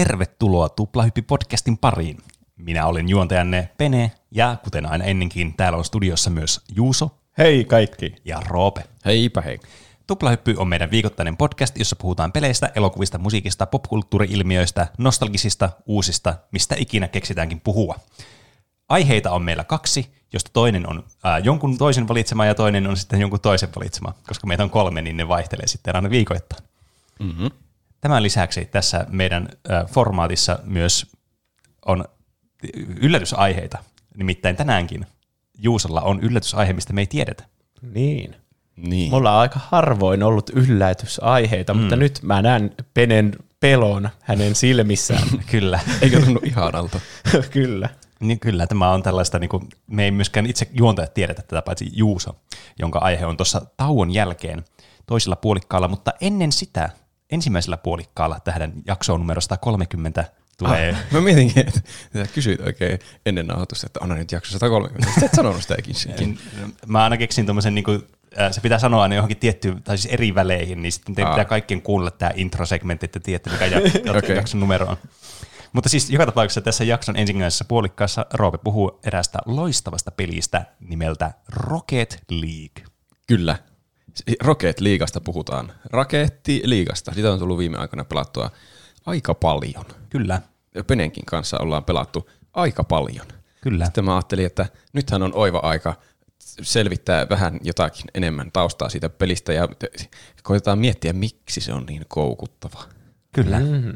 tervetuloa Tuplahyppi-podcastin pariin. Minä olen juontajanne Pene, ja kuten aina ennenkin, täällä on studiossa myös Juuso. Hei kaikki. Ja Roope. Heipä hei. Tuplahyppy on meidän viikoittainen podcast, jossa puhutaan peleistä, elokuvista, musiikista, popkulttuuri-ilmiöistä, nostalgisista, uusista, mistä ikinä keksitäänkin puhua. Aiheita on meillä 2, josta toinen on jonkun toisen valitsema ja toinen on sitten jonkun toisen valitsema. Koska meitä on 3, niin ne vaihtelee sitten aina viikoittain. Mm-hmm. Tämän lisäksi tässä meidän formaatissa myös on yllätysaiheita. Nimittäin tänäänkin Juusolla on yllätysaihe, mistä me ei tiedetä. Niin. Mulla on aika harvoin ollut yllätysaiheita, mutta nyt mä näen Penen pelon hänen silmissään. Kyllä. Eikö tunnu ihanalta? Kyllä. Niin kyllä, tämä on tällaista, niin kuin, me ei myöskään itse juontajat tiedetä tätä, paitsi Juuso, jonka aihe on tuossa tauon jälkeen toisella puolikkaalla, mutta ennen sitä ensimmäisellä puolikkaalla tähän jaksoon numero 130 tulee. Mä mietinkin, että kysyit oikein ennen nauhoitusta, että on nyt jakso 130. Sitten et sanonut sitä ikinä. Mä aina keksin tuommoisen, niin kuin, se pitää sanoa aina johonkin tiettyyn, tai siis eri väleihin, niin sitten pitää kaikkien kuunnella tämä introsegmentti, että tiedätte mikä jakson numero on. Mutta siis joka tapauksessa tässä jakson ensimmäisessä puolikkaassa Roope puhuu eräästä loistavasta pelistä nimeltä Rocket League. Kyllä. Rocket Leaguesta puhutaan. Rakettiliigasta. Sitä on tullut viime aikoina pelattua aika paljon. Kyllä. Penenkin kanssa ollaan pelattu aika paljon. Kyllä. Sitten mä ajattelin, että nythän on oiva aika selvittää vähän jotakin enemmän taustaa siitä pelistä ja koitetaan miettiä, miksi se on niin koukuttava. Kyllä. Mm.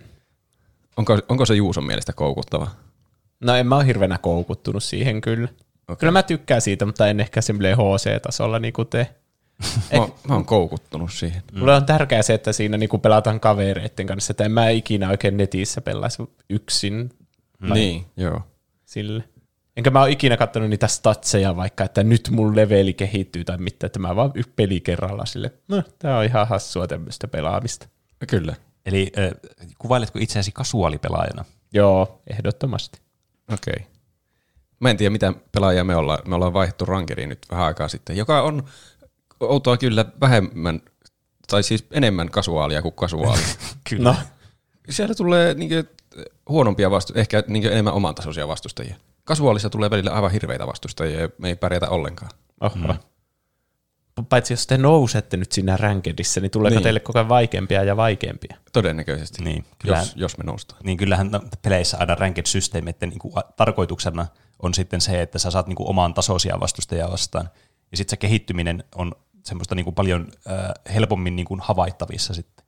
Onko se Juuson mielestä koukuttava? No en mä ole hirveänä koukuttunut siihen kyllä. Okay. Kyllä mä tykkään siitä, mutta en ehkä semmoinen HC-tasolla niin kuin te. Mä oon koukuttunut siihen. Mulle on tärkeää se, että siinä niinku pelataan kavereiden kanssa, että en mä ikinä oikein netissä pelaisi yksin. Niin, joo. Sille. Enkä mä ole ikinä katsonut niitä statseja vaikka, että nyt mun leveli kehittyy tai mitään, että mä vaan peli kerralla sille. No, tää on ihan hassua tämmöistä pelaamista. Kyllä. Eli kuvailetko itseäsi kasuaalipelaajana? Joo, ehdottomasti. Okei. Mä en tiedä, mitä pelaajia me ollaan. Me ollaan vaihdettu rankeriin nyt vähän aikaa sitten, joka on outoa kyllä vähemmän, tai siis enemmän kasuaalia kuin kasuaalia. Kyllä. No. Siellä tulee niinkö huonompia vastustajia, ehkä niinkö enemmän oman tasoisia vastustajia. Kasuaalissa tulee välillä aivan hirveitä vastustajia ja me ei pärjätä ollenkaan. Oho. Paitsi jos te nousette nyt siinä rankedissä, niin tuleeko teille koko ajan vaikeampia ja vaikeampia? Todennäköisesti, niin, jos me noustaan. Niin kyllähän peleissä aina ranked-systeemeiden niin tarkoituksena on sitten se, että sä saat niin kuin oman tasoisia vastustajia vastaan. Ja sitten se kehittyminen on semmoista niin kuin paljon helpommin niin kuin havaittavissa sitten.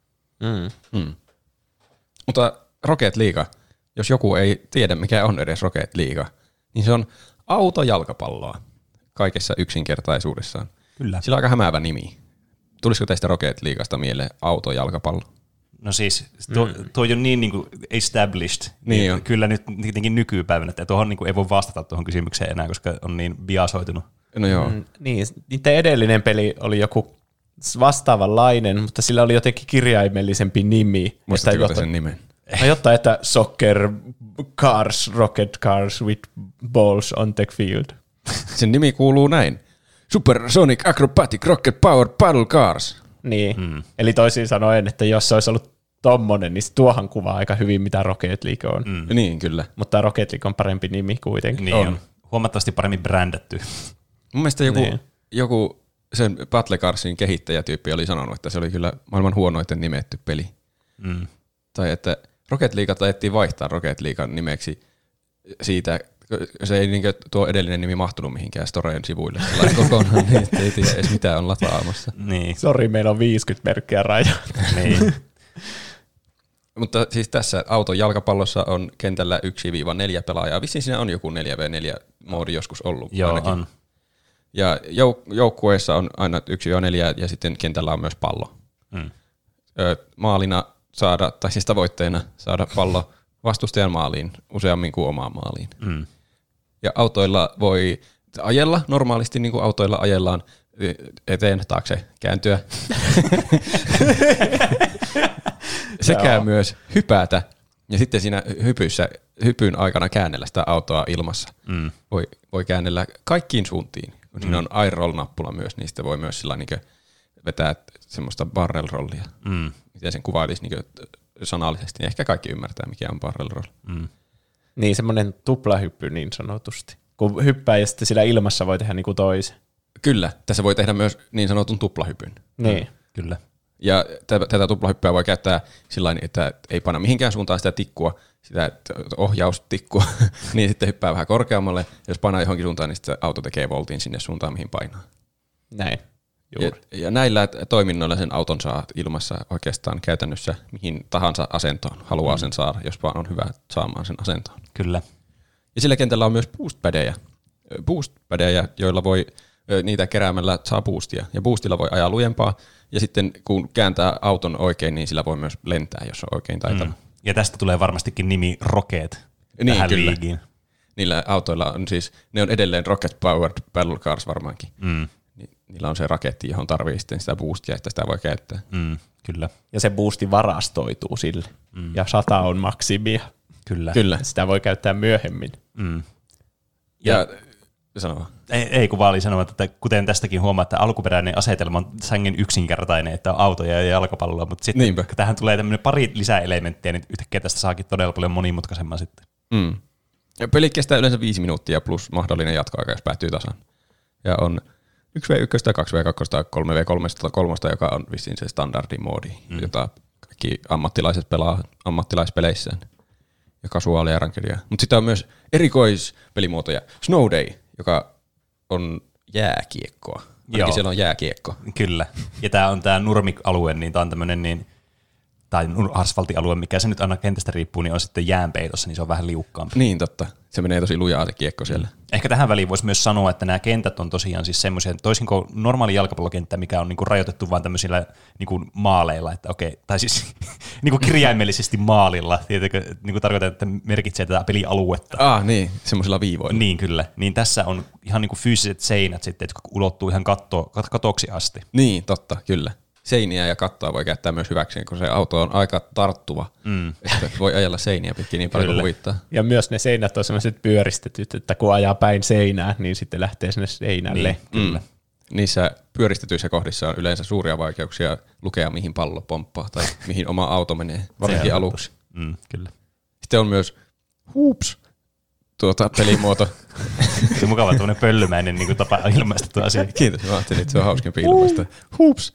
Mutta Rocket League, jos joku ei tiedä mikä on edes Rocket League, niin se on autojalkapalloa kaikessa yksinkertaisuudessaan. Kyllä. Sillä on aika hämäävä nimi. Tulisiko teistä Rocket Leaguesta mieleen autojalkapallo? No siis, tuo on niin kuin established. Niin on. Kyllä nyt tietenkin nykypäivänä, että tuohon niin kuin ei voi vastata tuohon kysymykseen enää, koska on niin biasoitunut. No joo. Niin, niiden edellinen peli oli joku vastaavanlainen, mutta sillä oli jotenkin kirjaimellisempi nimi. Muistatko sen nimen? No jotta, että soccer cars, rocket cars with balls on the field. Sen nimi kuuluu näin. Supersonic Acrobatic Rocket Power Paddle Cars. Niin, eli toisin sanoen, että jos se olisi ollut tommonen, niin tuohan kuvaa aika hyvin, mitä Rocket League on. Niin, kyllä. Mutta Rocket League on parempi nimi kuitenkin. Niin on. Huomattavasti paremmin brändätty. Mun mielestä joku sen Battle Carsin kehittäjätyyppi oli sanonut, että se oli kyllä maailman huonoiten nimetty peli. Tai että Rocket League taidettiin vaihtaa Rocket Leaguean nimeksi siitä, se ei niinkö tuo edellinen nimi mahtunut mihinkään Storeen sivuille kokonaan, niin että ei tiedä edes mitä on lataamassa. Niin. Sori, meillä on 50 merkkiä raja. Niin. Mutta siis tässä auton jalkapallossa on kentällä 1-4 pelaajaa. Vissiin siinä on joku 4v4-moodi joskus ollut. Joo, ainakin. on. Ja joukkueessa on aina 1-4 ja sitten kentällä on myös pallo. Maalina saada, tai siis tavoitteena saada pallo vastustajan maaliin useammin kuin omaan maaliin. Ja autoilla voi ajella normaalisti, niin kuin autoilla ajellaan eteen, taakse, kääntyä. Sekä myös hypätä. Ja sitten siinä hypyn aikana käännellä sitä autoa ilmassa. Voi käännellä kaikkiin suuntiin. Kun siinä on iRoll-nappula myös, niin sitten voi myös sillä niin vetää semmoista barrel-rollia. Miten sen kuvailisi niin sanallisesti, niin ehkä kaikki ymmärtää, mikä on barrel roll. Niin, semmoinen tuplahyppy niin sanotusti. Kun hyppää ja sitten sillä ilmassa voi tehdä niinku toisen. Kyllä, tässä voi tehdä myös niin sanotun tuplahypyn. Niin. Kyllä. Ja tätä tuplahyppyä voi käyttää sillain, että ei panna mihinkään suuntaan sitä tikkua, sitä ohjaustikkua, niin sitten hyppää vähän korkeammalle. Jos painaa johonkin suuntaan, niin sitten auto tekee voltin sinne suuntaan, mihin painaa. Näin. Ja näillä toiminnoilla sen auton saa ilmassa oikeastaan käytännössä mihin tahansa asentoon haluaa sen saada, jos vaan on hyvä saamaan sen asentoon. Kyllä. Ja sillä kentällä on myös boost-pädejä, joilla voi niitä keräämällä saa boostia. Ja boostilla voi ajaa lujempaa, ja sitten kun kääntää auton oikein, niin sillä voi myös lentää, jos on oikein taitava. Ja tästä tulee varmastikin nimi Rocket Niin, tähän kyllä. liigiin. Niillä autoilla on siis, ne on edelleen Rocket Powered Battle Cars varmaankin. Niillä on se raketti, johon tarvii sitten sitä boostia, että sitä voi käyttää. Kyllä. Ja se boosti varastoituu sille. Ja 100 on maksimia. Kyllä. Sitä voi käyttää myöhemmin. Ja sano vaan. Ei kun vaan oli sanoa, että kuten tästäkin huomaa, että alkuperäinen asetelma on sängen yksinkertainen, että on autoja ja jalkapalloa, mutta sitten kun tähän tulee tämmöinen pari lisäelementtiä, niin yhtäkkiä tästä saakin todella paljon monimutkaisemman sitten. Ja peli kestää yleensä 5 minuuttia plus mahdollinen jatkoaika, jos päättyy tasan. Ja on 1v1, 2v2, 3v3, joka on vissiin se standardimoodi, jota kaikki ammattilaiset pelaa ammattilaispeleissään. Ja kasuaalia rankelia. Mutta sitten on myös erikoispelimuotoja. Snow Day, joka on jääkiekkoa. Ainakin siellä on jääkiekko. Kyllä. Ja tämä on tämä nurmik-alue, niin tämä on tämmöinen tai asfaltialue, mikä se nyt aina kentästä riippuu, niin on sitten jäänpeitossa, niin se on vähän liukkaampi. Niin, totta. Se menee tosi lujaa se kiekko siellä. Ehkä tähän väliin voisi myös sanoa, että nämä kentät on tosiaan siis semmoisia, toisin kuin normaali jalkapallokenttä, mikä on niinku rajoitettu vain tämmöisillä niinku maaleilla, että okei, tai siis niinku kirjaimellisesti maalilla, tietenkin niinku tarkoitan, että merkitsee tätä pelialuetta. Niin, semmoisilla viivoilla. Niin kyllä, niin tässä on ihan niinku fyysiset seinät sitten, jotka ulottuu ihan katoksi asti. Niin, totta, kyllä. Seiniä ja kattoa voi käyttää myös hyväkseen, kun se auto on aika tarttuva. Että voi ajella seiniä pitkin niin paljon kuin huvittaa. Ja myös ne seinät on sellaiset pyöristetyt, että kun ajaa päin seinää, niin sitten lähtee sinne seinälle. Niin, kyllä. Niissä pyöristetyissä kohdissa on yleensä suuria vaikeuksia lukea, mihin pallo pomppaa tai mihin oma auto menee, varsinkin aluksi. Kyllä. Sitten on myös hoops pelimuoto. Se on mukava tuollainen pöllymäinen niin kuin tapa ilmaista tuo asia. Kiitos, mä ajattelin, että se on hauskempi ilmaista. Hoops!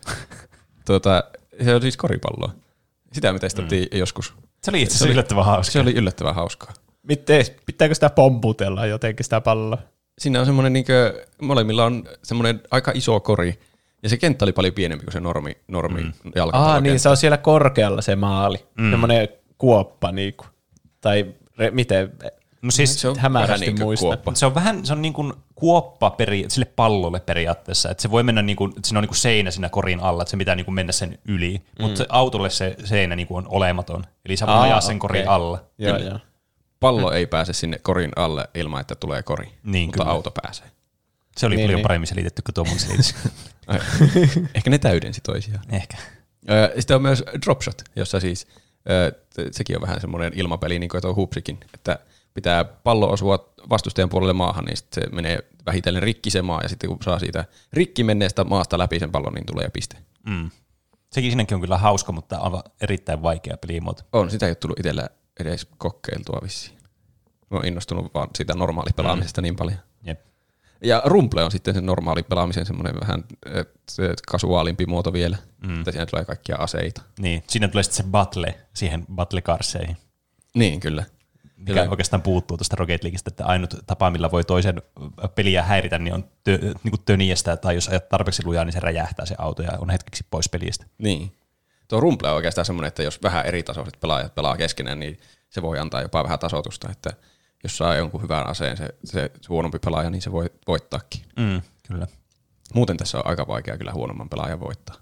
Se on siis koripalloa. Sitä me testattiin joskus. Se oli itse asiassa yllättävän hauskaa. Se oli yllättävän hauskaa. Pitääkö sitä pomputella jotenkin sitä palloa? Siinä on semmoinen, molemmilla on semmoinen aika iso kori, ja se kenttä oli paljon pienempi kuin se normi jalkapallokenttä. Niin se on siellä korkealla se maali. Semmoinen kuoppa niinku. Tai miten? No siis se on hämärästi vähän muista. kuoppa. Se on niin kuin kuoppa sille pallolle periaatteessa, että se voi mennä niin kuin, että siinä on niin kuin seinä siinä korin alla, että se pitää niin kuin mennä sen yli, mutta se autolle se seinä niin kuin on olematon, eli sä voi ajaa sen korin alla. Joo. Pallo ei pääse sinne korin alle ilman, että tulee kori, niin, mutta kyllä. auto pääsee. Se oli paljon paremmin selitetty kuin tuo mun selitys. Ehkä ne täydensi toisiaan. Ehkä. Sitten on myös dropshot, jossa siis sekin on vähän semmoinen ilmapeli, niin kuin tuo hoopsikin, että pitää pallo osua vastustajan puolelle maahan, niin sitten se menee vähitellen rikki se maa, ja sitten kun saa siitä rikki menneestä maasta läpi sen pallon, niin tulee piste. Sekin siinäkin on kyllä hauska, mutta on erittäin vaikea pelimuoto. On, sitä ei ole tullut itsellä edes kokeiltua vissiin. Mä oon innostunut vaan siitä normaalipelaamisesta niin paljon. Jep. Ja rumple on sitten sen normaali pelaamisen semmoinen vähän kasuaalimpi muoto vielä, että siinä tulee kaikkia aseita. Niin, siinä tulee sitten se battle siihen battle-karseihin. Niin, kyllä. Mikä oikeastaan puuttuu tuosta Rocket Leagueista, että ainut tapa, millä voi toisen peliä häiritä, niin on niin töniästä, tai jos ajat tarpeeksi lujaa, niin se räjähtää se auto ja on hetkeksi pois pelistä. Niin. Tuo rumple on oikeastaan semmoinen, että jos vähän eri tasoiset pelaajat pelaa keskenään, niin se voi antaa jopa vähän tasoitusta, että jos saa jonkun hyvän aseen se huonompi pelaaja, niin se voi voittaakin. Kyllä. Muuten tässä on aika vaikea kyllä huonomman pelaajan voittaa.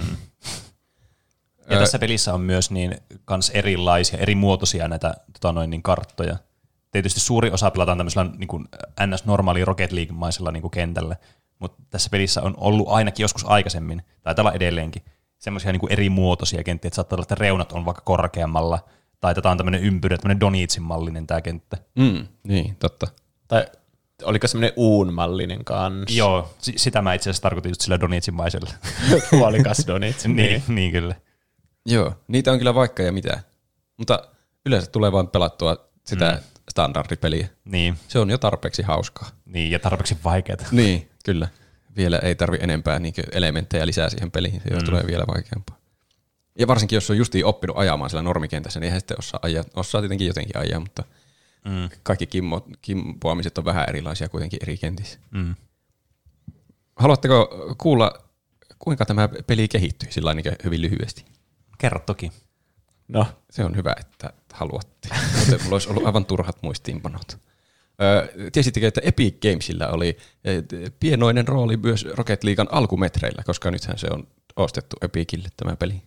Ja tässä pelissä on myös niin kans erilaisia, eri muotoisia näitä karttoja. Tietysti suuri osa pelataan tämmöisellä niin kuin NS-normaali Rocket League-maisella niin kuin kentällä, mutta tässä pelissä on ollut ainakin joskus aikaisemmin, tai tällä edelleenkin, semmoisia niin kuin eri muotoisia kenttiä, että saattaa olla, että reunat on vaikka korkeammalla, tai tätä on tämmöinen ympyrä, tämmöinen Donitsin mallinen tämä kenttä. Niin, totta. Tai oliko semmoinen uun-mallinen kans? Joo, sitä mä itse asiassa tarkoitin just sillä Donitsin-maisella. Puolikas Donitsin. niin kyllä. Joo, niitä on kyllä vaikka ja mitä. Mutta yleensä tulee vaan pelattua sitä standardipeliä. Niin. Se on jo tarpeeksi hauskaa. Niin, ja tarpeeksi vaikeaa. Niin, kyllä. Vielä ei tarvi enempää elementtejä lisää siihen peliin, se tulee vielä vaikeampaa. Ja varsinkin, jos on justiin oppinut ajamaan siellä normikentässä, niin eihän sitten osaa tietenkin jotenkin ajaa, mutta kaikki kimpoamiset on vähän erilaisia kuitenkin eri kentissä. Haluatteko kuulla, kuinka tämä peli kehittyi sillä niin hyvin lyhyesti? Kerro toki. No. Se on hyvä, että haluatte. Mutta mulla olisi ollut aivan turhat muistiinpanot. Tiesittekö, että Epic Gamesillä oli pienoinen rooli myös Rocket Leaguean alkumetreillä, koska nythän se on ostettu Epicille tämä peli.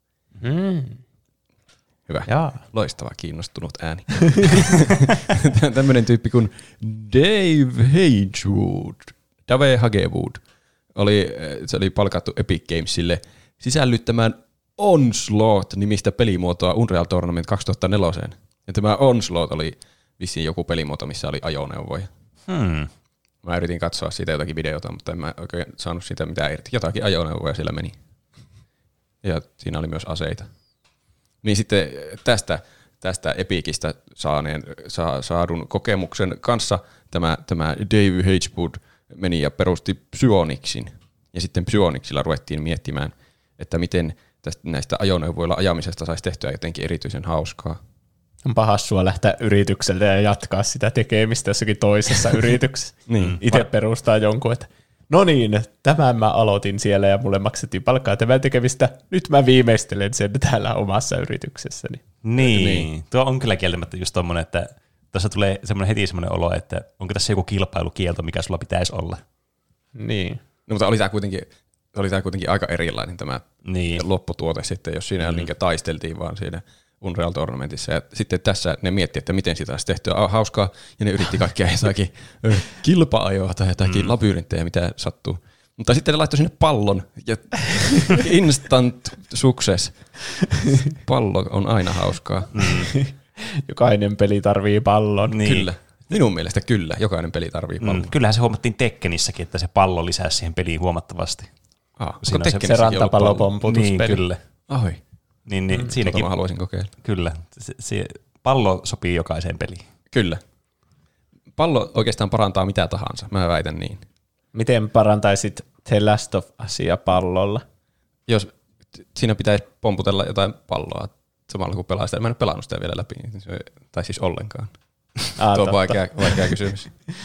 Hyvä. Jaa. Loistava, kiinnostunut ääni. Tämmöinen tyyppi kuin Dave Hagewood se oli palkattu Epic Gamesille sisällyttämään Onslaught-nimistä pelimuotoa Unreal Tournament 2004. Ja tämä Onslaught oli vissiin joku pelimuoto, missä oli ajoneuvoja. Mä yritin katsoa siitä jotakin videota, mutta en mä oikein saanut siitä mitään irti. Jotakin ajoneuvoja siellä meni. Ja siinä oli myös aseita. Niin sitten tästä Epicistä saadun kokemuksen kanssa tämä Dave Hagewood meni ja perusti Psyonixin. Ja sitten Psyonixilla ruvettiin miettimään, että miten näistä ajoneuvoilla ajamisesta saisi tehtyä jotenkin erityisen hauskaa. On paha sua lähteä yritykseltä ja jatkaa sitä tekemistä jossakin toisessa yrityksessä. Niin. Itse perustaa jonkun, että no niin, tämän mä aloitin siellä ja mulle maksettiin palkkaa tämän tekemistä. Nyt mä viimeistelen sen täällä omassa yrityksessäni. Niin. Tuo on kyllä kieltämättä just tommonen, että tuossa tulee heti semmoinen olo, että onko tässä joku kilpailukielto, mikä sulla pitäisi olla. Niin. No, mutta oli tämä kuitenkin aika erilainen tämä lopputuote sitten, jos siinä taisteltiin vaan siinä Unreal Tournamentissa. Ja sitten tässä ne miettii, että miten sitä olisi tehty hauskaa, ja ne yritti kaikkea jotakin kilpa-ajoa tai jotakin labyrinttejä, mitä sattuu. Mutta sitten ne laittoi sinne pallon, ja instant success. Pallo on aina hauskaa. Jokainen peli tarvii pallon. Niin. Kyllä. Minun mielestä kyllä, jokainen peli tarvii pallon. Kyllähän se huomattiin Tekkenissäkin, että se pallo lisäsi siihen peliin huomattavasti. Se rantapallopomputuspeli. Niin, kyllä. Ai. Niin, siinäkin. Mä haluaisin kokeilla. Kyllä. Se pallo sopii jokaiseen peliin. Kyllä. Pallo oikeastaan parantaa mitä tahansa, mä väitän niin. Miten parantaisit The Last of Usia pallolla? Jos siinä pitäisi pomputella jotain palloa samalla kun pelaa sitä, mä en ole pelannut sitä vielä läpi, tai siis ollenkaan. Tuo on vaikea kysymys.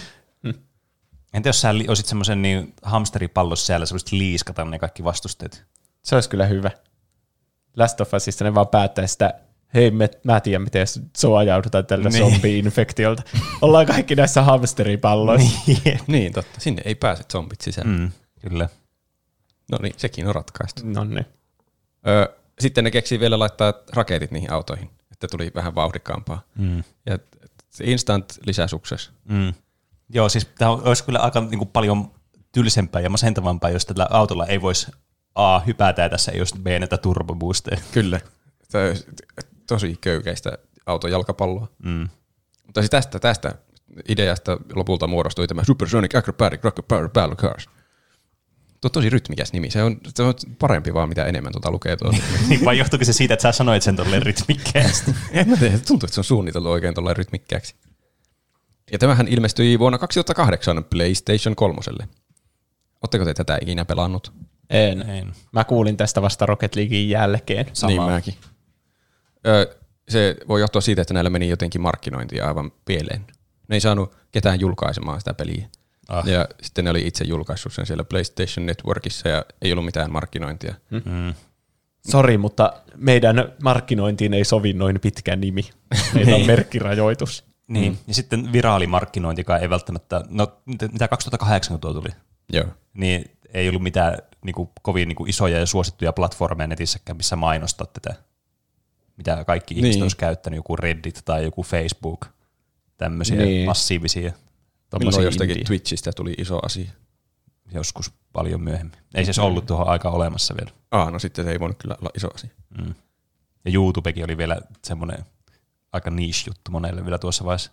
Entä jos sä olisit semmoisen niin hamsteripallossa siellä, sä voisit liiskata ne kaikki vastusteet? Se olisi kyllä hyvä. Last of Usista ne vaan päättää sitä, hei mä tiedän miten suojaudutaan tältä zombi-infektiolta. Ollaan kaikki näissä hamsteripalloissa. Niin, totta. Sinne ei pääse zombit sisään. Kyllä. No niin, sekin on ratkaistu. No niin. Sitten ne keksii vielä laittaa raketit niihin autoihin, että tuli vähän vauhdikkaampaa. Ja instant lisäsukses. Joo, siis tämä olisi kyllä aika niin paljon tylsempää ja masentavampaa, jos tällä autolla ei voisi A, hypätä ja tässä ei olisi B, näitä turboboosteja. Kyllä. Tämä on tosi köykäistä autojalkapalloa. Mutta siis tästä ideasta lopulta muodostui tämä Supersonic Acrobatic Rocket Power Battle Cars. Tuo on tosi rytmikäs nimi. Se on parempi vaan, mitä enemmän lukee tuolla. Vai johtuuko se siitä, että sä sanoit sen tolleen rytmikkäästi? En mä tiedä, tuntuu, että se on suunniteltu oikein tolleen rytmikkääksi. Ja tämähän ilmestyi vuonna 2008 PlayStation 3. Oletteko te tätä ikinä pelannut? En. Mä kuulin tästä vasta Rocket Leaguein jälkeen. Niin mäkin. Se voi johtua siitä, että näillä meni jotenkin markkinointia aivan pieleen. Ne ei saanut ketään julkaisemaan sitä peliä. Ja sitten ne oli itse julkaissut sen siellä PlayStation Networkissa ja ei ollut mitään markkinointia. Sori, mutta meidän markkinointiin ei sovi noin pitkä nimi. Meillä on merkkirajoitus. Niin, ja sitten viraalimarkkinointikaan ei välttämättä, no mitä 2008 tuo tuli, Joo. Niin ei ollut mitään niinku, kovin niinku, isoja ja suosittuja platformeja netissäkään, missä mainostaa tätä, mitä kaikki ihmiset olisi käyttänyt, joku Reddit tai joku Facebook, tämmöisiä massiivisia. Milloin jostakin Twitchistä tuli iso asia? Joskus paljon myöhemmin. Ei se ollut tuohon aikaan olemassa vielä. No sitten se ei voinut kyllä olla iso asia. Ja YouTubekin oli vielä semmoinen aika niche-juttu monelle vielä tuossa vaiheessa.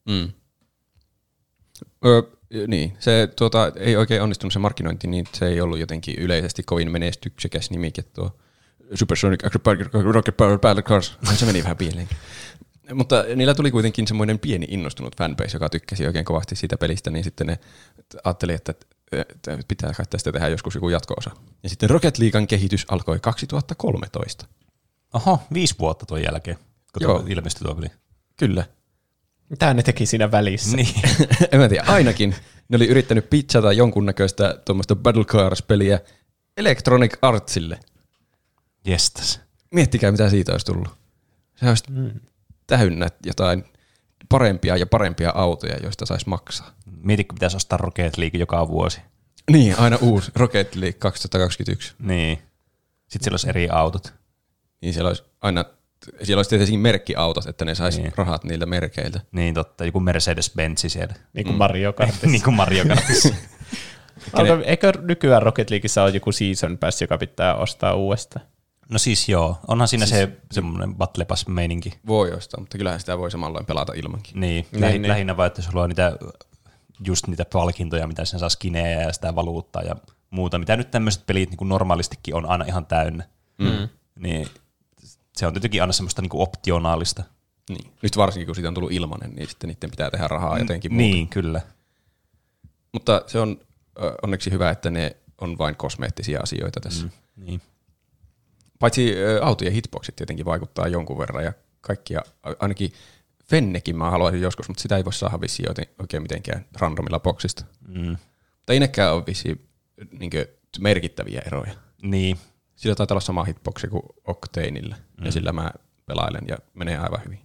Niin, se ei oikein onnistunut se markkinointi, niin se ei ollut jotenkin yleisesti kovin menestyksekäs nimike tuo Supersonic Acrobatic Rocket Power Battle Cars. Se meni vähän pieleen. Mutta niillä tuli kuitenkin semmoinen pieni innostunut fanbase, joka tykkäsi oikein kovasti siitä pelistä, niin sitten ne ajatteli, että pitää kai tästä tehdä joskus joku jatko-osa. Ja sitten Rocket Leaguean kehitys alkoi 2013. Oho, 5 vuotta tuon jälkeen, kun tuo ilmestyi tuo peli. Kyllä. Mitä ne teki siinä välissä? Niin. En mä tiedä, ainakin ne oli yrittänyt pitchata jonkunnäköistä tuommoista Battle Cars-peliä Electronic Artsille. Jestas. Miettikää, mitä siitä olisi tullut. Se olisi täynnä jotain parempia ja parempia autoja, joista saisi maksaa. Mietitkö, pitäisi ostaa Rocket League joka vuosi. Niin, aina uusi Rocket League 2021. Niin. Sitten siellä olisi eri autot. Niin siellä olisi tietysti merkkiautot, että ne saisi rahat niillä merkeiltä. Niin totta, joku Mercedes-Benz siellä. Niin kuin Mario Kartissa. Niin kuin Mario Kartissa. Eikö nykyään Rocket Leagueissa ole joku season pass, joka pitää ostaa uudestaan? No siis joo, onhan siinä siis, semmoinen Battle Pass-meininki. Voi ostaa, mutta kyllähän sitä voi samalloin pelata ilmankin. Niin, lähinnä vaan, että sulla on just niitä palkintoja, mitä sen saa skinejä ja sitä valuuttaa ja muuta, mitä nyt tämmöiset pelit niin kuin normaalistikin on aina ihan täynnä. Niin se on tietenkin aina semmoista niin kuin optionaalista. Niin. Nyt varsinkin, kun siitä on tullut ilmanen, niin sitten niiden pitää tehdä rahaa jotenkin muuta. Niin, kyllä. Mutta se on onneksi hyvä, että ne on vain kosmeettisia asioita tässä. Niin. Paitsi autojen hitboxit tietenkin vaikuttaa jonkun verran ja kaikkia, ainakin Fennekin mä haluaisin joskus, mutta sitä ei voi saada vissiin oikein mitenkään randomilla boxista. Mutta ei nekään ole vissiin merkittäviä eroja. Niin. Sillä taitaa olla sama hitboxi kuin Octaneillä ja sillä mä pelailen ja menee aivan hyvin.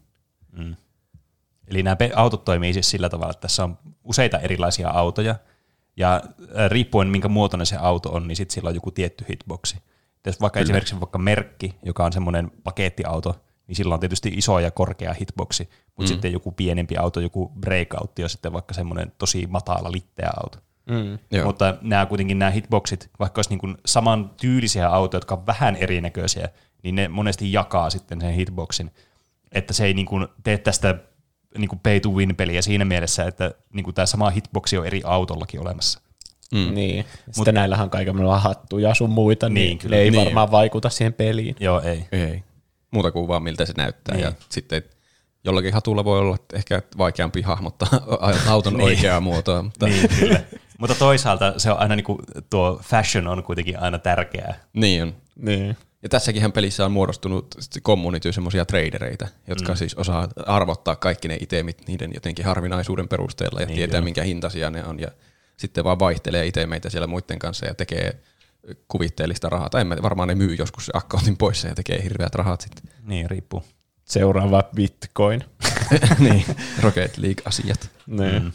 Eli nämä autot toimii siis sillä tavalla, että tässä on useita erilaisia autoja ja riippuen minkä muotoinen se auto on, niin sitten sillä on joku tietty hitboxi. Jos vaikka esimerkiksi merkki, joka on semmoinen pakettiauto, niin sillä on tietysti iso ja korkea hitboxi, mutta sitten joku pienempi auto, joku breakoutti on sitten vaikka semmoinen tosi matala litteä auto. Mutta nämä hitboxit, vaikka olisi niin kuin saman tyylisiä autoja, jotka on vähän erinäköisiä, niin ne monesti jakaa sitten sen hitboxin, että se ei niin kuin tee tästä niin kuin pay to win -peliä siinä mielessä, että niin kuin tämä sama hitboxi on eri autollakin olemassa. Niin. Sitten näillähän on kaikenlailla hattuja sun muita, niin ne ei varmaan vaikuta siihen peliin. Joo, ei. Muuta kuin vaan miltä se näyttää. Ja sitten jollakin hatulla voi olla ehkä vaikeampi hahmottaa auton oikeaa muotoa. Mutta niin, kyllä. Mutta toisaalta se on aina niinku, tuo fashion on kuitenkin aina tärkeää. Niin on. Niin. Ja tässäkin pelissä on muodostunut community semmoisia tradereita, jotka siis osaa arvottaa kaikki ne itemit niiden jotenkin harvinaisuuden perusteella ja tietää minkä hintaisia ne on. Ja sitten vaan vaihtelee itemeitä siellä muiden kanssa ja tekee kuvitteellista rahaa. Tai varmaan ne myy joskus se accountin pois ja tekee hirveät rahat sitten. Niin, riippuu. Seuraava Bitcoin. Niin, Rocket League-asiat. Niin.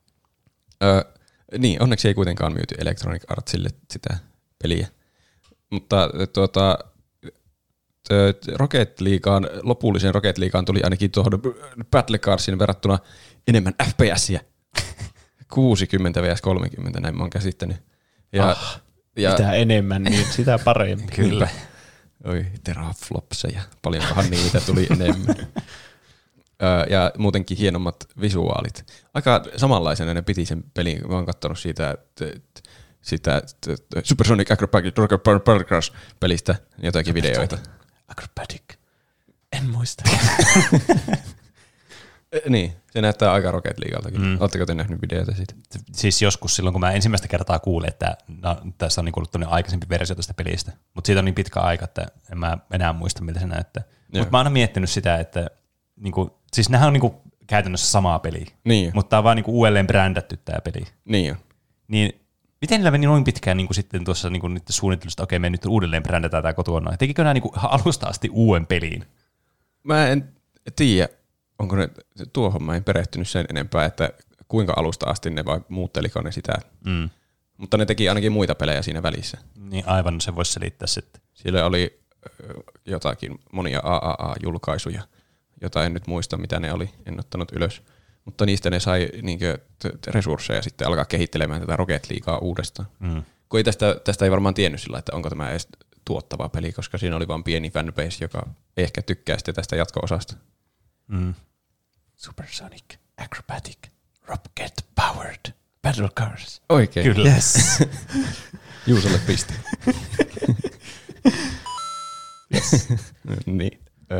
Niin, onneksi ei kuitenkaan myyty Electronic Artsille sitä peliä. Mutta lopulliseen Rocket Leagueaan tuli ainakin tuohon Battle Carsiin verrattuna enemmän FPSiä. 60 vs 30, näin mä oon käsittänyt. Ja mitä enemmän, niin sitä paremmin. Kyllä. Oi, teraflopseja. Paljonkohan niitä tuli enemmän. Ja muutenkin hienommat visuaalit. Aika samanlaisena ne piti sen pelin. Mä oon katsonut siitä Supersonic Acrobatic Rocket Power Cars pelistä jotakin videoita. Acrobatic. En muista. Niin, se näyttää aika Rocket Leaguealtakin. Oletteko te nähnyt videoita siitä? Siis joskus silloin, kun mä ensimmäistä kertaa kuulin, että tässä on niin ollut aikaisempi versio tästä pelistä, mutta siitä on niin pitkä aika, että en mä enää muista, miltä se näyttää. Mutta mä oon aina miettinyt sitä, että siis nehän on käytännössä samaa peliä, mutta tää on vaan uudelleen brändätty tää peli. Niin on. Niin miten niillä meni noin pitkään sitten tuossa niiden suunnittelusta, okei, me nyt uudelleen brändätään tää kotonaan. Tekikö nämä alusta asti uuden peliin? Mä en tiedä. Onko ne, tuohon mä en perehtynyt sen enempää, että kuinka alusta asti ne vai muutteliko ne sitä. Mutta ne teki ainakin muita pelejä siinä välissä. Niin aivan, se voisi selittää sitten. Siellä oli jotakin monia AAA-julkaisuja, jota en nyt muista mitä ne oli, en ottanut ylös. Mutta niistä ne sai resursseja sitten alkaa kehittelemään tätä Rocket Leaguea uudestaan. Kun ei tästä ei varmaan tiennyt sillä, että onko tämä edes tuottava peli, koska siinä oli vain pieni fanbase, joka ehkä tykkää sitten tästä jatko-osasta. Supersonic, Acrobatic, Rocket Powered, Battle Cars. Oikein. Kyllä. Yes. Juusolle piste. Yes. Niin.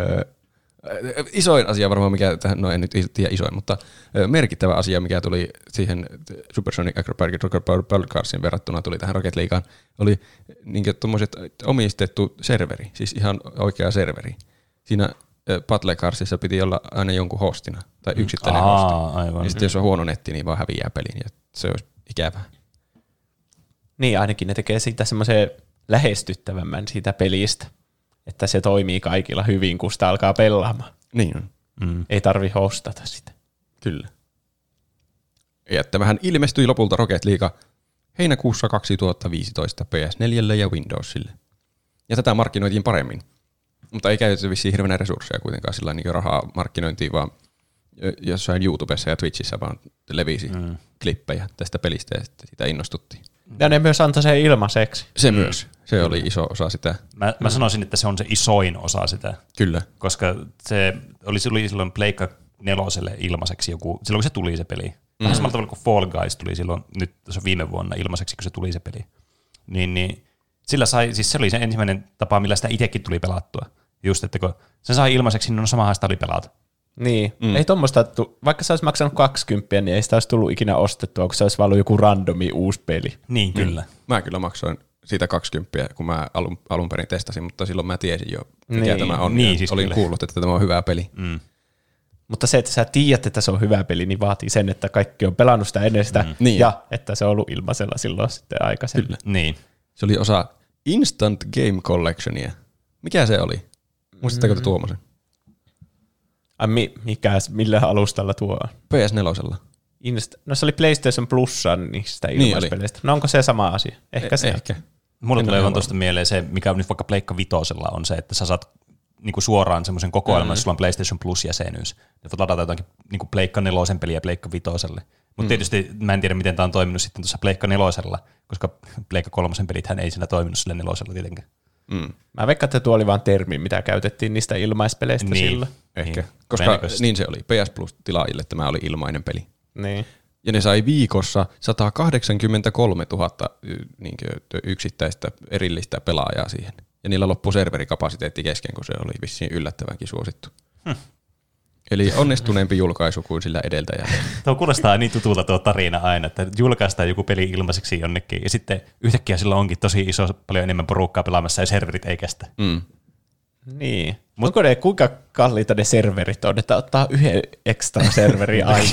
Isoin asia varmaan, mikä tähän, no en nyt tiedä isoin, mutta merkittävä asia, mikä tuli siihen Supersonic Acrobatic Rocket Carsin verrattuna tuli tähän Rocket Leagueaan, oli niinkö tommoset omistettu serveri, siis ihan oikea serveri. Siinä Battle Carsissa piti olla aina jonkun hostina, tai yksittäinen hosti. Aivan. Ja sitten jos on huono netti, niin vaan häviää peliin, ja se olisi ikävää. Niin, ainakin ne tekee siitä semmoisen lähestyttävämmän siitä pelistä, että se toimii kaikilla hyvin, kun sitä alkaa pelaamaan. Niin on. Ei tarvi hostata sitä. Kyllä. Ja tämähän ilmestyi lopulta Rocket League heinäkuussa 2015 PS4 ja Windowsille. Ja tätä markkinoitiin paremmin. Mutta ei käytetty vissiin hirveänä resursseja kuitenkaan sillä niin rahaa markkinointiin, vaan jossain YouTubessa ja Twitchissä vaan levisi klippejä tästä pelistä ja sitten sitä innostuttiin. Ja ne myös antoi sen ilmaiseksi. Se myös. Se oli iso osa sitä. Mä sanoisin, että se on se isoin osa sitä. Kyllä. Koska se oli silloin Pleikka 4:lle ilmaiseksi joku, silloin kun se tuli se peli. Vähän samalla tavalla kuin Fall Guys tuli silloin, nyt se on viime vuonna ilmaiseksi, kun se tuli se peli. Niin sillä sai, siis se oli se ensimmäinen tapa, millä sitä itsekin tuli pelattua. Just, että kun sen sai ilmaiseksi, niin on samahan sitä oli pelata. Niin, ei tommoista, vaikka se olisi maksanut 20, niin ei sitä olisi tullut ikinä ostettua, kun se olisi vaan ollut joku randomi uusi peli. Niin, kyllä. Mä kyllä maksoin siitä 20, kun mä alun perin testasin, mutta silloin mä tiesin jo, mikä tämä on. Niin, siis olin kyllä kuullut, että tämä on hyvä peli. Mutta se, että sä tiedät, että se on hyvä peli, niin vaatii sen, että kaikki on pelannut sitä ennen sitä, ja että se on ollut ilmaisella silloin sitten aikaisemmin. Kyllä. Niin. Se oli osa Instant Game Collectionia. Mikä se oli? Muistatteko te Tuomasen? Millä alustalla tuo on? PS4. No se oli PlayStation Plussa niistä ilmaispeleistä. No onko se sama asia? Ehkä se. Ehkä. Mulle tulee vaan tuosta mieleen se, mikä nyt vaikka Pleikka 5:lla on se, että sä saat niinku suoraan semmoisen kokoelman, jos sulla on PlayStation Plus-jäsenyys. Ja voit ladata jotakin niinku Pleikka 4 peliä Pleikka 5:lle. Mutta tietysti mä en tiedä, miten tämä on toiminut sitten tuossa Pleikka 4:lla, koska Pleikka 3 pelithän ei siinä toiminut sillä 4:lla tietenkään. Mä veikkaan, että tuo oli vaan termi, mitä käytettiin niistä ilmaispeleistä silloin. Ehkä. Koska niin se oli. PS Plus-tilaajille tämä oli ilmainen peli. Niin. Ja ne sai viikossa 183 000 yksittäistä erillistä pelaajaa siihen. Ja niillä loppui serverikapasiteetti kesken, kun se oli vissiin yllättävänkin suosittu. Eli onnistuneempi julkaisu kuin sillä edeltäjällä. Tuo kuulostaa niin tutulta tuo tarina aina, että julkaistaan joku peli ilmaiseksi jonnekin, ja sitten yhtäkkiä sillä onkin tosi iso, paljon enemmän porukkaa pelaamassa, ja serverit ei kestä. Niin. Onko ne, kuinka kalliita ne serverit on, että ottaa yhden ekstra serveri aina?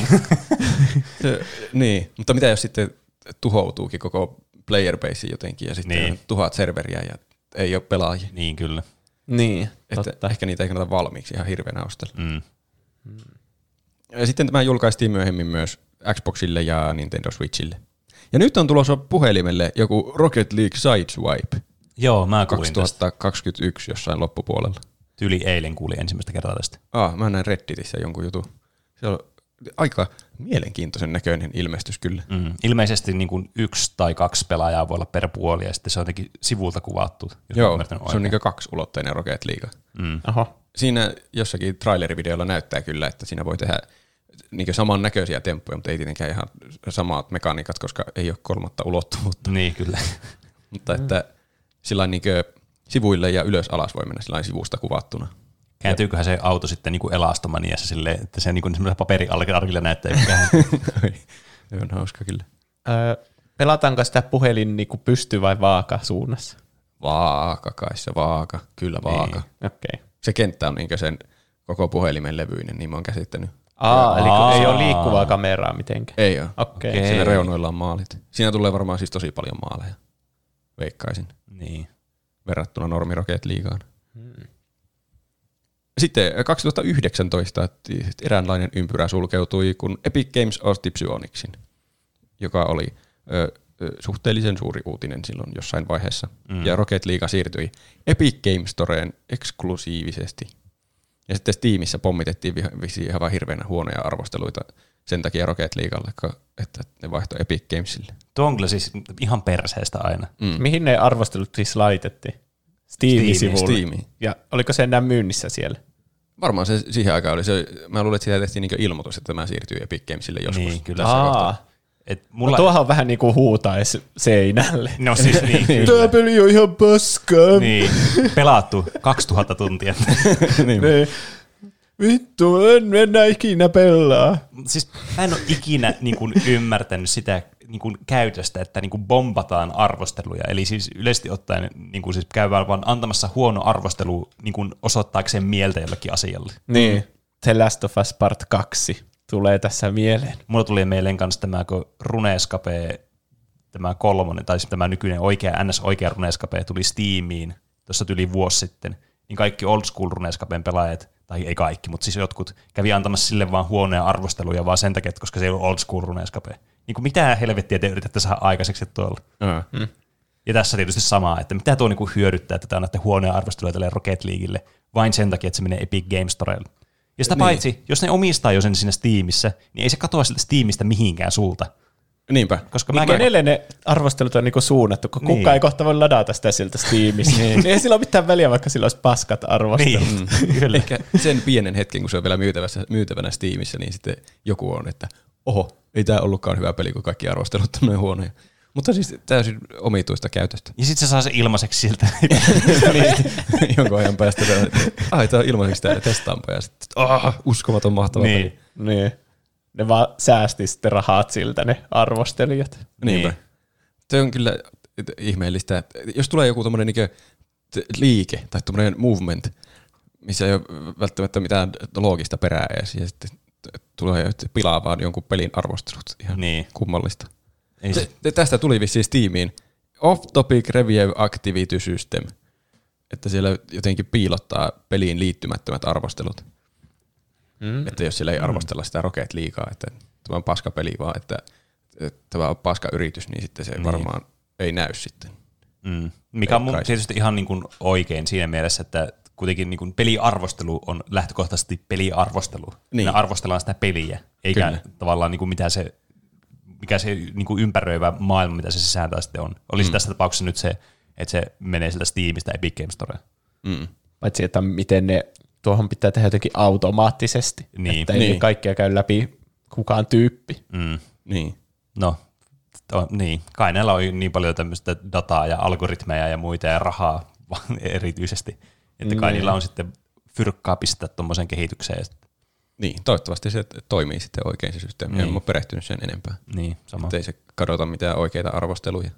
Niin, mutta mitä jos sitten tuhoutuukin koko player base jotenkin, ja sitten on 1000 serveriä, ja ei ole pelaajia. Niin, kyllä. Niin, että ehkä niitä ei kannata valmiiksi ihan hirveänä ostella. Ja sitten tämä julkaistiin myöhemmin myös Xboxille ja Nintendo Switchille. Ja nyt on tulossa puhelimelle joku Rocket League Sideswipe. Joo, mä kuulin 2021 jossain loppupuolella. Tyyli eilen kuulin ensimmäistä kertaa tästä. Mä näin Redditissä jonkun jutun. Se on aika mielenkiintoisen näköinen ilmestys kyllä. Ilmeisesti niin kuin 1 tai 2 pelaajaa voi olla per puoli, ja sitten se on jotenkin sivulta kuvattu. Joo, se on niin 2-ulotteinen Rocket League. Oho. Siinä jossakin trailerivideolla näyttää kyllä, että siinä voi tehdä niin samannäköisiä temppuja, mutta ei tietenkään ihan samat mekaniikat, koska ei ole 3. ulottuvuutta. Niin, kyllä. Mutta että sillä niin sivuille ja ylös-alas voi mennä sillä sivusta kuvattuna. Kääntyyköhän se auto sitten niin kuin elastomaniassa silleen, että se niin semmoisella paperiarkilla näyttää. Se on hauska kyllä. Pelataanko sitä puhelin niin kuin pysty- vai vaaka-suunnassa? Vaaka kai se vaaka. Kyllä vaaka. Niin. Okay. Se kenttä on niin sen koko puhelimen levyinen, niin mä oon käsittänyt. Eli ei ole liikkuvaa kameraa mitenkään. Ei ole. Okay. Siinä reunoilla on maalit. Siinä tulee varmaan siis tosi paljon maaleja. Veikkaisin. Niin. Verrattuna normi Rocket Leagueaan. Sitten 2019 eräänlainen ympyrä sulkeutui, kun Epic Games osti Psyonixin, joka oli suhteellisen suuri uutinen silloin jossain vaiheessa. Ja Rocket League siirtyi Epic Games Storeen eksklusiivisesti. Ja sitten Steamissa pommitettiin ihan vaan hirveänä huonoja arvosteluita sen takia Rocket Leaguelle, että ne vaihtoi Epic Gamesille. Tuo on kyllä siis ihan perseestä aina. Mihin ne arvostelut siis laitettiin? Steam-sivulle. Steamiin. Ja oliko se enää myynnissä siellä? Varmaan se siihen aikaan oli. Mä luulen, että siitä tehtiin niin ilmoitus, että tämä siirtyy Epic Gamesille joskus. Niin, kyllä. No tuohan on vähän niin kuin huutaisi seinälle. No siis niin, kyllä. Tämä peli on ihan paskaa. Niin, pelattu 2000 tuntia. Niin. Vittu, en enää ikinä pelaa. Siis mä en ole ikinä niin kuin ymmärtänyt sitä niin kuin käytöstä, että niin kuin bombataan arvosteluja. Eli siis yleisesti ottaen niin kuin siis käydään vaan antamassa huono arvostelu niin kuin osoittaakseen mieltä jollekin asialle. Niin, The Last of Us Part 2 tulee tässä mieleen. Mulla tuli mieleen kanssa tämä, kun RuneScape, tämä 3, tai tämä nykyinen oikea RuneScape tuli Steamiin tuossa yli vuosi sitten, niin kaikki old school RuneScapen pelaajat, tai ei kaikki, mutta siis jotkut kävi antamassa sille vaan huonoja arvosteluja vaan sen takia, koska se ei ollut old school RuneScape. Niin kuin mitä helvettiä te yritätte saada aikaiseksi tuolla? Ja tässä tietysti samaa, että mitä tuo niinku hyödyttää, että te annatte huonoja arvosteluja tälle Rocket Leaguelle vain sen takia, että se menee Epic Games Storelle. Ja sitä paitsi, jos ne omistaa jo sen siinä Steamissa, niin ei se katoa siltä Steamista mihinkään sulta. Niinpä. Koska kenelle ne arvostelut on niinku suunnattu, kun kukaan ei kohta voi ladata sitä siltä Steamista. Niin ei sillä ole mitään väliä, vaikka sillä olisi paskat arvostelut. Kyllä. Ehkä sen pienen hetken, kun se on vielä myytävänä Steamissa, niin sitten joku on, että oho, ei tämä ollutkaan hyvä peli, kun kaikki arvostelut on huonoja. Mutta siis täysin omituista käytöstä. Ja sitten se saa se ilmaiseksi siltä. Jonkun ajan päästä, että tämä on ilmaiseksi tämä testaanpa, ja sitten uskomaton mahtava peli. Niin. Ne vaan säästi sitten rahat siltä, ne arvostelijat. Niinpä. Se on kyllä ihmeellistä. Jos tulee joku tommoinen liike tai tommoinen movement, missä ei ole välttämättä mitään loogista perää edes, ja sitten tulee pilaa vaan jonkun pelin arvostelut. Ihan kummallista. Tästä tuli vissiin Steamiin Off-Topic Review Activity System, että siellä jotenkin piilottaa peliin liittymättömät arvostelut. Että jos siellä ei arvostella sitä Rocket Leaguea, että tämä on paska peli, vaan että tämä on paska yritys, niin sitten se varmaan ei näy sitten. Mikä on tietysti ihan niin kuin oikein siinä mielessä, että kuitenkin niin kuin peliarvostelu on lähtökohtaisesti peliarvostelu. Niin. Arvostellaan sitä peliä, eikä tavallaan niin kuin mikä se niin kuin ympäröivä maailma, mitä se sisältää sitten on. Olisi tässä tapauksessa nyt se, että se menee sieltä Steamista Epic Games Storeen. Paitsi, että miten ne tuohon pitää tehdä jotenkin automaattisesti, että ei kaikkia käy läpi kukaan tyyppi. Niin. No, niin. Kai näillä on niin paljon tämmöistä dataa ja algoritmeja ja muita ja rahaa erityisesti, että kai niillä on sitten fyrkkaa pistää tuommoisen kehitykseen. Niin, toivottavasti se toimii sitten oikein se systeemi. En ole perehtynyt sen enempää. Niin, sama. Että ei se kadota mitään oikeita arvosteluja.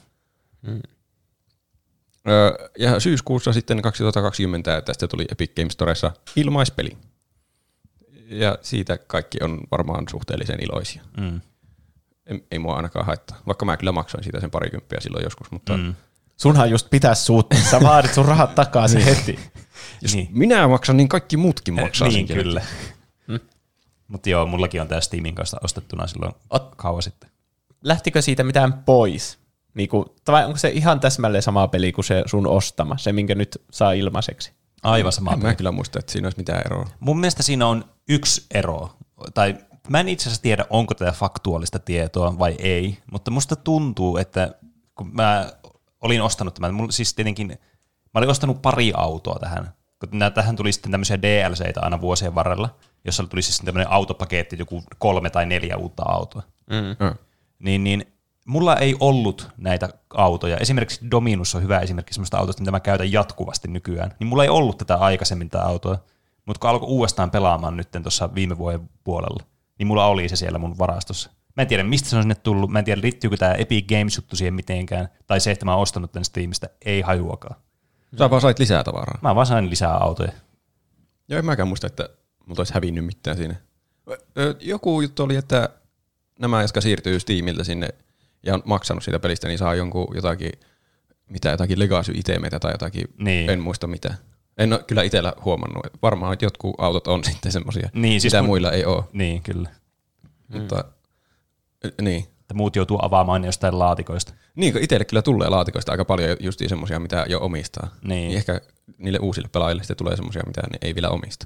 Ja syyskuussa sitten 2020 tästä tuli Epic Games Storessa ilmaispeli. Ja siitä kaikki on varmaan suhteellisen iloisia. Ei mua ainakaan haittaa. Vaikka mä kyllä maksoin siitä sen 20 silloin joskus, mutta sunhan just pitäisi suuttaa. Sä vaadit sun rahat takaisin heti. Jos minä maksan, niin kaikki muutkin maksaa. Niin, kyllä. Mutta joo, mullakin on tää Steamin kanssa ostettuna silloin kauan sitten. Lähtikö siitä mitään pois? Tai onko se ihan täsmälleen sama peli kuin se sun ostama, se minkä nyt saa ilmaiseksi? Aivan sama peli. Mä kyllä muista, että siinä olisi mitään eroa. Mun mielestä siinä on yksi ero. Tai mä en itse asiassa tiedä, onko tätä faktuaalista tietoa vai ei, mutta musta tuntuu, että kun mä olin ostanut tämän, siis tietenkin mä olin ostanut pari autoa tähän, kun tähän tuli sitten tämmöisiä DLCitä aina vuosien varrella, jossa tuli siis tämmöinen autopaketti, joku 3 tai 4 uutta autoa. Niin mulla ei ollut näitä autoja. Esimerkiksi Dominus on hyvä esimerkki semmoista autosta, mitä mä käytän jatkuvasti nykyään. Niin mulla ei ollut tätä aikaisemmin tätä autoa, mutta kun alkoi uudestaan pelaamaan nyt tuossa viime vuoden puolella, niin mulla oli se siellä mun varastossa. Mä en tiedä, mistä se on sinne tullut. Mä en tiedä, liittyykö tämä Epic Games-juttu siihen mitenkään, tai se, että mä oon ostanut tän Steamista. Ei hajuakaan. Sä vaan sait lisää tavaraa. Mä vaan sain lisää autoja. Joo, en mäkään muista, että multa olisi hävinnyt mitään siinä. Joku juttu oli, että nämä, jotka siirtyy Steamiltä sinne ja on maksanut siitä pelistä, niin saa jotakin legacy-itemeitä tai jotakin, en muista mitä. En ole kyllä itsellä huomannut. Varmaan että jotkut autot on sitten semmoisia, niin, siis mitä muilla ei ole. Niin, kyllä. Mutta niin. Että muut joutuu avaamaan jostain laatikoista. Niin, itselle kyllä tulee laatikoista aika paljon justiin semmoisia, mitä jo omistaa. Niin. Ehkä niille uusille pelaajille sitten tulee semmoisia, mitä ne ei vielä omista.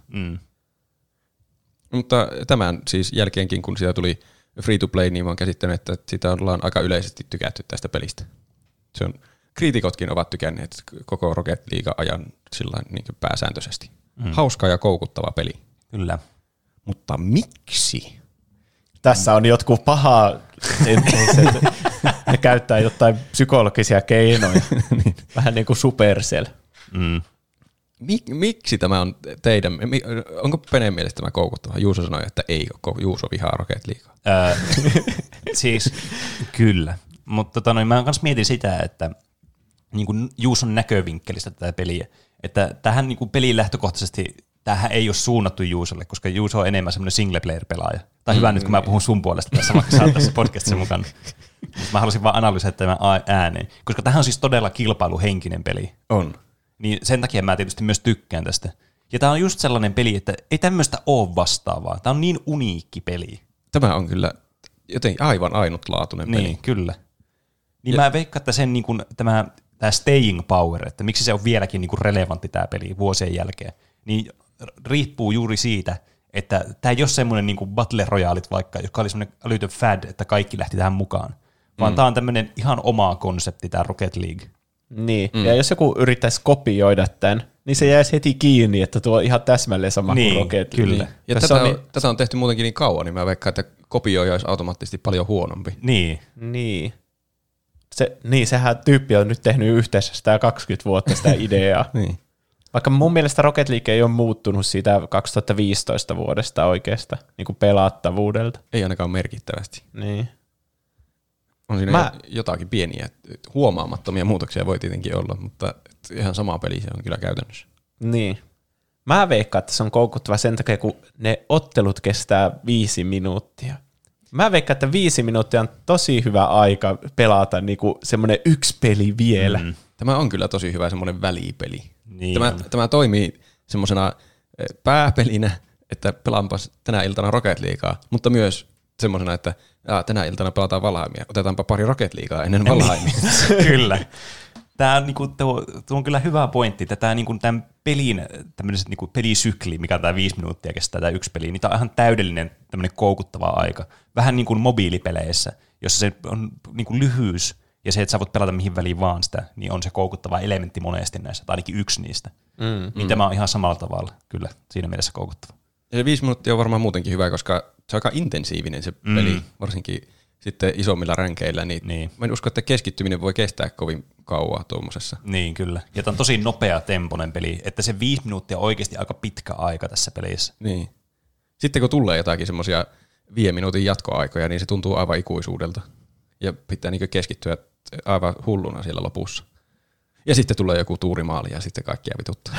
Mutta tämän siis jälkeenkin, kun sitä tuli free to play, niin mä oon käsittänyt, että sitä ollaan aika yleisesti tykätty tästä pelistä. Se on, kriitikotkin ovat tykänneet koko Rocket League ajan sillain niin kuin pääsääntöisesti. Hauska ja koukuttava peli. Kyllä. Mutta miksi tässä on jotkut paha enteiset. Ne käyttää jotain psykologisia keinoja. Vähän niin kuin Supercell. Miksi tämä on teidän, onko Peneen mielestä tämä koukuttava? Juuso sanoi, että ei, Juuso vihaa Rocket Leaguea. Siis kyllä, mutta mä myös mietin sitä, että niin kuin Juuson näkövinkkelistä tätä peliä, että tähän niin kuin peliin lähtökohtaisesti tämähän ei ole suunnattu Juusolle, koska Juuso on enemmän semmoinen single-player-pelaaja. Tai hyvä nyt, kun mä puhun sun puolesta tässä, vaikka sä oot tässä podcastissa mukana. Mä halusin vaan analysoida tämän ääneen, koska tämähän on siis todella kilpailuhenkinen peli. On. Niin sen takia mä tietysti myös tykkään tästä. Ja tää on just sellainen peli, että ei tämmöistä ole vastaavaa. Tää on niin uniikki peli. Tämä on kyllä jotenkin aivan ainutlaatuinen peli. Niin, kyllä. Niin mä veikkaan, että sen niin kun, tämä staying power, että miksi se on vieläkin niin kun relevantti tämä peli vuosien jälkeen, niin riippuu juuri siitä, että tämä ei ole semmoinen niin kuin Battle Royalet vaikka, joka oli semmoinen älytön fad, että kaikki lähti tähän mukaan. Vaan tämä on tämmöinen ihan oma konsepti, tämä Rocket League. Niin, ja jos joku yrittäisi kopioida tämän, niin se jäisi heti kiinni, että tuo on ihan täsmälleen sama kuin Rocket League. Kyllä. Ja tätä on tehty muutenkin niin kauan, niin mä veikkaan, että kopioija olisi automaattisesti paljon huonompi. Niin. Sehän tyyppi on nyt tehnyt yhteensä sitä 20 vuotta sitä ideaa. Niin. Vaikka mun mielestä Rocket League ei ole muuttunut siitä 2015 vuodesta oikeastaan, niin kuin pelattavuudelta. Ei ainakaan merkittävästi. Niin. On siinä jotakin pieniä, huomaamattomia muutoksia voi tietenkin olla, mutta ihan sama peli se on kyllä käytännössä. Niin. Mä veikkaan, että se on koukuttava sen takia, kun ne ottelut kestää 5 minuuttia. Mä veikkaan, että 5 minuuttia on tosi hyvä aika pelata niinku semmoinen yksi peli vielä. Tämä on kyllä tosi hyvä semmoinen välipeli. Niin tämä toimii semmoisena pääpelinä, että pelaanpas tänä iltana Rocket Leaguea, mutta myös semmoisena, että tänä iltana pelataan Valheimia. Otetaanpa pari Rocket Leaguea ennen Valheimia. Kyllä. Tämä on, tuo on kyllä hyvä pointti, että tämä tämän pelin pelisykli, mikä tämä 5 minuuttia kestää tämä yksi peli, niin tämä on ihan täydellinen tämmöinen koukuttava aika. Vähän niin kuin mobiilipeleissä, jossa se on niin kuin lyhyys ja se, että sä voit pelata mihin väliin vaan sitä, niin on se koukuttava elementti monesti näissä, tai ainakin yksi niistä. Niin tämä on ihan samalla tavalla kyllä siinä mielessä koukuttava. Ja se 5 minuuttia on varmaan muutenkin hyvä, koska se on aika intensiivinen se peli, varsinkin sitten isommilla ränkeillä, niin. Mä en usko, että keskittyminen voi kestää kovin kauan tuommoisessa. Niin, kyllä. Ja tämä on tosi nopea tempoinen peli, että se 5 minuuttia on oikeasti aika pitkä aika tässä pelissä. Niin. Sitten kun tulee jotakin semmoisia 5 minuutin jatkoaikoja, niin se tuntuu aivan ikuisuudelta. Ja pitää niin keskittyä aivan hulluna siellä lopussa. Ja sitten tulee joku tuurimaali ja sitten kaikki jää vituttaa.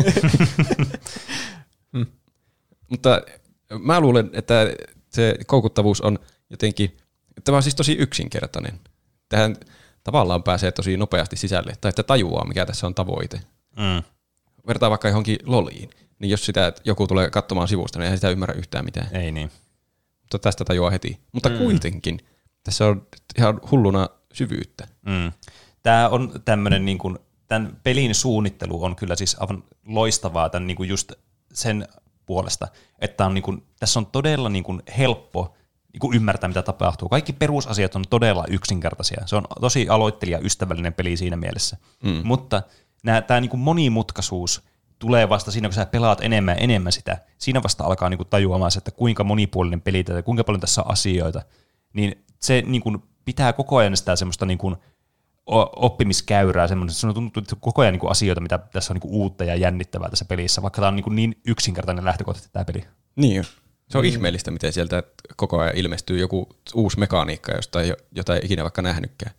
Mutta mä luulen, että se koukuttavuus on jotenkin, tämä on siis tosi yksinkertainen. Tähän tavallaan pääsee tosi nopeasti sisälle, tai että tajuaa, mikä tässä on tavoite. Vertaa vaikka johonkin loliin, niin jos sitä joku tulee katsomaan sivusta, niin ei sitä ymmärrä yhtään mitään. Ei niin. Mutta tästä tajuaa heti. Mutta kuitenkin tässä on ihan hulluna syvyyttä. Tämä on tämmöinen, niin kuin, tämän pelin suunnittelu on kyllä siis aivan loistavaa tämän niin kuin just sen puolesta, että on, niin kuin, tässä on todella niin kuin, helppo niin kuin ymmärtää, mitä tapahtuu. Kaikki perusasiat on todella yksinkertaisia. Se on tosi aloittelija-ystävällinen peli siinä mielessä. Mutta tämä niin kuin monimutkaisuus tulee vasta siinä, kun sä pelaat enemmän ja enemmän sitä. Siinä vasta alkaa niin kuin tajuamaan se, että kuinka monipuolinen peli ja kuinka paljon tässä on asioita. Niin se niin kuin, pitää koko ajan sitä semmoista niin kuin, oppimiskäyrää, se on tuntuu koko ajan niin kuin asioita, mitä tässä on niin kuin uutta ja jännittävää tässä pelissä, vaikka tämä on niin yksinkertainen lähtökohtaisesti tämä peli. Niin, se on ihmeellistä, miten sieltä koko ajan ilmestyy joku uusi mekaniikka, jota ei ikinä vaikka nähnytkään.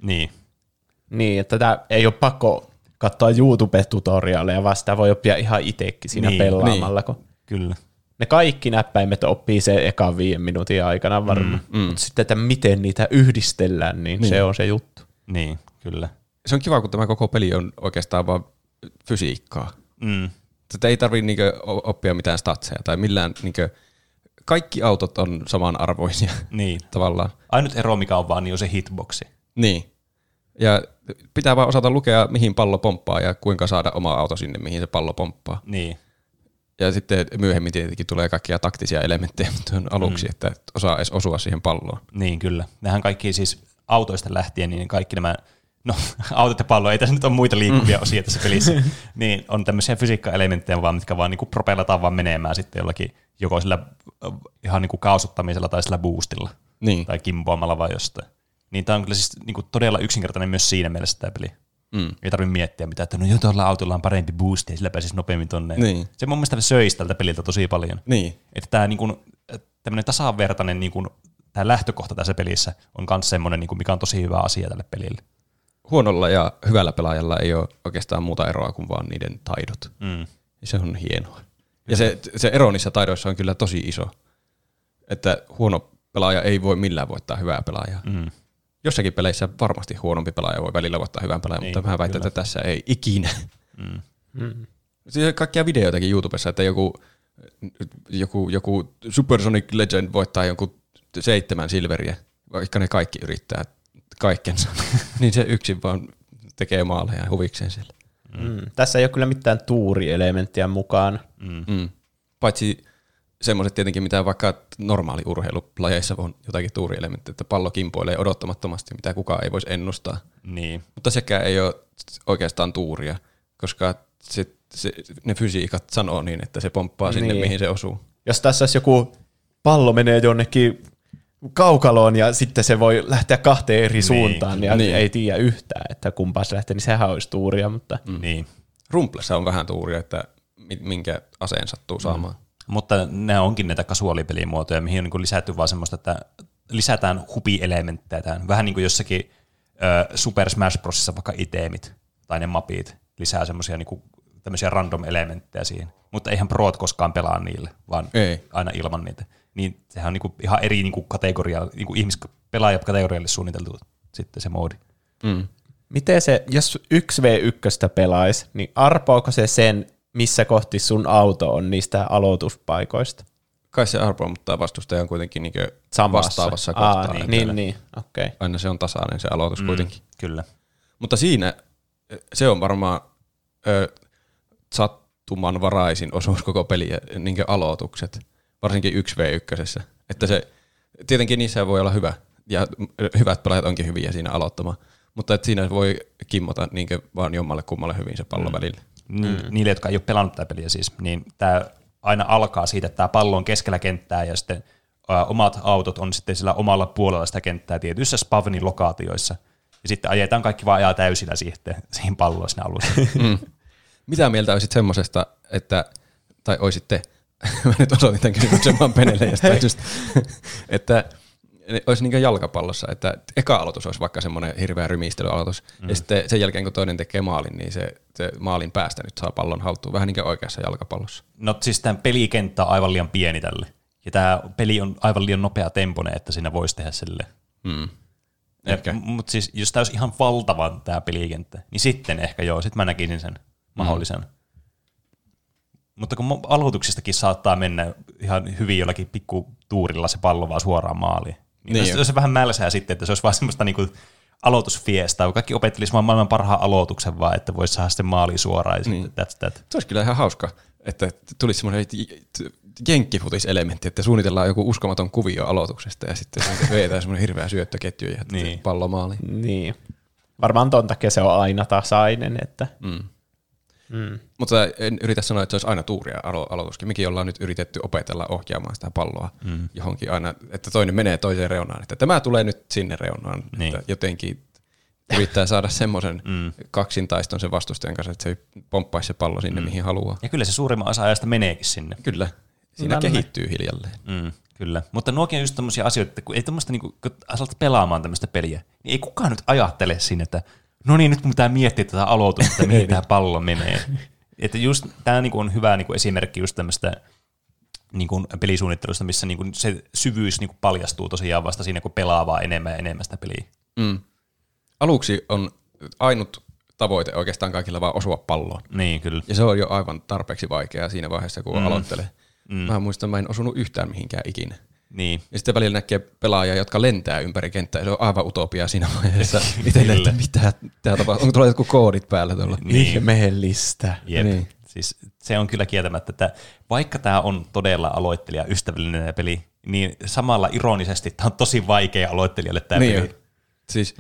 Niin, että tämä ei ole pakko katsoa YouTube-tutoriaaleja, vaan sitä voi oppia ihan itsekin siinä pelaamalla. Kyllä. Ne kaikki näppäimet oppii sen ekan 5 minuutin aikana varmaan. Mutta sitten, että miten niitä yhdistellään, niin se on se juttu. Niin, kyllä. Se on kiva, kun tämä koko peli on oikeastaan vaan fysiikkaa. Tätä ei tarvitse oppia mitään statseja tai millään. Kaikki autot on samanarvoisia tavallaan. Ainut ero, mikä on vaan, niin on se hitboxi. Niin. Ja pitää vaan osata lukea, mihin pallo pomppaa ja kuinka saada oma auto sinne, mihin se pallo pomppaa. Niin. Ja sitten myöhemmin tietenkin tulee kaikkia taktisia elementtejä, mutta on aluksi, että osaa edes osua siihen palloon. Niin, kyllä. Nehän kaikki siis autoista lähtien, niin kaikki nämä, autot ja pallo, ei tässä nyt ole muita liikkuvia osia tässä pelissä, niin on tämmöisiä fysiikkaelementtejä vaan, mitkä vaan niin kuin propelataan vaan menemään sitten jollakin, joko sillä ihan niin kuin kaasuttamisella tai sillä boostilla. Niin. Tai kimpoamalla vai jostain. Niin tämä on kyllä siis niin kuin todella yksinkertainen myös siinä mielessä tämä peli. Ei tarvitse miettiä mitään, että no jo tuolla autolla on parempi boosti ja sillä pääsisi nopeammin tonne. Niin. Se mun mielestä söisi tältä peliltä tosi paljon. Niin. Että tämä niin kuin, tämmöinen tasavertainen niin kuin, tämä lähtökohta tässä pelissä on myös semmoinen, niin kuin, mikä on tosi hyvä asia tälle pelille. Huonolla ja hyvällä pelaajalla ei ole oikeastaan muuta eroa kuin vaan niiden taidot. Se on hienoa. Ja se ero niissä taidoissa on kyllä tosi iso. Että huono pelaaja ei voi millään voittaa hyvää pelaajaa. Jossakin peleissä varmasti huonompi pelaaja voi välillä voittaa hyvän pelaajan, Niin, mutta mä väitän, että tässä ei ikinä. Siis kaikkia videoitakin YouTubessa, että joku Supersonic Legend voittaa jonkun 7 silveriä, vaikka ne kaikki yrittää kaikkensa. Niin se yksin vaan tekee maaleja huvikseen siellä. Tässä ei ole kyllä mitään tuurielementtiä mukaan. Paitsi semmoiset tietenkin, mitä vaikka normaali urheilulajeissa on jotakin tuurielementtejä, että pallo kimpoilee odottamattomasti, mitä kukaan ei voisi ennustaa. Niin. Mutta sekään ei ole oikeastaan tuuria, koska ne fysiikat sanoo niin, että se pomppaa sinne, mihin se osuu. Jos tässä olisi joku pallo menee jonnekin kaukaloon ja sitten se voi lähteä 2 eri suuntaan ja ei tiedä yhtään, että kumpaan se lähtee, niin sehän olisi tuuria. Mutta Niin. Rumplessa on vähän tuuria, että minkä aseen sattuu saamaan. Mutta ne onkin näitä kasuaalipelimuotoja, mihin on niin kuin lisätty vaan semmoista, että lisätään hupi-elementtejä tähän. Vähän niin kuin jossakin Super Smash Brosissa vaikka itemit tai ne mapit lisää semmoisia niin kuin tämmöisiä random-elementtejä siihen. Mutta eihän proot koskaan pelaa niille, vaan aina ilman niitä. Niin sehän on niin kuin ihan eri niin kuin kategoria, niin kuin ihmispelaajakategorialle suunniteltu sitten se moodi. miten se, jos 1v1 pelaisi, niin arpoako se sen, missä kohti sun auto on niistä aloituspaikoista? Kai se arpoo, mutta vastustaja on kuitenkin niin vastaavassa kohtaa. Niin, okei. Okay. Aina se on tasainen se aloitus kuitenkin. Kyllä. Mutta siinä se on varmaan sattumanvaraisin osuus koko peliä, niin aloitukset, varsinkin 1v1. Että se, tietenkin niissä voi olla hyvä, ja hyvät pelaajat onkin hyviä siinä aloittamaan, mutta että siinä voi kimmota niin vaan jommalle kummalle hyvin se pallo välillä. Niille, jotka ei ole pelannut tätä peliä siis, niin tämä aina alkaa siitä, että tämä pallo on keskellä kenttää ja sitten omat autot on sitten sillä omalla puolella sitä kenttää tietyissä spavnin lokaatioissa. Ja sitten ajetaan kaikki vaan ajaa täysillä siihen palloon siinä alussa. Mitä mieltä olisit semmosesta, että, tai oisitte, mä nyt osoitin tämän kysymyksen vaan Penelle jostain, että olisi niin kuin jalkapallossa, että eka aloitus olisi vaikka semmoinen hirveä rymistelyaloitus, ja sitten sen jälkeen kun toinen tekee maalin, niin se maalin päästä nyt saa pallon haltuun, vähän niin kuin oikeassa jalkapallossa. No siis tämä pelikenttä on aivan liian pieni tälle, ja tämä peli on aivan liian nopea tempoinen, että siinä voisi tehdä silleen. Mutta siis jos tämä olisi ihan valtava tämä pelikenttä, niin sitten ehkä joo, sitten mä näkisin sen mahdollisen. Mutta kun aloituksistakin saattaa mennä ihan hyvin jollakin pikku tuurilla se pallo vaan suoraan maaliin. Niin jos se vähän mälsää sitten, että se olisi vaan semmoista niinku aloitusfiestaa, kaikki opettelisi vaan maailman parhaan aloituksen vaan, että voisi saada sitten maaliin suoraan. Ja sitten that's that. Se olisi kyllä ihan hauska, että tulisi semmoinen jenkkifutis-elementti, että suunnitellaan joku uskomaton kuvio aloituksesta ja sitten veetään semmoinen hirveä syöttöketju ja pallo maaliin. Niin. Varmaan ton takia se on aina tasainen. Että. Mutta en yritä sanoa, että se olisi aina tuuria aloituskin. Mekin ollaan nyt yritetty opetella ohjaamaan sitä palloa johonkin aina, että toinen menee toiseen reunaan. Että tämä tulee nyt sinne reunaan. Niin. Että jotenkin yrittää saada semmoisen kaksintaiston sen vastustajan kanssa, että se pomppaa se pallo sinne, mihin haluaa. Ja kyllä se suurimman osa ajasta meneekin sinne. Kyllä. Siinä kehittyy hiljalleen. Kyllä. Mutta nuokin on just tämmöisiä asioita, että kun ei tämmöistä, niin kun alat pelaamaan tämmöistä peliä, niin ei kukaan nyt ajattele sinne, että no niin, nyt mun pitää miettiä tätä aloitusta, että mihin tämä pallo menee. Että just tämä niinku on hyvä niinku esimerkki just tämmöistä niinku pelisuunnittelusta, missä niinku se syvyys niinku paljastuu tosiaan vasta siinä, kun pelaa vaan enemmän ja enemmän sitä peliä. Aluksi on ainut tavoite oikeastaan kaikilla vaan osua palloon. Niin, kyllä. Ja se on jo aivan tarpeeksi vaikeaa siinä vaiheessa, kun aloittelee. Mä muistan, mä en osunut yhtään mihinkään ikinä. Niin. Ja sitten välillä näkee pelaajia, jotka lentää ympäri kenttää. Se on aivan utopia siinä vaiheessa. Itselle, että mitä tapahtuu? Onko tulee jotkut koodit päällä tuolla? Ihmeellistä. Jep. Niin. Siis se on kyllä kieltämättä, että vaikka tämä on todella aloittelija-ystävällinen peli, niin samalla ironisesti tämä on tosi vaikea aloittelijalle tämä peli. Siis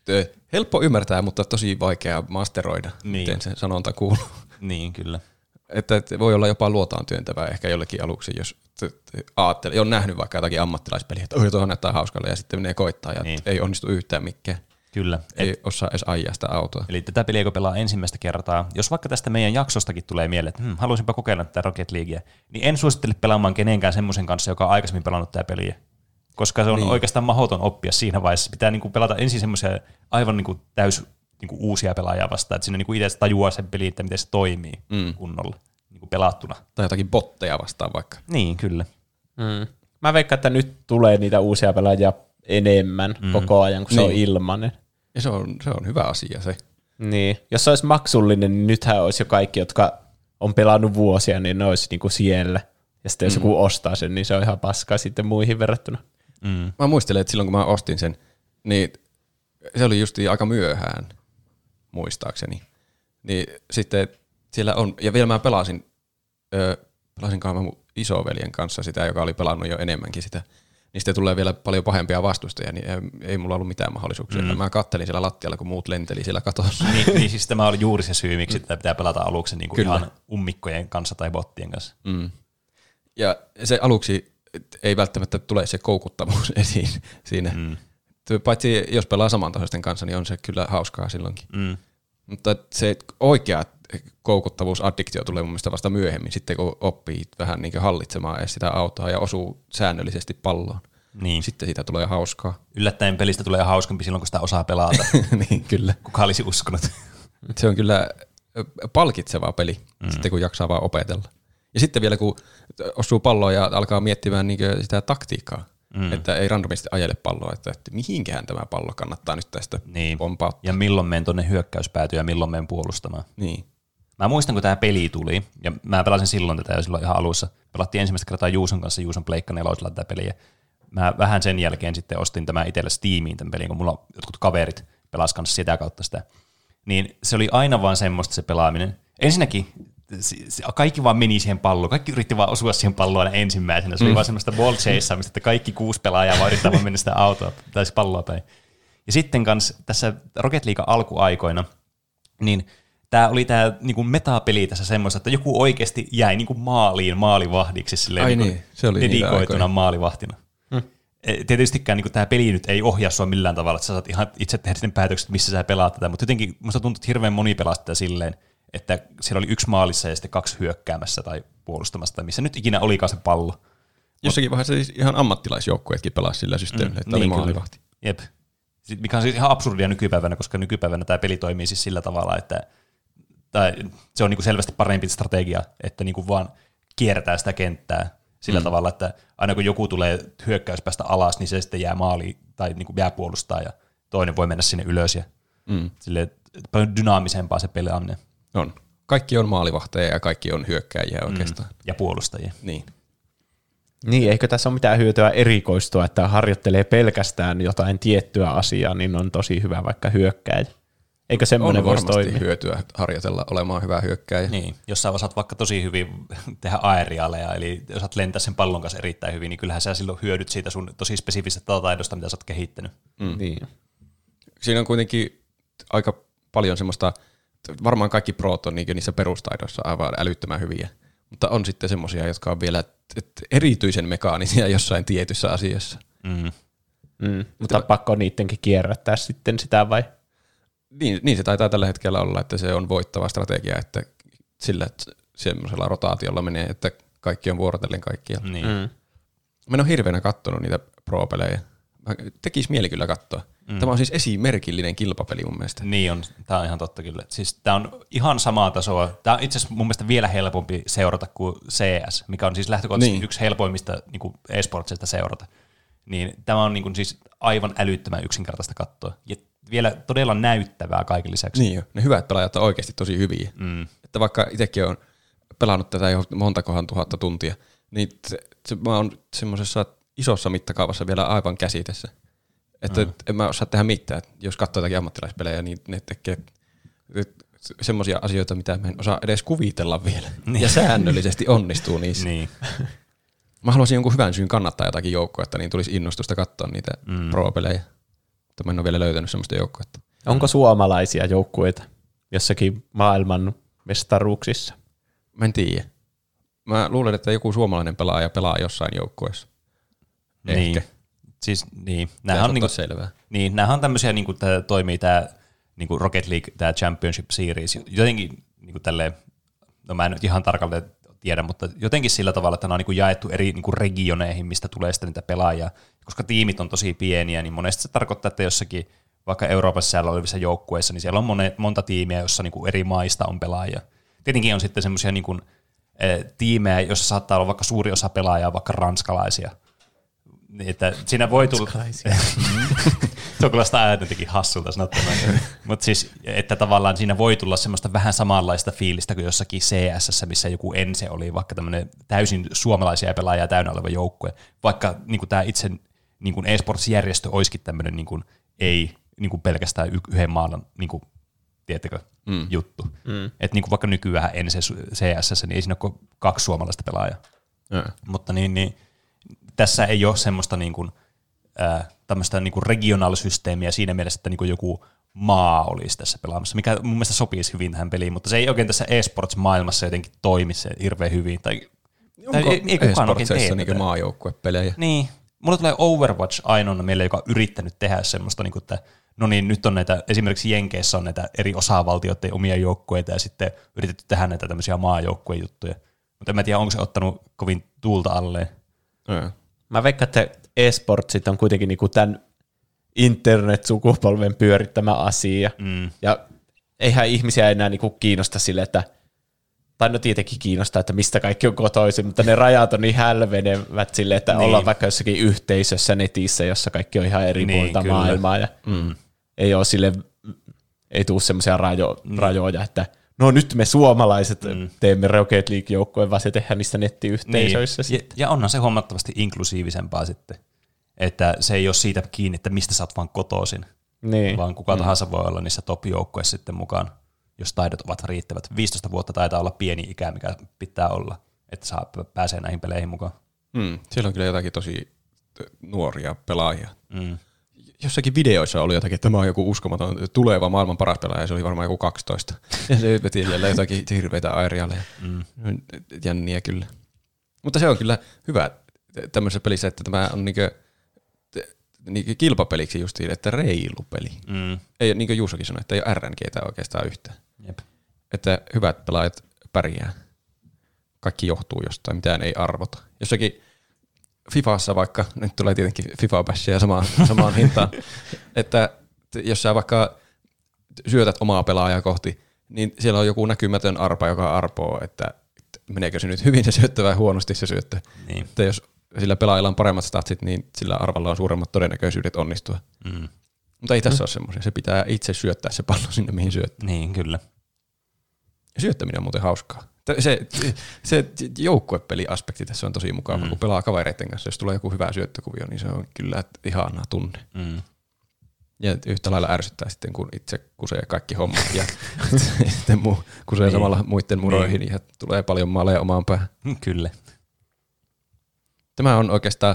helppo ymmärtää, mutta tosi vaikea masteroida, miten se sanonta kuuluu. Niin, kyllä. että voi olla jopa luotaan työntävää ehkä jollekin aluksi, jos ajattelee, on nähnyt vaikka jotakin ammattilaispeliä, että tuohon näyttää hauskalle ja sitten menee koittaa ja ei onnistu yhtään mikään. Kyllä. Ei osaa edes ajaa sitä autoa. Eli tätä peliä kun pelaa ensimmäistä kertaa, jos vaikka tästä meidän jaksostakin tulee mieleen, että haluaisinpa kokeilla tätä Rocket Leaguea, niin en suosittele pelaamaan kenenkään semmoisen kanssa, joka on aikaisemmin pelannut tätä peliä. Koska se on oikeastaan mahdoton oppia siinä vaiheessa. Pitää niinku pelata ensin semmoisia aivan niinku täys niinku uusia pelaajia vastaan, että sinne niinku itse tajuaa sen peli, että miten se toimii kunnolla niinku pelattuna. Tai jotakin botteja vastaan vaikka. Niin, kyllä. Mä veikkaan, että nyt tulee niitä uusia pelaajia enemmän koko ajan, kun se on ilmainen. Ja se on hyvä asia se. Niin. Jos se olisi maksullinen, niin nythän olisi jo kaikki, jotka on pelannut vuosia, niin ne olisi niinku siellä. Ja sitten jos joku ostaa sen, niin se on ihan paskaa sitten muihin verrattuna. Mä muistelen, että silloin kun mä ostin sen, niin se oli justiin aika myöhään, muistaakseni. Niin sitten siellä on, ja vielä mä pelasinkaan mun isoveljen kanssa sitä, joka oli pelannut jo enemmänkin sitä. Niin sitten tulee vielä paljon pahempia vastustajia, niin ei mulla ollut mitään mahdollisuuksia. Mä kattelin siellä lattialla, kun muut lenteli siellä katossa. Niin siis tämä oli juuri se syy, miksi tätä pitää pelata aluksi niin kuin ihan ummikkojen kanssa tai bottien kanssa. Ja se aluksi ei välttämättä tule se koukuttavuus esiin siinä. Paitsi jos pelaa samantasoisten kanssa, niin on se kyllä hauskaa silloinkin. Mutta se oikea koukuttavuusaddiktio tulee mun mielestä vasta myöhemmin, sitten kun oppii vähän niin kuin hallitsemaan edes sitä autoa ja osuu säännöllisesti palloon. Niin. Sitten siitä tulee hauskaa. Yllättäen pelistä tulee hauskempi silloin, kun sitä osaa pelata. Niin, kyllä. Kuka olisi uskonut? Se on kyllä palkitseva peli, sitten kun jaksaa vaan opetella. Ja sitten vielä kun osuu palloa ja alkaa miettimään niin sitä taktiikkaa, että ei randomisti ajele palloa, että mihinkähän tämä pallo kannattaa nyt tästä pompauttaa. Ja milloin menen tuonne hyökkäyspäätyyn ja milloin menen puolustamaan. Niin. Mä muistan, kun tämä peli tuli, ja mä pelasin silloin tätä jo silloin ihan alussa. Pelattiin ensimmäistä kertaa Juuson kanssa Juuson Pleikka 4:llä tätä peliä. Mä vähän sen jälkeen sitten ostin tämä itselle Steamiin tämän pelin, kun mulla jotkut kaverit pelas kanssa sitä kautta sitä. Niin se oli aina vaan semmoista se pelaaminen. Ensinnäkin kaikki vaan meni siihen palloon. Kaikki yritti vaan osua siihen palloon ensimmäisenä. Se oli vaan semmoista ball chaseamista, että kaikki 6 pelaajaa vaan yrittää vaan mennä sitä autoa tai palloa päin. Ja sitten kanssa tässä Rocket League alkuaikoina, niin tämä oli tämä niinku metapeli tässä semmoista, että joku oikeasti jäi niinku maalivahdiksi silleen niinku se oli dedikoituna maalivahtina. Tietystikään niinku tämä peli nyt ei ohjaa sua millään tavalla, että sä saat ihan itse tehdä sitten päätökset, missä sä pelaat tätä, mutta jotenkin musta tuntuu, että hirveän moni pelaa tätä silleen, että siellä oli 1 maalissa ja sitten 2 hyökkäämässä tai puolustamassa, tai missä nyt ikinä olikaan se pallo. Jossakin vaiheessa siis ihan ammattilaisjoukkueetkin pelasi sillä systeemillä, että oli maalivahti. Jep. Mikä on siis ihan absurdia nykypäivänä, koska nykypäivänä tämä peli toimii siis sillä tavalla, että se on niinku selvästi parempi strategia, että niinku vaan kiertää sitä kenttää sillä tavalla, että aina kun joku tulee hyökkäyspäästä alas, niin se sitten jää maaliin tai niinku jää puolustaa ja toinen voi mennä sinne ylös ja silleen, paljon dynaamisempaa se pelaaminen. On. Kaikki on maalivahteja ja kaikki on hyökkääjiä oikeastaan. Ja puolustajia. Niin, eikö tässä ole mitään hyötyä erikoistua, että harjoittelee pelkästään jotain tiettyä asiaa, niin on tosi hyvä vaikka hyökkääjä. Eikö semmoinen voisi toimia? On varmasti hyötyä harjoitella olemaan hyvä hyökkääjä. Niin, jos sä osaat vaikka tosi hyvin tehdä aeriaaleja, eli jos osaat lentää sen pallon kanssa erittäin hyvin, niin kyllähän sä silloin hyödyt siitä sun tosi spesifisestä taidosta, mitä sä oot kehittänyt. Niin. Siinä on kuitenkin aika paljon semmoista, varmaan kaikki proot on niissä perustaidoissa aivan älyttömän hyviä, mutta on sitten semmoisia, jotka on vielä erityisen mekaanisia jossain tietyssä asiassa. Mutta pakko niidenkin kierrättää sitten sitä vai? Niin se taitaa tällä hetkellä olla, että se on voittava strategia, että sillä semmoisella rotaatiolla menee, että kaikki on vuorotellen kaikkialla. Niin. Mä en ole hirveänä kattonut niitä pro-pelejä. Tekisi mieli kyllä katsoa. Tämä on siis esimerkillinen kilpapeli mun mielestä. Niin on, tämä on ihan totta kyllä. Siis tämä on ihan samaa tasoa. Tämä on itse asiassa mun mielestä vielä helpompi seurata kuin CS, mikä on siis lähtökohtaisesti yksi helpoimmista niin kuin e-sportsista seurata. Niin tämä on niin kuin siis aivan älyttömän yksinkertaista katsoa. Ja vielä todella näyttävää kaiken lisäksi. Niin jo, ne hyvät pelaajat on oikeasti tosi hyviä. Että vaikka itsekin olen pelannut tätä jo montakohan 1000 tuntia, niin mä oon semmoisessa isossa mittakaavassa vielä aivan käsitessä. Että en mä osaa tehdä mitään. Jos katsoo jotakin ammattilaispelejä, niin ne tekee semmoisia asioita, mitä mä en osaa edes kuvitella vielä. Niin. Ja säännöllisesti onnistuu niissä. Niin. Mä haluaisin jonkun hyvän syyn kannattaa jotakin joukkuetta, niin tulisi innostusta katsoa niitä pro-pelejä. Mutta mä en ole vielä löytänyt semmoista joukkuetta. Onko suomalaisia joukkueita jossakin maailman mestaruuksissa? Mä en tiedä. Mä luulen, että joku suomalainen pelaaja pelaa jossain joukkueessa. Niin. Ehkä. Siis niin, näähän on niinku selvää. Niin, näähän on tämmöisiä niinku tää toimii tää niinku Rocket League tää Championship Series jotenkin niinku tälleen, no mä en nyt ihan tarkalleen tiedä, mutta jotenkin sillä tavalla, että nämä on niinku jaettu eri niinku regioneihin, mistä tulee sitten niitä pelaajia. Koska tiimit on tosi pieniä, niin monesti se tarkoittaa, että jossakin vaikka Euroopassa siellä olevissa joukkueissa, niin siellä on monta tiimiä, jossa niinku eri maista on pelaajia. Tietenkin on sitten semmoisia niinku, tiimejä, jossa saattaa olla vaikka suuri osa pelaajaa vaikka ranskalaisia. Että siinä voi tulla... Se on kyllä sitä äänetäkin hassulta sanottuna. Mutta siis, että tavallaan siinä voi tulla semmoista vähän samanlaista fiilistä kuin jossakin CS:ssä, missä joku Ense oli vaikka tämmöinen täysin suomalaisia pelaajia täynnä oleva joukkue. Vaikka niin tämä itse niin eSports-järjestö olisikin tämmöinen niin ei niin pelkästään yhden maan niin tiedättekö, juttu. Että niin vaikka nykyään Ense CS:ssä, niin ei siinä ole 2 suomalaista pelaajaa. Mutta niin, tässä ei ole semmoista niin kuin, tämmöistä niin kuin regionaalisysteemiä siinä mielessä, että niin kuin joku maa olisi tässä pelaamassa, mikä mun mielestä sopisi hyvin tähän peliin, mutta se ei oikein tässä eSports-maailmassa jotenkin toimi se hirveän hyvin. Onko ei kukaan oikein tee niin maajoukkuepelejä? Niin. Mulla tulee Overwatch ainoana mieleen, joka on yrittänyt tehdä semmoista, niin kuin, että no niin, nyt on näitä, esimerkiksi Jenkeissä on näitä eri osavaltioiden omia joukkueita ja sitten yritetty tehdä näitä tämmöisiä maajoukkuejuttuja. Mutta en mä tiedä, onko se ottanut kovin tuulta alleen. Mä veikkaan, että eSportsit on kuitenkin niinku tämän internet-sukupolven pyörittämä asia. Ja eihän ihmisiä enää niinku kiinnosta sille, että tai no tietenkin kiinnostaa, että mistä kaikki on kotoisin, mutta ne rajat on niin hälvenevät sille, että ollaan vaikka jossakin yhteisössä netissä, jossa kaikki on ihan eri puolta maailmaa ja ei ole sille, ei tule semmoisia rajoja, että no nyt me suomalaiset teemme Rocket League-joukkoja, vaan se tehdään niistä nettiyhteisöissä. Niin. Ja onhan se huomattavasti inklusiivisempaa sitten, että se ei ole siitä kiinni, että mistä sä oot vaan kotoisin, vaan kuka tahansa voi olla niissä top-joukkoissa sitten mukaan, jos taidot ovat riittävät. 15 vuotta taitaa olla pieni ikä, mikä pitää olla, että pääsee näihin peleihin mukaan. Siellä on kyllä jotakin tosi nuoria pelaajia. Jossakin videoissa oli jotakin, että tämä on joku uskomaton tuleva maailman paras pelaaja, se oli varmaan joku 12. Ja se veti siellä jotakin hirveitä aerialeja. Jänniä kyllä. Mutta se on kyllä hyvä tämmöisessä pelissä, että tämä on niinkö kilpapeliksi justiin, että reilu peli. Ei, niin kuin Juusokin sanoi, että ei ole RNGtä oikeastaan yhtään. Jep. Että hyvät pelaajat pärjää. Kaikki johtuu jostain, mitään ei arvota. Jossakin Fifassa vaikka, nyt tulee tietenkin FIFA-bashia samaan hintaan, että jos sä vaikka syötät omaa pelaajaa kohti, niin siellä on joku näkymätön arpa, joka arpoo, että meneekö se nyt hyvin se syöttö vai huonosti se syöttö. Niin. Että jos sillä pelaajalla on paremmat statsit, niin sillä arvalla on suuremmat todennäköisyydet onnistua. Mutta ei tässä ole semmoisia. Se pitää itse syöttää se pallo sinne, mihin syöttää. Niin, kyllä. Syöttäminen on muuten hauskaa. Se joukkuepeliaspekti tässä on tosi mukava, kun pelaa kavereiden kanssa. Jos tulee joku hyvä syöttökuvio, niin se on kyllä ihana tunne. Ja yhtä lailla ärsyttää sitten, kun itse kusee kaikki hommat ja sitten kusee samalla muiden muroihin ja tulee paljon maaleja omaan päähän. Kyllä. Tämä on oikeastaan,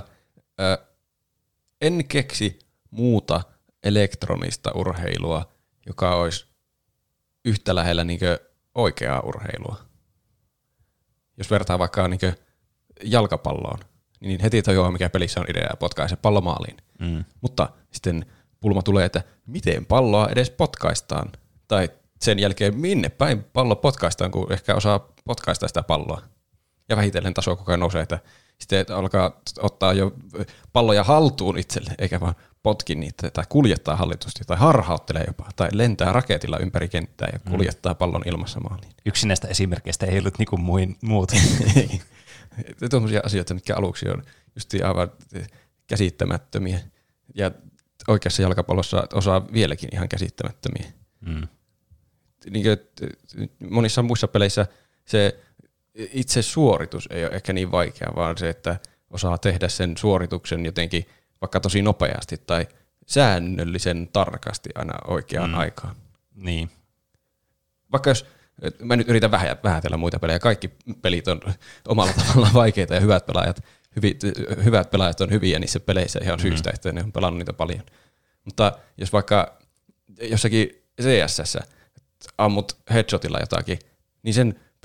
en keksi muuta elektronista urheilua, joka olisi yhtä lähellä niinkö oikeaa urheilua. Jos vertaa vaikka niinkö jalkapalloon, niin heti tajuaa, mikä pelissä on idea ja potkaa se pallo maaliin. Mutta sitten pulma tulee, että miten palloa edes potkaistaan. Tai sen jälkeen minne päin pallo potkaistaan, kun ehkä osaa potkaista sitä palloa. Ja vähitellen taso koko ajan nousee, että sitten alkaa ottaa jo palloja haltuun itselle, eikä vaan potki niitä tai kuljettaa hallitusti tai harhauttelee jopa tai lentää raketilla ympäri kenttää ja kuljettaa pallon ilmassa maaliin. Yksi näistä esimerkkeistä ei ollut niin kuin muut. Tuollaisia asioita, mitkä aluksi on just aivan käsittämättömiä ja oikeassa jalkapallossa osaa vieläkin ihan käsittämättömiä. Niin monissa muissa peleissä se itse suoritus ei ole ehkä niin vaikea, vaan se, että osaa tehdä sen suorituksen jotenkin vaikka tosi nopeasti tai säännöllisen tarkasti aina oikeaan aikaan. Niin. Vaikka jos, mä nyt yritän vähätellä muita pelejä, kaikki pelit on omalla tavallaan vaikeita ja hyvät pelaajat on hyviä niissä peleissä ihan syystä, että ne on pelannut niitä paljon. Mutta jos vaikka jossakin CS:ssä ammut headshotilla jotakin, niin sen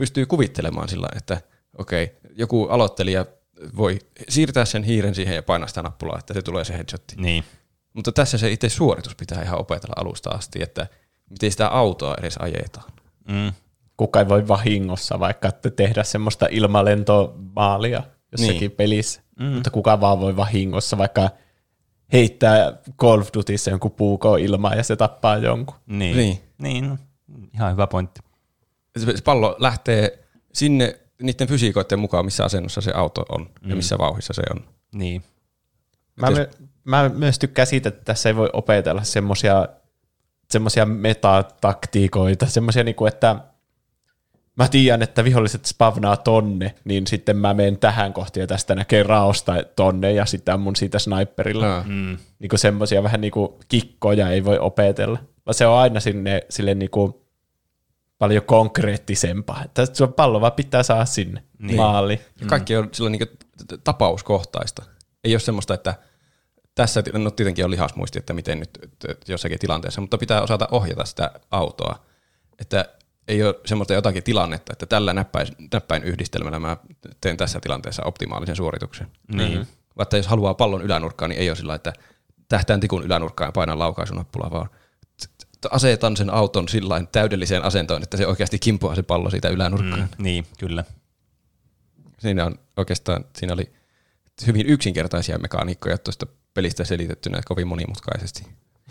pystyy kuvittelemaan sillä lailla, että okei, joku aloittelija voi siirtää sen hiiren siihen ja painaa sitä nappulaa, että se tulee se headshotti. Niin. Mutta tässä se itse suoritus pitää ihan opetella alusta asti, että miten sitä autoa edes ajetaan. Kuka ei voi vahingossa vaikka tehdä semmoista ilmalentomaalia jossakin pelissä, mutta kuka vaan voi vahingossa vaikka heittää Call of Dutyssa jonkun puukon ilmaan ja se tappaa jonkun. Niin. Ihan hyvä pointti. Se pallo lähtee sinne niiden fysiikoiden mukaan, missä asennossa se auto on ja missä vauhissa se on. Niin. Mä myös tykkään siitä, että tässä ei voi opetella semmoisia metataktiikoita, semmoisia niinku, että mä tiedän, että viholliset spavnaa tonne, niin sitten mä menen tähän kohtiin ja tästä näkee raosta tonne ja sitten mun siitä sniperilla. Niinku semmoisia vähän niinku kikkoja ei voi opetella. Vaan se on aina sille niinku paljon konkreettisempaa, että sun pallo vaan pitää saada sinne maaliin. Ja kaikki on sillä niinku tapauskohtaista. Ei ole semmoista, että tässä no tietenkin on lihasmuisti, että miten nyt jossakin tilanteessa, mutta pitää osata ohjata sitä autoa. Että ei ole semmoista jotakin tilannetta, että tällä näppäin yhdistelmällä mä teen tässä tilanteessa optimaalisen suorituksen. Vaikka jos haluaa pallon ylänurkkaan, niin ei ole sillä, että tähtään tikun ylänurkkaan ja painan laukaisunappulaa, vaan asetan sen auton sillain täydelliseen asentoon, että se oikeasti kimpoaa se pallo siitä ylänurkkaan. Niin, kyllä. Siinä oli hyvin yksinkertaisia mekaniikkoja tuosta pelistä selitettynä kovin monimutkaisesti.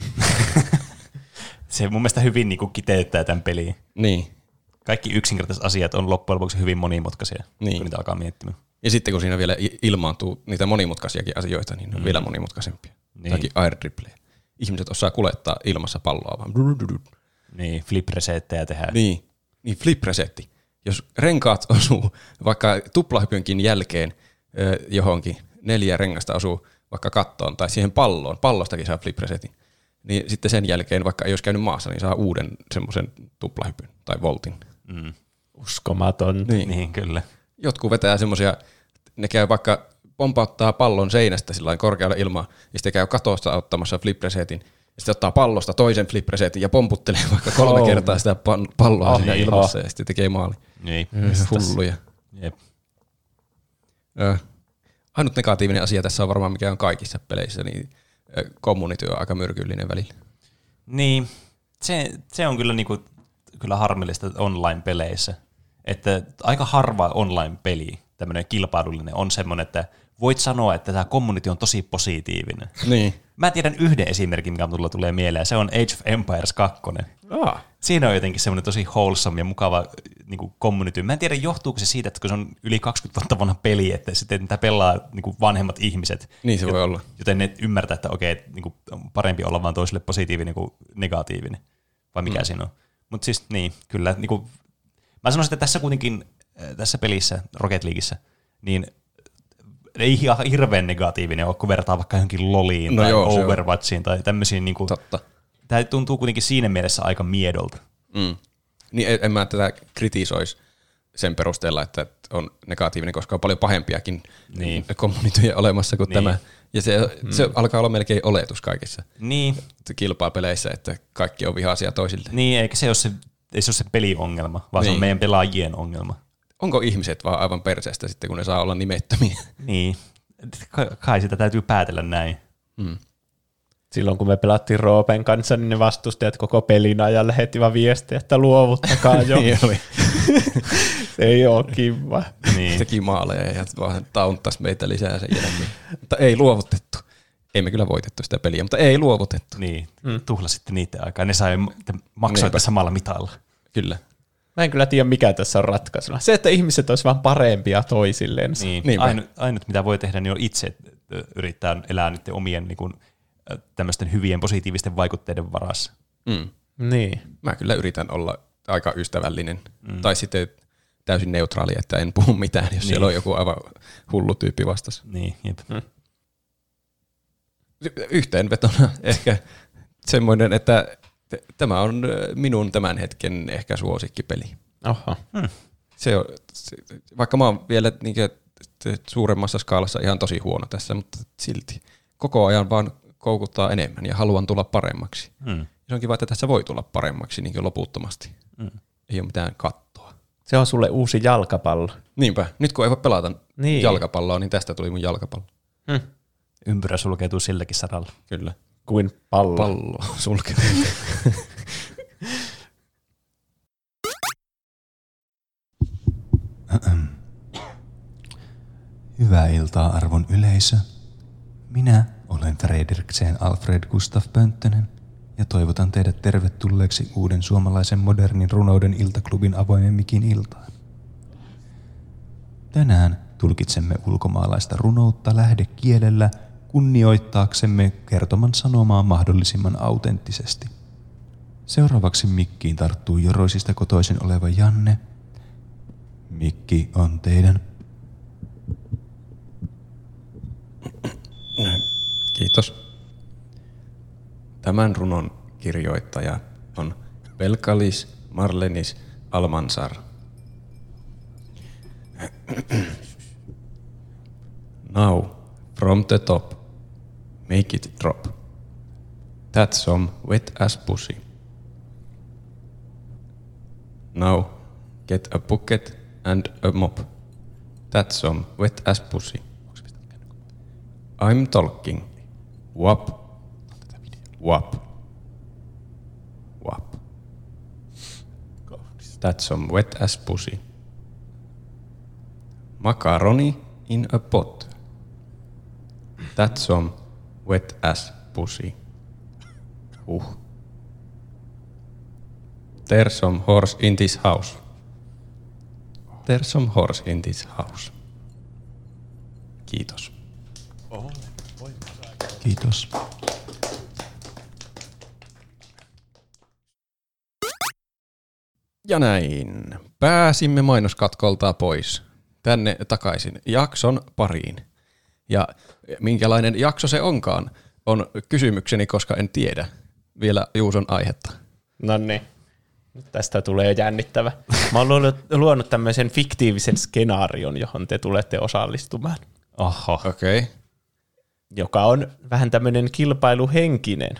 Se mun mielestä hyvin niin kuin kiteyttää tämän peliin. Niin. Kaikki yksinkertaiset asiat on loppujen lopuksi hyvin monimutkaisia, kun niitä alkaa miettimään. Ja sitten kun siinä vielä ilmaantuu niitä monimutkaisiakin asioita, niin ne on vielä monimutkaisempia. Niin. Jotakin airdrippleja. Ihmiset osaa kuljettaa ilmassa palloa vaan. Niin, flip-resettejä tehdään. Niin, flip-resetti. Jos renkaat osuu vaikka tuplahypynkin jälkeen johonkin, 4 rengasta osuu vaikka kattoon tai siihen palloon, pallostakin saa flip-resetin, niin sitten sen jälkeen, vaikka ei olisi käynyt maassa, niin saa uuden semmoisen tuplahypyn tai voltin. Uskomaton. Niin, kyllä. Jotkut vetää semmoisia, ne käy vaikka pompauttaa pallon seinästä sillain korkealla ilmaa, ja sitten käy katosta ottamassa flip-resetin, ja sitten ottaa pallosta toisen flip-resetin ja pomputtelee vaikka 3 kertaa sitä palloa siinä ilmassa, ja sitten tekee maali. Niin. Hulluja. Jep. Ainut negatiivinen asia tässä on varmaan, mikä on kaikissa peleissä, niin community on aika myrkyllinen välillä. Niin, se on kyllä, niinku, kyllä harmillista online-peleissä, että aika harva online-peli, tämmöinen kilpailullinen, on semmoinen, että voit sanoa, että tämä community on tosi positiivinen. Niin. Mä tiedän yhden esimerkin, mikä mulla tulee mieleen, se on Age of Empires 2. Siinä on jotenkin semmoinen tosi wholesome ja mukava niin kuin community. Mä en tiedä, johtuuko se siitä, että kun se on yli 20 vuotta vanha peli, että sitten niitä pelaa niin kuin vanhemmat ihmiset. Niin se voi olla. Joten ne ymmärtää, että okei, niin kuin on parempi olla vaan toisille positiivinen kuin negatiivinen. Vai mikä siinä on. Mutta siis niin, kyllä. Niin kuin, mä sanoisin, että tässä kuitenkin, tässä pelissä, Rocket Leagueissä, niin ei ihan hirveän negatiivinen ole, kun vertaa vaikka johonkin LoLiin tai Overwatchiin tai tämmöisiin. Niin kuin, tämä tuntuu kuitenkin siinä mielessä aika miedolta. Niin en mä tätä kritisoisi sen perusteella, että on negatiivinen, koska on paljon pahempiakin communityjä olemassa kuin tämä. Ja se alkaa olla melkein oletus kaikissa kilpailupeleissä, että kaikki on vihaisia toisille. Niin, eikä se ole se peliongelma, vaan se on meidän pelaajien ongelma. Onko ihmiset vaan aivan perseestä sitten, kun ne saa olla nimettömiä? Niin, kai sitä täytyy päätellä näin. Silloin kun me pelattiin Roopen kanssa, niin ne vastustajat koko pelin ajan lähettivät viestiä, että luovuttakaa jo. Niin oli. Se ei ole kiva. Niin. Teki maaleja ja vaan taunttasi meitä lisää sen jälkeen. Mutta ei luovutettu. Ei me kyllä voitettu sitä peliä, mutta ei luovutettu. Niin, tuhlasitte niiden aikaa. Ne maksoitte samalla mitalla. Kyllä. Mä en kyllä tiedä, mikä tässä on ratkaisuna. Se, että ihmiset olisivat vaan parempia toisilleen. Niin. Ainut, mitä voi tehdä, niin on itse yrittää elää niiden omien niin kuin, tämmöisten hyvien positiivisten vaikutteiden varassa. Niin. Mä kyllä yritän olla aika ystävällinen. Tai sitten täysin neutraali, että en puhu mitään, jos siellä on joku aivan hullu tyyppi vastas. Niin, jep. Yhteenvetona ehkä semmoinen, että tämä on minun tämän hetken ehkä suosikkipeli. Oho. Vaikka mä oon vielä suuremmassa skaalassa ihan tosi huono tässä, mutta silti koko ajan vaan koukuttaa enemmän ja haluan tulla paremmaksi. Se on kiva, että tässä voi tulla paremmaksi niin loputtomasti. Ei ole mitään kattoa. Se on sulle uusi jalkapallo. Niinpä. Nyt kun ei voi pelata jalkapalloa, niin tästä tuli mun jalkapallo. Ympyrä sulkeutuu silläkin saralla. Kyllä. Kuin pallo. Pallo sulkeutuu. Hyvää iltaa, arvon yleisö. Minä olen Fredriksen Alfred Gustaf Pönttönen ja toivotan teidät tervetulleeksi uuden suomalaisen modernin runouden iltaklubin avoimen mikin iltaan. Tänään tulkitsemme ulkomaalaista runoutta lähdekielellä kunnioittaaksemme kertoman sanomaa mahdollisimman autenttisesti. Seuraavaksi mikkiin tarttuu Joroisista kotoisin oleva Janne. Mikki on teidän. Kiitos. Tämän runon kirjoittaja on Belkalis Marlenis Almansar. Now, from the top, make it drop. That's some wet ass pussy. Now, get a bucket and a mop. That's some wet ass pussy. I'm talking. Wap. Wap. Wap. That's some wet ass pussy. Macaroni in a pot. That's some wet ass pussy. There's some horse in this house. There's some horse in this house. Kiitos. Kiitos. Ja näin. Pääsimme mainoskatkolta pois. Tänne takaisin jakson pariin. Ja minkälainen jakso se onkaan, on kysymykseni, koska en tiedä vielä Juuson aihetta. No niin. Nyt tästä tulee jännittävä. Mä oon luonut tämmöisen fiktiivisen skenaarion, johon te tulette osallistumaan. Oho. Okei. Okay. Joka on vähän tämmöinen kilpailuhenkinen.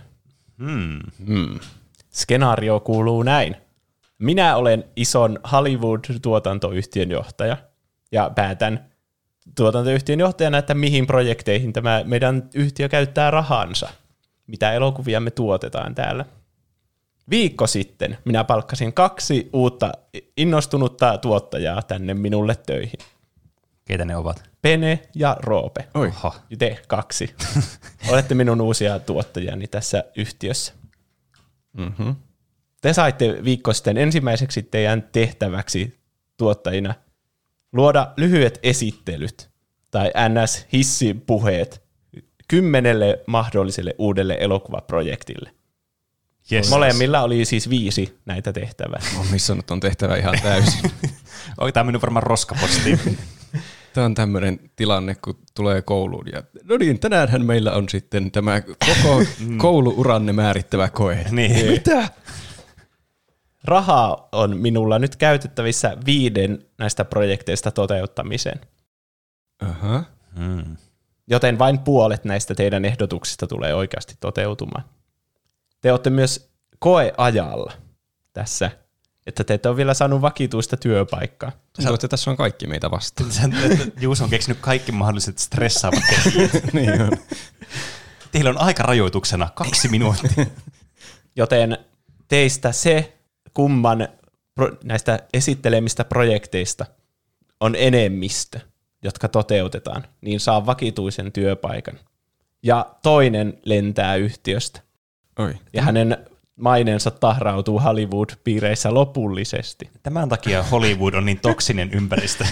Skenaario kuuluu näin. Minä olen ison Hollywood-tuotantoyhtiön johtaja ja päätän tuotantoyhtiön johtajana, että mihin projekteihin tämä meidän yhtiö käyttää rahansa. Mitä elokuvia me tuotetaan täällä. Viikko sitten minä palkkasin 2 uutta innostunutta tuottajaa tänne minulle töihin. Keitä ne ovat? Pene ja Roope. Oho. Te 2. Olette minun uusia tuottajani tässä yhtiössä. Mm-hmm. Te saitte viikko sitten ensimmäiseksi teidän tehtäväksi tuottajina luoda lyhyet esittelyt tai NS-hissipuheet 10 mahdolliselle uudelle elokuvaprojektille. Yes. Molemmilla oli siis 5 näitä tehtävää. Mä oon missannut ton tehtävä ihan täysin. Oi, tää on mennyt varmaan roskapostiin. Tämä on tämmöinen tilanne, kun tulee kouluun. Ja, no niin, tänäänhän meillä on sitten tämä koko kouluuranne määrittävä koe. Niin. Mitä? Rahaa on minulla nyt käytettävissä 5 näistä projekteista toteuttamiseen. Aha. Joten vain puolet näistä teidän ehdotuksista tulee oikeasti toteutumaan. Te olette myös koeajalla tässä, että te ette ole vielä saanut vakituista työpaikkaa. Tuntuu, että tässä on kaikki meitä vastaan. Juus on keksinyt kaikki mahdolliset stressaavat tekijät. Niin on. Teillä on aika rajoituksena 2 minuuttia. Joten teistä se, kumman näistä esittelemistä projekteista on enemmistö, jotka toteutetaan, niin saa vakituisen työpaikan. Ja toinen lentää yhtiöstä. Oi. Ja hänen maineensa tahrautuu Hollywood-piireissä lopullisesti. Tämän takia Hollywood on niin toksinen ympäristö.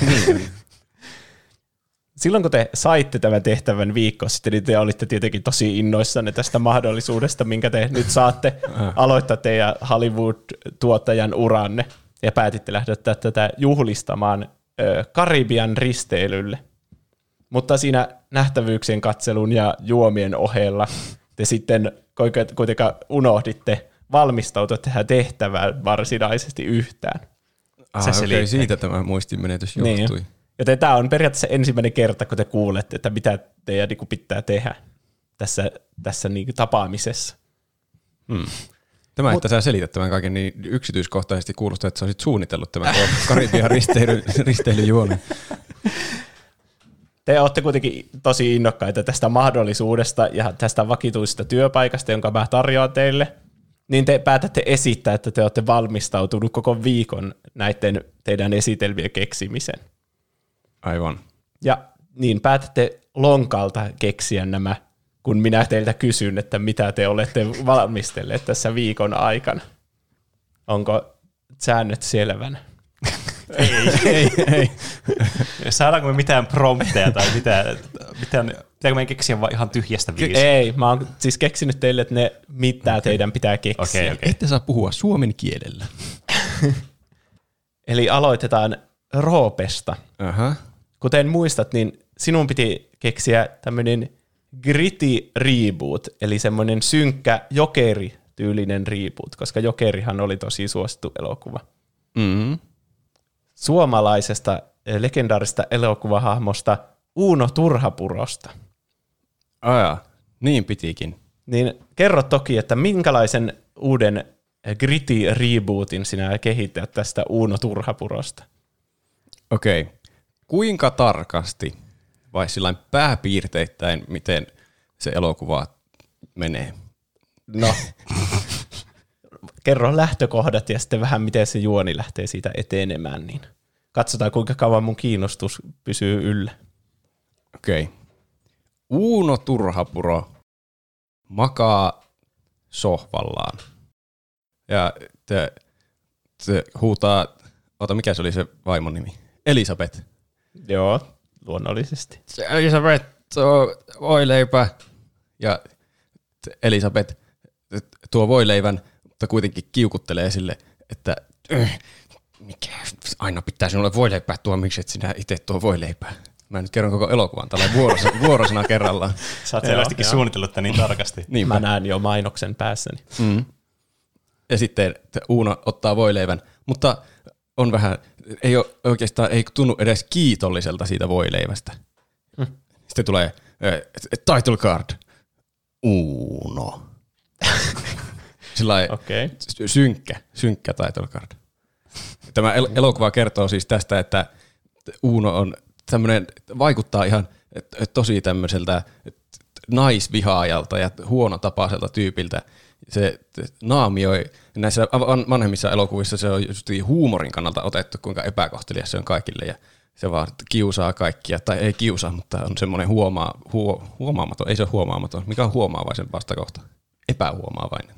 Silloin kun te saitte tämän tehtävän viikko sitten, niin te olitte tietenkin tosi innoissanne tästä mahdollisuudesta, minkä te nyt saatte aloittaa teidän Hollywood-tuottajan uranne. Ja päätitte lähteä tätä juhlistamaan Karibian risteilylle. Mutta siinä nähtävyyksien katselun ja juomien ohella te sitten kuitenkaan unohditte valmistautua tähän tehtävään varsinaisesti yhtään. Okei, siitä tämä muistinmenetys johtui. Niin. Joten tämä on periaatteessa ensimmäinen kerta, kun te kuulette, että mitä teidän pitää tehdä tässä tapaamisessa. Tämä, että sä selität tämän kaiken niin yksityiskohtaisesti kuulostaa, että sä olisit suunnitellut tämän Karibian risteilyjuonen. Te olette kuitenkin tosi innokkaita tästä mahdollisuudesta ja tästä vakituisesta työpaikasta, jonka mä tarjoan teille. Niin te päätätte esittää, että te olette valmistautunut koko viikon näiden teidän esitelmien keksimiseen. Aivan. Ja niin päätätte lonkalta keksiä nämä, kun minä teiltä kysyn, että mitä te olette valmistelleet tässä viikon aikana. Onko säännöt selvänä? Ei. Saadaanko me mitään prompteja tai mitään? Pitääkö meidän keksiä vaan ihan tyhjästä viisi? Ei, mä oon siis keksinyt teille, että mitä teidän pitää keksiä. Okay. Ette saa puhua suomen kielellä. Eli aloitetaan Roopesta. Aha. Kuten muistat, niin sinun piti keksiä tämmöinen gritty reboot, eli semmoinen synkkä Jokeri-tyylinen reboot, koska Jokerihan oli tosi suosittu elokuva. Mm-hmm. Suomalaisesta legendaarista elokuvahahmosta Uuno Turhapurosta. Niin pitikin. Niin kerro toki, että minkälaisen uuden gritty rebootin sinä kehität tästä Uuno Turhapurosta? Okei. Kuinka tarkasti vai sillain pääpiirteittäin, miten se elokuva menee? No, kerro lähtökohdat ja sitten vähän miten se juoni lähtee siitä etenemään, niin katsotaan kuinka kauan mun kiinnostus pysyy yllä. Okei. Uuno Turhapuro makaa sohvallaan. Ja se huutaa, mikä se oli se vaimon nimi? Elisabeth. Joo, luonnollisesti. Elisabeth, voileipä. Ja Elisabeth tuo voileivän, mutta kuitenkin kiukuttelee sille, että mikä aina pitää sinulle voileipää tuo, miksi et sinä itse tuo voileipää. Mä nyt kerron koko elokuvan tällä vuorosana kerrallaan. Sä oot selvästikin suunnitellut tämän niin tarkasti. Niinpä. Mä näen jo mainoksen päässäni. Mm. Ja sitten Uuno ottaa voileivän, mutta on vähän, ei tunnu edes kiitolliselta siitä voileivästä. Sitten tulee title card, Uuno. Sillain synkkä title card. Tämä elokuva kertoo siis tästä, että Uuno on tämmöinen, vaikuttaa ihan tosi tämmöiseltä naisvihaajalta ja huonotapaiselta tyypiltä. Se naamioi, näissä vanhemmissa elokuvissa se on just huumorin kannalta otettu, kuinka epäkohtelias se on kaikille ja se vaan kiusaa kaikkia, tai ei kiusaa, mutta on semmoinen huomaamaton, ei se ole huomaamaton, mikä on huomaavaisen vastakohta? Epähuomaavainen.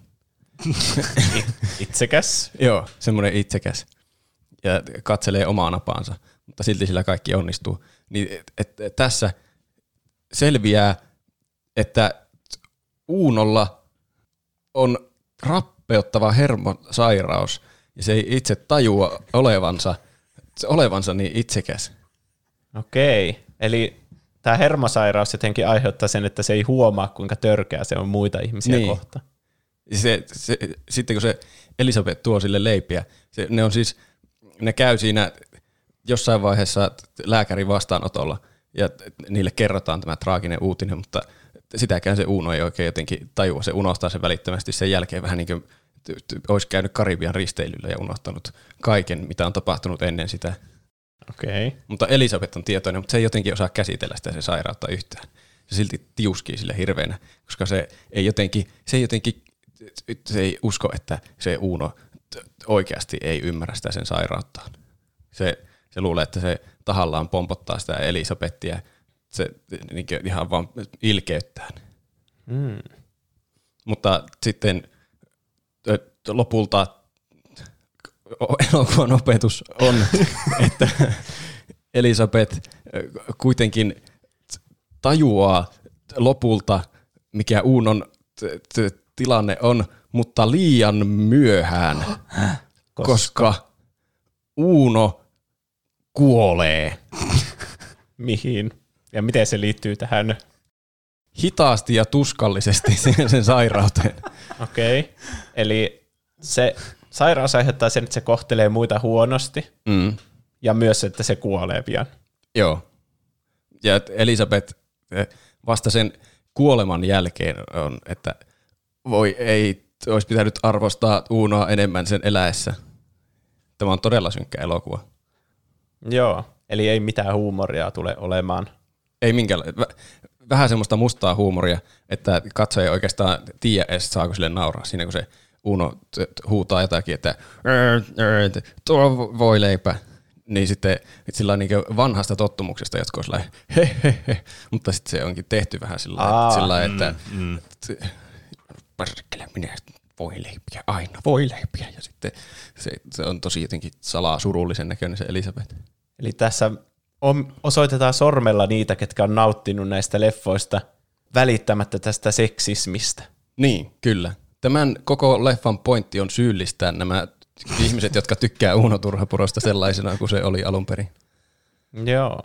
Itsekäs. Joo, semmoinen itsekäs ja katselee omaa napaansa, mutta silti sillä kaikki onnistuu. Niin, tässä selviää, että Uunolla on rappeuttava hermosairaus ja se ei itse tajua olevansa niin itsekäs. Okei, eli tämä hermosairaus jotenkin aiheuttaa sen, että se ei huomaa, kuinka törkeä se on muita ihmisiä kohtaan. Sitten kun se Elisabeth tuo sille leipiä, ne käy siinä jossain vaiheessa lääkärin vastaanotolla ja niille kerrotaan tämä traaginen uutinen, mutta sitäkään se Uuno ei oikein jotenkin tajua. Se unohtaa sen välittömästi sen jälkeen vähän niin kuin olisi käynyt Karibian risteilyllä ja unohtanut kaiken, mitä on tapahtunut ennen sitä. Okei. Mutta Elisabeth on tietoinen, mutta se ei jotenkin osaa käsitellä sitä se sairautta yhtään. Se silti tiuskii sille hirveänä, koska se ei usko, että se Uuno oikeasti ei ymmärrä sitä sen sairauttaan. Se luulee, että se tahallaan pompottaa sitä Elisabettia, se niin ihan vaan ilkeyttään. Mutta sitten lopulta elokuvan opetus on, että Elisabeth kuitenkin tajuaa lopulta, mikä Uunon tilanne on, mutta liian myöhään, koska Uuno kuolee. Mihin? Ja miten se liittyy tähän? Hitaasti ja tuskallisesti sen sairauteen. Okei. Eli se sairaus aiheuttaa sen, että se kohtelee muita huonosti ja myös, että se kuolee pian. Joo. Ja Elisabeth vasta sen kuoleman jälkeen on, että voi ei, olisi pitänyt arvostaa Uunoa enemmän sen eläessä. Tämä on todella synkkä elokuva. Joo, eli ei mitään huumoria tule olemaan. Ei minkäänlaista. Vähän semmoista mustaa huumoria, että katsoja ei oikeastaan tiedä edes saako sille nauraa. Siinä kun se Uuno huutaa jotakin, että tuo voileipä, niin sitten sillä on niin vanhasta tottumuksesta jotkut on he, mutta sitten se onkin tehty vähän sillä lailla, että perkele, minä voileipiä, aina voileipiä. Ja sitten se on tosi jotenkin salaa surullisen näköinen se Elisabeth. Eli tässä osoitetaan sormella niitä, ketkä on nauttinut näistä leffoista välittämättä tästä seksismistä. Niin, kyllä. Tämän koko leffan pointti on syyllistää nämä ihmiset, jotka tykkää Uuno Turhapurosta sellaisena kuin se oli alun perin. Joo.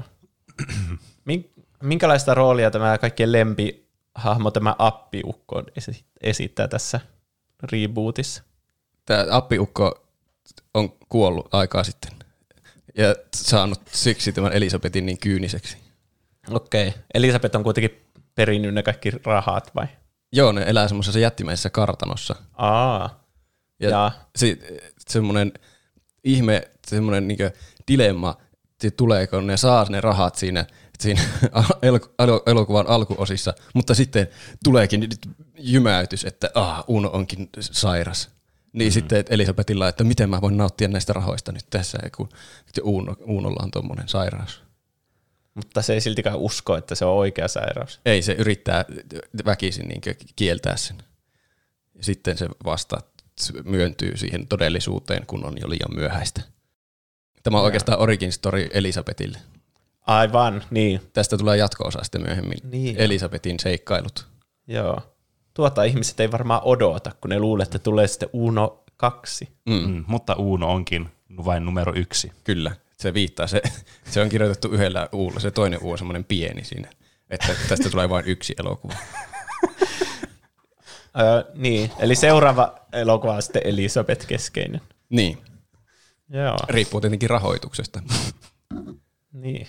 Minkälaista roolia tämä kaikkien lempihahmo, tämä appiukko esittää tässä rebootissa? Tämä appiukko on kuollut aikaa sitten ja saanut siksi tämän Elisabetin niin kyyniseksi. Okei. Elisabeth on kuitenkin perinnyt ne kaikki rahat vai? Joo, ne elää semmoisessa jättimäisessä kartanossa. Ja. Semmoinen ihme, semmoinen niinku dilemma, että tuleeko ne saa ne rahat siinä elokuvan alkuosissa, mutta sitten tuleekin jymäytys, että Uuno onkin sairas. Niin sitten Elisabetilla, että miten mä voin nauttia näistä rahoista nyt tässä, kun Uunolla on tommonen sairaus. Mutta se ei siltikään usko, että se on oikea sairaus. Ei, se yrittää väkisin niin kieltää sen. Ja sitten se vasta myöntyy siihen todellisuuteen, kun on jo liian myöhäistä. Tämä on oikeastaan origin story Elisabetille. Aivan, niin. Tästä tulee jatko-osa sitten myöhemmin. Niin. Elisabetin seikkailut. Joo. Ihmiset ei varmaan odota, kun ne luulee, että tulee sitten Uuno 2. Mutta Uuno onkin vain numero 1. Kyllä. Se viittaa, se on kirjoitettu yhdellä uulla, se toinen uu on semmoinen pieni siinä, että tästä tulee vain yksi elokuva. Niin, eli seuraava elokuva on sitten Elisabeth-keskeinen. Niin. Joo. Riippuu tietenkin rahoituksesta. Niin.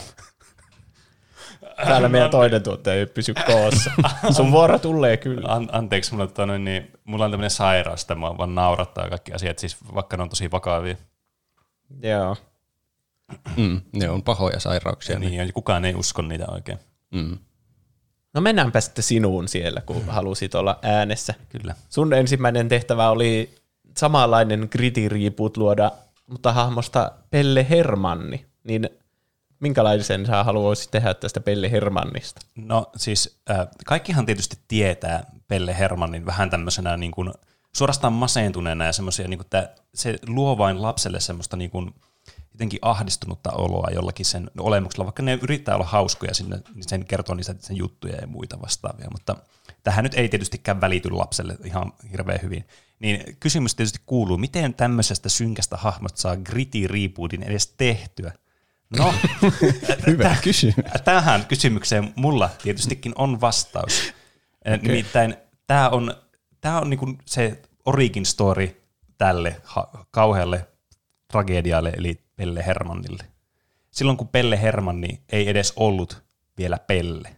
Täällä meidän toinen tuottaja ei pysy koossa. Sun vuoro tulee kyllä. Anteeksi, mulla on tämmöinen sairaus, että mä vaan naurattaa kaikki asiat, siis vaikka ne on tosi vakavia. Joo. Ne on pahoja sairauksia. Niin, ja kukaan ei usko niitä oikein. No mennäänpä sitten sinuun siellä, kun halusit olla äänessä. Kyllä. Sun ensimmäinen tehtävä oli samanlainen Gritty Reboot luoda, mutta hahmosta Pelle Hermanni. Niin minkälaisen sä haluaisit tehdä tästä Pelle Hermannista? No siis kaikkihan tietysti tietää Pelle Hermannin vähän tämmöisenä niin kuin suorastaan masentuneena ja semmoisia, niin kuin, että se luo vain lapselle semmoista niin kuin jotenkin ahdistunutta oloa jollakin sen olemuksella, vaikka ne yrittää olla hauskoja sinne, niin sen kertoo niistä sen juttuja ja muita vastaavia, mutta tähän nyt ei tietystikään välity lapselle ihan hirveän hyvin. Niin kysymys tietysti kuuluu, miten tämmöisestä synkästä hahmosta saa Gritty Rebootin edes tehtyä? No, hyvä kysymys. Tähän kysymykseen mulla tietystikin on vastaus. Okay. Nimittäin tämä on niinku se origin story tälle kauhealle tragedialle, eli Pelle Hermannille. Silloin kun Pelle Hermanni ei edes ollut vielä Pelle.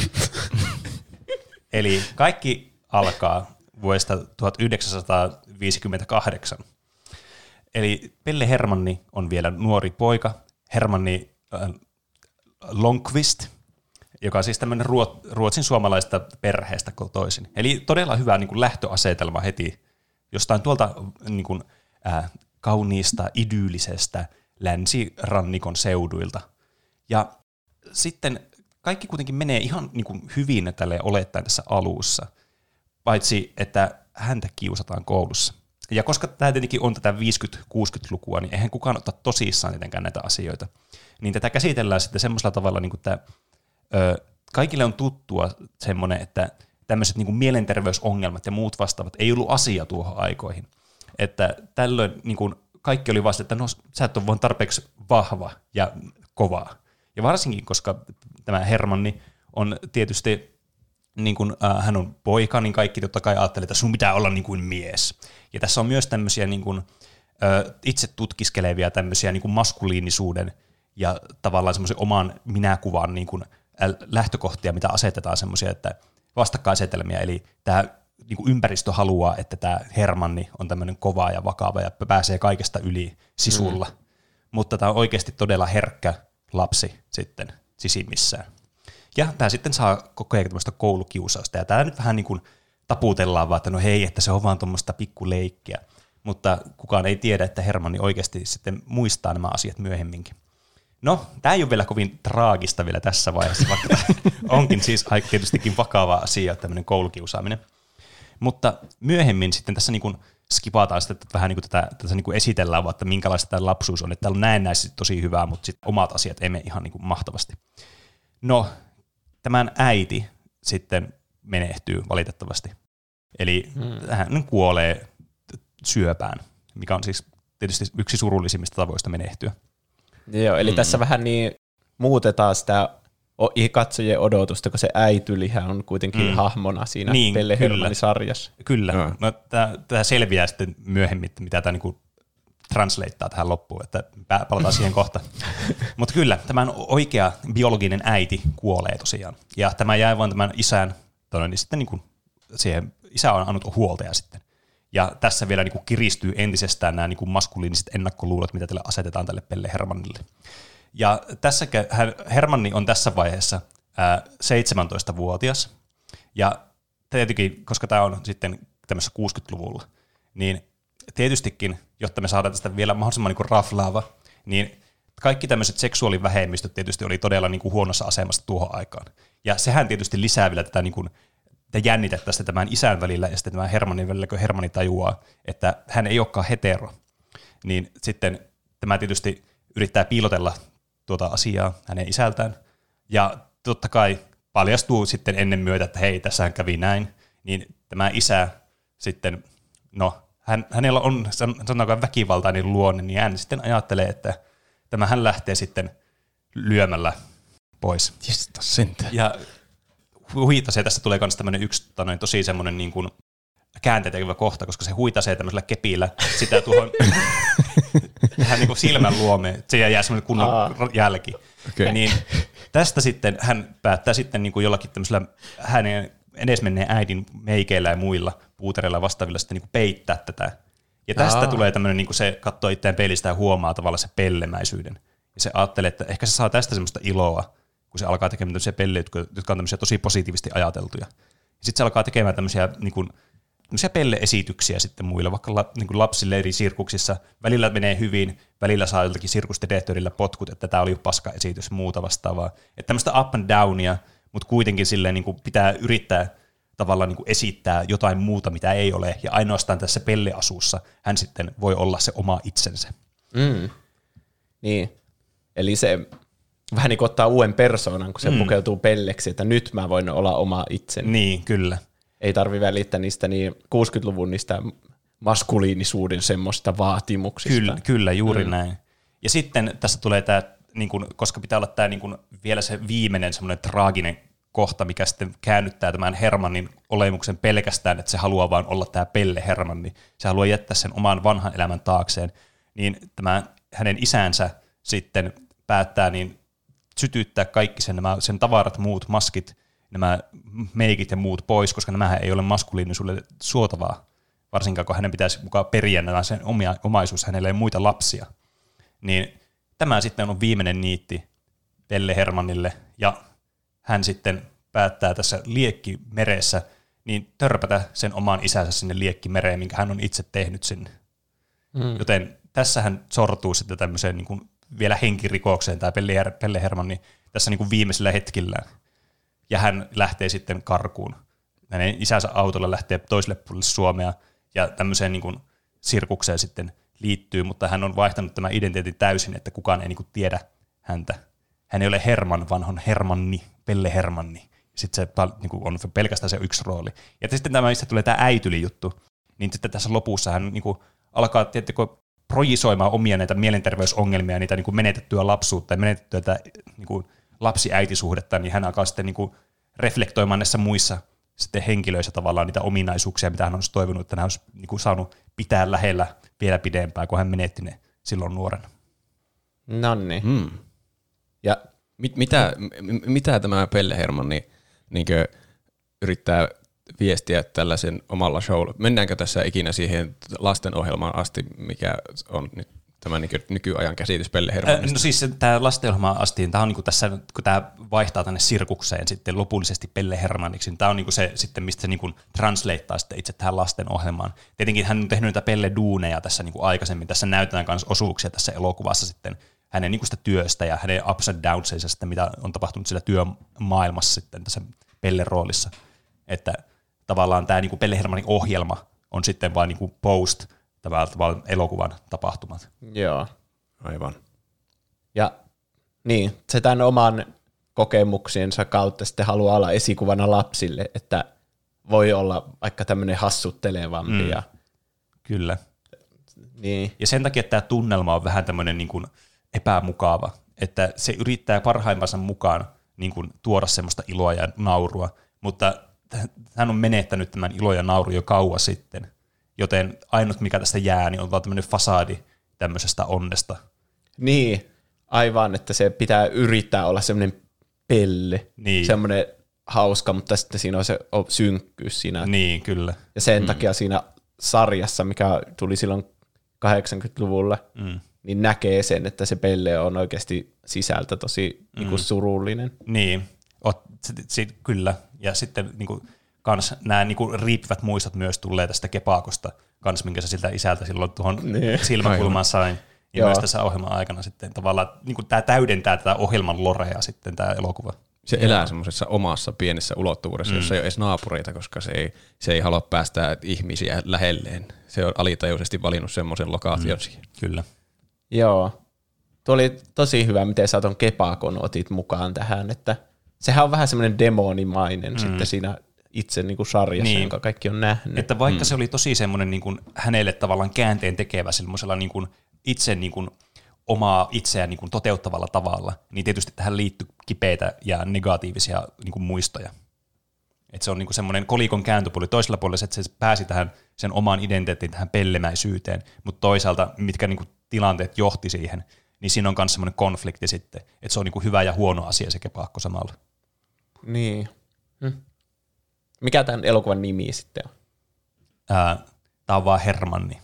Eli kaikki alkaa vuodesta 1958. Eli Pelle Hermanni on vielä nuori poika, Hermanni Lundqvist, joka on siis tämmöinen ruotsin suomalaista perheestä kotoisin. Eli todella hyvä niin kuin lähtöasetelma heti jostain tuolta niin kuin, kauniista, idyllisestä länsirannikon seuduilta. Ja sitten kaikki kuitenkin menee ihan niin kuin hyvin tälle olettaen tässä alussa, paitsi että häntä kiusataan koulussa. Ja koska tämä tietenkin on tätä 50-60-lukua, niin eihän kukaan ota tosissaan tietenkään näitä asioita. Niin tätä käsitellään sitten semmoisella tavalla, niin kuin että kaikille on tuttua semmoinen, että tämmöiset niin kuin mielenterveysongelmat ja muut vastaavat ei ollut asia tuohon aikoihin. Että tällöin niin kuin kaikki oli vasta, että no sä et ole vaan tarpeeksi vahva ja kovaa. Ja varsinkin, koska tämä Hermanni on tietysti, niin kuin hän on poika, niin kaikki totta kai ajattelee, että sun pitää olla niin kuin mies. Ja tässä on myös tämmöisiä niin kuin, itse tutkiskelevia tämmöisiä niin kuin maskuliinisuuden ja tavallaan semmoisen oman minäkuvan niin kuin lähtökohtia, mitä asetetaan semmoisia, että vastakkainasetelmia. Eli tämä niin kuin ympäristö haluaa, että tämä Hermanni on tämmöinen kova ja vakava ja pääsee kaikesta yli sisulla. Mutta tämä on oikeasti todella herkkä lapsi sitten sisimmissään. Ja tämä sitten saa koko ajan tämmöistä koulukiusausta. Ja tämä nyt vähän niin kuin taputellaan vaan, että no hei, että se on vaan tuommoista pikkuleikkiä. Mutta kukaan ei tiedä, että Hermanni oikeasti sitten muistaa nämä asiat myöhemminkin. No, tämä ei ole vielä kovin traagista vielä tässä vaiheessa, vaikka tämä onkin siis tietystikin vakava asia, tämmöinen koulukiusaaminen. Mutta myöhemmin sitten tässä niin kuin skipataan sitä, että vähän niin kuin tätä niin kuin esitellään vaan, että minkälaista tämä lapsuus on. Että täällä on näennäisesti tosi hyvää, mutta sitten omat asiat ei mene ihan niin kuin mahtavasti. No, tämän äiti sitten menehtyy valitettavasti. Eli hän kuolee syöpään, mikä on siis tietysti yksi surullisimmista tavoista menehtyä. Joo, eli tässä vähän niin muutetaan sitä katsojien odotusta, kun se äitylihän on kuitenkin hahmona siinä niin, Pelle Hermanni-sarjassa. Kyllä. No, tämä selviää sitten myöhemmin, mitä tämä niinku translateaa tähän loppuun, että palataan siihen kohta. Mutta kyllä, tämä oikea biologinen äiti kuolee tosiaan. Ja tämä jää vain tämän isän, niin sitten niinku siihen, isä on annut huoltaja sitten. Ja tässä vielä niinku kiristyy entisestään nämä niinku maskuliiniset ennakkoluulot, mitä tälle asetetaan tälle Pelle Hermannille. Ja tässä Hermanni on tässä vaiheessa 17-vuotias, ja tietenkin, koska tämä on sitten tämmöisessä 60-luvulla, niin tietystikin, jotta me saadaan tästä vielä mahdollisimman niin raflaava, niin kaikki tämmöiset seksuaalivähemmistöt tietysti oli todella niin kuin huonossa asemassa tuohon aikaan. Ja sehän tietysti lisää vielä tätä niin kuin jännitettä tästä tämän isän välillä ja sitten tämän Hermannin välillä, kun Hermanni tajuaa, että hän ei olekaan hetero. Niin sitten tämä tietysti yrittää piilotella tuota asiaa hänen isältään. Ja totta kai paljastuu sitten ennen myötä, että hei, tässähän kävi näin. Niin tämä isä sitten, no hänellä on sanotaan väkivaltainen luonne, niin hän sitten ajattelee, että hän lähtee sitten lyömällä pois. Ja huitasee, tästä tulee myös tämmöinen yksi tosi semmoinen niin kuin käänteetekevä kohta, koska se huitasee tämmöisellä kepillä sitä tuohon tähän niin kuin silmän luomeen, se jää semmoinen kunnon jälki. Okay. Niin tästä sitten hän päättää sitten niin kuin jollakin tämmöisellä hänen edesmenneen äidin meikeillä ja muilla puutereilla vastaavilla sitten niin kuin peittää tätä. Ja tästä tulee tämmöinen, niin kuin se katsoo itseään peilistä ja huomaa tavallaan se pellemäisyyden. Ja se ajattelee, että ehkä se saa tästä semmoista iloa, kun se alkaa tekemään tämmöisiä pellejä, jotka on tämmöisiä tosi positiivisesti ajateltuja. Ja sitten se alkaa tekemään tämmöisiä niin kuin pelle-esityksiä sitten muille, vaikka niin kuin lapsille eri sirkuksissa. Välillä menee hyvin, välillä saa joltakin sirkusdirektorilla potkut, että tämä oli jo paska esitys, muuta vastaavaa. Että tämmöistä up and downia, mutta kuitenkin silleen niin kuin pitää yrittää tavallaan niin kuin esittää jotain muuta, mitä ei ole, ja ainoastaan tässä pelleasuussa hän sitten voi olla se oma itsensä. Niin, eli se vähän niin kuin ottaa uuden persoonan, kun se pukeutuu pelleksi, että nyt mä voin olla oma itseni. Niin, kyllä. Ei tarvitse välittää niistä 60-luvun niistä maskuliinisuuden semmoista vaatimuksista. Kyllä, juuri näin. Ja sitten tässä tulee tämä, niin kun, koska pitää olla tämä niin kun vielä se viimeinen semmoinen traaginen kohta, mikä sitten käännyttää tämän Hermannin olemuksen pelkästään, että se haluaa vaan olla tämä Pelle Hermanni. Se haluaa jättää sen oman vanhan elämän taakseen. Niin tämä hänen isänsä sitten päättää niin sytyttää kaikki sen tavarat, muut maskit, nämä meikit ja muut pois, koska nämähän ei ole maskuliinisuudelle suotavaa, varsinkaan kun hänen pitäisi mukaan periä sen omaisuus, hänellä ei muita lapsia. Niin tämä sitten on viimeinen niitti Pelle Hermannille, ja hän sitten päättää tässä liekkimeressä niin törpätä sen oman isänsä sinne liekkimereen, minkä hän on itse tehnyt sinne. Joten tässä hän sortuu sitten tämmöiseen niin kuin vielä henkirikokseen, tämä Pelle Hermanni tässä niin kuin viimeisellä hetkillään. Ja hän lähtee sitten karkuun. Hänen isänsä autolla lähtee toiselle puolelle Suomea ja tämmöiseen niin kuin sirkukseen sitten liittyy, mutta hän on vaihtanut tämän identiteetin täysin, että kukaan ei niin kuin tiedä häntä. Hän ei ole Herman, vaan on Hermanni, Pelle Hermanni. Sitten se niin kuin on pelkästään se yksi rooli. Ja sitten mistä tulee tämä äityli-juttu, niin sitten tässä lopussa hän niin kuin alkaa projisoimaan omia näitä mielenterveysongelmia, niitä niin kuin menetettyä lapsuutta ja menetettyä niin kuin lapsi-äitisuhdetta, niin hän alkaa sitten niin kuin reflektoimaan näissä muissa sitten henkilöissä tavallaan niitä ominaisuuksia, mitä hän olisi toivonut, että hän olisi niin kuin saanut pitää lähellä vielä pidempään, kun hän menetti ne silloin nuorena. Nonni. Ja mitä tämä Pelle Hermanni niin yrittää viestiä tällaisen omalla showlla. Mennäänkö tässä ikinä siihen lastenohjelmaan asti, mikä on nyt tämä nykyajan käsitys Pelle Hermannista? No siis tämä lastenohjelmaan asti, tämä on niinku tässä, kun tämä vaihtaa tänne sirkukseen sitten lopullisesti Pelle Hermanniksi, niin tämä on niinku se sitten, mistä se niinku translateaa sitten itse tähän lastenohjelmaan. Tietenkin hän on tehnyt niitä Pelle Duuneja tässä niinku aikaisemmin, tässä näytetään myös osuuksia tässä elokuvassa sitten hänen niinku sitä työstä ja hänen ups and downsensa sitten, mitä on tapahtunut sillä työmaailmassa sitten tässä Pelle roolissa. Että tavallaan tämä niinku Pelle Hermannin ohjelma on sitten vain niinku post tavallaan elokuvan tapahtumat. Joo. Aivan. Ja niin, se tämän oman kokemuksiensa kautta sitten haluaa olla esikuvana lapsille, että voi olla vaikka tämmöinen hassuttelevampi. Ja, Kyllä. niin. Ja sen takia tämä tunnelma on vähän tämmöinen niin kuin epämukava, että se yrittää parhaimmansa mukaan niin kuin tuoda semmoista iloa ja naurua, mutta hän on menettänyt tämän ilo ja nauru jo kauan sitten, joten ainut mikä tästä jää, niin on vaan tämmöinen fasadi tämmöisestä onnesta. Niin, aivan, että se pitää yrittää olla semmoinen Pelle, Niin. semmoinen hauska, mutta sitten siinä on se synkkyys siinä. Niin, kyllä. Ja sen takia siinä sarjassa, mikä tuli silloin 80-luvulla, niin näkee sen, että se Pelle on oikeasti sisältä tosi niin kuin surullinen. Niin, kyllä. Ja sitten niin kuin, kans nämä niin kuin riippivät muistot myös tulee tästä Kepakosta, kans minkä se siltä isältä silloin tuohon silmäkulmaan sain. Ja myös tässä ohjelman aikana sitten tavallaan niin kuin tämä täydentää tätä ohjelman lorea sitten tämä elokuva. Se elää semmoisessa omassa pienessä ulottuvuudessa, jossa ei ole edes naapureita, koska se ei halua päästää ihmisiä lähelleen. Se on alitajuisesti valinnut semmoisen lokaation siihen. Kyllä. Joo. Tuo oli tosi hyvä, miten sä ton Kepakon otit mukaan tähän, että sehän on vähän semmoinen demonimainen sitten siinä itse niin kuin sarjassa, jonka kaikki on nähnyt. Että vaikka se oli tosi semmoinen niin kuin hänelle tavallaan käänteen tekevä semmoisella niin kuin itse niin kuin omaa itseään niin kuin toteuttavalla tavalla, niin tietysti tähän liittyy kipeitä ja negatiivisia niin kuin muistoja. Että se on niin kuin semmoinen kolikon kääntöpuoli toisella puolella, että se pääsi tähän sen omaan identiteettiin, tähän pellemäisyyteen, mutta toisaalta mitkä niin kuin tilanteet johti siihen, niin siinä on myös semmoinen konflikti sitten, että se on niin kuin hyvä ja huono asia se Kepakko samalla. Niin. Mikä tämän elokuvan nimi sitten on? Tämä on vaan Hermanni.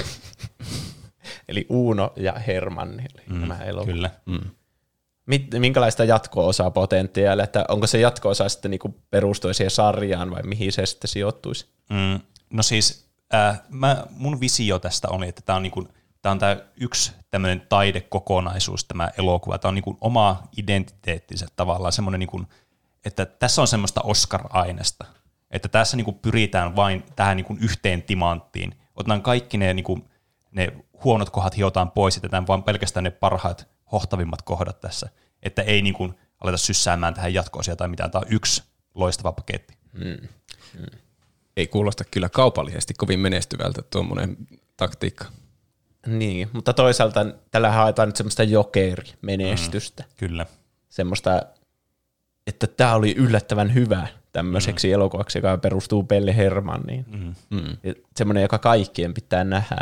Eli Uuno ja Hermanni oli nämä elokuvat. Kyllä. Minkälaista jatko-osaa potentiaalia, että onko se jatko-osa sitten niinku perustui siihen sarjaan vai mihin se sitten sijoittuisi? No siis mun visio tästä oli, että tämä on, niinku, tämä yksi tämmöinen taidekokonaisuus, tämä elokuva. Tämä on niinku oma identiteettinsä tavallaan semmoinen, niinku, että tässä on semmoista Oscar-aineesta, että tässä niinku pyritään vain tähän niinku yhteen timanttiin. Otetaan kaikki ne huonot kohdat hiotaan pois, jätetään vaan pelkästään ne parhaat, hohtavimmat kohdat tässä, että ei niin kuin aleta syssäämään tähän jatko-osia tai mitään. Tämä on yksi loistava paketti. Ei kuulosta kyllä kaupallisesti kovin menestyvältä tuommoinen taktiikka. Niin, mutta toisaalta tällä haetaan nyt semmoista jokerimenestystä. Kyllä. Semmoista, että tämä oli yllättävän hyvä tämmöiseksi elokuvaksi, joka perustuu Pelle Hermanniin. Semmoinen, joka kaikkien pitää nähdä.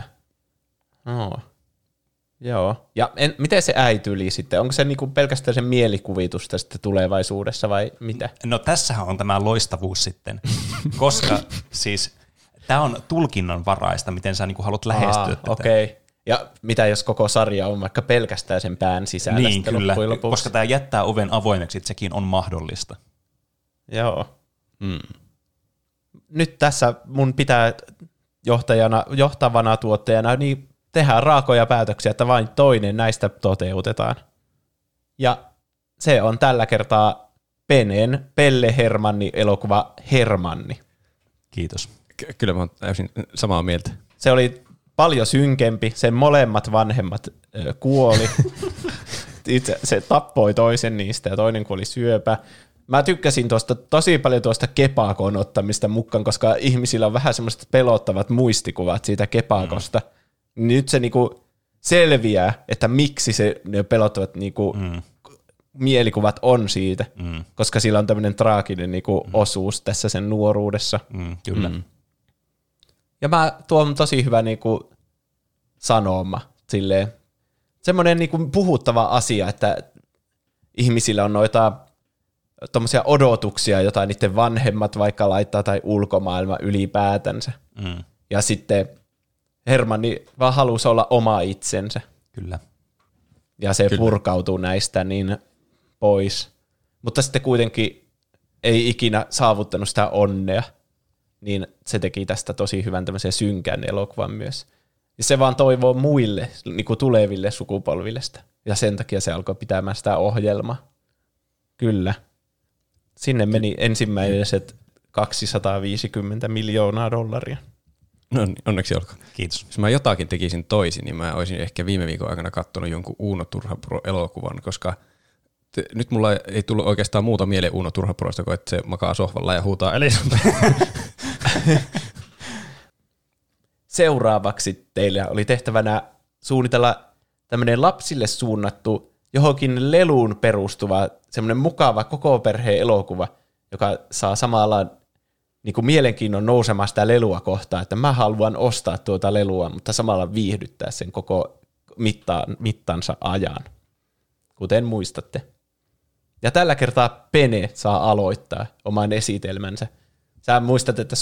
Joo. Ja miten se äityli sitten? Onko se niinku pelkästään sen mielikuvitusta sitten tulevaisuudessa vai mitä? No tässähän on tämä loistavuus sitten, koska siis tämä on tulkinnanvaraista, miten sä niinku haluat lähestyä tätä. Okei. Ja mitä jos koko sarja on vaikka pelkästään sen pään sisällä? Niin kyllä, koska tämä jättää oven avoimeksi, että sekin on mahdollista. Joo. Nyt tässä mun pitää johtavana tuottajana niin tehdään raakoja päätöksiä, että vain toinen näistä toteutetaan. Ja se on tällä kertaa Penen Pelle Hermanni elokuva Hermanni. Kiitos. Kyllä mä oon täysin samaa mieltä. Se oli paljon synkempi, sen molemmat vanhemmat kuoli. Itse se tappoi toisen niistä ja toinen kuoli syöpä. Mä tykkäsin tosi paljon tuosta Kepakon ottamista mukaan, koska ihmisillä on vähän semmoiset pelottavat muistikuvat siitä Kepakosta. Nyt se niinku selviää, että miksi ne pelottavat niinku mielikuvat on siitä, koska sillä on tämmöinen traaginen niinku osuus tässä sen nuoruudessa. Kyllä. Ja mä tuon tosi hyvä niinku sanoma, silleen semmoinen niinku puhuttava asia, että ihmisillä on noita tommosia odotuksia, jota niiden vanhemmat vaikka laittaa tai ulkomaailma ylipäätänsä. Ja sitten Hermanni vaan halusi olla oma itsensä. Kyllä. Ja se purkautuu näistä niin pois. Mutta sitten kuitenkin ei ikinä saavuttanut sitä onnea. Niin se teki tästä tosi hyvän tämmöisen synkän elokuvan myös. Ja se vaan toivoo muille niin kuin tuleville sukupolville sitä. Ja sen takia se alkoi pitämään sitä ohjelmaa. Kyllä. Sinne meni ensimmäiset $250 miljoonaa. No niin, onneksi olkoon. Kiitos. Jos mä jotakin tekisin toisin, niin mä olisin ehkä viime viikon aikana katsonut jonkun Uuno Turhapuro-elokuvan, koska nyt mulla ei tullut oikeastaan muuta mieleen Uuno Turhapurosta, kuin että se makaa sohvalla ja huutaa Elisabeth. Seuraavaksi teillä oli tehtävänä suunnitella tämmöinen lapsille suunnattu johonkin leluun perustuva semmoinen mukava koko perheen elokuva, joka saa samalla niin kuin mielenkiinnon nousemaan sitä lelua kohtaan, että mä haluan ostaa tuota lelua, mutta samalla viihdyttää sen koko mittansa ajan, kuten muistatte. Ja tällä kertaa Pene saa aloittaa oman esitelmänsä. Sä muistat, että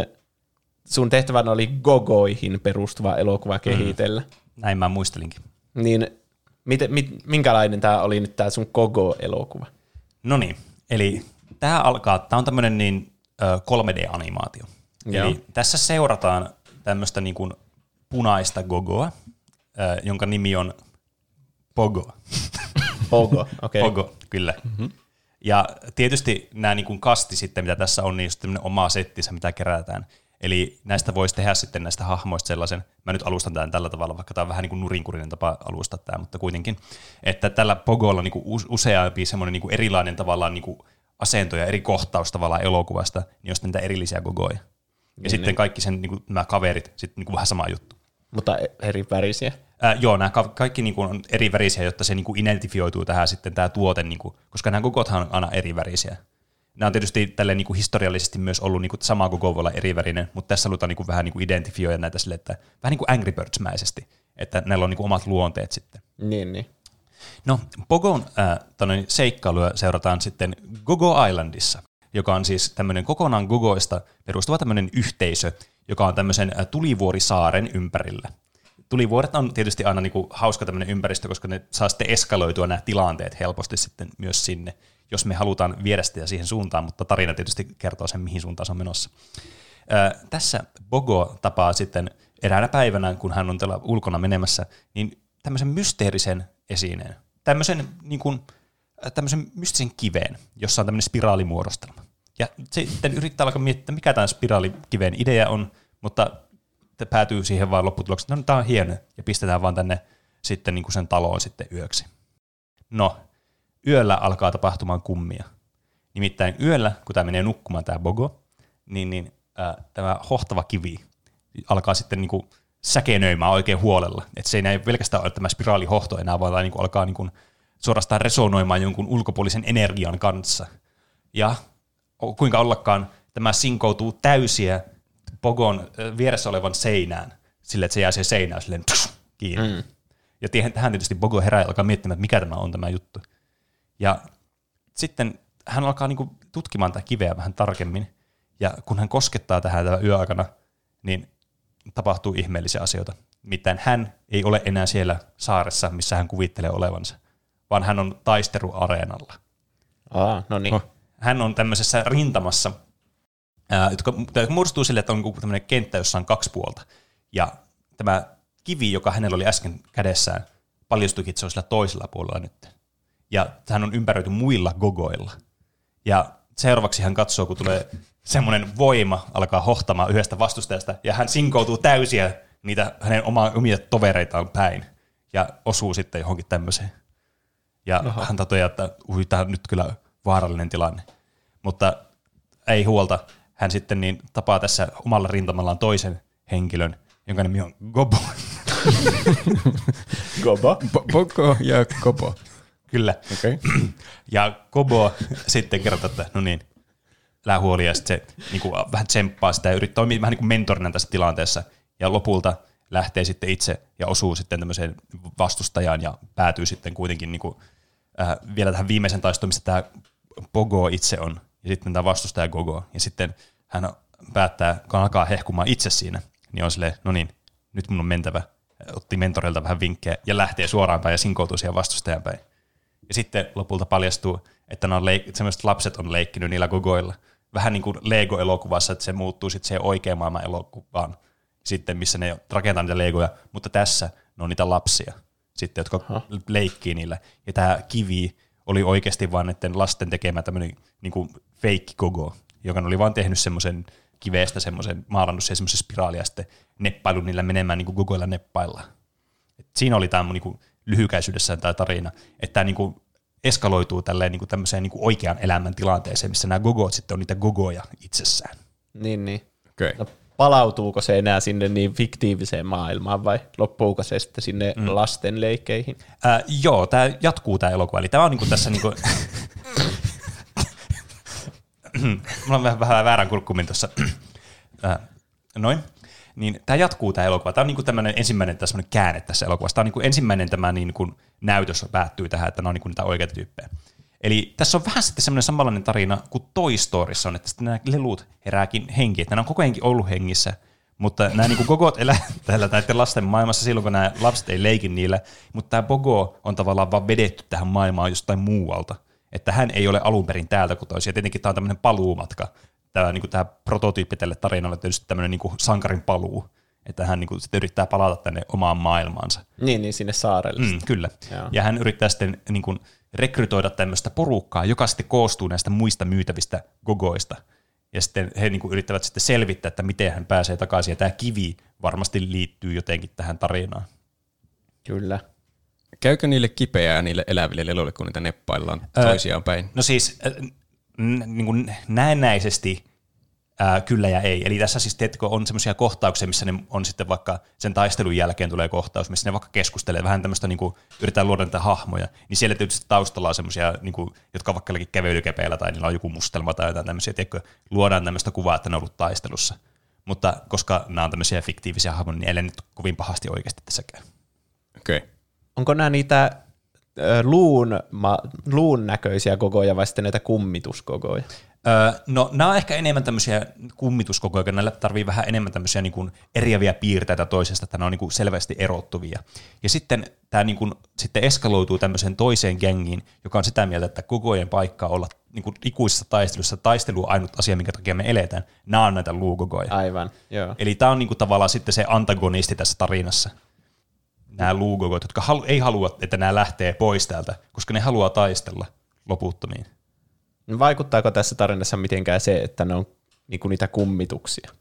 sun tehtävänä oli gogoihin perustuva elokuva kehitellä. Näin mä muistelinkin. Niin minkälainen tää oli nyt tää sun gogo-elokuva? No niin, eli tää on tämmönen niin 3D-animaatio. Joo. Eli tässä seurataan tämmöistä niin kuin punaista gogoa, jonka nimi on Pogo. Pogo, okei. Okay. Pogo, kyllä. Mm-hmm. Ja tietysti nämä niin kuin kasti sitten, mitä tässä on, niin just tämmöinen oma settinsä, mitä kerätään. Eli näistä voisi tehdä sitten näistä hahmoista sellaisen, mä nyt alustan tämän tällä tavalla, vaikka tämä on vähän niin kuin nurinkurinen tapa alustaa tämä, mutta kuitenkin, että tällä Pogolla on niin kuin useampi semmoinen niin kuin erilainen tavallaan niin kuin asento ja eri kohtaus tavallaan elokuvasta, niin jos niitä erillisiä gogoja. Ja niin, sitten kaikki sen, niin kuin, nämä kaverit, sitten niin kuin vähän sama juttu. Mutta eri värisiä? Joo, nämä kaikki niin kuin on eri värisiä, jotta se niin kuin identifioituu tähän sitten tämä tuote, niin kuin, koska nämä gogothan on aina eri värisiä. Nämä on tietysti tälleen niin kuin historiallisesti myös ollut, niin kuin sama gogo voi olla eri värinen, mutta tässä halutaan niin kuin vähän niin kuin identifioida näitä sille, että vähän niin kuin Angry Birds-mäisesti, että näillä on niin kuin omat luonteet sitten. Niin. No, Pogon seikkailuja seurataan sitten Gogo Islandissa, joka on siis tämmöinen kokonaan gogoista perustuva tämmöinen yhteisö, joka on tämmöisen tulivuorisaaren ympärillä. Tulivuoret on tietysti aina niinku hauska tämmöinen ympäristö, koska ne saa sitten eskaloitua nämä tilanteet helposti sitten myös sinne, jos me halutaan viedä sitä siihen suuntaan, mutta tarina tietysti kertoo sen, mihin suuntaan se on menossa. Tässä Pogo tapaa sitten eräänä päivänä, kun hän on tuolla ulkona menemässä, niin tämmöisen mysteerisen esineen, tämmöisen mystisen kiveen, jossa on tämmöinen spiraalimuodostelma. Ja sitten yrittää alkaa miettiä, mikä tämä spiraalikiven idea on, mutta päätyy siihen vaan lopputulokseen, että no, tämä on hieno, ja pistetään vaan tänne sitten niin kuin sen taloon sitten yöksi. No, yöllä alkaa tapahtumaan kummia. Nimittäin yöllä, kun tämä menee nukkumaan tämä Pogo, niin tämä hohtava kivi alkaa sitten niin kuin säkenöimään oikein huolella. Että se ei näin pelkästään ole tämä spiraalihohto enää, vaan niin kuin alkaa niin kuin suorastaan resonoimaan jonkun ulkopuolisen energian kanssa. Ja kuinka ollakaan tämä sinkoutuu täysiä Pogon vieressä olevan seinään, sille että se jää siihen seinään silleen kiinni. Ja tähän tietysti Pogo herää ja alkaa miettimään, että mikä tämä on tämä juttu. Ja sitten hän alkaa niinku tutkimaan tätä kiveä vähän tarkemmin, ja kun hän koskettaa tähän tämän yöaikana, niin tapahtuu ihmeellisiä asioita. Nimittäin hän ei ole enää siellä saaressa, missä hän kuvittelee olevansa, vaan hän on taisteluareenalla. No niin. Hän on tämmöisessä rintamassa, jotka muodostuu sille, että on tämmöinen kenttä, jossa on kaksi puolta. Ja tämä kivi, joka hänellä oli äsken kädessään, paljastuikin, että se on sillä toisella puolella nyt. Ja hän on ympäröity muilla gogoilla. Ja seuraavaksi hän katsoo, kun tulee semmoinen voima, alkaa hohtamaan yhdestä vastustajasta, ja hän sinkoutuu täysiä niitä hänen omia tovereitaan päin, ja osuu sitten johonkin tämmöiseen. Ja hän toteaa, että tämä on nyt kyllä vaarallinen tilanne. Mutta ei huolta, hän sitten niin tapaa tässä omalla rintamallaan toisen henkilön, jonka nimi on Gobo. Gobo? Pogo ja Gobo. Kyllä. Okay. Ja Gobo sitten kertoo, että no niin, älä huoli, ja sitten se niin kuin, vähän tsemppaa sitä ja yrittää toimia vähän niin kuin mentorina tässä tilanteessa. Ja lopulta lähtee sitten itse ja osuu sitten tämmöiseen vastustajaan ja päätyy sitten kuitenkin niin kuin, vielä tähän viimeisen taistoon, mistä tämä Pogo itse on, ja sitten tämä vastustaja Gogo, ja sitten hän päättää, kun alkaa hehkumaan itse siinä, niin on silleen, no niin, nyt mun on mentävä, otti mentorilta vähän vinkkejä, ja lähtee suoraan päin ja sinkoutuu siihen vastustajan päin. Ja sitten lopulta paljastuu, että sellaiset lapset on leikkinyt niillä Gogoilla. Vähän niin kuin Lego-elokuvassa, että se muuttuu sitten siihen oikean maailman elokuvaan, sitten missä ne rakentaa niitä Legoja, mutta tässä ne on niitä lapsia, sitten, jotka leikkii niillä. Ja tämä kivi oli oikeasti vaan näiden lasten tekemä tämmöinen niin kuin fake Gogo, joka oli vaan tehnyt semmoisen kivestä semmoisen, maalannut siihen semmoisen spiraalia ja sitten neppailun niillä menemään niin kuin Gogoilla neppaillaan. Et siinä oli tämä niin kuin lyhykäisyydessään tämä tarina, että tämä niin kuin eskaloituu tälleen niin kuin tämmöiseen niin kuin oikean elämän tilanteeseen, missä nämä Gogot sitten on niitä Gogoja itsessään. Niin. Okay. No, palautuuko se enää sinne niin fiktiiviseen maailmaan vai loppuuko se sitten sinne lasten leikkeihin? Joo, tämä jatkuu tämä elokuva. Eli tämä on niinku tässä niinku mulla on vähän väärän kurkkumin tuossa. Noin. Niin tämä jatkuu tämä elokuva. Tämä on niinku tämmöinen ensimmäinen käänne tässä elokuvassa. Tämä on niinku ensimmäinen tämä niinku näytös päättyy tähän, että ne on niinku niitä oikeita tyyppejä. Eli tässä on vähän sitten semmoinen samanlainen tarina kuin Toy Storyssa on, että sitten nämä lelut herääkin henkiin, että nämä on koko ajan ollut hengissä, mutta nämä niin kuin Gogot elää täällä näiden lasten maailmassa silloin, kun nämä lapset ei leikin niillä, mutta tämä Pogo on tavallaan vaan vedetty tähän maailmaan jostain muualta, että hän ei ole alun perin täältä kotoisin, ja tietenkin tämä on tämmöinen paluumatka, tämä prototyyppi tälle tarinalle on tietysti tämmöinen niin kuin sankarin paluu, että hän niin kuin sitten yrittää palata tänne omaan maailmaansa. Niin sinne saarelle. Kyllä. Joo. Ja hän yrittää sitten niin kuin rekrytoida tämmöistä porukkaa, joka sitten koostuu näistä muista myytävistä Gogoista. Ja sitten he niin kuin yrittävät sitten selvittää, että miten hän pääsee takaisin. Ja tämä kivi varmasti liittyy jotenkin tähän tarinaan. Kyllä. Käykö niille kipeää niille eläville leluille, kun niitä neppaillaan toisiaan päin? No siis niin kuin näennäisesti kyllä ja ei. Eli tässä siis teetkö, on semmoisia kohtauksia, missä ne on sitten vaikka sen taistelun jälkeen tulee kohtaus, missä ne vaikka keskustelee vähän tämmöistä, niin kuin yritetään luoda niitä hahmoja, niin siellä tietysti taustalla on semmoisia, niin kuin, jotka vaikka kävelykepeillä tai niillä on joku mustelma tai jotain tämmöisiä, teetkö, luodaan tämmöistä kuvaa, että ne on ollut taistelussa. Mutta koska nämä on tämmöisiä fiktiivisiä hahmoja, niin ei nyt kovin pahasti oikeasti tässäkään. Okei. Okay. Onko nämä niitä luun näköisiä Gogoja vai sitten näitä kummituskogoja? No nämä on ehkä enemmän tämmöisiä kummituskokoja, näillä tarvii vähän enemmän tämmöisiä niin kuin eriäviä piirteitä toisesta, että ne on niin kuin selvästi erottuvia. Ja sitten tämä niin kuin, sitten eskaloituu tämmöiseen toiseen gengiin, joka on sitä mieltä, että Gogojen paikka olla niin kuin ikuisessa taistelussa. Taistelu on ainut asia, minkä takia me eletään. Nämä on näitä luugogoja. Aivan, joo. Eli tämä on niin kuin tavallaan sitten se antagonisti tässä tarinassa. Nämä luugogot, jotka ei halua, että nämä lähtee pois täältä, koska ne haluaa taistella loputtomiin. Vaikuttaako tässä tarinassa mitenkään se, että ne on niinku niitä kummituksia?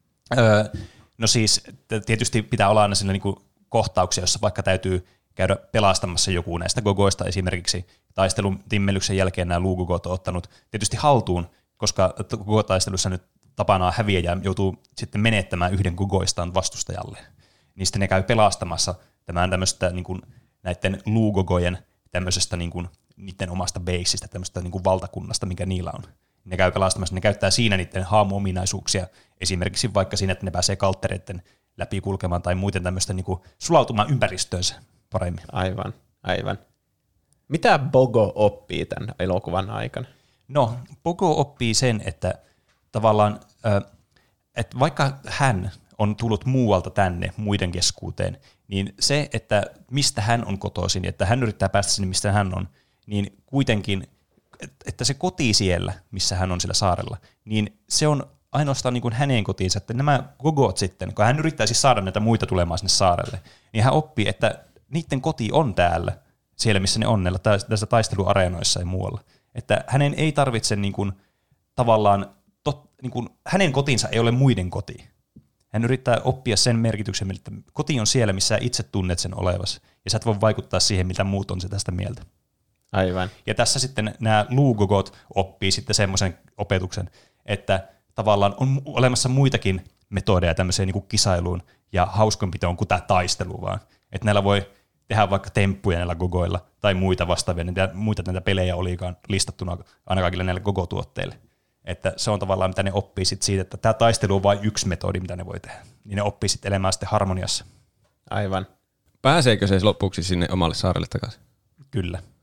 No siis tietysti pitää olla aina sillä niinku kohtauksia, jossa vaikka täytyy käydä pelastamassa joku näistä gogoista. Esimerkiksi taistelun timmelyksen jälkeen nämä luugogot on ottanut tietysti haltuun, koska gogo-taistelussa nyt tapana on häviä ja joutuu sitten menettämään yhden gogoistaan vastustajalle. Niin sitten ne käy pelastamassa tämän tämmöistä niinku näiden luugogojen tämmöisestä niinku niiden omasta beisistä, tämmöistä niin kuin valtakunnasta, mikä niillä on. Ne käy pelastamassa, ne käyttää siinä niiden haamu-ominaisuuksia, esimerkiksi vaikka siinä, että ne pääsee kalttereiden läpi kulkemaan tai muuten tämmöistä niin kuin sulautumaan ympäristöönsä paremmin. Aivan. Mitä Pogo oppii tämän elokuvan aikana? No, Pogo oppii sen, että tavallaan, että vaikka hän on tullut muualta tänne muiden keskuuteen, niin se, että mistä hän on kotoisin, että hän yrittää päästä sinne, mistä hän on, niin kuitenkin, että se koti siellä, missä hän on sillä saarella, niin se on ainoastaan niin kuin hänen kotiinsa, että nämä gogot sitten, kun hän yrittää siis saada näitä muita tulemaan sinne saarelle, niin hän oppii, että niiden koti on täällä, siellä missä ne on, tässä taisteluareenoissa ja muualla. Että hänen ei tarvitse niin kuin, tavallaan, niin kuin, hänen kotinsa ei ole muiden koti. Hän yrittää oppia sen merkityksen, että koti on siellä, missä itse tunnet sen olevasi, ja sä et voi vaikuttaa siihen, mitä muut on se tästä mieltä. Aivan. Ja tässä sitten nämä luugogot oppii sitten semmoisen opetuksen, että tavallaan on olemassa muitakin metodeja tämmöiseen niin kuin kisailuun ja hauskanpitoon kuin tämä taistelu vaan. Että näillä voi tehdä vaikka temppuja näillä gogoilla tai muita vastaavia, muita näitä pelejä olikaan listattuna aina kaikille näille gogo-tuotteille. Että se on tavallaan, mitä ne oppii sitten siitä, että tämä taistelu on vain yksi metodi, mitä ne voi tehdä. Niin ne oppii sitten elämään sitten harmoniassa. Aivan. Pääseekö se lopuksi sinne omalle saarelle takaisin? Kyllä.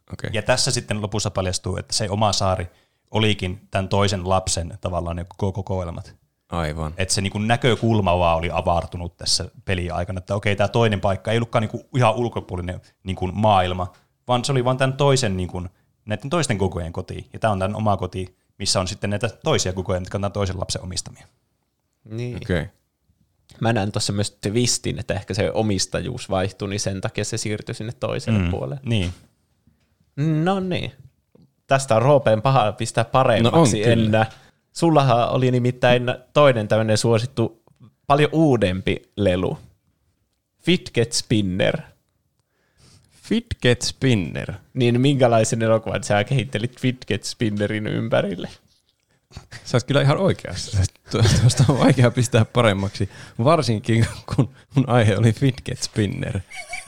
Okay. Ja tässä sitten lopussa paljastuu, että se oma saari olikin tämän toisen lapsen tavallaan ne kokoelmat. Aivan. Että se niin näkökulma vaan oli avartunut tässä peliä aikana, että okei, tämä toinen paikka ei ollutkaan niin ihan ulkopuolinen niin maailma, vaan se oli vaan tämän toisen, niin kuin, näiden toisten kokojen koti. Ja tämä on tämän oma koti, missä on sitten näitä toisia kokoja, jotka on tämän toisen lapsen omistamia. Niin. Okay. Mä näen tuossa myös twistin, että ehkä se omistajuus vaihtui, niin sen takia se siirtyi sinne toiselle puolelle. Niin. No niin. Tästä on Roopeen paha pistää paremmaksi enää. Sullahan oli nimittäin toinen tämmöinen suosittu, paljon uudempi lelu. Fidget Spinner. Fidget Spinner. Niin minkälaisen elokuvan sä kehittelit Fidget Spinnerin ympärille? Sä oot kyllä ihan oikeassa. Tuosta on vaikea pistää paremmaksi, varsinkin kun mun aihe oli Fidget Spinner.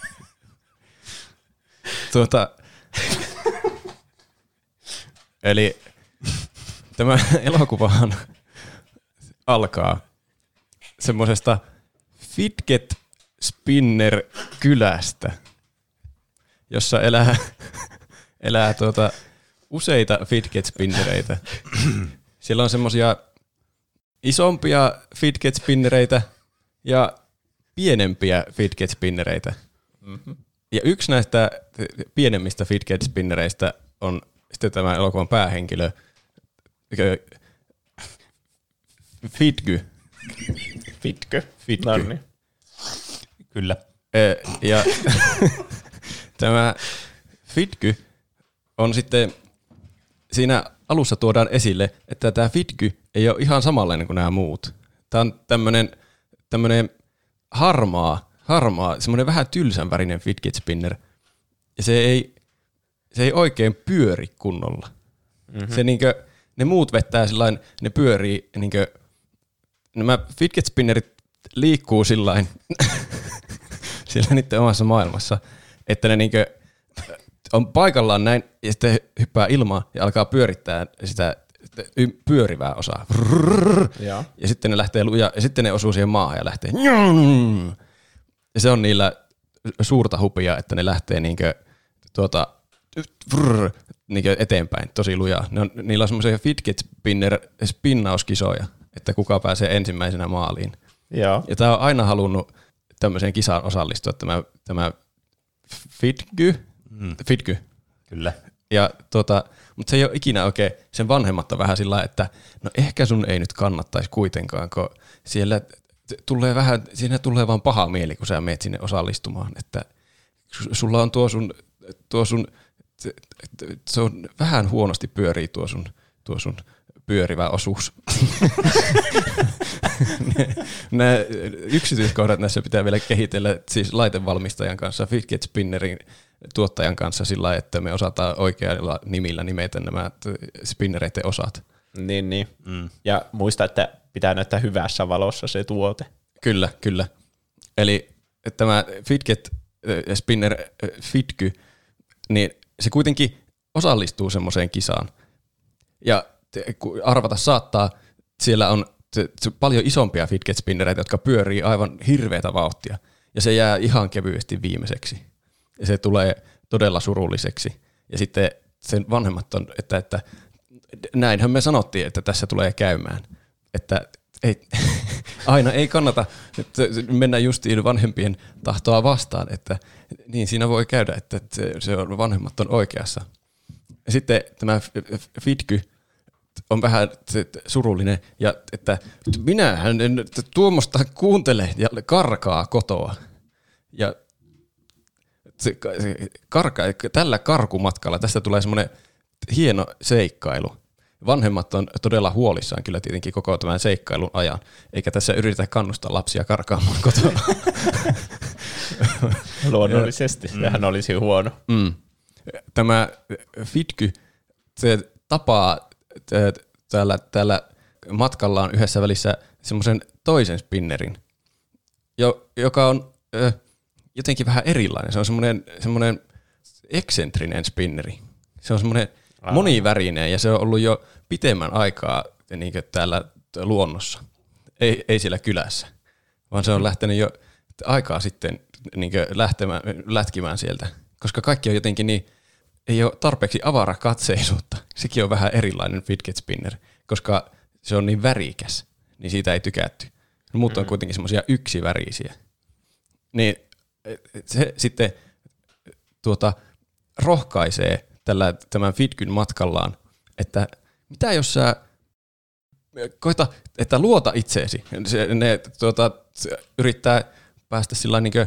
Eli tämä elokuvahan alkaa semmoisesta Fidget Spinner kylästä, jossa elää useita Fidget Spinnereitä. Siellä on semmoisia isompia Fidget Spinnereitä ja pienempiä Fidget Spinnereitä. Mm-hmm. Ja yksi näistä pienemmistä Fidget Spinnereistä on sitten tämä elokuvan päähenkilö Fidgy. Fidgy. No niin. Kyllä. Ja tämä Fidgy on sitten, siinä alussa tuodaan esille, että tämä Fidgy ei ole ihan samanlainen kuin nämä muut. Tämä on tämmöinen harmaa, semmoinen vähän tylsän värinen Fidget Spinner. Ja se ei oikein pyöri kunnolla. Mm-hmm. Se ne muut vettää sillain, ne pyörii, nämä Fidget Spinnerit liikkuu sillain siellä niiden omassa maailmassa, että ne on paikallaan näin ja sitten hyppää ilmaan ja alkaa pyörittää sitä pyörivää osaa. Ja sitten ne lähtee lujaa ja sitten ne osuu siihen maahan ja lähtee. Ja se on niillä suurta hupia, että ne lähtee eteenpäin tosi lujaa. Niillä on semmoisia Fidget Spinner spinnauskisoja, että kuka pääsee ensimmäisenä maaliin. Joo. Ja tää on aina halunnut tämmöiseen kisaan osallistua, tämä Fidgy. Fidgy. Kyllä. Ja mutta se ei ole ikinä oikein, sen vanhemmat on vähän sillä, että no ehkä sun ei nyt kannattaisi kuitenkaan, kun siinä tulee vaan paha mieli, kun sä meet sinne osallistumaan, että sulla on tuo sun se on vähän huonosti pyörii tuo sun pyörivä osuus. Nämä yksityiskohdat näissä pitää vielä kehitellä siis laitevalmistajan kanssa, Fidget Spinnerin tuottajan kanssa sillä, että me osataan oikeilla nimillä nimetä nämä spinnereiden osat. Niin. Mm. Ja muista, että pitää näyttää hyvässä valossa se tuote. Kyllä. Eli tämä Fidget Spinner Fidgy, niin se kuitenkin osallistuu semmoiseen kisaan. Ja arvata saattaa, siellä on paljon isompia Fidget Spinnereitä, jotka pyörii aivan hirveätä vauhtia. Ja se jää ihan kevyesti viimeiseksi. Ja se tulee todella surulliseksi. Ja sitten sen vanhemmat on, että näinhän me sanottiin, että tässä tulee käymään. Että aina ei kannata mennä justiin vanhempien tahtoa vastaan, että niin siinä voi käydä, että se on, vanhemmat on oikeassa. Ja sitten tämä Fidgy on vähän surullinen, ja että minähän en tuommoista kuuntele ja karkaa kotoa. Ja se karkaa, tällä karkumatkalla tästä tulee semmoinen hieno seikkailu. Vanhemmat on todella huolissaan kyllä tietenkin koko tämän seikkailun ajan, eikä tässä yritetä kannustaa lapsia karkaamaan kotoa. Luonnollisesti, sehän olisi huono. Tämä Fidgy, se tapaa täällä matkallaan yhdessä välissä semmoisen toisen spinnerin, joka on jotenkin vähän erilainen. Se on semmoinen eksentrinen spinneri. Se on semmoinen monivärinen ja se on ollut jo pitemmän aikaa niin täällä luonnossa. Ei siellä kylässä, vaan se on lähtenyt jo aikaa sitten niin lätkimään sieltä. Koska kaikki on jotenkin niin ei ole tarpeeksi avarakatseisuutta. Sekin on vähän erilainen fidget spinner, koska se on niin värikäs, niin siitä ei tykätty. Muut on kuitenkin semmoisia yksivärisiä. Niin se sitten rohkaisee tämän Fidgyn matkallaan, että mitä jos sä koita, että luota itseesi. Se yrittää päästä sillä niin kuin,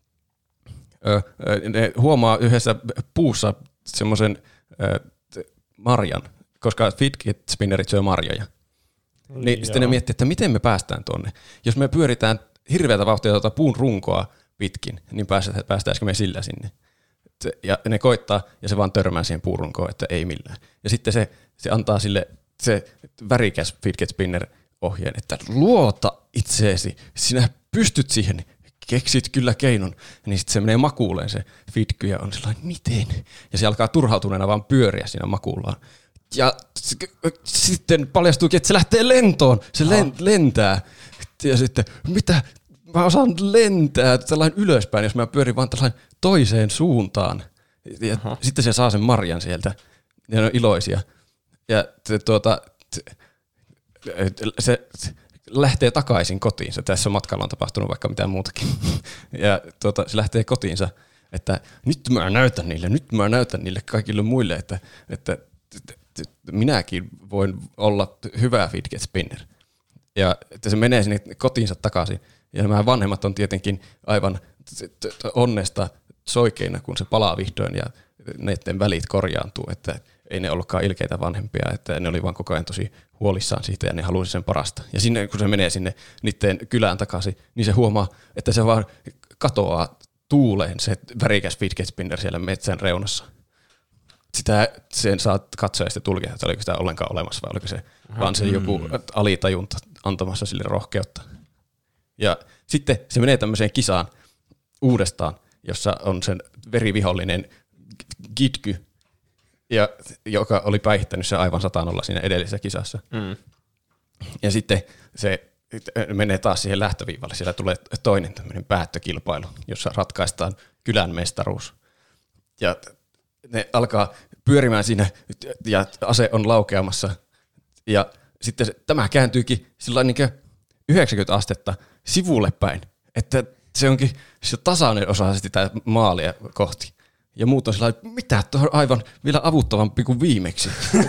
ne huomaa yhdessä puussa semmoisen marjan, koska fidget spinnerit syö marjoja. Niin sitten ne miettii, että miten me päästään tuonne. Jos me pyöritään hirveätä vauhtia puun runkoa pitkin, niin päästäisikö me sillä sinne? Ja ne koittaa, ja se vaan törmää siihen puurunkoon, että ei millään. Ja sitten se antaa sille se värikäs fidget spinner ohjeen, että luota itseesi, sinä pystyt siihen, keksit kyllä keinon. Niin sitten se menee makuuleen se fidgy ja on sellainen, miten? Ja se alkaa turhautuneena vaan pyöriä siinä makuullaan. Ja sitten paljastuukin, että se lähtee lentoon, se lentää. Ja sitten, mitä? Mä osaan lentää tällainen ylöspäin, jos mä pyörin vaan tällainen toiseen suuntaan. Ja sitten se saa sen marjan sieltä. Ja ne on iloisia. Ja se lähtee takaisin kotiinsa. Tässä matkalla on tapahtunut vaikka mitään muutakin. Ja se lähtee kotiinsa, että nyt mä näytän niille kaikille muille, että minäkin voin olla hyvä fidget spinner. Ja että se menee sinne kotiinsa takaisin. Ja nämä vanhemmat on tietenkin aivan onnesta soikeina, kun se palaa vihdoin ja neiden välit korjaantuu, että ei ne ollutkaan ilkeitä vanhempia, että ne oli vaan koko ajan tosi huolissaan siitä ja ne halusi sen parasta. Ja sinne, kun se menee sinne niiden kylään takaisin, niin se huomaa, että se vaan katoaa tuuleen se värikäs fidget spinner siellä metsän reunassa. Sitä sen saa katsoa ja sitten tulkita, että oliko sitä ollenkaan olemassa vai oliko se vaan se joku alitajunta antamassa sille rohkeutta. Ja sitten se menee tämmöiseen kisaan uudestaan, jossa on sen verivihollinen Gidgy, joka oli päihittänyt se aivan 100 siinä edellisessä kisassa. Ja sitten se menee taas siihen lähtöviivalle. Siellä tulee toinen tämmöinen päättökilpailu, jossa ratkaistaan kylän mestaruus. Ja ne alkaa pyörimään siinä ja ase on laukeamassa. Ja sitten tämä kääntyykin sillä niin kuin 90 astetta sivulle päin, että se onkin se tasainen osa sitä maalia kohti. Ja muut on sellainen, mitä, tuo on aivan vielä avuttavampi kuin viimeksi.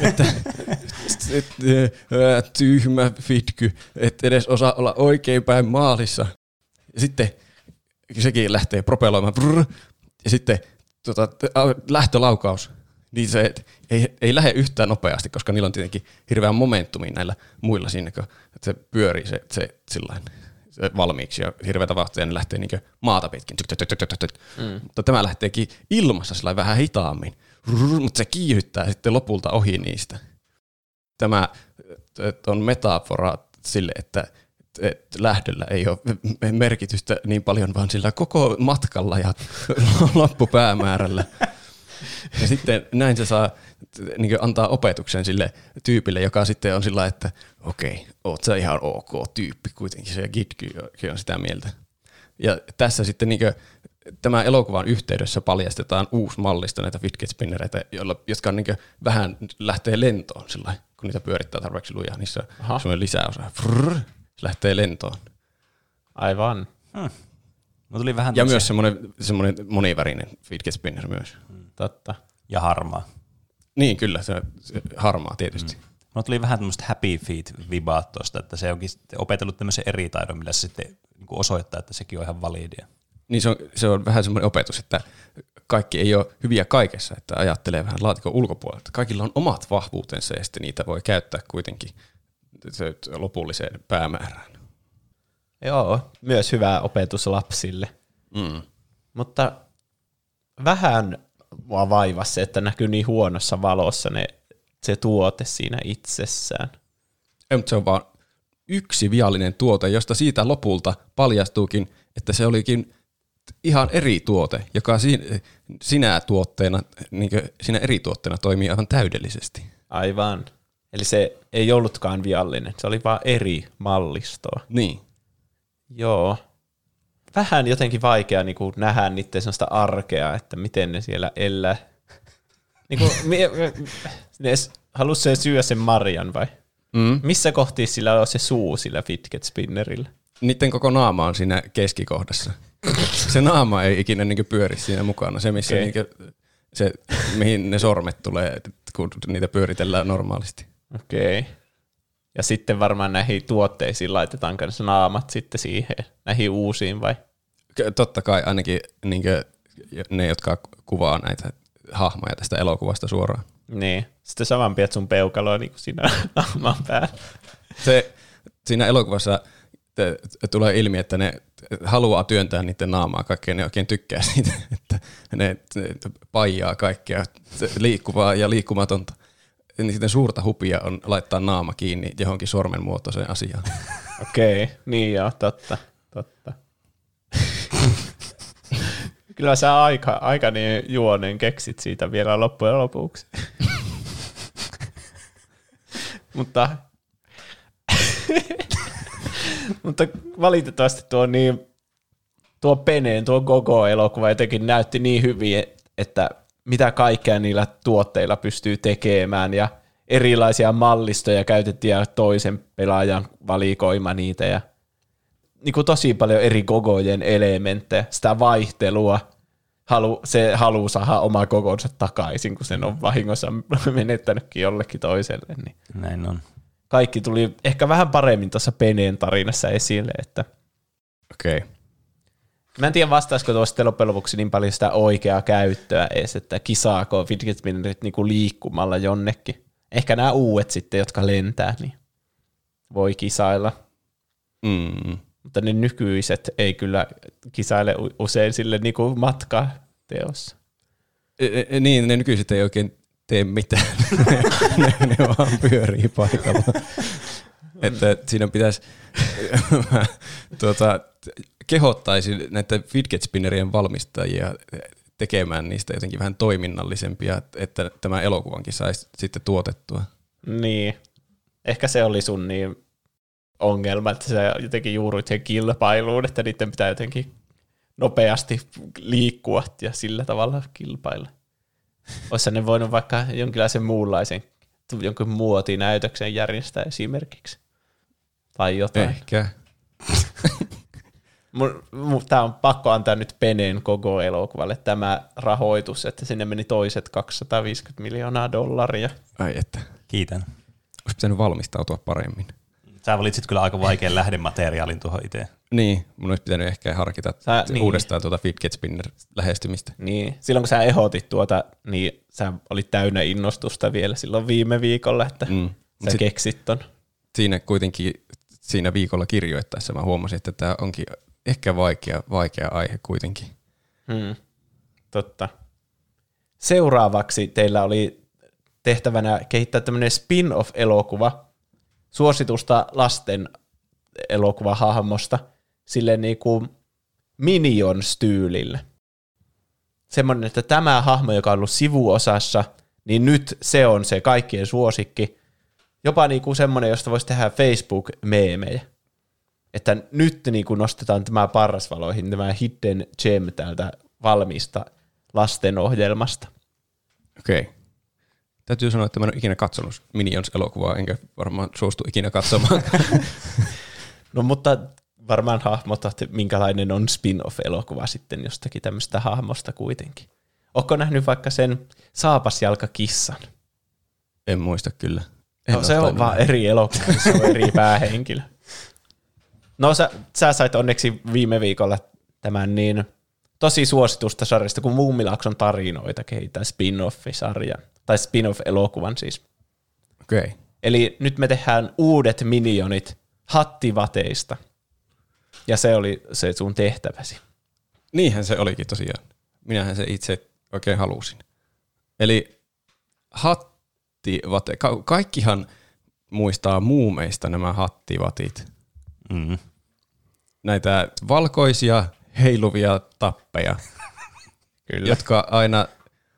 Tyhmä fidgy, et edes osaa olla oikein päin maalissa. Ja sitten sekin lähtee propelloimaan. Ja sitten lähtölaukaus, niin se ei lähde yhtään nopeasti, koska niillä on tietenkin hirveän momentumi näillä muilla siinä, kun se pyörii se sillain valmiiksi ja hirveätä vauhtia ja ne lähtee niin maata pitkin. Mutta tämä lähteekin ilmassa sillä vähän hitaammin, mutta se kiihyttää sitten lopulta ohi niistä. Tämä on metafora sille, että lähdöllä ei ole merkitystä niin paljon, vaan sillä koko matkalla ja loppupäämäärällä. Ja sitten näin se saa niin antaa opetuksen sille tyypille, joka sitten on sillä, että okei, oot sä ihan ok tyyppi kuitenkin, se Gidgy on sitä mieltä. Ja tässä sitten niin tämän elokuvan yhteydessä paljastetaan uusi mallisto näitä fidget spinnereitä, jotka on niin vähän lähtee lentoon sillä, kun niitä pyörittää tarpeeksi lujaa, niissä on semmoinen lisäosa. Se lähtee lentoon. Aivan. No tuli vähän ja myös semmoinen monivärinen fidget spinner myös. Totta. Ja harmaa. Niin, kyllä, se harmaa tietysti. No tuli vähän tämmöistä happy feet-vibaat tuosta, että se onkin opetellut tämmöisen eri taidon, millä se sitten osoittaa, että sekin on ihan validia. Niin se on vähän semmoinen opetus, että kaikki ei ole hyviä kaikessa, että ajattelee vähän laatikon ulkopuolelta. Kaikilla on omat vahvuutensa ja sitten niitä voi käyttää kuitenkin lopulliseen päämäärään. Joo, myös hyvä opetus lapsille. Mutta vähän mua vaivasi se, että näkyy niin huonossa valossa se tuote siinä itsessään. Ei, mutta se on vaan yksi viallinen tuote, josta siitä lopulta paljastuukin, että se olikin ihan eri tuote, joka sinä eri tuotteena toimii aivan täydellisesti. Aivan. Eli se ei ollutkaan viallinen, se oli vaan eri mallistoa. Niin. Joo. Vähän jotenkin vaikea niin nähdä niiden sellaista arkea, että miten ne siellä elää. Niinku, halusi se syödä sen marjan vai? Missä kohti sillä on se suu sillä fidget spinnerillä? Niiden koko naama on siinä keskikohdassa. Se naama ei ikinä niinku pyöri siinä mukana. Se, missä niinku, se, mihin ne sormet tulee, kun niitä pyöritellään normaalisti. Okei. Ja sitten varmaan näihin tuotteisiin laitetaan kanssa naamat sitten siihen, näihin uusiin vai? Totta kai ainakin niinku, ne, jotka kuvaa näitä hahmoja tästä elokuvasta suoraan. Niin. Sitten saman piet sun peukaloa niin kuin siinä naaman päällä. Siinä elokuvassa tulee ilmi, että ne haluaa työntää niiden naamaa kaikkea, ne oikein tykkää siitä, että ne paijaa kaikkea liikkuvaa ja liikkumatonta. Niin sitten suurta hupia on laittaa naama kiinni johonkin sormen muotoiseen asiaan. Okei, niin joo, totta. Kyllä sä aika niin juoneen keksit siitä vielä loppujen lopuksi. Mutta valitettavasti tuo Peneen, tuo Gogo-elokuva jotenkin näytti niin hyvin, että mitä kaikkea niillä tuotteilla pystyy tekemään ja erilaisia mallistoja käytettiin ja toisen pelaajan valikoima niitä ja niin kuin tosi paljon eri Gogojen elementtejä, sitä vaihtelua. Se haluaa saada oma Gogonsa takaisin, kun sen on vahingossa menettänytkin jollekin toiselle. Niin. Näin on. Kaikki tuli ehkä vähän paremmin tuossa Peneen tarinassa esille. Että Okei. Mä en tiedä, vastaisiko tuosta loppujen lopuksi niin paljon sitä oikeaa käyttöä edes, että kisaako fidget spinnerit niinku liikkumalla jonnekin. Ehkä nämä uudet sitten, jotka lentää, niin voi kisailla. Mutta ne nykyiset ei kyllä kisaile usein sille niinku matkateossa. Niin, ne nykyiset ei oikein tee mitään. ne vaan pyörii paikalla. Että siinä pitäisi kehottaisin näitä fidget spinnerien valmistajia tekemään niistä jotenkin vähän toiminnallisempia, että tämä elokuvankin saisi sitten tuotettua. Niin. Ehkä se oli sun niin ongelma, että sä jotenkin juuruit sen kilpailuun, että niiden pitää jotenkin nopeasti liikkua ja sillä tavalla kilpailla. Oissa ne voinut vaikka jonkinlaisen muunlaisen, jonkun muotinäytöksen järjestää esimerkiksi. Tai jotain. Ehkä. Tämä on pakko antaa nyt Peneen koko elokuvalle tämä rahoitus, että sinne meni toiset $250 miljoonaa. Ai että. Kiitän. Olisi pitänyt valmistautua paremmin. Sä valitsit kyllä aika vaikean lähdemateriaalin tuohon itse. Niin, mun olisi pitänyt ehkä harkita uudestaan tuota fidget spinner lähestymistä. Niin, silloin kun sä ehdotit tuota, niin sä olit täynnä innostusta vielä silloin viime viikolla, että sä keksit ton. Siinä kuitenkin siinä viikolla kirjoittaessa mä huomasin, että tämä onkin ehkä vaikea aihe kuitenkin. Totta. Seuraavaksi teillä oli tehtävänä kehittää tämmöinen spin-off-elokuva suositusta lasten elokuvahahmosta silleen niin kuin Minions-tyylillä. Semmoinen, että tämä hahmo, joka on ollut sivuosassa, niin nyt se on se kaikkien suosikki. Jopa niin kuin semmoinen, josta voisi tehdä Facebook-meemejä. Että nyt niin kuin nostetaan tämä parrasvaloihin, tämä Hidden Gem täältä valmista lastenohjelmasta. Okei. Täytyy sanoa, että mä en ole ikinä katsonut Minions-elokuvaa, enkä varmaan suostu ikinä katsomaan. No mutta varmaan hahmotat, minkälainen on spin-off-elokuva sitten jostakin tämmöistä hahmosta kuitenkin. Ootko nähnyt vaikka sen Saapasjalkakissan? En muista kyllä. No, se on vaan eri elokuva, se on eri päähenkilö. No sä sait onneksi viime viikolla tämän niin tosi suositusta sarjasta kuin Muumilaakson tarinoita kehittää spin-off-sarjan. Tai spin-off-elokuvan siis. Okei. Eli nyt me tehdään uudet minionit hattivateista. Ja se oli se sun tehtäväsi. Niinhän se olikin tosiaan. Minähän se itse oikein halusin. Eli hattivate. Kaikkihan muistaa muumeista nämä hattivatit. Näitä valkoisia heiluvia tappeja, Kyllä. jotka aina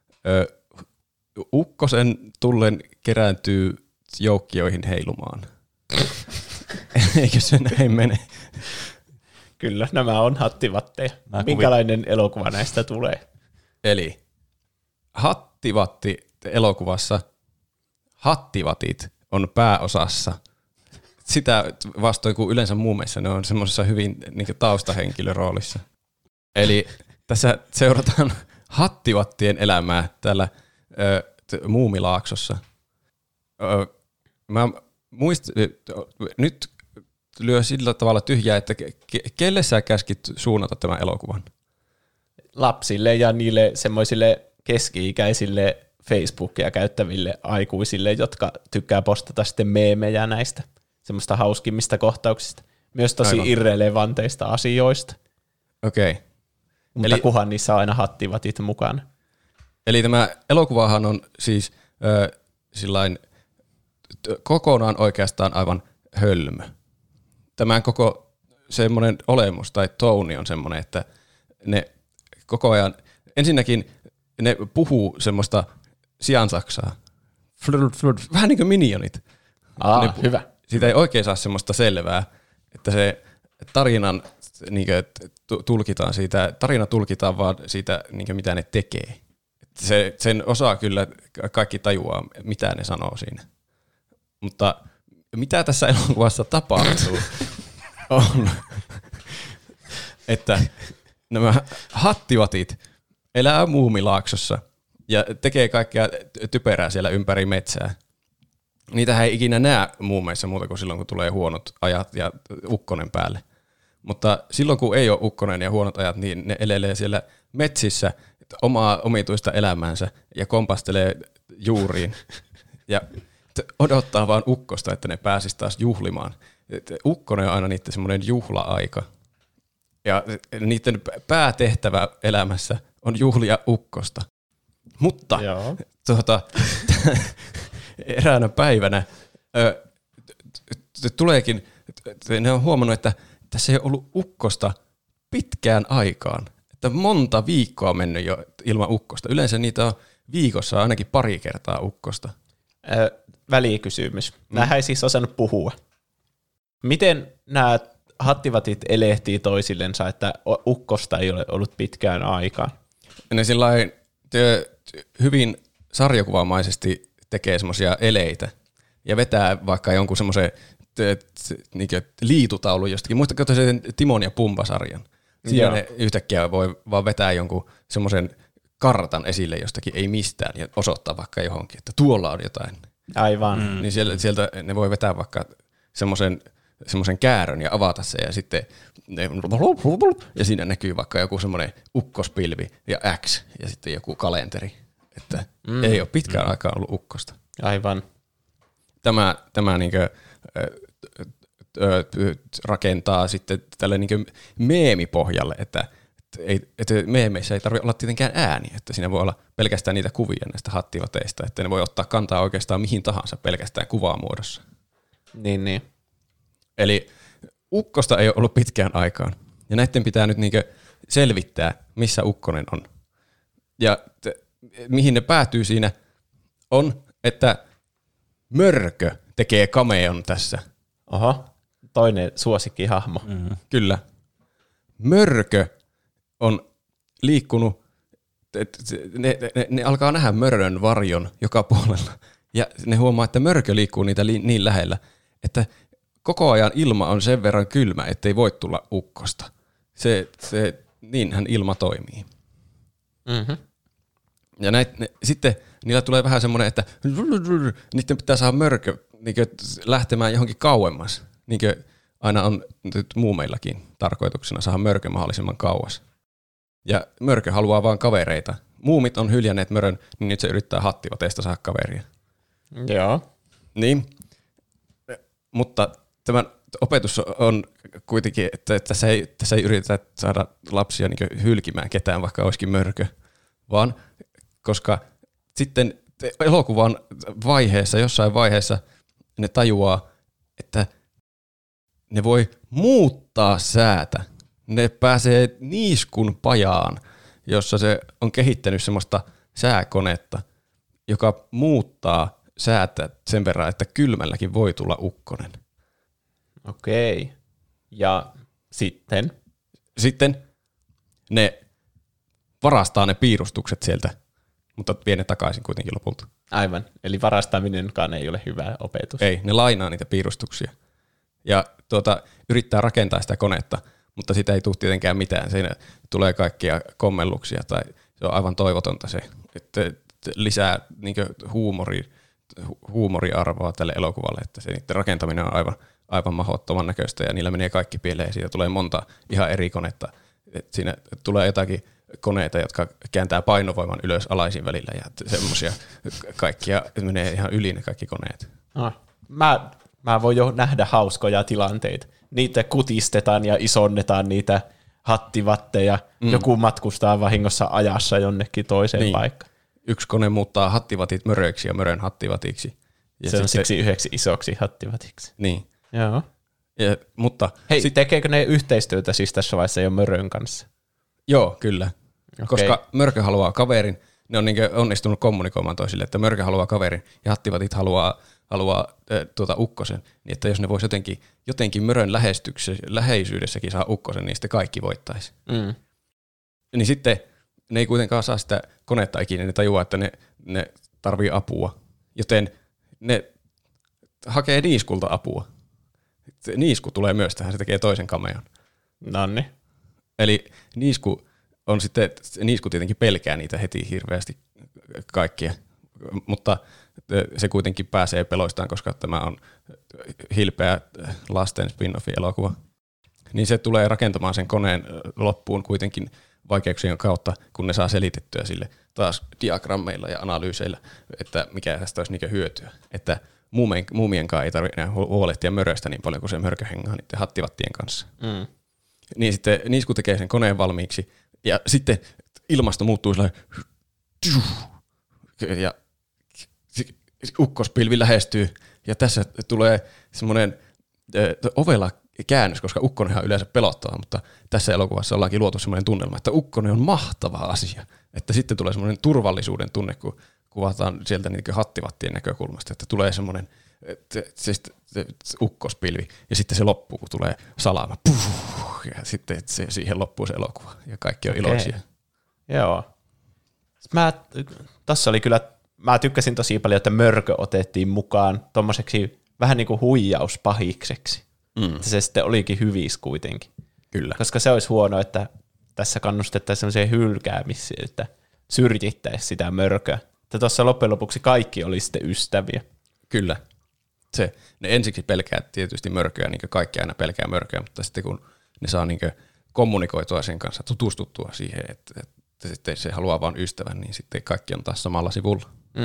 ukkosen tullen kerääntyy joukkioihin heilumaan. Eikö se näin mene? Kyllä, nämä on hattivatteja. Minkälainen elokuva näistä tulee? Eli hattivatti elokuvassa hattivatit on pääosassa. Sitä vastoin kuin yleensä muumeissa ne on semmoisessa hyvin niin kuin taustahenkilöroolissa. Eli tässä seurataan hattivattien elämää täällä Muumilaaksossa. Mä nyt lyö sillä tavalla tyhjää, että kelle sä käskit suunnata tämän elokuvan? Lapsille ja niille semmoisille keski-ikäisille Facebookia käyttäville aikuisille, jotka tykkää postata sitten meemejä näistä semmoista hauskimmista kohtauksista. Myös tosi irrelevanteista asioista. Okei. Mutta kuhan niissä on aina hattivatit mukana. Eli tämä elokuvahan on siis sillain kokonaan oikeastaan aivan hölmö. Tämän koko semmoinen olemus tai touni on semmoinen, että ne koko ajan, ensinnäkin ne puhuu semmoista siansaksaa. Vähän niin kuin Minionit. Hyvä. Siitä ei oikein saa semmoista selvää, että se tarinan niin tulkitaan siitä, tarina tulkitaan vaan siitä, niin mitä ne tekee. Sen osaa kyllä kaikki tajuaa, mitä ne sanoo siinä. Mutta mitä tässä elokuvassa tapahtuu on, että nämä hattivatit elää Muumilaaksossa ja tekee kaikkea typerää siellä ympäri metsää. Niitähän ei ikinä näe muumeissa muuta kuin silloin, kun tulee huonot ajat ja ukkonen päälle. Mutta silloin, kun ei ole ukkonen ja huonot ajat, niin ne elelee siellä metsissä omaa omituista elämäänsä ja kompastelee juuriin ja odottaa vaan ukkosta, että ne pääsisi taas juhlimaan. Ukkonen on aina niiden semmoinen juhla-aika. Ja niiden päätehtävä elämässä on juhlia ukkosta. Mutta eräänä päivänä tuleekin, ne on huomannut, että tässä ei ole ollut ukkosta pitkään aikaan. Että monta viikkoa on mennyt jo ilman ukkosta. Yleensä niitä on viikossa ainakin pari kertaa ukkosta. Välikysymys. Nämähän ei siis osannut puhua. Miten nämä hattivatit elehtii toisillensa, että ukkosta ei ole ollut pitkään aikaan? Ne sillain hyvin sarjakuvamaisesti tekee semmoisia eleitä ja vetää vaikka jonkun semmoisen liitutaulun jostakin. Muistatko sen Timon ja Pumba-sarjan? Siinä ne yhtäkkiä voi vaan vetää jonkun semmoisen kartan esille jostakin, ei mistään, ja osoittaa vaikka johonkin, että tuolla on jotain. Aivan. Niin sieltä ne voi vetää vaikka semmoisen käärön ja avata se, ja sitten ja siinä näkyy vaikka joku semmoinen ukkospilvi ja X, ja sitten joku kalenteri. Että ei ole pitkään aikaa ollut ukkosta. Aivan. Tämä niinkö rakentaa sitten tälle niin meemipohjalle, että meemeissä ei tarvitse olla tietenkään ääniä, että siinä voi olla pelkästään niitä kuvia näistä hattivateista, että ne voi ottaa kantaa oikeastaan mihin tahansa pelkästään kuvamuodossa. Niin. Eli ukkosta ei ole ollut pitkään aikaan, ja näiden pitää nyt niin selvittää, missä ukkonen on. Ja mihin ne päätyy siinä on, että Mörkö tekee cameon tässä. Oho, toinen suosikkihahmo. Kyllä. Mörkö on liikkunut, ne alkaa nähdä Mörön varjon joka puolella. Ja ne huomaa, että Mörkö liikkuu niitä niin lähellä, että koko ajan ilma on sen verran kylmä, ettei voi tulla ukkosta. Niinhän ilma toimii. Mm-hmm. Ja sitten niillä tulee vähän semmoinen, että niiden pitää saada Mörkö lähtemään johonkin kauemmas. Niin kuin aina on nyt muumeillakin tarkoituksena saada Mörkö mahdollisimman kauas. Ja Mörkö haluaa vaan kavereita. Muumit on hyljänneet Mörön, niin nyt se yrittää hattivateista saada kaveria. Joo. Niin, mutta tämä opetus on kuitenkin, että tässä ei yritetä saada lapsia niin hylkimään ketään, vaikka olisikin Mörkö, vaan koska sitten elokuvan jossain vaiheessa ne tajuaa, että ne voi muuttaa säätä. Ne pääsee niiskun pajaan, jossa se on kehittänyt semmoista sääkonetta, joka muuttaa säätä sen verran, että kylmälläkin voi tulla ukkonen. Okei. Ja sitten? Sitten ne varastaa ne piirustukset sieltä mutta vie ne takaisin kuitenkin lopulta. Aivan. Eli varastaminenkaan ei ole hyvä opetus. Ei, ne lainaa niitä piirustuksia. Ja yrittää rakentaa sitä konetta, mutta sitä ei tule tietenkään mitään. Siinä tulee kaikkia kommelluksia tai se on aivan toivotonta se, että lisää niin huumoriarvoa tälle elokuvalle, että se niiden rakentaminen on aivan mahdottoman näköistä ja niillä menee kaikki pieleen. Siitä tulee monta ihan eri konetta. Et siinä tulee jotakin koneita, jotka kääntää painovoiman ylös alaisin välillä ja semmoisia kaikkia, menee ihan yli ne kaikki koneet. Mä voin jo nähdä hauskoja tilanteita. Niitä kutistetaan ja isonnetaan niitä hattivatteja. Joku matkustaa vahingossa ajassa jonnekin toiseen paikkaan. Yksi kone muuttaa hattivatit möröiksi ja mörön hattivatiksi. Ja se on siksi yhdeksi isoksi hattivatiksi. Niin. Joo. Mutta tekeekö ne yhteistyötä siis tässä vaiheessa jo mörön kanssa? Joo, kyllä. Okay. Koska mörkö haluaa kaverin, ne on niin onnistunut kommunikoimaan toisille, että mörkö haluaa kaverin ja hattivatit haluaa ukkosen, niin että jos ne vois jotenkin mörön läheisyydessäkin saa ukkosen, niin sitten kaikki voittaisi. Niin sitten ne ei kuitenkaan saa sitä konetta ikinä, ne tajuaa, että ne tarvii apua, joten ne hakee Niiskulta apua. Niisku tulee myös tähän, se tekee toisen cameon. Nonni. Eli Niisku tietenkin pelkää niitä heti hirveästi kaikkia, mutta se kuitenkin pääsee peloistaan, koska tämä on hilpeä lasten spin-off-elokuva. Niin se tulee rakentamaan sen koneen loppuun kuitenkin vaikeuksien kautta, kun ne saa selitettyä sille taas diagrammeilla ja analyyseillä, että mikä tästä olisi niinkö hyötyä. Että muumienkaan ei tarvitse enää huolehtia möröstä niin paljon kuin se mörkö hengaa niiden hattivattien kanssa. Niin sitten Niisku tekee sen koneen valmiiksi ja sitten ilmasto muuttuu sellainen ja ukkospilvi lähestyy ja tässä tulee semmoinen ovela käännös, koska ukkonenhan yleensä pelottava, mutta tässä elokuvassa ollaankin luotu semmoinen tunnelma, että ukkonen on mahtava asia. Että sitten tulee semmoinen turvallisuuden tunne, kun kuvataan sieltä niin hattivattien näkökulmasta, että tulee semmoinen se ukkospilvi ja sitten se loppuu, kun tulee salama. Ja sitten siihen loppuu se elokuva ja kaikki on iloisia. Joo. Tossa oli kyllä, mä tykkäsin tosi paljon, että mörkö otettiin mukaan tommoseksi vähän niin kuin huijauspahikseksi. Että se sitten olikin hyvis kuitenkin. Kyllä. Koska se olisi huono, että tässä kannustettaisiin sellaiseen hylkäämiseen, että syrjittäisiin sitä mörköä. Että tuossa loppujen lopuksi kaikki oli sitten ystäviä. Kyllä. Ne ensiksi pelkää tietysti mörköä, niin kuin kaikki aina pelkää mörköä, mutta sitten kun ne saa niin kommunikoitua sen kanssa, tutustuttua siihen, että sitten se haluaa vaan ystävän, niin sitten kaikki on taas samalla sivulla.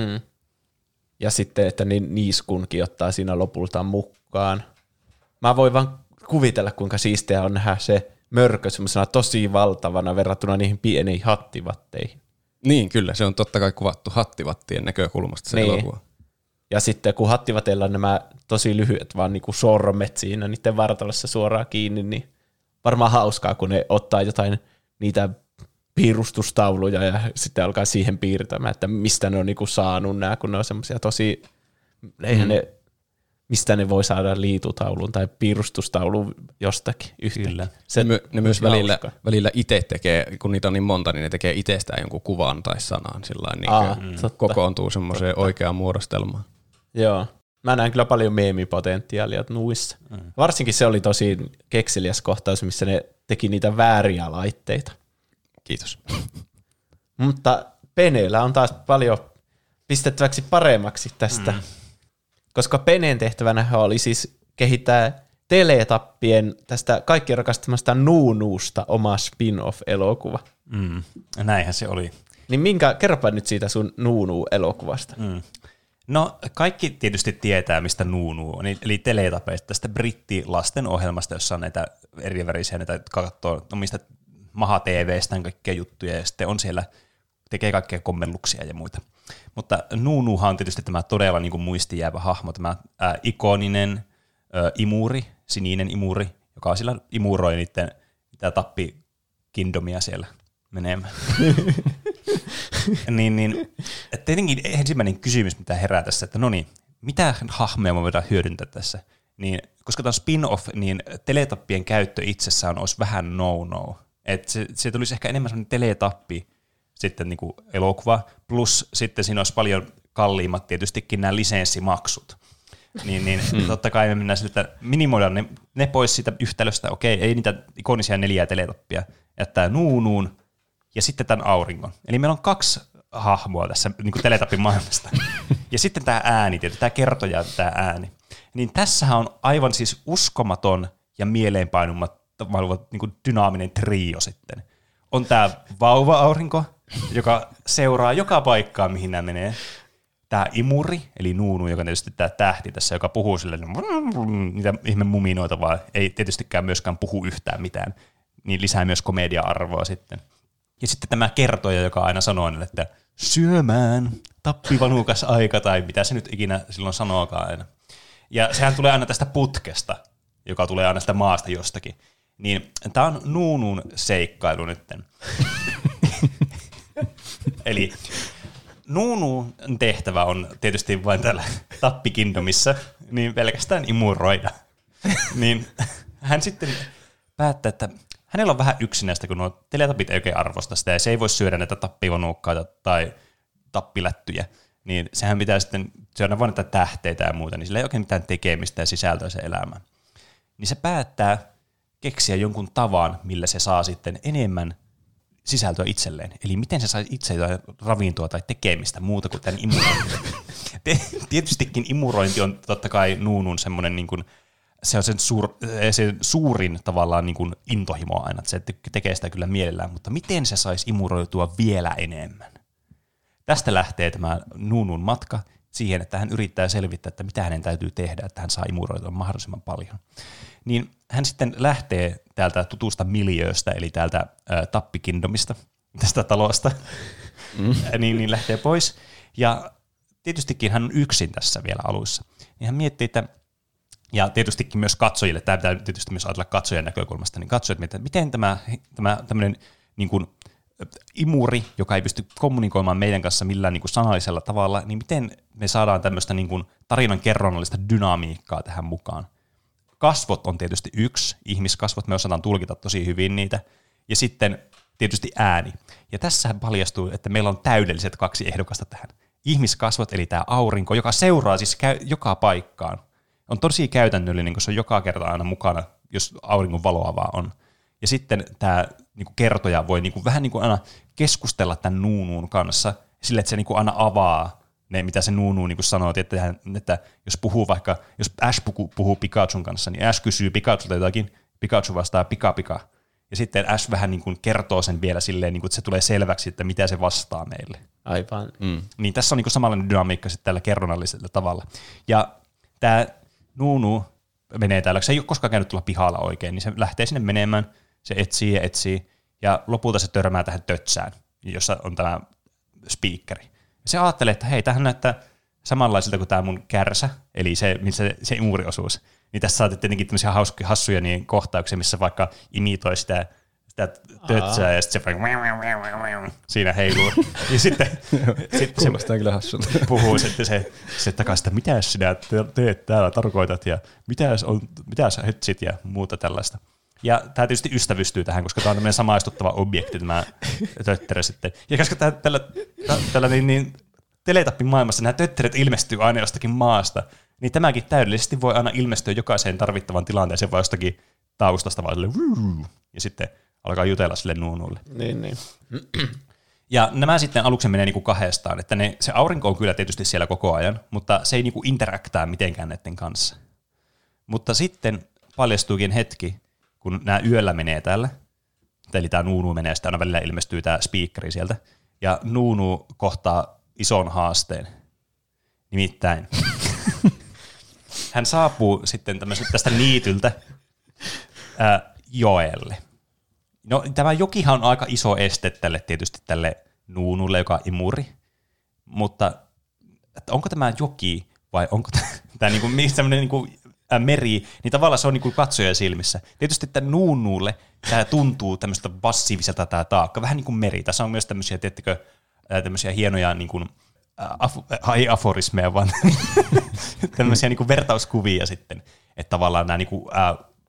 Ja sitten, että Niiskunkin ottaa siinä lopulta mukaan. Mä voin vaan kuvitella, kuinka siistiä on nähdä se mörkö semmoisena tosi valtavana verrattuna niihin pieniin hattivatteihin. Niin, kyllä. Se on totta kai kuvattu hattivattien näkökulmasta se elokuva. Ja sitten kun hattivateilla on nämä tosi lyhyet vaan niinku sormet siinä niiden vartalossa suoraan kiinni, niin varmaan hauskaa, kun ne ottaa jotain niitä piirustustauluja ja sitten alkaa siihen piirtämään, että mistä ne on niinku saanut nämä, kun ne on semmoisia tosi, eihän ne, mistä ne voi saada liitutaulun tai piirustustaulun jostakin yhtäkkiä. Ne myös välillä itse tekee, kun niitä on niin monta, niin ne tekee itsestään jonkun kuvan tai sanan, sillain niin kokoontuu semmoiseen oikeaan muodostelmaan. Joo. Mä näen kyllä paljon meemipotentiaalia nuissa. Varsinkin se oli tosi kekseliäs kohtaus, missä ne teki niitä vääriä laitteita. Kiitos. Mutta Peneellä on taas paljon pistettäväksi paremmaksi tästä, koska Peneen tehtävänä oli siis kehittää Teletappien tästä kaikkien rakastamasta Nuunuusta oma spin-off-elokuva. Näinhän se oli. Niin kerropa nyt siitä sun Nuunu-elokuvasta. No kaikki tietysti tietää, mistä Nuunu on, eli Teletapeista, tästä brittilastenohjelmasta, jossa on näitä erivärisiä, näitä katsoo omista Maha-TVstä kaikkia juttuja, ja sitten on siellä, tekee kaikkia kommelluksia ja muita. Mutta Nuunuhan on tietysti tämä todella niin kuin muistijäävä hahmo, tämä ikoninen imuri, sininen imuri, joka sillä imuroi niitä tappikindomia siellä menemään. niin, tietenkin ensimmäinen kysymys, mitä herää tässä, että no niin, mitä hahmoja me voidaan hyödyntää tässä? Niin, koska tämä on spin-off, niin teletappien käyttö itsessään olisi vähän no-no. Että se tulisi ehkä enemmän sellainen teletappi, sitten niin kuin elokuva, plus sitten siinä olisi paljon kalliimmat tietystikin nämä lisenssimaksut. Niin totta kai me mennään siltä, minimoidaan ne pois siitä yhtälöstä, okei, ei niitä ikonisia 4 teletappia, jättää Nuunuun ja sitten tämän auringon. Eli meillä on 2 hahmoa tässä niin kuin teletapin maailmasta. Ja sitten tämä ääni, tämä kertoja tämä ääni. Niin tässähän on aivan siis uskomaton ja mieleenpainumaton niin kuin dynaaminen trio sitten. On tämä vauva-aurinko, joka seuraa joka paikkaan, mihin nämä menee. Tämä imuri, eli Nuunu, joka on tietysti tämä tähti tässä, joka puhuu silleen, niitä ihme muminoita, vaan ei tietystikään myöskään puhu yhtään mitään. Niin lisää myös komedia-arvoa sitten. Ja sitten tämä kertoja, joka aina sanoo, että syömään, tappivanukas aika, tai mitä se nyt ikinä silloin sanookaan aina. Ja sehän tulee aina tästä putkesta, joka tulee aina sitä maasta jostakin. Niin tämä on Nuunun seikkailu nytten. Eli Nuunun tehtävä on tietysti vain täällä Tappikindomissa, niin pelkästään imuroida. Niin hän sitten päättää, että hänellä on vähän yksinäistä, kun nuo teletapit ei oikein arvosta sitä, ja se ei voi syödä näitä tappivanuukkaita tai tappilättyjä. Niin sehän pitää sitten syödä vain näitä tähteitä ja muuta, niin sillä ei oikein mitään tekemistä ja sisältöä se elämään. Niin se päättää keksiä jonkun tavan, millä se saa sitten enemmän sisältöä itselleen. Eli miten se sai itse ravintoa tai tekemistä muuta kuin tämän imuroinnin. Tietystikin imurointi on totta kai Nuunun semmoinen, niin kuin, se on sen suurin tavallaan niin kuin intohimo aina, että se tekee sitä kyllä mielellään, mutta miten se saisi imuroitua vielä enemmän? Tästä lähtee tämä Nuunun matka siihen, että hän yrittää selvittää, että mitä hänen täytyy tehdä, että hän saa imuroitua mahdollisimman paljon. Niin hän sitten lähtee täältä tutusta miljööstä, eli täältä Tappikindomista, tästä talosta, niin lähtee pois. Ja tietystikin hän on yksin tässä vielä alussa. Niin hän miettii, että, ja tietystikin myös katsojille, tämä pitää tietysti myös ajatella katsojan näkökulmasta, niin katsojat miettii, että miten tämä tämmöinen niin kuin imuri, joka ei pysty kommunikoimaan meidän kanssa millään niin kuin sanallisella tavalla, niin miten me saadaan tämmöistä niin kuin tarinan kerronnallista dynamiikkaa tähän mukaan. Kasvot on tietysti yksi, ihmiskasvot, me osataan tulkita tosi hyvin niitä, ja sitten tietysti ääni. Ja tässähän paljastuu, että meillä on täydelliset 2 ehdokasta tähän. Ihmiskasvot, eli tämä aurinko, joka seuraa siis joka paikkaan. On tosi käytännöllinen, kun se on joka kerta aina mukana, jos auringon valoa vaan on. Ja sitten tämä niin kuin kertoja voi niin kuin, vähän niin kuin aina keskustella tämän Nuunun kanssa, sille että se niin kuin aina avaa ne, mitä se Nuunu niin kuin sanoo, että jos puhuu vaikka, jos Ash puhuu Pikachun kanssa, niin Ash kysyy Pikachulta jotakin, Pikachu vastaa pika. Ja sitten Ash vähän niin kuin kertoo sen vielä silleen, niin kuin, että se tulee selväksi, että mitä se vastaa meille. Aivan. Niin tässä on niin kuin samanlainen dynamiikka sitten tällä kerronnallisella tavalla. Ja tämä Nuunu menee täällä, se ei ole koskaan käynyt tulla pihalla oikein, niin se lähtee sinne menemään, se etsii, ja lopulta se törmää tähän tötsään, jossa on tämä speakeri. Se ajattelee, että hei, tämähän näyttää samanlaisilta kuin tämä mun kärsä, eli se imuriosuus. Niin tässä saatiin tietenkin tämmöisiä hassuja niin kohtauksia, missä vaikka imitoi sitä tötsää, ja sitten se siinä heiluu. Ja sitten kuulostaa kyllä hassulta. Puhuu sitten se takaisin, että mitä sinä teet täällä, tarkoitat, ja mitä sä hetsit ja muuta tällaista. Ja tämä tietysti ystävystyy tähän, koska tämä on tämmöinen samaistuttava objekti, tämä tötterö sitten. Ja koska tällä niin teletappin maailmassa nämä tötteret ilmestyy aina jostakin maasta, niin tämäkin täydellisesti voi aina ilmestyä jokaiseen tarvittavan tilanteeseen vai jostakin taustasta vaan silleen, ja sitten alkaa jutella sille Nuunulle. Niin. Ja nämä sitten aluksi menee niinku kahdestaan, että se aurinko on kyllä tietysti siellä koko ajan, mutta se ei niinku interaktaa mitenkään näiden kanssa. Mutta sitten paljastuukin hetki, kun nämä yöllä menee täällä, eli tämä Nuunu menee, sitten aina välillä ilmestyy tämä speakeri sieltä, ja Nuunu kohtaa ison haasteen. Nimittäin hän saapuu sitten tästä niityltä joelle. No tämä jokihan on aika iso este tietysti tälle Nuunulle, joka on imuri, mutta onko tämä joki vai onko tämä niinku, sellainen niinku, meri, niin tavallaan se on niinku katsojan silmissä. Tietysti tämän Nuunulle tämä tuntuu tämmöistä passiiviselta tämä taakka, vähän niin kuin meri. Tässä on myös tämmöisiä, tiedättekö, tämmöisiä hienoja niin kuin, ei aforismeja, vaan tämmöisiä niin kuin vertauskuvia sitten, että tavallaan nämä niin kuin,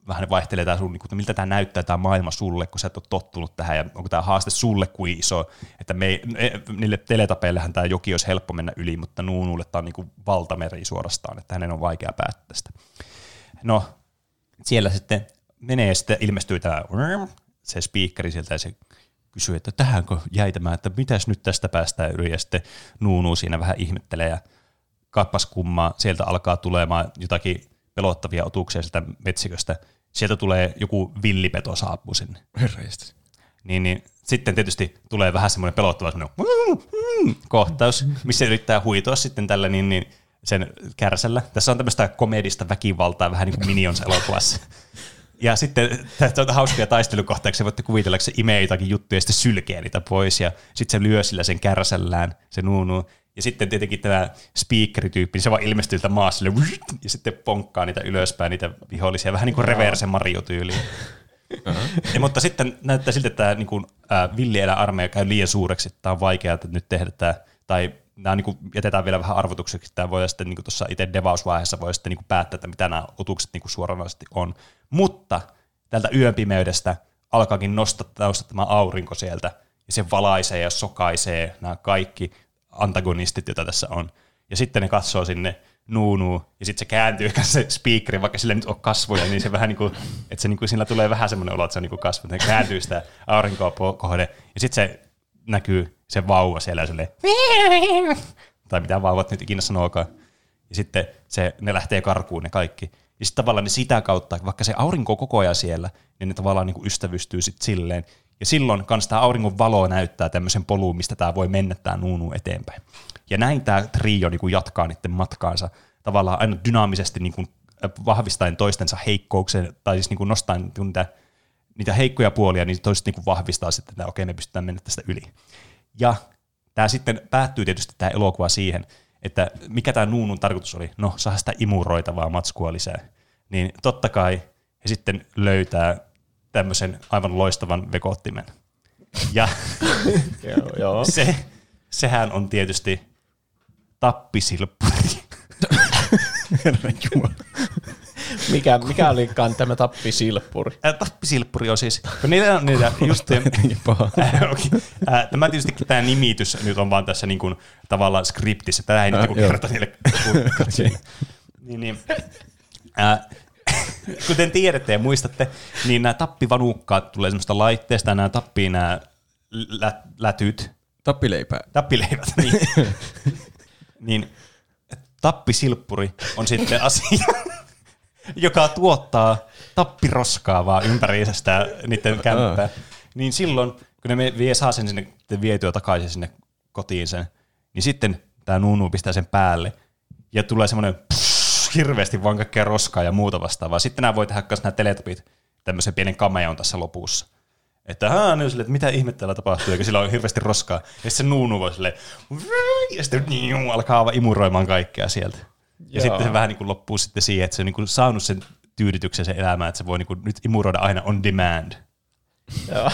vähän vaihtelee tää sun, niin kuin, miltä tämä näyttää tämä maailma sulle, kun sä et ole tottunut tähän, ja onko tämä haaste sulle kuin iso, että niille teletapeillehän tämä joki olisi helppo mennä yli, mutta Nuunulle tämä on niin kuin valtameri suorastaan, että hänen on vaikea päättää tästä. No, siellä sitten menee ja sitten ilmestyy tämä se speakeri sieltä ja se kysyy, että tähänkö jäi tämä, että mitäs nyt tästä päästään yli, ja sitten Nuunu siinä vähän ihmettelee ja kappas kummaa, sieltä alkaa tulemaan jotakin pelottavia otuksia sieltä metsiköstä. Sieltä tulee joku villipeto saapuu sinne. Herreistä. Niin, sitten tietysti tulee vähän semmoinen pelottava semmoinen kohtaus, missä yrittää huitoa sitten tällä niin sen kärsällä. Tässä on tämmöistä komedista väkivaltaa vähän niin kuin Minions-elokuvassa. Ja sitten on hauskoja taistelukohtauksia, voitte kuvitella, että se imee jotakin juttuja ja sitten sylkee niitä pois ja sitten se lyö sillä sen kärsällään, se Nuunu. Ja sitten tietenkin tämä speakerityyppi, niin se vaan ilmestyy tältä maassa ja sitten ponkkaa niitä ylöspäin, niitä vihollisia, vähän niin kuin reverse Mario-tyyliin. Mutta sitten näyttää siltä, että tämä niin villieläarmeija käy liian suureksi, että tämä on vaikeaa nyt tehdä tämä, tai nämä niin jätetään vielä vähän arvotukseksi, tämä voi sitten niin tuossa itse devausvaiheessa voi sitten niin päättää, että mitä nämä otukset niin suoranaisesti on. Mutta tältä yön pimeydestä alkaakin nostaa tämä aurinko sieltä, ja se valaisee ja sokaisee nämä kaikki antagonistit, joita tässä on. Ja sitten ne katsoo sinne Nuunuun, ja sitten se kääntyy se speakeri, vaikka sillä nyt on kasvoja, niin se vähän niin kuin, että se niin kuin, sillä tulee vähän semmoinen olo, että se on niin kuin kasvu, että se kääntyy sitä aurinkoa kohde, ja sitten se näkyy se vauva siellä, ja silleen, tai mitä vauvat nyt ikinä sanookaan. Ja sitten ne lähtee karkuun ne kaikki. Ja sitten tavallaan ne sitä kautta, vaikka se aurinko on koko ajan siellä, niin ne tavallaan niin kuin ystävystyy sitten silleen. Ja silloin kans tämä auringon valo näyttää tämmöisen poluun, mistä tämä voi mennä tämä Nuunu eteenpäin. Ja näin tämä trio niin kuin jatkaa niiden matkaansa tavallaan aina dynaamisesti niin kuin vahvistaen toistensa heikkouksen, tai siis niin kuin nostaen niitä heikkoja puolia, niin toiset niin kuin vahvistaa sitten, että okei, me pystytään mennä tästä yli. Ja tämä sitten päättyy tietysti tämä elokuva siihen, että mikä tämä Nuunun tarkoitus oli, no saa sitä imuroitavaa matskua lisää. Niin totta kai he sitten löytää tämmöisen aivan loistavan vekottimen. Ja sehän on tietysti tappisilppuri. Mikä olikaan tämä tappisilppuri? Tappisilppuri on siis, kun niitä just tämä tietysti tämä nimitys nyt on vaan tässä niin kuin tavallaan skriptissä, tämä ei nyt kerta niille niin. Kuten tiedätte ja muistatte, niin nämä tappivanukkaat tulee semmoista laitteesta, ja nämä tappii nämä lätyt. Tappileivät, niin. Niin tappisilppuri on sitten asia, joka tuottaa tappiroskaa vaan ympäriinsä sitä niiden kämppää. Niin silloin, kun ne saa sen sinne vietyä takaisin sinne kotiin sen, niin sitten tämä Nuunu pistää sen päälle, ja tulee semmoinen hirveästi vaan kaikkea roskaa ja muuta vastaavaa. Sitten nämä voi tehdä myös nämä teletubit tämmöisen pienen cameon tässä lopussa. Että ne on silleen, että mitä ihmettä täällä tapahtuu, eikä sillä on hirveästi roskaa. Ja sitten se Nuunu voi silleen, ja sitten alkaa imuroimaan kaikkea sieltä. Ja sitten se vähän niin kuin loppuu sitten siihen, että se on niin kuin saanut sen tyydytyksen sen elämään, että se voi niin kuin nyt imuroida aina on demand. Joo.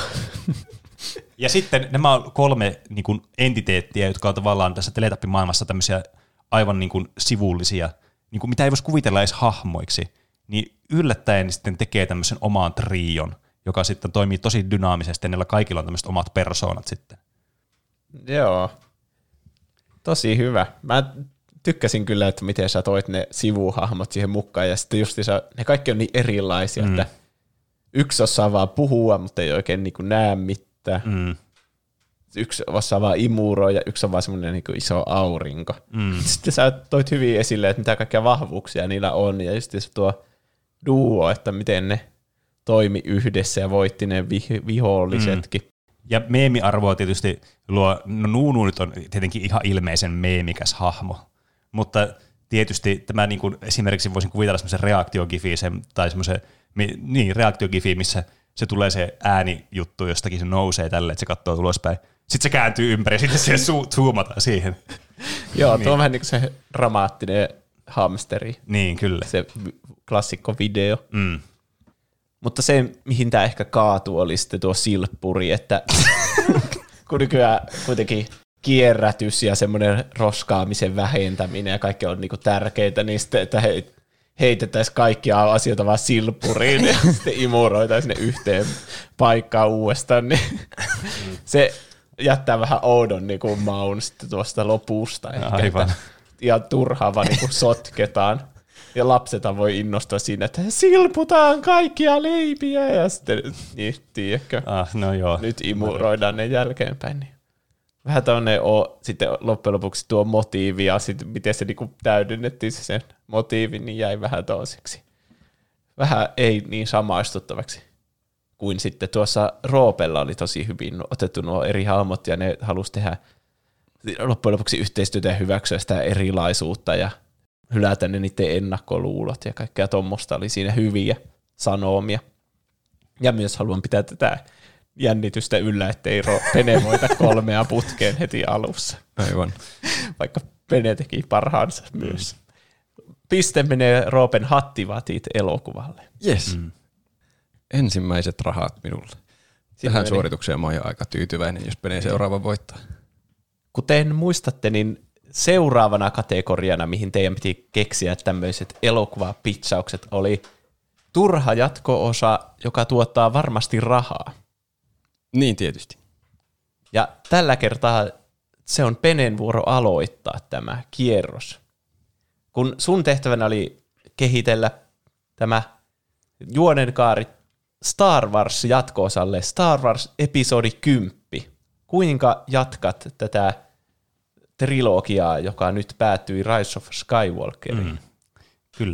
Ja sitten nämä on 3 niin kuin entiteettiä, jotka on tavallaan tässä teletappimaailmassa tämmöisiä aivan niin kuin sivullisia, niin kuin mitä ei voisi kuvitella edes hahmoiksi, niin yllättäen sitten tekee tämmöisen oman trion, joka sitten toimii tosi dynaamisesti, ja niillä kaikilla on tämmöiset omat persoonat sitten. Joo. Tosi hyvä. Mä tykkäsin kyllä, että miten sä toit ne sivuhahmot siihen mukaan, ja sitten justiinsa ne kaikki on niin erilaisia, että yksi osaa vaan puhua, mutta ei oikein niin kuin näe mitään. Yksi osaa vaan imuroida, yksi on vaan semmoinen niin kuin iso aurinko. Sitten sä toit hyvin esille, että mitä kaikkia vahvuuksia niillä on, ja just tuo duo, että miten ne toimi yhdessä ja voitti ne vihollisetkin. Ja meemiarvoa tietysti luo, no Nuunu nyt on tietenkin ihan ilmeisen meemikäs hahmo, mutta tietysti tämä niin kuin esimerkiksi voisin kuvitella semmoisen reaktiogifisen tai semmoisen reaktiogifi, missä se tulee se äänijuttu, jostakin se nousee tälle, että se katsoo ulospäin. Sitten se kääntyy ympäri ja sitten se zoomataan siihen. Joo, tuo on vähän niin kuin se dramaattinen hamsteri. Niin, kyllä. Se klassikko video. Mutta se, mihin tämä ehkä kaatuu, oli sitten tuo silppuri, että kun nykyään kuitenkin kierrätys ja semmoinen roskaamisen vähentäminen ja kaikki on niinku tärkeitä, niin sitten, että he heitettäisiin kaikkia asioita vaan silppuriin ja sitten imuroitaisiin ne yhteen paikkaan uudestaan, niin se jättää vähän oudon niin kuin maun sitten tuosta lopusta. Aivan. Ja turhaan vaan niin sotketaan. Ja lapseta voi innostua siinä, että silputaan kaikkia leipiä ja sitten, niin tiedätkö, no joo. nyt imuroidaan ne jälkeenpäin. Niin. Vähän tämmöinen sitten loppujen lopuksi tuo motiivi ja sitten miten se niinku täydennettiin sen motiivi, niin jäi vähän toiseksi. Vähän ei niin samaistuttavaksi kuin sitten tuossa Roopella oli tosi hyvin otettu nuo eri hahmot ja ne halusi tehdä loppujen lopuksi yhteistyötä ja hyväksyä sitä erilaisuutta ja hylätä ne niiden ennakkoluulot ja kaikkea tuommoista oli siinä hyviä sanomia. Ja myös haluan pitää tätä jännitystä yllä, ettei Pene voita 3 putkeen heti alussa. Aivan. Vaikka Pene teki parhaansa myös. Piste menee Roopen hattivaatit elokuvalle. Yes. Ensimmäiset rahat minulle. Tähän suoritukseen mä oon jo aika tyytyväinen, jos Pene seuraava voittaa. Kuten muistatte, niin seuraavana kategoriana, mihin teidän piti keksiä tämmöiset elokuvapitchaukset, oli turha jatko-osa, joka tuottaa varmasti rahaa. Niin tietysti. Ja tällä kertaa se on Penen vuoro aloittaa tämä kierros. Kun sun tehtävänä oli kehitellä tämä juonenkaari Star Wars jatko-osalle, Star Wars episodi 10. Kuinka jatkat tätä trilogiaa, joka nyt päättyi Rise of Skywalkeriin? Kyllä,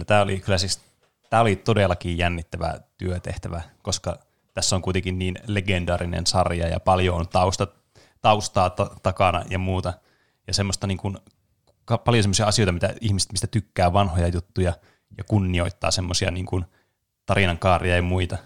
tämä oli todellakin jännittävä työtehtävä, koska tässä on kuitenkin niin legendaarinen sarja ja paljon on taustaa takana ja muuta. Ja semmoista niin kuin, paljon semmoisia asioita, mitä ihmiset mistä tykkää, vanhoja juttuja ja kunnioittaa semmoisia niin kuin tarinankaaria ja muita.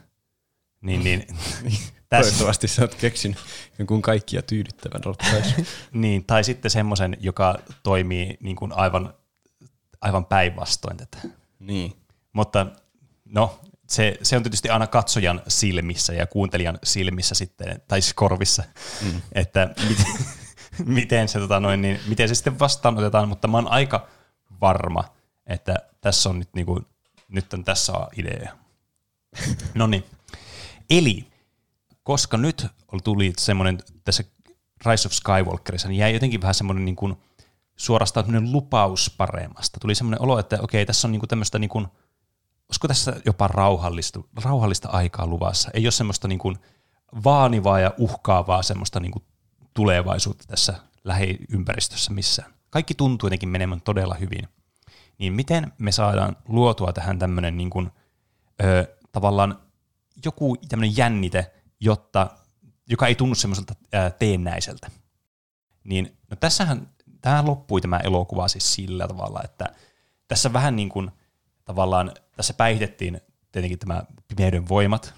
Toivottavasti sä oot keksinyt jonkun kaikkia tyydyttävän ratkaisun. Niin, tai sitten semmoisen, joka toimii niin kuin aivan päinvastoin tätä. Niin. Mutta no, se on tietysti aina katsojan silmissä ja kuuntelijan silmissä sitten, tai siis korvissa, että miten se sitten vastaanotetaan, mutta mä oon aika varma, että tässä on nyt on tässä idea. No niin. Eli, koska nyt tuli semmoinen tässä Rise of Skywalkerissa, niin jäi jotenkin vähän semmoinen niin kuin suorastaan lupaus paremmasta. Tuli semmoinen olo, että okei, tässä on niin kuin tämmöistä, niin kuin, olisiko tässä jopa rauhallista aikaa luvassa. Ei ole semmoista niin kuin vaanivaa ja uhkaavaa semmoista niin kuin tulevaisuutta tässä lähiympäristössä missään. Kaikki tuntuu jotenkin menemään todella hyvin. Niin miten me saadaan luotua tähän tämmöinen niin kuin, tavallaan joku tämmöinen jännite, joka ei tunnu semmoiselta teennäiseltä. Niin, no tähän loppui tämä elokuva siis sillä tavalla, että tässä vähän niin kuin tavallaan, tässä päihitettiin tietenkin tämä pimeyden voimat.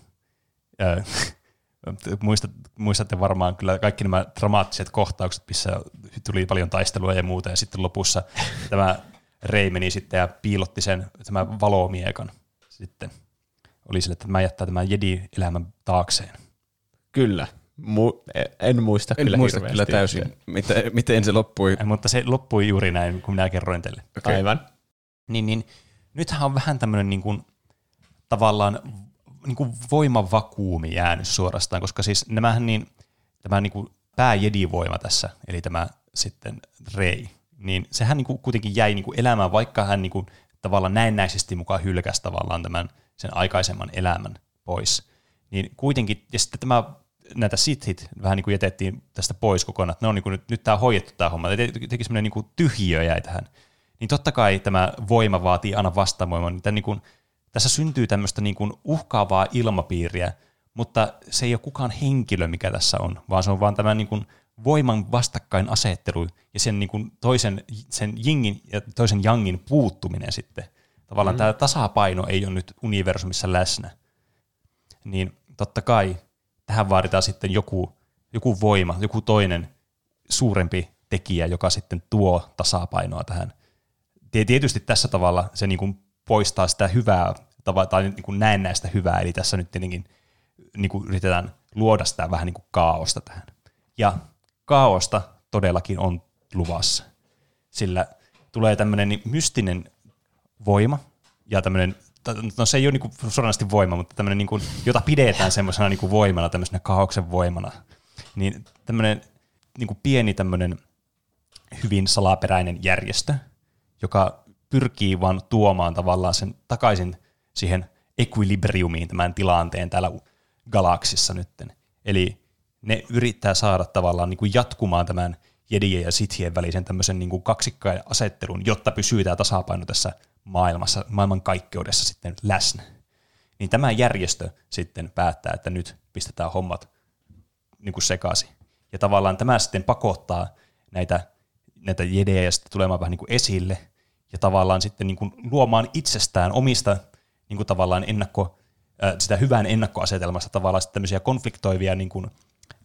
Muistatte varmaan kyllä kaikki nämä dramaattiset kohtaukset, missä tuli paljon taistelua ja muuta, ja sitten lopussa tämä Rey meni sitten ja piilotti tämän valomiekan sitten. Oli sille, että mä jättää tämän Jedi-elämän taakseen. Kyllä. En muista kyllä hirveästi. Kyllä täysin, miten se loppui. Mutta se loppui juuri näin, kun minä kerroin teille. Okay. Aivan. Niin, nythän on vähän tämmöinen niin kuin, tavallaan niin kuin voimavakuumi jäänyt suorastaan, koska siis tämä niin kuin pääjedivoima tässä, eli tämä sitten Rey, niin sehän niin kuin kuitenkin jäi niin kuin elämään, vaikka hän niin kuin, tavallaan näennäisesti mukaan hylkäsi tavallaan tämän sen aikaisemman elämän pois. Niin kuitenkin, ja sitten näitä Sithit vähän niin kuin jätettiin tästä pois kokonaan, että ne on niin kuin, nyt tämä on hoidettu tämä homma, jotenkin semmoinen niin kuin tyhjiö jäi tähän. Niin totta kai tämä voima vaatii aina vastavoimaa, niin tässä syntyy tämmöistä niin kuin uhkaavaa ilmapiiriä, mutta se ei ole kukaan henkilö, mikä tässä on, vaan se on vaan tämä niin kuin voiman vastakkainasettelu ja sen niin kuin sen jingin ja toisen jangin puuttuminen sitten. Tavallaan tämä tasapaino ei ole nyt universumissa läsnä. Niin totta kai tähän vaaditaan sitten joku voima, joku toinen suurempi tekijä, joka sitten tuo tasapainoa tähän. Tietysti tässä tavalla se niin kuin poistaa sitä hyvää tai niin kuin näennäistä hyvää, eli tässä nyt tietenkin niin kuin yritetään luoda sitä vähän niin kuin kaaosta tähän. Ja kaaosta todellakin on luvassa, sillä tulee tämmöinen mystinen voima, ja tämmöinen, no se ei ole niin kuin suoranaisesti voima, mutta tämmöinen, niin kuin, jota pidetään semmoisena niin kuin voimana, tämmöisenä kaaoksen voimana. Niin tämmöinen niin kuin pieni tämmöinen hyvin salaperäinen järjestö, joka pyrkii vaan tuomaan tavallaan sen takaisin siihen equilibriumiin tämän tilanteen täällä galaksissa nytten. Eli ne yrittää saada tavallaan niin kuin jatkumaan tämän jedien ja sithien välisen tämmöisen niin kuin kaksikkoasettelun, jotta pysyy tämä tasapaino tässä maailmassa, maailmankaikkeudessa sitten läsnä. Niin tämä järjestö sitten päättää, että nyt pistetään hommat niin kuin sekaisin. Ja tavallaan tämä sitten pakottaa näitä jedejä sitten tulemaan vähän niin kuin esille ja tavallaan sitten niin kuin luomaan itsestään omista niin kuin tavallaan sitä hyvän ennakkoasetelmasta tavallaan sitten tämmöisiä konfliktoivia niin kuin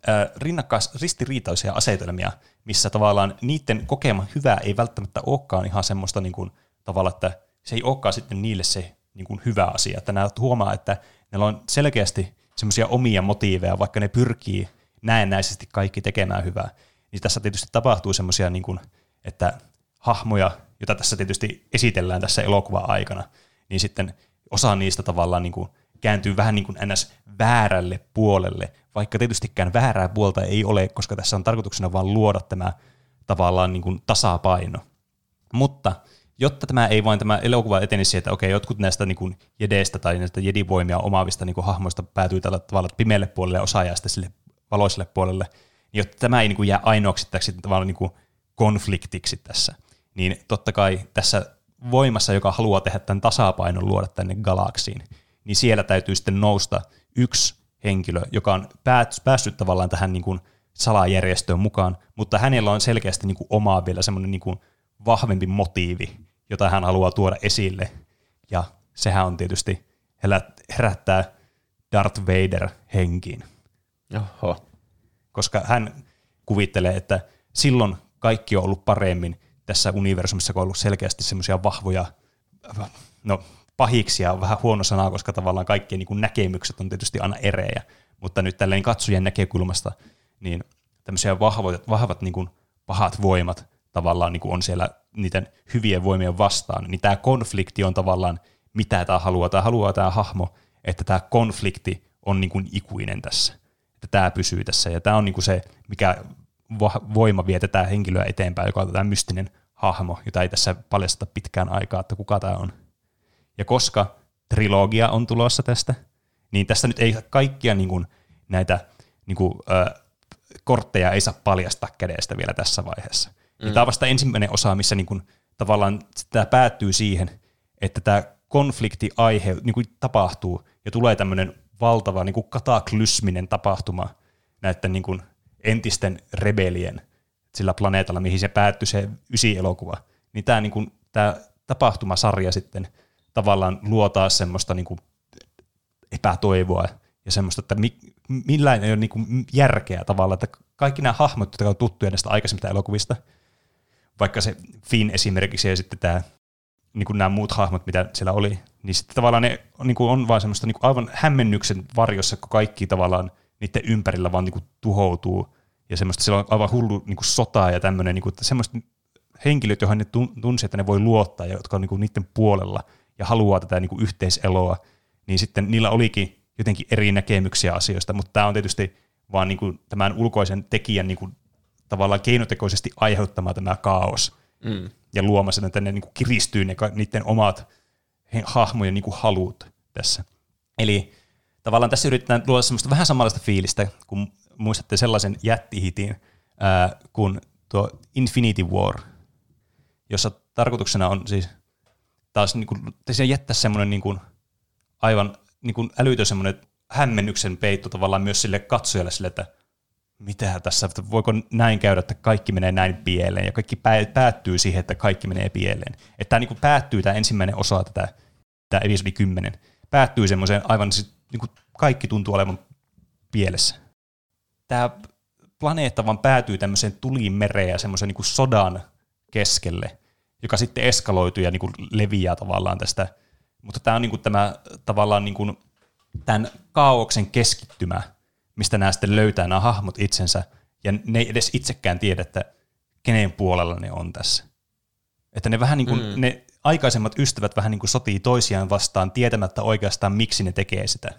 ristiriitaisia asetelmia, missä tavallaan niiden kokema hyvä ei välttämättä olekaan ihan semmoista niin kuin, tavalla, että se ei olekaan sitten niille se niin kuin hyvä asia. Että nämä huomaa, että ne on selkeästi semmoisia omia motiiveja, vaikka ne pyrkii näennäisesti kaikki tekemään hyvää. Niin tässä tietysti tapahtuu semmoisia, niin kuin, että hahmoja, joita tässä tietysti esitellään tässä elokuvan aikana, niin sitten osa niistä tavallaan niin kuin kääntyy vähän niin kuin ns. Väärälle puolelle, vaikka tietystikään väärää puolta ei ole, koska tässä on tarkoituksena vaan luoda tämä tavallaan niin kuin tasapaino. Mutta jotta tämä elokuva etenisi siihen, että okei, jotkut näistä niin kuin jedeistä tai näistä jedivoimia omaavista niin kuin hahmoista päätyy tällä tavalla pimeälle puolelle ja osa jää sitten sille valoiselle puolelle, niin jotta tämä ei niin kuin jää ainoaksi tavallaan niin kuin konfliktiksi tässä, niin totta kai tässä voimassa, joka haluaa tehdä tämän tasapainon luoda tänne galaksiin, niin siellä täytyy sitten nousta yksi henkilö, joka on päässyt tavallaan tähän niin kuin salajärjestöön mukaan, mutta hänellä on selkeästi niin kuin omaa vielä semmoinen niin kuin vahvempi motiivi, jota hän haluaa tuoda esille, ja sehän on tietysti herättää Darth Vader henkiin. Oho. Koska hän kuvittelee, että silloin kaikki on ollut paremmin tässä universumissa, kun on ollut selkeästi semmoisia vahvoja, no pahiksia on vähän huono sana, koska tavallaan kaikkien niin kuin näkemykset on tietysti aina erejä, mutta nyt tälleen katsojien näkökulmasta, niin tämmöisiä vahvat niin kuin pahat voimat tavallaan niin kuin on siellä niiden hyvien voimien vastaan, niin tämä konflikti on tavallaan, mitä tämä haluaa. Tämä haluaa tämä hahmo, että tämä konflikti on niin kuin ikuinen tässä, että tämä pysyy tässä, ja tämä on niin kuin se, mikä voima vie tätä henkilöä eteenpäin, joka on tämä mystinen hahmo, jota ei tässä paljasteta pitkään aikaa, että kuka tämä on. Ja koska trilogia on tulossa tästä, niin tässä nyt ei kaikkia niin kuin, näitä niin kuin, kortteja ei saa paljastaa kädestä vielä tässä vaiheessa. Ja tämä on vasta ensimmäinen osa, missä niin kuin, tavallaan tämä päättyy siihen, että tämä konfliktiaihe niin kuin, tapahtuu ja tulee tämmöinen valtava niin kuin kataklysminen tapahtuma näiden niin kuin, entisten rebelien sillä planeetalla, mihin se päättyi se 9-elokuva. Niin tämä, niin kuin, tämä tapahtumasarja sitten tavallaan luo taas semmoista niin kuin epätoivoa ja semmoista, että millään ei ole niin kuin järkeä tavallaan, että kaikki nämä hahmot, jotka on tuttuja näistä aikaisemmista elokuvista, vaikka se Finn esimerkiksi ja sitten tämä, niin kuin nämä muut hahmot, mitä siellä oli, niin sitten tavallaan ne niin kuin on vaan semmoista niin kuin aivan hämmennyksen varjossa, kun kaikki tavallaan niiden ympärillä vaan niin kuin tuhoutuu ja semmoista, siellä on aivan hullu niin kuin sotaa ja tämmöinen, niin kuin, semmoista henkilöt, joihin ne tunsi, että ne voi luottaa ja jotka on niin kuin niiden puolella ja haluaa tätä niin kuin yhteiseloa, niin sitten niillä olikin jotenkin eri näkemyksiä asioista, mutta tämä on tietysti vaan niin kuin tämän ulkoisen tekijän niin kuin tavallaan keinotekoisesti aiheuttama tämä kaos ja luomassa, että ne niin kuin kiristyy niiden omat hahmojen niin kuin halut tässä. Eli tavallaan tässä yritetään luoda semmoista vähän samanlaista fiilistä, kun muistatte sellaisen jättihitin kuin tuo Infinity War, jossa tarkoituksena on siis taas niin kuin, jättää semmoinen niin kuin, aivan niin kuin älytön semmoinen hämmennyksen peitto tavallaan myös sille katsojalle sille, että mitä tässä, voiko näin käydä, että kaikki menee näin pieleen ja kaikki päättyy siihen, että kaikki menee pieleen. Että tämä niin kuin päättyy tämä ensimmäinen osa tämä episodi 10, päättyy semmoiseen aivan niin kuin kaikki tuntuu olevan pielessä. Tämä planeetta vaan päätyy tämmöiseen tulimereen ja semmoisen niin kuin sodan keskelle, joka sitten eskaloituu ja niin kuin leviää tavallaan tästä. Mutta tämä on niin kuin tämä tavallaan niin kuin tämän kaaoksen keskittymä, mistä nämä sitten löytää nämä hahmot itsensä, ja ne ei edes itsekään tiedä, että kenen puolella ne on tässä. Että ne vähän niin kuin, ne aikaisemmat ystävät vähän niin kuin sotii toisiaan vastaan tietämättä oikeastaan, miksi ne tekee sitä.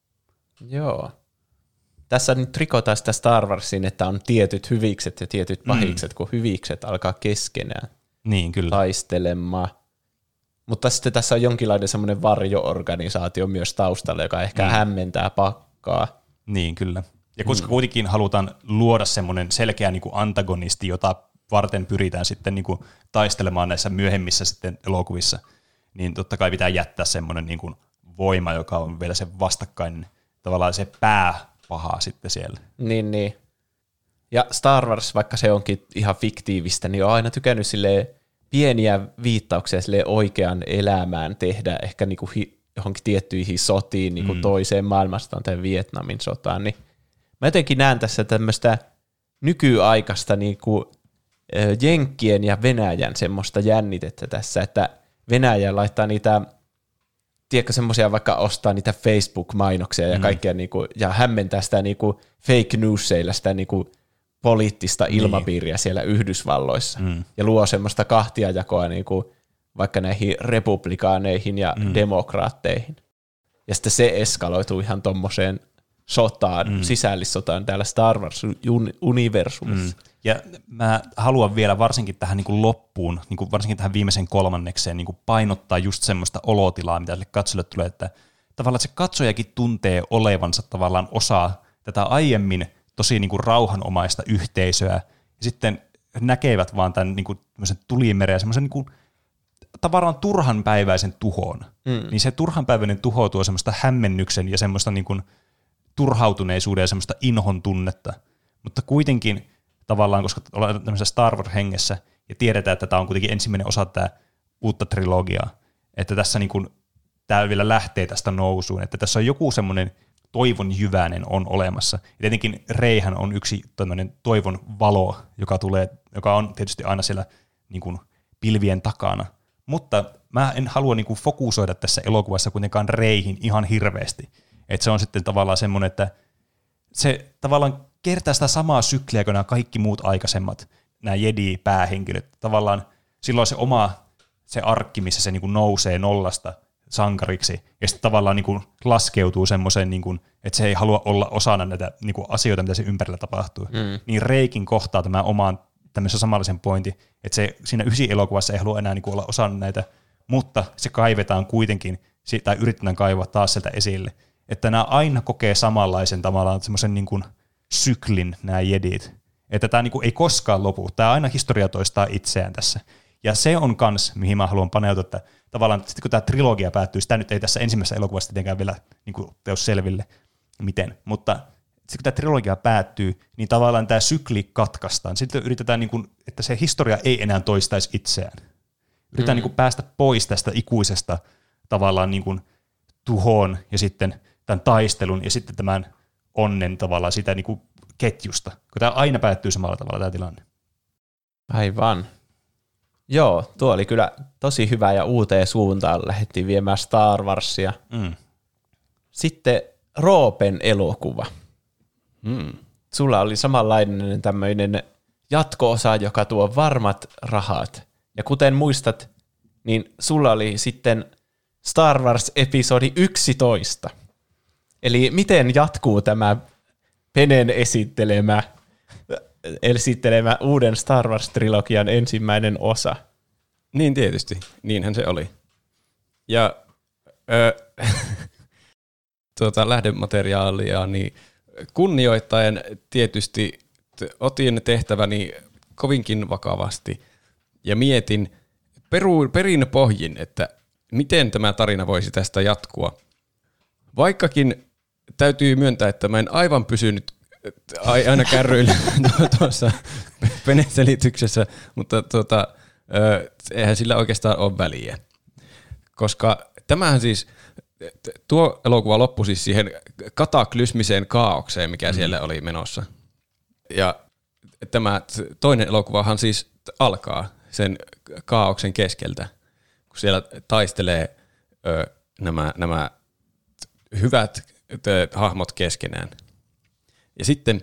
Joo. Tässä nyt rikotaan sitä Star Warsin, että on tietyt hyvikset ja tietyt pahikset, kun hyvikset alkaa keskenään Niin, kyllä. taistelemaan. Mutta sitten tässä on jonkinlainen semmoinen varjo-organisaatio myös taustalla, joka ehkä hämmentää pakkaa. Niin, kyllä. Ja koska kuitenkin halutaan luoda semmoinen selkeä niin kuin antagonisti, jota varten pyritään sitten niin kuin taistelemaan näissä myöhemmissä sitten elokuvissa, niin totta kai pitää jättää semmoinen niin kuin voima, joka on vielä se vastakkainen, tavallaan se pääpaha sitten siellä. Niin. Ja Star Wars, vaikka se onkin ihan fiktiivistä, niin on aina tykännyt silleen pieniä viittauksia silleen oikean elämään tehdä, ehkä niinku johonkin tiettyihin sotiin, niinku toiseen maailmastaan tai Vietnamin sotaan, niin mä jotenkin näen tässä tämmöistä nykyaikaista niinku Jenkkien ja Venäjän semmoista jännitettä tässä, että Venäjä laittaa niitä, tiedätkö, semmoisia vaikka ostaa niitä Facebook-mainoksia ja kaikkea niinku, ja hämmentää sitä niinku fake newsseillä sitä niinku poliittista ilmapiiriä siellä Yhdysvalloissa ja luo semmoista kahtiajakoa niinku vaikka näihin republikaaneihin ja demokraatteihin. Ja sitten se eskaloituu ihan tommoseen sotaan, sisällissotaan täällä Star Wars-universumissa. Ja mä haluan vielä varsinkin tähän niin kuin loppuun, niin kuin varsinkin tähän viimeisen kolmannekseen niin kuin painottaa just semmoista olotilaa, mitä sille katsojalle tulee, että tavallaan se katsojakin tuntee olevansa tavallaan osa tätä aiemmin tosi niin kuin rauhanomaista yhteisöä, ja sitten näkevät vaan tämän niin kuin tulimeren ja semmoisen niin kuin tavallaan turhanpäiväisen tuhon. Niin se turhanpäiväinen tuho tuo semmoista hämmennyksen ja semmoista niin kuin turhautuneisuuden ja semmoista inhon tunnetta, mutta kuitenkin tavallaan, koska ollaan tämmöisessä Star Wars-hengessä ja tiedetään, että tämä on kuitenkin ensimmäinen osa tätä uutta trilogiaa, että tässä niin kuin, tämä vielä lähtee tästä nousuun, että tässä on joku semmoinen toivon jyväinen on olemassa. Ja tietenkin Reihän on yksi tämmöinen toivon valo, joka on tietysti aina siellä niin kuin pilvien takana, mutta mä en halua niin kuin fokusoida tässä elokuvassa kuitenkaan Reihin ihan hirveästi. Että se on sitten tavallaan semmoinen, että se tavallaan kertaa sitä samaa sykliä kuin nämä kaikki muut aikaisemmat, nämä Jedi-päähenkilöt. Tavallaan silloin se se arkki, missä se niin kuin nousee nollasta sankariksi, ja sitten tavallaan niin kuin laskeutuu semmoiseen, niin kuin, että se ei halua olla osana näitä niin kuin asioita, mitä se ympärillä tapahtuu. Niin Reikin kohtaa tämä omaan tämmöisen samanlaisen pointin, että se siinä 9 elokuvassa ei halua enää niin kuin olla osana näitä, mutta se kaivetaan kuitenkin, tai yritetään kaivaa taas sieltä esille. Että nämä aina kokee samanlaisen tavallaan semmoisen niin kuin syklin nämä jedit. Että tämä niin kuin ei koskaan lopu. Tämä aina historia toistaa itseään tässä. Ja se on kans, mihin mä haluan paneutua, että tavallaan sitten kun tämä trilogia päättyy, sitä nyt ei tässä ensimmäisessä elokuvassa tietenkään vielä niin kuin teo selville, miten. Mutta sitten kun tämä trilogia päättyy, niin tavallaan tämä sykli katkaistaan. Sitten yritetään, niin kuin, että se historia ei enää toistaisi itseään. Yritetään niin kuin päästä pois tästä ikuisesta tavallaan niin kuin tuhoon ja sitten tämän taistelun ja sitten tämän onnen tavallaan sitä niin kuin ketjusta, kun tämä aina päättyy samalla tavalla tämä tilanne. Aivan. Joo, tuo oli kyllä tosi hyvä ja uuteen suuntaan lähdettiin viemään Star Warsia. Sitten Roopen elokuva. Sulla oli samanlainen tämmöinen jatko-osa, joka tuo varmat rahat. Ja kuten muistat, niin sulla oli sitten Star Wars episodi 11. Eli miten jatkuu tämä Penen esittelemä uuden Star Wars-trilogian ensimmäinen osa? Niin tietysti, niinhän se oli. Ja lähdemateriaalia niin kunnioittaen tietysti otin tehtäväni kovinkin vakavasti ja mietin perin pohjin, että miten tämä tarina voisi tästä jatkua. Vaikkakin täytyy myöntää, että mä en aivan pysynyt aina kärryillä tuossa Pene-selityksessä, mutta eihän sillä oikeastaan ole väliä. Koska tämähän siis, tuo elokuva loppui siis siihen kataklysmiseen kaaukseen, mikä siellä oli menossa. Ja tämä toinen elokuvahan siis alkaa sen kaauksen keskeltä, kun siellä taistelee nämä hyvät hahmot keskenään. Ja sitten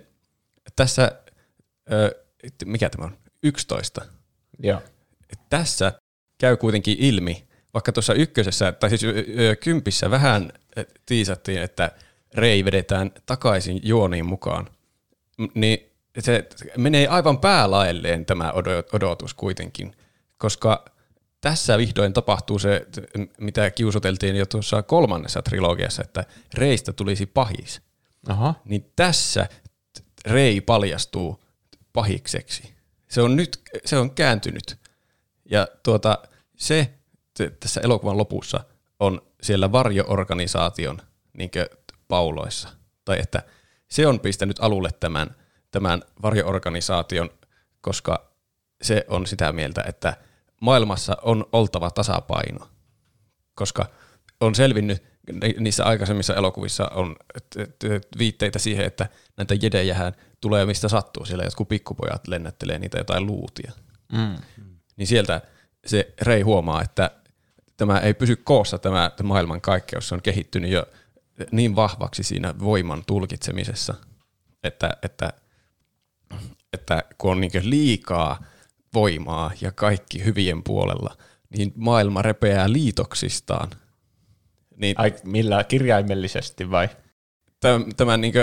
tässä, mikä tämä on? 11. Joo. Tässä käy kuitenkin ilmi, vaikka tuossa ykkösessä, tai siis kympissä vähän tiisattiin, että Rey vedetään takaisin juoniin mukaan, niin se menee aivan päälaelleen tämä odotus kuitenkin, koska tässä vihdoin tapahtuu se, mitä kiusoteltiin jo tuossa 3. trilogiassa, että Reystä tulisi pahis. Aha. Niin tässä Rey paljastuu pahikseksi. Se on kääntynyt. Ja se tässä elokuvan lopussa on siellä varjo-organisaation niinkö pauloissa. Tai että se on pistänyt alulle tämän varjo-organisaation, koska se on sitä mieltä, että maailmassa on oltava tasapaino. Koska on selvinnyt, niissä aikaisemmissa elokuvissa on viitteitä siihen, että näitä jedejähän tulee mistä sattuu. Siellä jotkut pikkupojat lennättelee niitä jotain luutia. Niin sieltä se Rey huomaa, että tämä ei pysy koossa, tämä maailman kaikkeus. Se on kehittynyt jo niin vahvaksi siinä voiman tulkitsemisessa, että kun on niin liikaa voimaa ja kaikki hyvien puolella, niin maailma repeää liitoksistaan. Niin, millä kirjaimellisesti vai? Tämän niin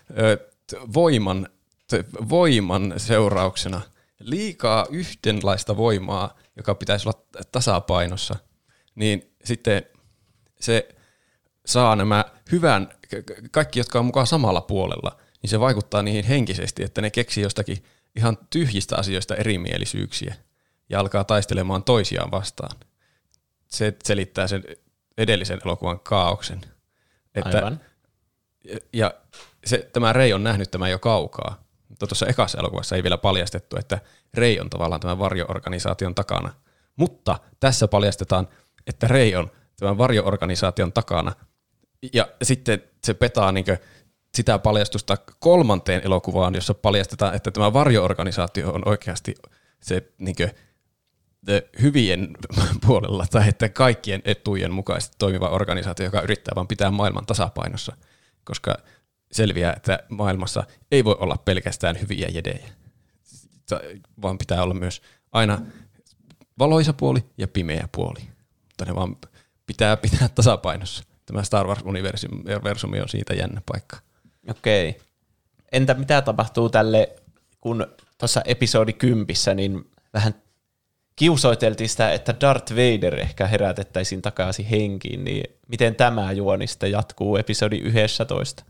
voiman seurauksena liikaa yhdenlaista voimaa, joka pitäisi olla tasapainossa, niin sitten se saa nämä kaikki, jotka on mukaan samalla puolella, niin se vaikuttaa niihin henkisesti, että ne keksii jostakin ihan tyhjistä asioista erimielisyyksiä ja alkaa taistelemaan toisiaan vastaan. Se selittää sen edellisen elokuvan kaaoksen. Aivan. Ja tämä Rey on nähnyt tämän jo kaukaa. Mutta tuossa ekassa elokuvassa ei vielä paljastettu, että Rey on tavallaan tämän varjo-organisaation takana. Mutta tässä paljastetaan, että Rey on tämän varjo-organisaation takana. Ja sitten se petaa niinkö sitä paljastusta 3. elokuvaan, jossa paljastetaan, että tämä varjo-organisaatio on oikeasti se niinkö hyvien puolella, tai että kaikkien etujen mukaisesti toimiva organisaatio, joka yrittää vaan pitää maailman tasapainossa, koska selviää, että maailmassa ei voi olla pelkästään hyviä jedejä, vaan pitää olla myös aina valoisa puoli ja pimeä puoli, mutta ne vaan pitää tasapainossa. Tämä Star Wars-universumi on siitä jännä paikka. Okei. Entä mitä tapahtuu tälle, kun tuossa episodi 10, niin vähän kiusoiteltiin sitä, että Darth Vader ehkä herätettäisiin takaisin henkiin, niin miten tämä juoni sitten jatkuu episodi 11?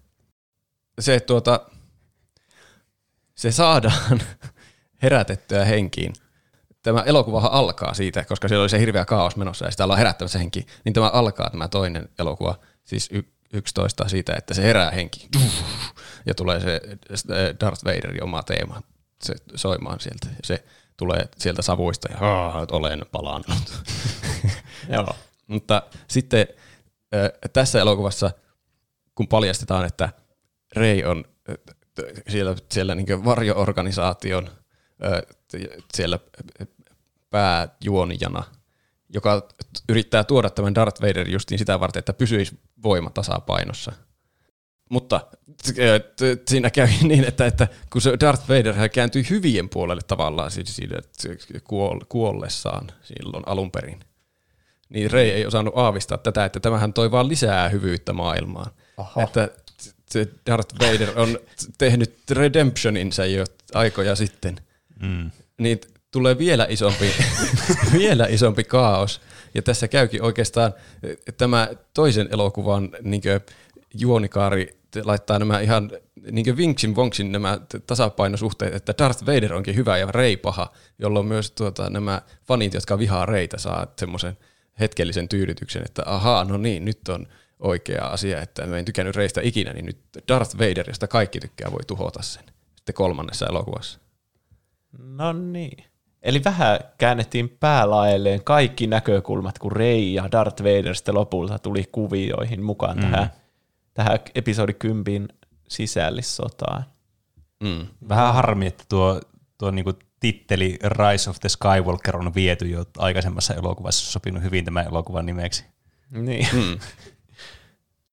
Se saadaan herätettyä henkiin. Tämä elokuvahan alkaa siitä, koska siellä oli se hirveä kaos menossa ja sitä ollaan herättämässä henkiin, niin tämä alkaa tämä toinen elokuva, siis 11 siitä, että se herää henkiin ja tulee se Darth Vaderin oma teema se soimaan sieltä. Se tulee sieltä savuista ja olen palannut. Joo. Mutta sitten tässä elokuvassa, kun paljastetaan, että Rey on siellä niin varjo-organisaation siellä pääjuonijana, joka yrittää tuoda tämän Darth Vader justiin sitä varten, että pysyisi voima tasapainossa. Mutta siinä kävi niin, että kun se Darth Vader kääntyi hyvien puolelle tavallaan siinä kuollessaan silloin alun perin, niin Rey ei osannut aavistaa tätä, että tämähän toi vaan lisää hyvyyttä maailmaan. Aha. Että se Darth Vader on tehnyt redemptioninsa jo aikoja sitten. Niin tulee vielä isompi kaos. Ja tässä käykin oikeastaan tämä toisen elokuvan juonikaari laittaa nämä ihan vinksin vonksin nämä tasapainosuhteet, että Darth Vader onkin hyvä ja Rey paha, jolloin myös nämä fanit, jotka vihaa Reytä, saa semmoisen hetkellisen tyydytyksen, että ahaa, no niin, nyt on oikea asia, että mä en tykännyt Reystä ikinä, niin nyt Darth Vader, josta kaikki tykkää, voi tuhota sen sitten 3. elokuvassa. No niin. Eli vähän käännettiin päälaelleen kaikki näkökulmat, kun Rey ja Darth Vader sitten lopulta tuli kuvioihin mukaan tähän episodi 10 sisällissotaan. Vähän harmi, että tuo niinku titteli Rise of the Skywalker on viety jo aikaisemmassa elokuvassa, sopinut hyvin tämän elokuvan nimeksi. Niin.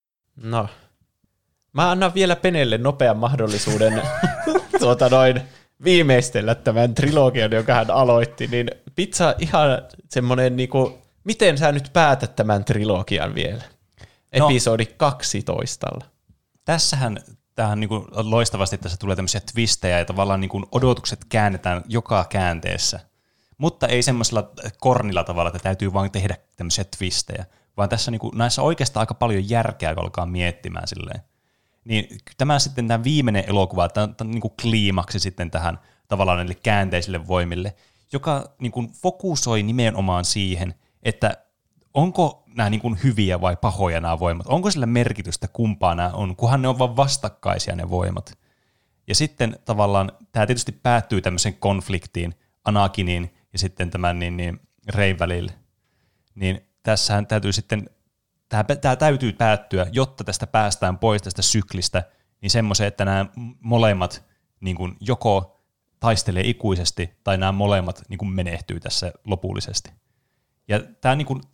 No. Mä annan vielä Penelle nopean mahdollisuuden viimeistellä tämän trilogian, jonka hän aloitti, niin pizza ihan semmoinen, niinku, miten sä nyt päätät tämän trilogian vielä? Episodi 12. Tässähän tähän niin kuin loistavasti tässä tulee tämmöisiä twistejä ja tavallaan niin kuin odotukset käännetään joka käänteessä. Mutta ei semmoisella kornilla tavalla, että täytyy vaan tehdä tämmöisiä twistejä, vaan tässä niin kuin, näissä on oikeastaan aika paljon järkeä, kun alkaa miettimään silleen. Niin tämä viimeinen elokuva, tämä on niin kuin kliimaksi sitten tähän tavallaan näille käänteisille voimille, joka niin kuin fokusoi nimenomaan siihen, että onko nämä niin kuin hyviä vai pahoja nämä voimat? Onko sillä merkitystä, kumpaa nämä on, kunhan ne on vaan vastakkaisia ne voimat? Ja sitten tavallaan tämä tietysti päättyy tämmöiseen konfliktiin Anakinin ja sitten tämän Reyn välillä. Niin tässähän täytyy sitten, tämä täytyy päättyä, jotta tästä päästään pois tästä syklistä, niin semmoiseen, että nämä molemmat niin kuin joko taistelee ikuisesti tai nämä molemmat niin kuin menehtyy tässä lopullisesti. Ja tämä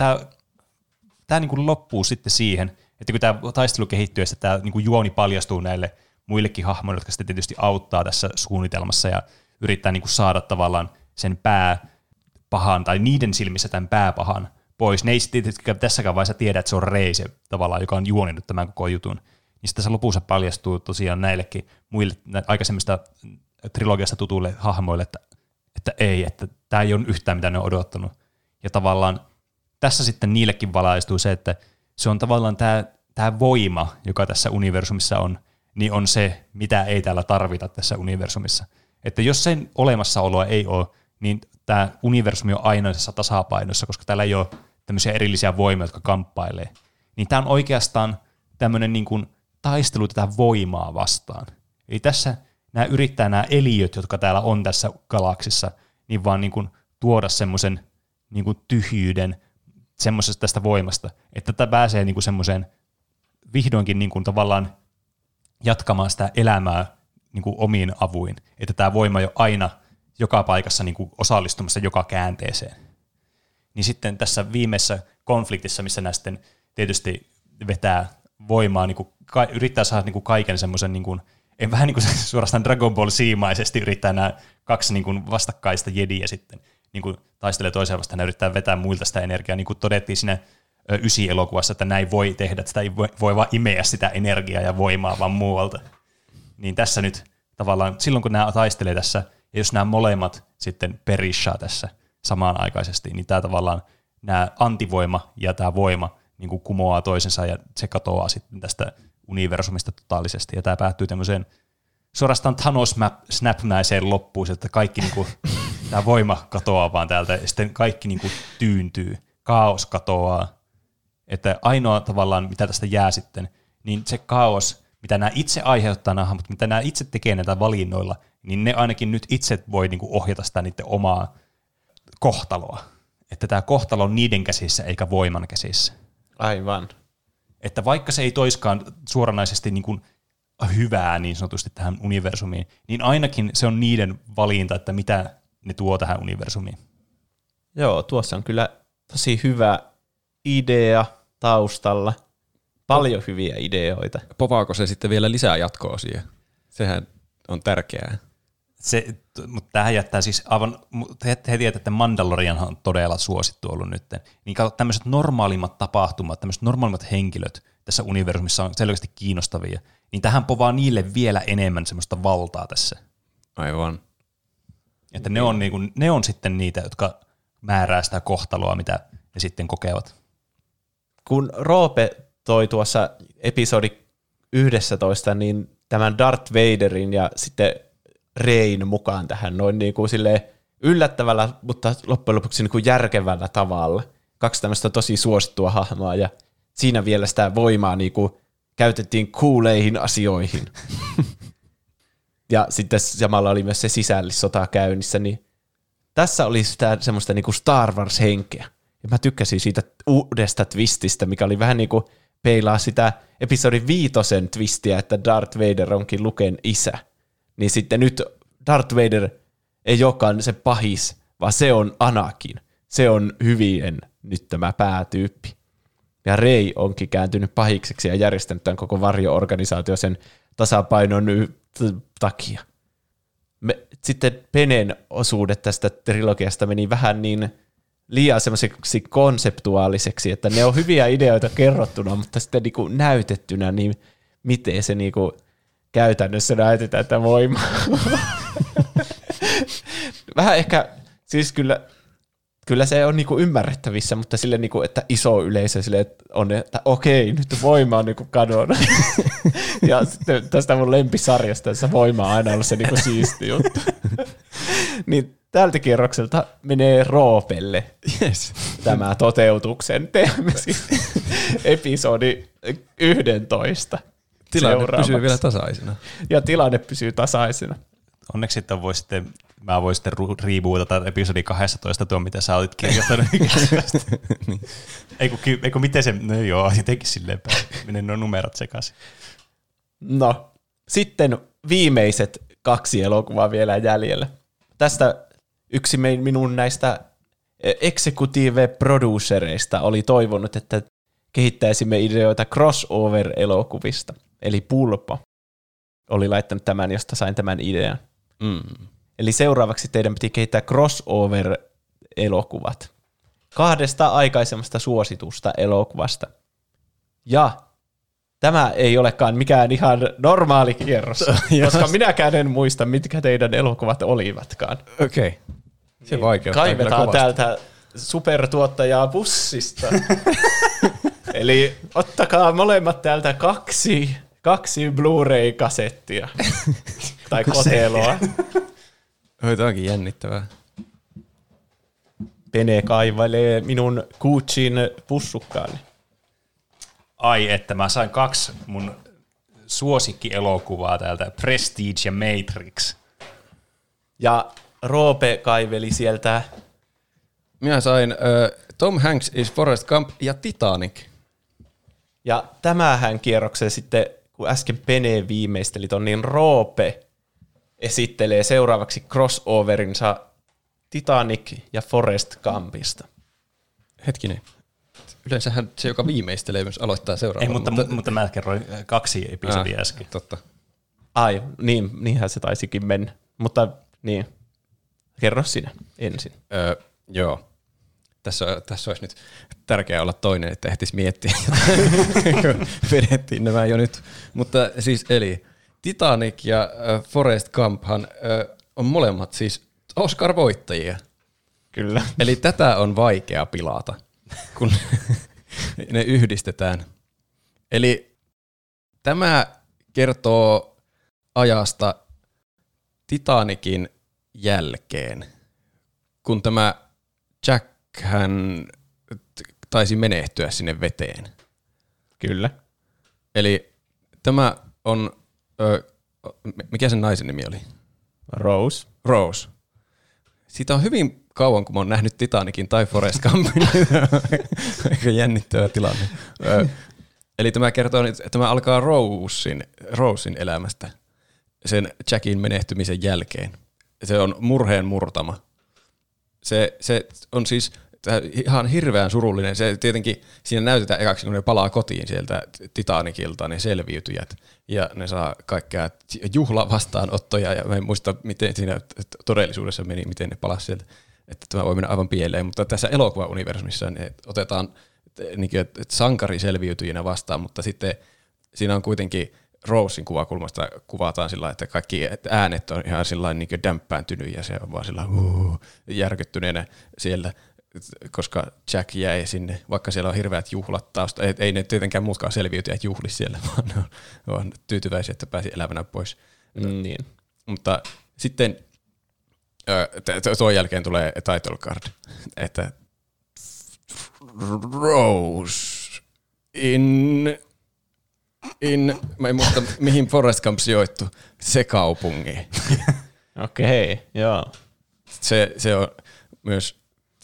loppuu sitten siihen, että kun tämä taistelu kehittyy ja tämä juoni paljastuu näille muillekin hahmoille, jotka sitten tietysti auttaa tässä suunnitelmassa ja yrittää saada tavallaan sen pääpahan tai niiden silmissä tämän pääpahan pois. Ne ei sitten tässäkään vaiheessa tiedä, että se on Rey se tavallaan, joka on juoninut tämän koko jutun. Niin sitten tässä lopussa paljastuu tosiaan näillekin muille aikaisemmista trilogiasta tutuille hahmoille, että tämä ei ole yhtään mitä ne on odottanut. Ja tavallaan tässä sitten niillekin valaistuu se, että se on tavallaan tämä voima, joka tässä universumissa on, niin on se, mitä ei täällä tarvita tässä universumissa. Että jos sen olemassaoloa ei ole, niin tämä universumi on ainoasessa tasapainossa, koska täällä ei ole tämmöisiä erillisiä voimia, jotka kamppailee. Niin tämä on oikeastaan tämmöinen niin kuin taistelu tätä voimaa vastaan. Eli tässä nämä eliöt, jotka täällä on tässä galaksissa, niin vaan niin kuin tuoda semmoisen niin kuin tyhjyyden semmoisesta tästä voimasta, että tätä pääsee niin kuin semmoiseen vihdoinkin niin kuin tavallaan jatkamaan sitä elämää niin kuin omiin avuin, että tämä voima jo aina joka paikassa niin kuin osallistumassa joka käänteeseen. Niin sitten tässä viimeisessä konfliktissa, missä nämä sitten tietysti vetää voimaa, niin kuin yrittää saada niin kuin kaiken semmoisen, niin kuin, vähän niin kuin suorastaan Dragon Ball Z-maisesti yrittää nämä kaksi niin kuin vastakkaista jediä sitten niin kuin taistelee toiseen vastaan ja yrittää vetää muilta sitä energiaa, niin kuin todettiin siinä 9-elokuvassa, että näin voi tehdä, että sitä ei voi vaan imeä sitä energiaa ja voimaa vaan muualta. Niin tässä nyt tavallaan, silloin kun nämä taistelee tässä, ja jos nämä molemmat sitten perishaa tässä samanaikaisesti, niin tämä tavallaan, nämä antivoima ja tämä voima niin kuin kumoaa toisensa ja se katoaa sitten tästä universumista totaalisesti. Ja tämä päättyy tämmöiseen suorastaan Thanos-snap-näiseen loppuun, että kaikki niinku, tämä voima katoaa vaan täältä ja sitten kaikki niinku tyyntyy, kaos katoaa. Että ainoa tavallaan, mitä tästä jää sitten, niin se kaos, mitä nämä itse aiheuttaa nämä hahmot, mitä nämä itse tekee näitä valinnoilla, niin ne ainakin nyt itse voi niinku ohjata sitä niiden omaa kohtaloa. Että tämä kohtalo on niiden käsissä eikä voiman käsissä. Aivan. Että vaikka se ei toiskaan suoranaisesti niin kuin hyvää niin sanotusti tähän universumiin, niin ainakin se on niiden valinta, että mitä ne tuo tähän universumiin. Joo, tuossa on kyllä tosi hyvä idea taustalla. Paljon hyviä ideoita. Povaako se sitten vielä lisää jatko-osia? Sehän on tärkeää. Mutta tämähän jättää siis aivan, he tiedät, että Mandalorianhan on todella suosittu ollut nyt. Niin kato, tämmöiset normaalimmat tapahtumat, tämmöiset normaalimmat henkilöt tässä universumissa on selvästi kiinnostavia, niin tähän povaa niille vielä enemmän semmoista valtaa tässä. Aivan. Että ne on sitten niitä, jotka määrää sitä kohtaloa, mitä ne sitten kokevat. Kun Roope toi tuossa episodi 11, niin tämän Darth Vaderin ja sitten Reyn mukaan tähän noin niin kuin silleen yllättävällä, mutta loppujen lopuksi niin kuin järkevällä tavalla. Kaksi tämmöistä tosi suosittua hahmoa ja siinä vielä sitä voimaa niin kuin käytettiin cooleihin asioihin. Ja sitten samalla oli myös se sisällissota käynnissä, niin tässä oli sitä semmoista niin kuin Star Wars-henkeä. Ja mä tykkäsin siitä uudesta twististä, mikä oli vähän niin kuin peilaa sitä episodin 5 twistiä, että Darth Vader onkin Luken isä. Niin sitten nyt Darth Vader ei olekaan se pahis, vaan se on Anakin. Se on hyvien nyt tämä päätyyppi. Ja Rey onkin kääntynyt pahikseksi ja järjestänyt tämän koko varjo-organisaatio sen tasapainon takia. sitten Penen osuudet tästä trilogiasta meni vähän niin liian semmoiseksi konseptuaaliseksi, että ne on hyviä ideoita kerrottuna, mutta sitten niinku näytettynä, niin miten se niinku käytännössä näytetään, että voima. Vähän ehkä, siis kyllä se on niinku ymmärrettävissä, mutta sille niinku, että iso yleisö sille on, että okei, nyt voima on niinku kadonnut. Ja sitten tästä mun lempisarjasta, jossa voima on aina ollut se niinku siisti juttu. Niin tältä kierrokselta menee Roopelle tämä toteutuksen teemme siis episodi 11. Tilanne pysyy vielä tasaisena. Ja tilanne pysyy tasaisena. Onneksi sitten mä voin sitten rebootata episodi 12 tuon, mitä sä olit kirjoittanut. Niin. Eiku miten se, no joo, jotenkin silleen menee nuo numerot sekaisin. No, sitten viimeiset 2 elokuvaa vielä jäljellä. Tästä yksi minun näistä executive producereista oli toivonut, että kehittäisimme ideoita crossover-elokuvista, eli Pulpo oli laittanut tämän, josta sain tämän idean. Eli seuraavaksi teidän piti kehittää crossover-elokuvat 2 aikaisemmasta suositusta elokuvasta. Ja tämä ei olekaan mikään ihan normaali kierros, koska minäkään en muista, mitkä teidän elokuvat olivatkaan. Okei. Se vaikeuttaa kaivetaan täältä supertuottajaa bussista. Eli ottakaa molemmat täältä kaksi Blu-ray-kasettia. Tai koteloa. Tämä onkin jännittävää. Pene kaivailee minun Gucciin pussukkaani. Ai, että mä sain 2 mun suosikkielokuvaa täältä, Prestige ja Matrix. Ja Roope kaiveli sieltä. Minä sain Tom Hanks is Forrest Gump ja Titanic. Ja tämähän kierroksen sitten, kun äsken Pene viimeisteli ton, niin Roope esittelee seuraavaksi crossoverinsa Titanic ja Forrest Gumpista. Hetkinen. Yleensähän se, joka viimeistelee, myös aloittaa seuraavan. Ei, mutta mä kerroin 2 episodia äsken. Totta. Ai, niinhän se taisikin mennä. Mutta niin, kerro sinä ensin. Joo. Tässä olisi nyt tärkeää olla toinen, että ehtisi miettiä. Vedettiin nämä jo nyt. Mutta siis eli Titanic ja Forrest Gumphan on molemmat siis Oscar-voittajia. Kyllä. Eli tätä on vaikea pilata, kun ne yhdistetään. Eli tämä kertoo ajasta Titanicin jälkeen, kun tämä Jack hän taisi menehtyä sinne veteen. Kyllä. Eli tämä on, mikä sen naisen nimi oli? Rose. Rose. Siitä on hyvin kauan, kun mä oon nähnyt Titanicin tai Forrest Gumpin. Aika jännittävä tilanne. Eli tämä kertoo, että tämä alkaa Rosen elämästä sen Jackin menehtymisen jälkeen. Se on murheen murtama. Se on siis ihan hirveän surullinen. Se tietenkin siinä näytetään ekaksi, kun ne palaa kotiin sieltä Titanicilta, ne selviytyjät. Ja ne saa kaikkea juhlavastaanottoja, ja mä en muista, miten siinä todellisuudessa meni, miten ne palasi sieltä. Että tämä voi mennä aivan pieleen, mutta tässä elokuva-universumissa ne otetaan niin kuin, sankariselviytyjinä vastaan, mutta sitten siinä on kuitenkin Rosen kuvakulmasta kuvataan sillä, että kaikki äänet on ihan sillain niin kuin dämppääntynyt ja se on vaan sillä järkyttyneenä siellä, koska Jack jäi sinne, vaikka siellä on hirveät juhlat tausta. Ei ne tietenkään muutkaan selviytyjät juhli siellä, vaan ne on tyytyväisiä, että pääsi elävänä pois. Niin. Mutta sitten tuon jälkeen tulee title card, että Rose mä en muista, mihin Forrest Gump sijoittui, se kaupunki. Okei, joo. Se on myös,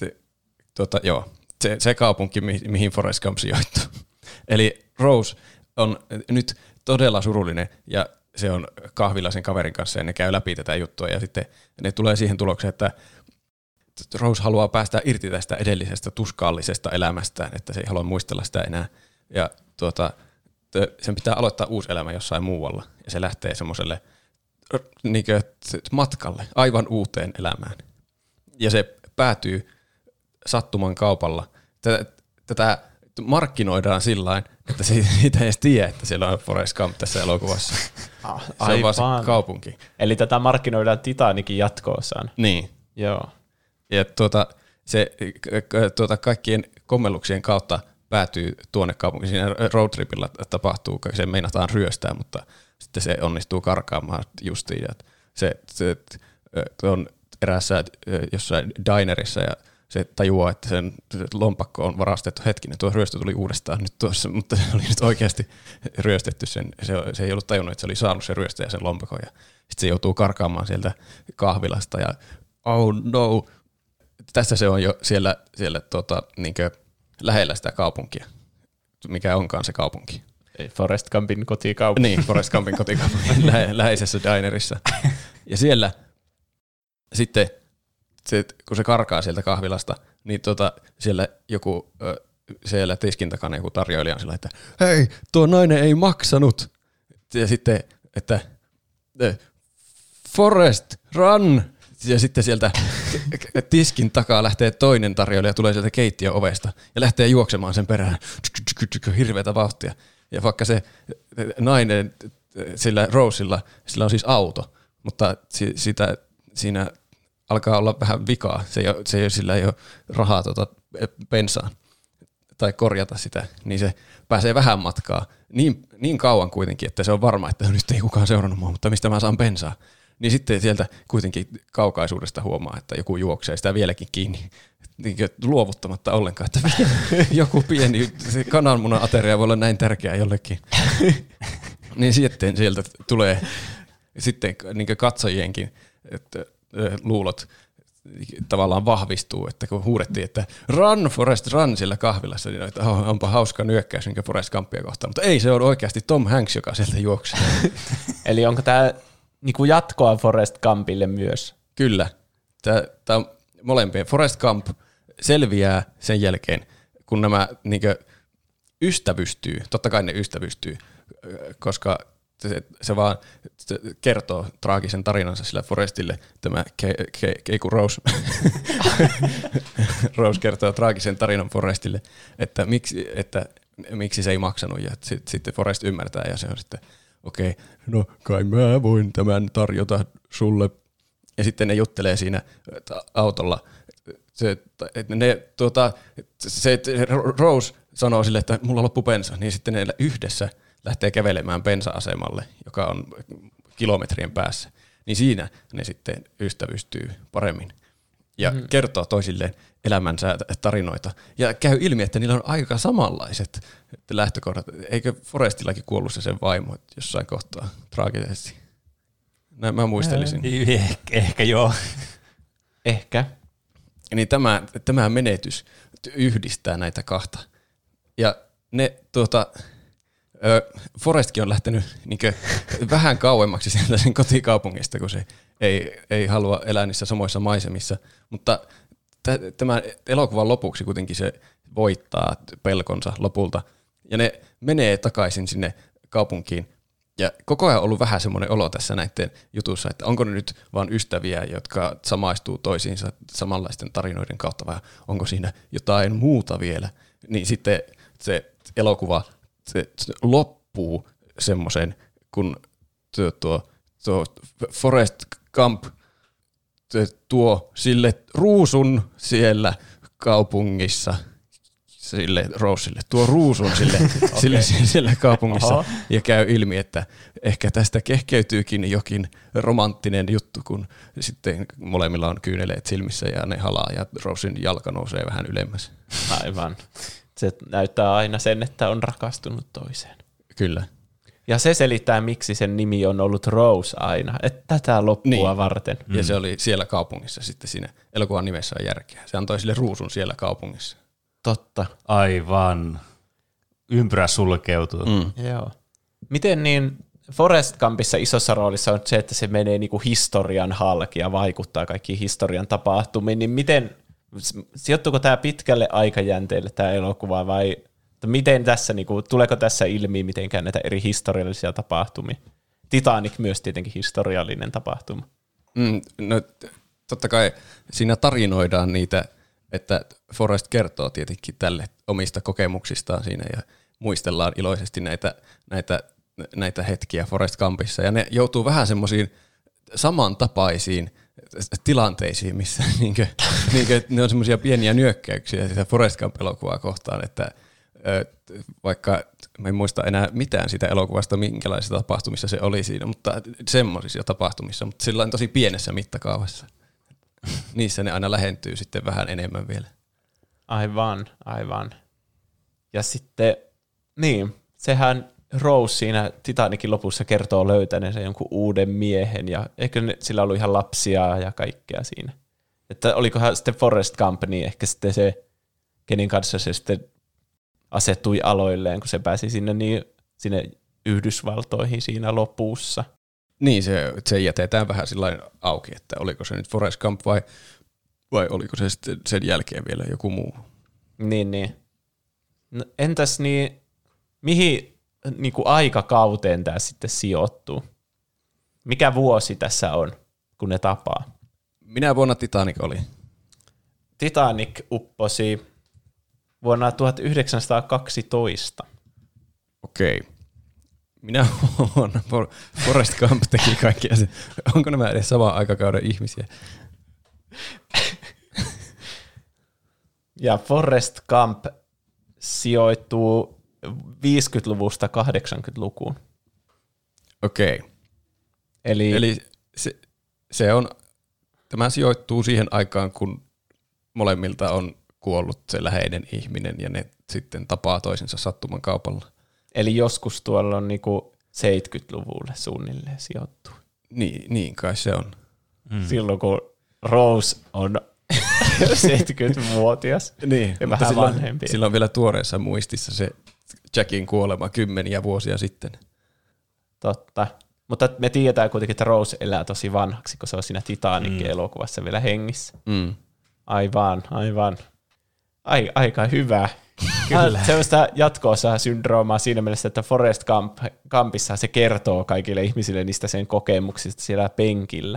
se kaupunki, mihin Forrest Gump sijoittui. Eli Rose on nyt todella surullinen ja se on kahvilla sen kaverin kanssa ja ne käy läpi tätä juttua ja sitten ne tulee siihen tulokseen, että Rose haluaa päästä irti tästä edellisestä tuskallisesta elämästään, että se ei halua muistella sitä enää. Ja sen pitää aloittaa uusi elämä jossain muualla. Ja se lähtee semmoiselle niinkö matkalle, aivan uuteen elämään. Ja se päätyy sattuman kaupalla. Tätä markkinoidaan sillain, että siitä ei edes tiedä, että siellä on Forrest Gump tässä elokuvassa. Se on vaan se kaupunki. Eli tätä markkinoidaan Titanicin jatko-osaan. Niin. Joo. Ja se kaikkien kommelluksien kautta päätyy tuonne kaupunkiin. Siinä roadtripilla tapahtuu, se meinataan ryöstää, mutta sitten se onnistuu karkaamaan justiin. Ja se on eräässä jossain dinerissa ja se tajuaa, että sen lompakko on varastettu. Hetkinen, tuo ryöstö tuli uudestaan nyt tuossa, mutta se oli nyt oikeasti ryöstetty sen. Se ei ollut tajunnut, että se oli saanut sen ryöstäjä sen lompakon. Ja sitten se joutuu karkaamaan sieltä kahvilasta ja oh no. Tässä se on jo siellä niinkö lähellä sitä kaupunkia. Mikä onkaan se kaupunki? Forrest Gumpin kotikaupunki. Niin, Forrest Gumpin kotikaupunki läheisessä dinerissa. Ja siellä sitten, kun se karkaa sieltä kahvilasta, niin siellä joku siellä tiskin takana joku tarjoilija on sillä, että hei, tuo nainen ei maksanut. Ja sitten, että Forrest, run! Ja sitten sieltä tiskin takaa lähtee toinen tarjoilija, tulee sieltä keittiön ovesta ja lähtee juoksemaan sen perään hirveätä vauhtia. Ja vaikka se nainen sillä Rosella, sillä on siis auto, mutta siinä alkaa olla vähän vikaa. Sillä ei ole rahaa bensaan tai korjata sitä, niin se pääsee vähän matkaa. Niin kauan kuitenkin, että se on varma, että nyt ei kukaan seurannut mua, mutta mistä mä saan bensaa. Niin sitten sieltä kuitenkin kaukaisuudesta huomaa, että joku juoksee sitä vieläkin kiinni, luovuttamatta ollenkaan, että joku pieni kananmuna-ateria voi olla näin tärkeä jollekin. Niin sitten sieltä tulee sitten niin katsojienkin luulot tavallaan vahvistuu, että kun huudettiin, että run Forrest run sillä kahvilassa, niin että onpa hauska nyökkäys minkä Forrest Gumpia kohtaan, mutta ei, se on oikeasti Tom Hanks, joka sieltä juoksee. Eli onko tämä niinku jatkoa Forrest Gumpille myös? Kyllä. Tämä on molempien. Forrest Gump selviää sen jälkeen, kun nämä niinkö ystävystyy. Totta kai ne ystävystyy, koska se vaan kertoo traagisen tarinansa sillä Forrestille. Tämä Rose kertoo traagisen tarinan Forrestille, että miksi se ei maksanut. Ja sitten Forrest ymmärtää ja se on sitten okei, no kai mä voin tämän tarjota sulle. Ja sitten ne juttelee siinä autolla. Rose sanoo sille, että mulla loppu bensa, niin sitten ne yhdessä lähtee kävelemään bensa-asemalle, joka on kilometrien päässä. Niin siinä ne sitten ystävystyy paremmin ja kertoo toisilleen elämänsä tarinoita. Ja käy ilmi, että niillä on aika samanlaiset lähtökohdat. Eikö Forrestillakin kuollut se sen vaimo jossain kohtaa traagisesti? Näin mä muistelisin. Ehkä joo. Ehkä. Niin tämä menetys yhdistää näitä kahta. Ja ne Forrestkin on lähtenyt niinkö vähän kauemmaksi sieltä sen kotikaupungista, kun se ei halua elää niissä samoissa maisemissa. Mutta tämän elokuvan lopuksi kuitenkin se voittaa pelkonsa lopulta. Ja ne menee takaisin sinne kaupunkiin. Ja koko ajan on ollut vähän semmoinen olo tässä näiden jutussa, että onko ne nyt vaan ystäviä, jotka samaistuu toisiinsa samanlaisten tarinoiden kautta, vai onko siinä jotain muuta vielä. Niin sitten se elokuva se loppuu semmoisen, kun tuo Forrest Gump tuo sille ruusun siellä kaupungissa, sille Roselle, tuo ruusun sille siellä kaupungissa. Oho. Ja käy ilmi, että ehkä tästä kehkeytyykin jokin romanttinen juttu, kun sitten molemmilla on kyyneleet silmissä ja ne halaa ja Rosen jalka nousee vähän ylemmäs. Aivan. Se näyttää aina sen, että on rakastunut toiseen. Kyllä. Ja se selittää, miksi sen nimi on ollut Rose aina, että tätä loppua varten. Ja se oli siellä kaupungissa sitten siinä elokuvan nimessä on järkeä. Se antoi sille ruusun siellä kaupungissa. Totta. Aivan. Ympyrä sulkeutuu. Joo. Miten niin Forrest Gumpissa isossa roolissa on se, että se menee niinku historian halki ja vaikuttaa kaikkiin historian tapahtumiin, niin miten, sijoittuuko tämä pitkälle aikajänteelle tämä elokuva vai miten tässä, niinku, tuleeko tässä ilmi mitenkään näitä eri historiallisia tapahtumia? Titanic myös tietenkin historiallinen tapahtuma. No, totta kai siinä tarinoidaan niitä, että Forrest kertoo tietenkin tälle omista kokemuksistaan siinä ja muistellaan iloisesti näitä hetkiä Forrest Gumpissa. Ja ne joutuu vähän semmoisiin samantapaisiin tilanteisiin, missä ne on semmoisia pieniä nyökkäyksiä sitä Forrest Gump-elokuvaa kohtaan, että vaikka mä en muista enää mitään sitä elokuvasta, minkälaisissa tapahtumissa se oli siinä, mutta semmoisissa tapahtumissa, mutta sillä on tosi pienessä mittakaavassa. Niissä ne aina lähentyy sitten vähän enemmän vielä. Aivan. Ja sitten, niin, sehän Rose siinä Titanicin lopussa kertoo löytäneensä jonkun uuden miehen, ja eikö sillä ollut ihan lapsia ja kaikkea siinä. Että olikohan sitten Forrest Gump, niin ehkä sitten se, kenen kanssa se sitten asettui aloilleen, kun se pääsi sinne Yhdysvaltoihin siinä lopussa. Niin, se jätetään vähän sillain auki, että oliko se nyt Forrest Gump vai oliko se sitten sen jälkeen vielä joku muu. Niin. No, entäs mihin aikakauteen tämä sitten sijoittuu? Mikä vuosi tässä on, kun ne tapaa? Minä vuonna Titanic oli? Titanic upposi vuonna 1912. Okei. Minä vuonna Forrest Gump teki kaikkea se. Onko nämä edes saman aikakauden ihmisiä? Ja Forrest Gump sijoittuu 50-luvusta 80-lukuun. Okei. Eli tämä sijoittuu siihen aikaan, kun molemmilta on kuollut se läheinen ihminen ja ne sitten tapaa toisensa sattuman kaupalla. Eli joskus tuolla on 70-luvulle suunnilleen sijoittuu. Niin kai se on. Silloin kun Rose on 70-vuotias niin, ja vähän vanhempi. Sillä on vielä tuoreessa muistissa se Jackin kuolema kymmeniä vuosia sitten. Totta. Mutta me tiedetään kuitenkin, että Rose elää tosi vanhaksi, kun se on siinä Titanic-elokuvassa vielä hengissä. Aivan. Aika hyvä. Kyllä. Sellaista jatko-osaa syndroomaa siinä mielessä, että Forrest Gumpissa se kertoo kaikille ihmisille niistä sen kokemuksista siellä penkillä.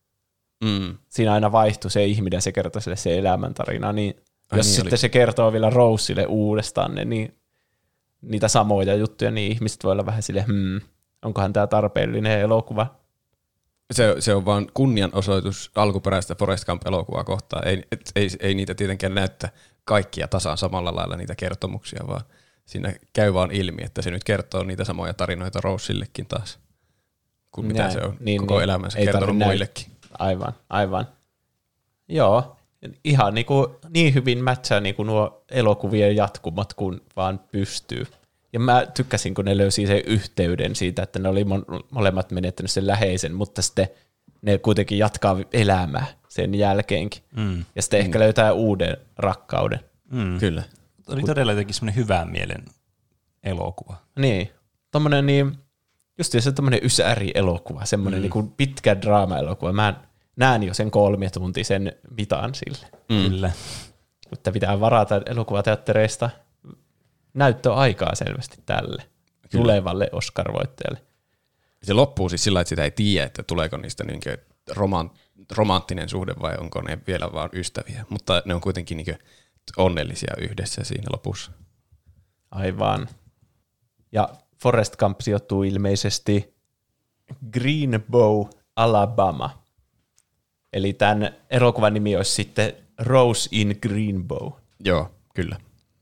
Siinä aina vaihtui se ihminen, se kertoo sille se elämäntarina. Niin jos sitten se kertoo vielä Roselle uudestaan niin niitä samoja juttuja, niin ihmiset voi olla vähän silleen, onkohan tämä tarpeellinen elokuva? Se on vaan kunnianosoitus alkuperäistä Forrest Gump-elokuvaa kohtaan. Ei niitä tietenkään näyttä kaikkia tasan samalla lailla niitä kertomuksia, vaan siinä käy vaan ilmi, että se nyt kertoo niitä samoja tarinoita Rosillekin taas, kuin mitä se on koko elämänsä kertonut muillekin. Aivan. Joo, ihan niin hyvin mätsää nuo elokuvien jatkumat, kun vaan pystyy. Ja mä tykkäsin, kun ne löysi sen yhteyden siitä, että ne oli molemmat menettänyt sen läheisen, mutta sitten ne kuitenkin jatkaa elämää sen jälkeenkin. Ja sitten ehkä löytää uuden rakkauden. Kyllä. Oli todella jotenkin semmoinen hyvän mielen elokuva. Niin. Tommoinen just se tommoinen ysäri-elokuva, semmoinen pitkä draama-elokuva. Mä näen jo sen 3 tuntisen mitaan sille. Kyllä. Mutta pitää varata elokuvateattereista näyttöaikaa selvästi tälle tulevalle Oscar-voittajalle. Se loppuu siis sillä, että sitä ei tiedä, että tuleeko niistä romanttinen suhde vai onko ne vielä vaan ystäviä, mutta ne on kuitenkin onnellisia yhdessä siinä lopussa. Aivan. Ja Forrest Gump sijoittuu ilmeisesti Greenbow, Alabama. Eli tämän elokuvan nimi olisi sitten Rose in Greenbow. Joo, kyllä.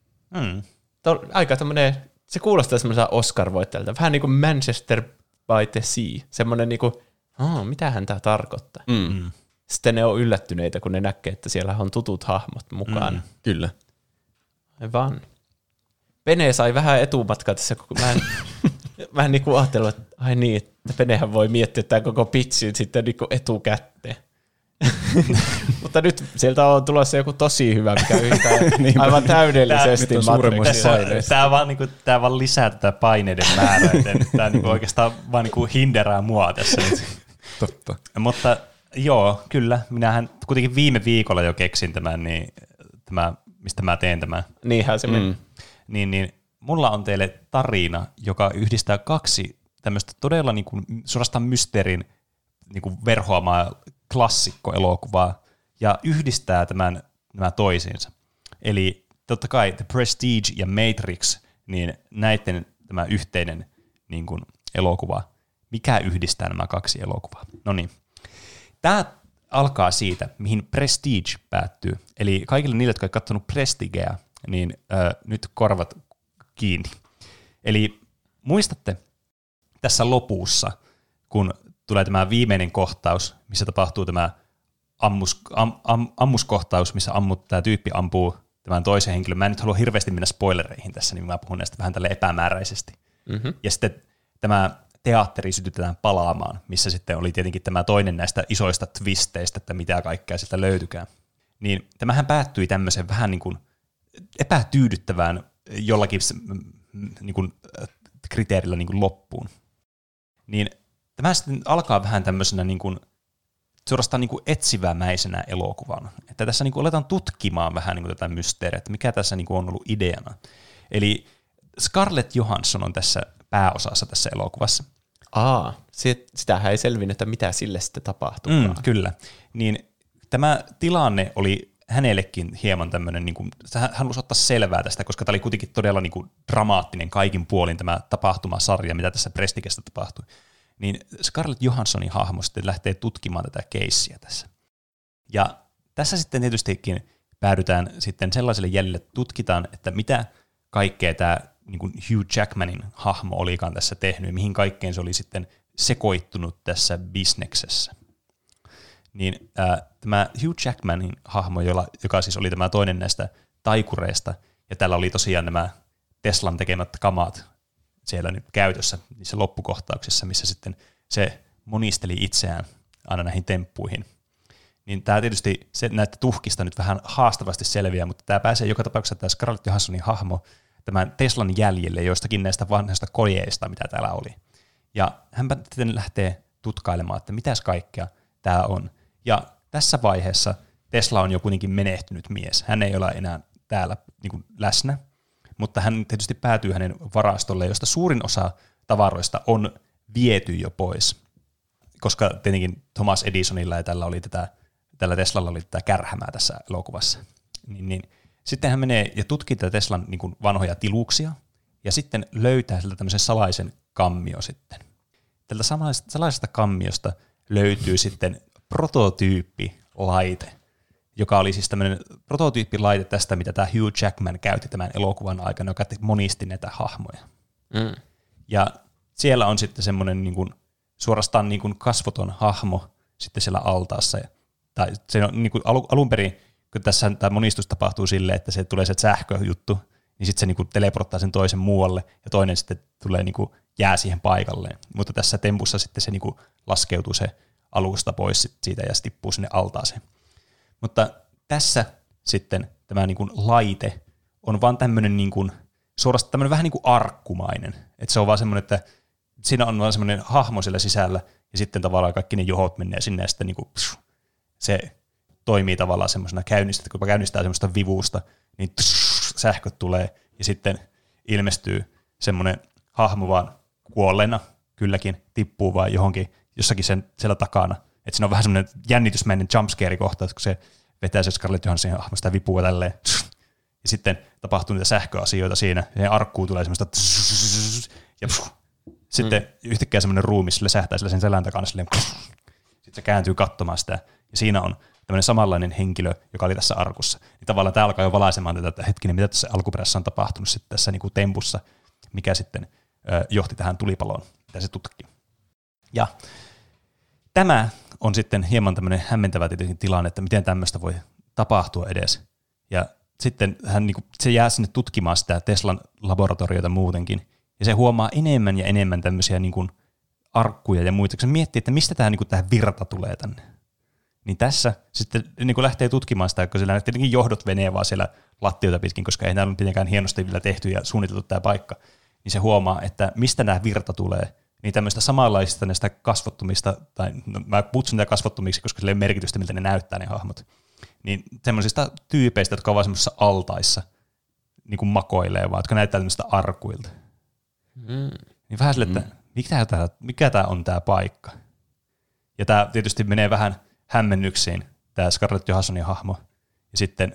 Aika tämmöinen, se kuulostaa semmoiselta Oscar-voittajalta, vähän niin kuin Manchester by the Sea, semmoinen mitähän tämä tarkoittaa. Sitten ne on yllättyneitä, kun ne näkee, että siellä on tutut hahmot mukana. Kyllä. Aivan. Pene sai vähän etumatkaa tässä, kun mä en ajatellut, että ai niin, että Penehän voi miettiä tämän koko pitchin sitten etukäteen. Mutta nyt sieltä on tulossa joku tosi hyvä, mikä yhtää aivan täydellisesti Matrix. Tämä vaan lisää tätä paineiden määrää, joten tämä oikeastaan vaan hinderää mua tässä nyt. Totta. Mutta joo, kyllä. Minähän kuitenkin viime viikolla jo keksin tämän, mistä mä teen tämän. Niinhän se meni. Niin, mulla on teille tarina, joka yhdistää 2 tämmöistä todella niin kuin, suorastaan mysteerin niin kuin verhoamaa klassikkoelokuvaa ja yhdistää nämä toisiinsa. Eli totta kai The Prestige ja Matrix, niin näiden tämä yhteinen niin kuin, elokuva, mikä yhdistää nämä kaksi elokuvaa. No niin, tämä alkaa siitä, mihin Prestige päättyy. Eli kaikille niille, jotka ovat katsonut Prestigea, niin nyt korvat kiinni. Eli muistatte tässä lopussa, kun tulee tämä viimeinen kohtaus, missä tapahtuu tämä ammuskohtaus, missä tämä tyyppi ampuu tämän toisen henkilön. Mä en nyt halua hirveästi mennä spoilereihin tässä, niin mä puhun näistä vähän tälle epämääräisesti. Mm-hmm. Ja sitten tämä teatteri sytytetään palaamaan, missä sitten oli tietenkin tämä toinen näistä isoista twisteistä, että mitä kaikkea sieltä löytykään. Niin tämähän päättyi tämmöisen vähän niin kuin epätyydyttävään jollakin niin kuin kriteerillä niin kuin loppuun. Niin tämä sitten alkaa vähän tämmöisenä niin kuin, suorastaan niin kuin etsivämäisenä elokuvana. Että tässä niin kuin aletaan tutkimaan vähän niin kuin tätä mysteeriä, että mikä tässä niin kuin on ollut ideana. Eli Scarlett Johansson on tässä pääosassa tässä elokuvassa. Sitähän ei selvinnyt, että mitä sille sitten tapahtuu. Kyllä. Niin tämä tilanne oli hänellekin hieman tämmöinen, niin kuin, hän halusi ottaa selvää tästä, koska tämä oli kuitenkin todella niin kuin dramaattinen kaikin puolin tämä tapahtumasarja, mitä tässä Prestigessä tapahtui. Niin Scarlett Johanssonin hahmo sitten lähtee tutkimaan tätä keissiä tässä. Ja tässä sitten tietystikin päädytään sitten sellaiselle jäljelle, että tutkitaan, että mitä kaikkea tämä niin kuin Hugh Jackmanin hahmo olikaan tässä tehnyt, ja mihin kaikkeen se oli sitten sekoittunut tässä bisneksessä. Niin tämä Hugh Jackmanin hahmo, joka siis oli tämä toinen näistä taikureista, ja täällä oli tosiaan nämä Teslan tekemät kamat siellä nyt käytössä niissä loppukohtauksissa, missä sitten se monisteli itseään aina näihin temppuihin. Niin tämä tietysti se näitä tuhkista nyt vähän haastavasti selviää, mutta tämä pääsee joka tapauksessa tämä Scarlett Johanssonin hahmo tämän Teslan jäljelle joistakin näistä vanhoista kojeista, mitä täällä oli. Ja hän sitten lähtee tutkailemaan, että mitäs kaikkea tämä on. Ja tässä vaiheessa Tesla on jo kuitenkin menehtynyt mies. Hän ei ole enää täällä niin kuin läsnä, mutta hän tietysti päätyy hänen varastolle, josta suurin osa tavaroista on viety jo pois. Koska tietenkin Thomas Edisonilla ja tällä Teslalla oli tätä kärhämää tässä elokuvassa. Niin. Sitten hän menee ja tutkii tätä Teslan niin kuin vanhoja tiluuksia, ja sitten löytää sieltä tämmöisen salaisen kammio sitten. Tältä salaisesta kammiosta löytyy sitten prototyyppilaite, joka oli siis tämmöinen prototyyppilaite tästä, mitä tämä Hugh Jackman käytti tämän elokuvan aikana, joka monisti näitä hahmoja. Ja siellä on sitten semmoinen niin kuin, suorastaan niin kuin kasvoton hahmo sitten siellä altaassa. Tai se on niin kuin alun perin, kun tässä tämä monistus tapahtuu silleen, että se tulee se sähköjuttu, niin sitten se niin kuin teleporttaa sen toisen muualle, ja toinen sitten tulee niin kuin jää siihen paikalleen. Mutta tässä tempussa sitten se niin kuin laskeutuu se alusta pois siitä ja se tippuu sinne altaaseen. Mutta tässä sitten tämä niin kuin laite on vaan tämmöinen niin kuin, suorastaan tämmöinen vähän niin kuin arkkumainen. Että se on vaan semmoinen, että siinä on vaan semmoinen hahmo siellä sisällä, ja sitten tavallaan kaikki ne johot menee sinne, ja sitten niin kuin, se toimii tavallaan semmoisena että kun käynnistää semmoista vivusta, niin sähköt tulee, ja sitten ilmestyy semmoinen hahmo vaan kuolleena, kylläkin, tippuu vaan johonkin, jossakin siellä takana. Että siinä on vähän semmoinen jännitysmäinen jumpscare-kohta, kun se vetää se Scarlett Johanssonin hahmo sitä vipua tälleen, ja sitten tapahtuu niitä sähköasioita siinä, ja arkkuun tulee semmoista ja sitten yhtäkkiä semmoinen ruumi sille sähtää sille sen selän takana silleen, sitten se kääntyy katsomaan sitä, ja siinä on tämmöinen samanlainen henkilö, joka oli tässä arkussa. Niin tavallaan tämä alkaa jo valaisemaan tätä, että hetkinen, mitä tässä alkuperässä on tapahtunut sitten tässä niin kuin tempussa, mikä sitten johti tähän tulipaloon, mitä se tutki. Ja tämä on sitten hieman tämmöinen hämmentävä tietenkin tilanne, että miten tämmöistä voi tapahtua edes. Ja sitten se jää sinne tutkimaan sitä Teslan laboratoriota muutenkin, ja se huomaa enemmän ja enemmän tämmöisiä niin kuin arkkuja ja muita. Se miettii, että mistä tämä virta tulee tänne. Niin tässä sitten niin kuin lähtee tutkimaan sitä, kun siellä tietenkin johdot venee vaan siellä lattioita pitkin, koska ei tämä ole mitenkään hienosti vielä tehty ja suunniteltu tämä paikka, niin se huomaa, että mistä nämä virta tulee. Niin tämmöistä samanlaisista näistä kasvottumista, tai mä kutsun niitä kasvottumiksi, koska sillä ei ole merkitystä, miltä ne näyttää ne hahmot. Niin semmoisista tyypeistä, jotka on vaan semmoisissa altaissa niin kuin makoilee vaan, jotka näyttää tämmöistä arkuilta. Niin vähän sille, että mikä tää on tää paikka. Ja tää tietysti menee vähän hämmennyksiin, tää Scarlett Johanssonin hahmo. Ja sitten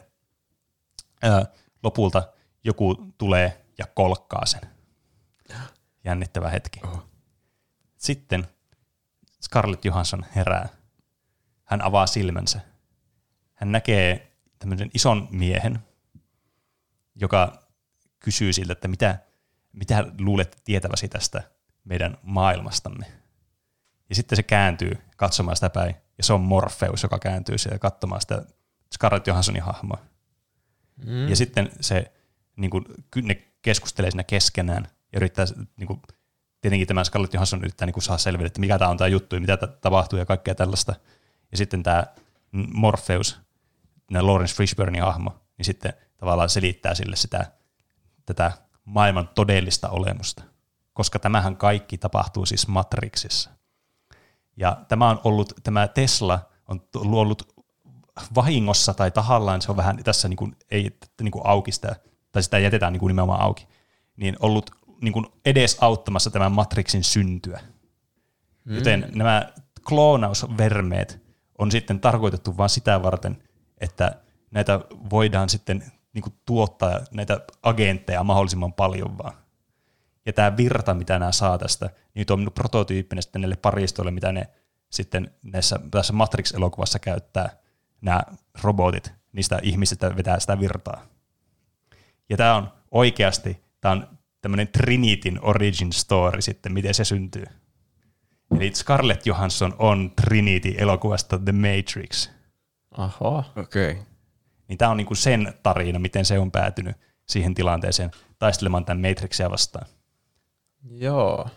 lopulta joku tulee ja kolkkaa sen. Jännittävä hetki. Sitten Scarlett Johansson herää. Hän avaa silmänsä. Hän näkee tämmöisen ison miehen, joka kysyy siltä, että mitä luulet tietäväsi tästä meidän maailmastamme. Ja sitten se kääntyy katsomaan sitä päin, ja se on Morpheus, joka kääntyy siellä katsomaan sitä Scarlett Johanssonin hahmoa. Ja sitten se, niin kuin, ne keskustelee siinä keskenään, ja yrittää, niin kuin, tietenkin tämä Scarlett Johansson yrittää niin kuin, saa selville, että mikä tämä on tämä juttu, ja mitä tapahtuu, ja kaikkea tällaista. Ja sitten tämä Morpheus, Lawrence Fishburnin hahmo, niin sitten tavallaan selittää sille tätä maailman todellista olemusta, koska tämähän kaikki tapahtuu siis Matrixissa. Ja tämä Tesla on ollut vahingossa tai tahallaan, se on vähän tässä niin kuin, ei niin kuin auki sitä, tai sitä jätetään niin kuin nimenomaan auki, niin ollut niin kuin edes auttamassa tämän Matrixin syntyä. Joten nämä kloonausvermeet on sitten tarkoitettu vain sitä varten, että näitä voidaan sitten niin kuin tuottaa näitä agentteja mahdollisimman paljon vaan. Ja tämä virta, mitä nämä saa tästä, niin on prototyyppinen sitten näille paristoille, mitä ne sitten tässä Matrix-elokuvassa käyttää nämä robotit, niistä ihmisistä vetää sitä virtaa. Ja tämä on oikeasti, tämä on tämmöinen Trinityn origin story sitten, miten se syntyy. Eli Scarlett Johansson on Trinity-elokuvasta The Matrix. Aha. Okei. Okay. Niin tämä on niinku sen tarina, miten se on päätynyt siihen tilanteeseen taistelemaan tämän Matrixia vastaan. Joo.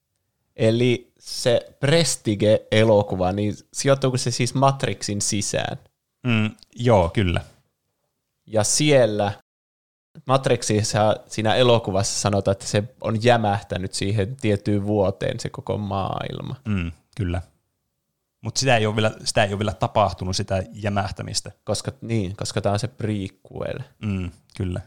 Eli se Prestige-elokuva, niin sijoittuuko se siis Matrixin sisään? Joo, kyllä. Ja siellä Matrixissa siinä elokuvassa sanotaan, että se on jämähtänyt siihen tiettyyn vuoteen se koko maailma. Kyllä. Mutta sitä ei ole vielä tapahtunut, sitä jämähtämistä. Koska tämä on se prequel. Kyllä.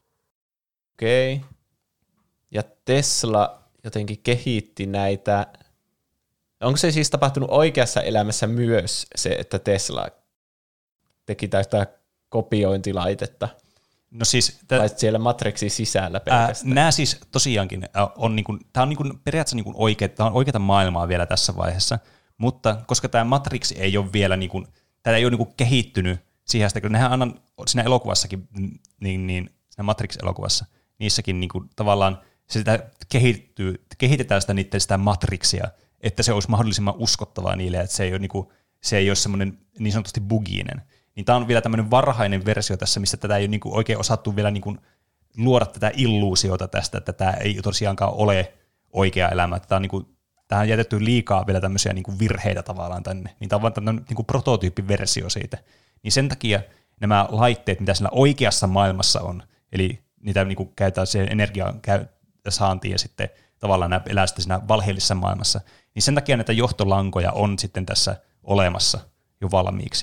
Okei. Ja Tesla jotenkin kehitti näitä. Onko se siis tapahtunut oikeassa elämässä myös se, että Tesla teki tästä kopiointilaitetta? No siis, vai siellä Matrixin sisällä pelkästään? Nämä siis tosiaankin on, tämä on periaatteessa oikeata maailmaa vielä tässä vaiheessa, mutta koska tämä Matrix ei ole vielä, tämä ei ole kehittynyt siihen asti, kun nehän annan siinä elokuvassakin, niin siinä Matrix-elokuvassa, niissäkin tavallaan sitä kehitetään sitä Matrixia, että se olisi mahdollisimman uskottavaa niille, että se ei ole semmoinen niin sanotusti buginen. Niin tämä on vielä tämmöinen varhainen versio tässä, missä tätä ei ole oikein osattu vielä luoda tätä illuusiota tästä, että tämä ei tosiaankaan ole oikea elämä. Tähän on jätetty liikaa vielä tämmöisiä virheitä tavallaan tänne. Niin tämä on vain tämmöinen prototyyppiversio siitä. Niin sen takia nämä laitteet, mitä siinä oikeassa maailmassa on, eli niitä käytetään siihen energian saantiin ja sitten tavallaan nämä elää sitten siinä valheellisessa maailmassa, niin sen takia näitä johtolankoja on sitten tässä olemassa jo valmiiksi.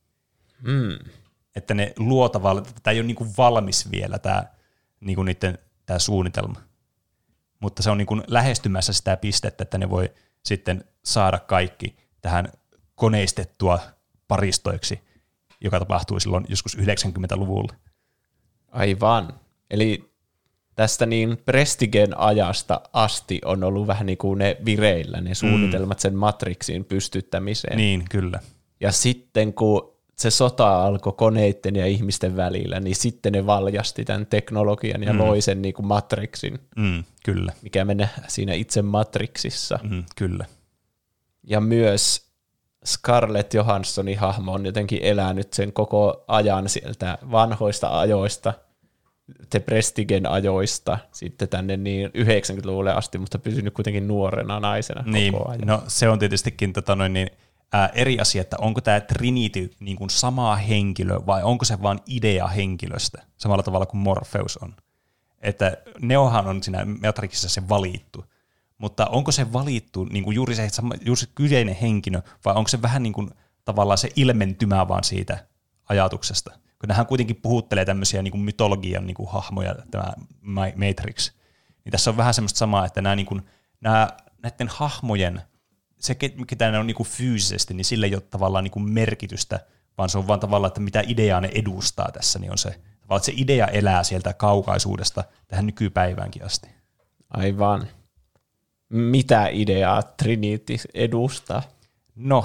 Että ne luotavalla, tämä ei ole valmis vielä tämä suunnitelma. Mutta se on lähestymässä sitä pistettä, että ne voi sitten saada kaikki tähän koneistettua paristoiksi, joka tapahtui silloin joskus 90-luvulla. Aivan. Eli tästä Prestigen ajasta asti on ollut vähän niin kuin ne vireillä, ne suunnitelmat sen Matrixin pystyttämiseen. Niin, kyllä. Ja sitten kun se sota alkoi koneiden ja ihmisten välillä, niin sitten ne valjasti tämän teknologian ja loi sen niin kuin Matrixin, kyllä. mikä menee siinä itse Matrixissa. Kyllä. Ja myös Scarlett Johanssonin hahmo on jotenkin elänyt sen koko ajan sieltä vanhoista ajoista, The Prestigen ajoista, sitten tänne 90-luvulle asti, mutta pysynyt kuitenkin nuorena naisena koko ajan. No se on tietystikin eri asia, että onko tämä Trinity sama henkilö vai onko se vain idea henkilöstä, samalla tavalla kuin Morpheus on. Että Neohan on siinä Matrixissa se valittu, mutta onko se valittu juuri se kyseinen henkilö vai onko se vähän tavallaan se ilmentymä vaan siitä ajatuksesta? Kun nämähän kuitenkin puhuttelee tämmöisiä mytologian hahmoja, tämä Matrix, niin tässä on vähän semmoista samaa, että nämä näiden hahmojen, se ketä ne on niinku fyysisesti, niin sillä ei ole tavallaan niinku merkitystä, vaan se on vaan tavallaan, että mitä ideaa ne edustaa tässä, niin on se, tavallaan, että se idea elää sieltä kaukaisuudesta tähän nykypäiväänkin asti. Aivan. Mitä ideaa Trinity edustaa? No,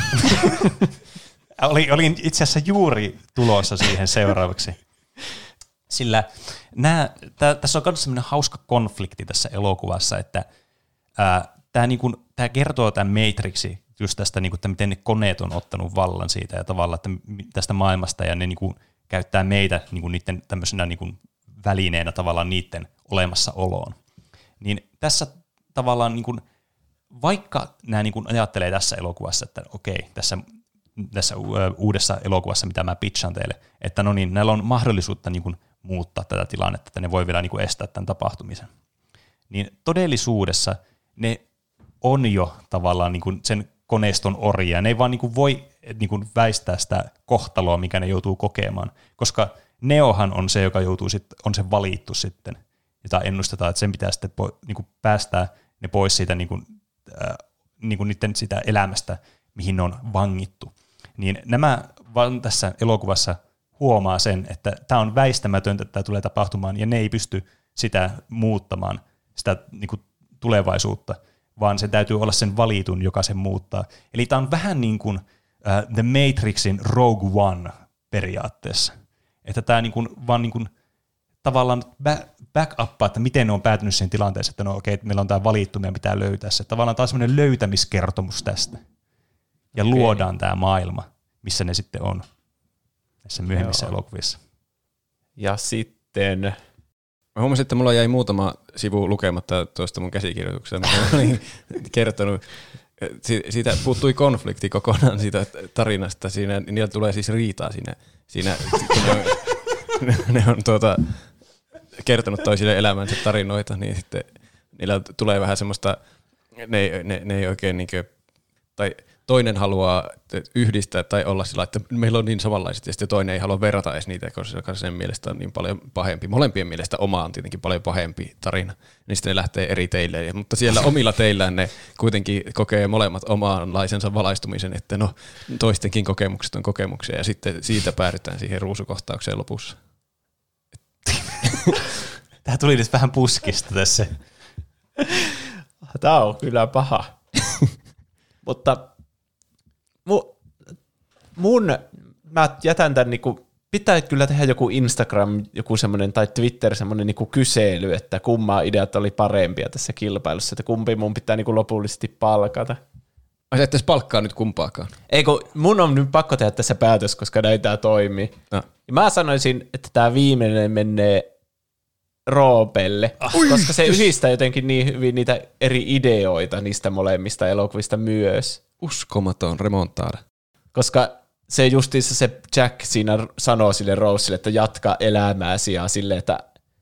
olin itse asiassa juuri tulossa siihen seuraavaksi. Sillä tässä on myös sellainen hauska konflikti tässä elokuvassa, että tämä kertoo tämän Matrixi just tästä, että miten ne koneet on ottanut vallan siitä ja tavallaan että tästä maailmasta ja ne käyttää meitä niiden tämmöisenä välineenä tavallaan niiden olemassaoloon. Niin tässä tavallaan vaikka nämä ajattelee tässä elokuvassa, että okei, tässä uudessa elokuvassa, mitä mä pitchan teille, että no niin, näillä on mahdollisuutta muuttaa tätä tilannetta, että ne voi vielä estää tämän tapahtumisen. Niin todellisuudessa ne on jo tavallaan sen koneiston orjia. Ne ei vaan voi väistää sitä kohtaloa, mikä ne joutuu kokemaan, koska Neohan on se, joka on se valittu sitten, jota ennustetaan, että sen pitää sitten päästää ne pois siitä niiden sitä elämästä, mihin ne on vangittu. Niin nämä vaan tässä elokuvassa huomaa sen, että tämä on väistämätöntä, että tämä tulee tapahtumaan, ja ne ei pysty sitä muuttamaan, sitä tulevaisuutta, vaan se täytyy olla sen valitun, joka sen muuttaa. Eli tämä on vähän niin kuin The Matrixin Rogue One periaatteessa. Että tämä vaan tavallaan back-uppaa, että miten ne on päätynyt siihen tilanteeseen, että no okei, meillä on tämä valittu, meidän pitää löytää se. Tavallaan tämä on semmoinen löytämiskertomus tästä. Ja luodaan tämä maailma, missä ne sitten on näissä myöhemmissä elokuvissa. Ja sitten mä huomasin, että mulla jäi muutama sivu lukematta tuosta mun käsikirjoituksesta, mitä olin kertonut. Siitä puuttui konflikti kokonaan siitä tarinasta. Niillä tulee siis riitaa siinä ne on kertonut toisille elämänsä tarinoita, niin sitten niillä tulee vähän semmoista, ne ei oikein tai toinen haluaa yhdistää tai olla sillä, että meillä on niin samanlaiset, ja sitten toinen ei halua verrata edes niitä, koska sen mielestä on niin paljon pahempi. Molempien mielestä oma on tietenkin paljon pahempi tarina, niin sitten ne lähtee eri teille. Mutta siellä omilla teillään ne kuitenkin kokee molemmat omanlaisensa valaistumisen, että no toistenkin kokemukset on kokemuksia, ja sitten siitä päädytään siihen ruusukohtaukseen lopussa. Tämä tuli nyt vähän puskista tässä. Tämä on kyllä paha. Mutta mä jätän tämän, pitää kyllä tehdä joku Instagram, joku semmoinen, tai Twitter semmoinen kysely, että kummaa ideat oli parempia tässä kilpailussa, että kumpi mun pitää lopullisesti palkata. Sä et edes palkkaa nyt kumpaakaan. Eikö, mun on nyt pakko tehdä tässä päätös, koska näin tää toimii. No. Mä sanoisin, että tää viimeinen menee Roopelle, koska se yhdistää jotenkin niin hyvin niitä eri ideoita niistä molemmista elokuvista myös. Uskomaton remontaada. Koska se justiinsa se Jack siinä sanoo sille Roselle, että jatka elämääsi ja sille, että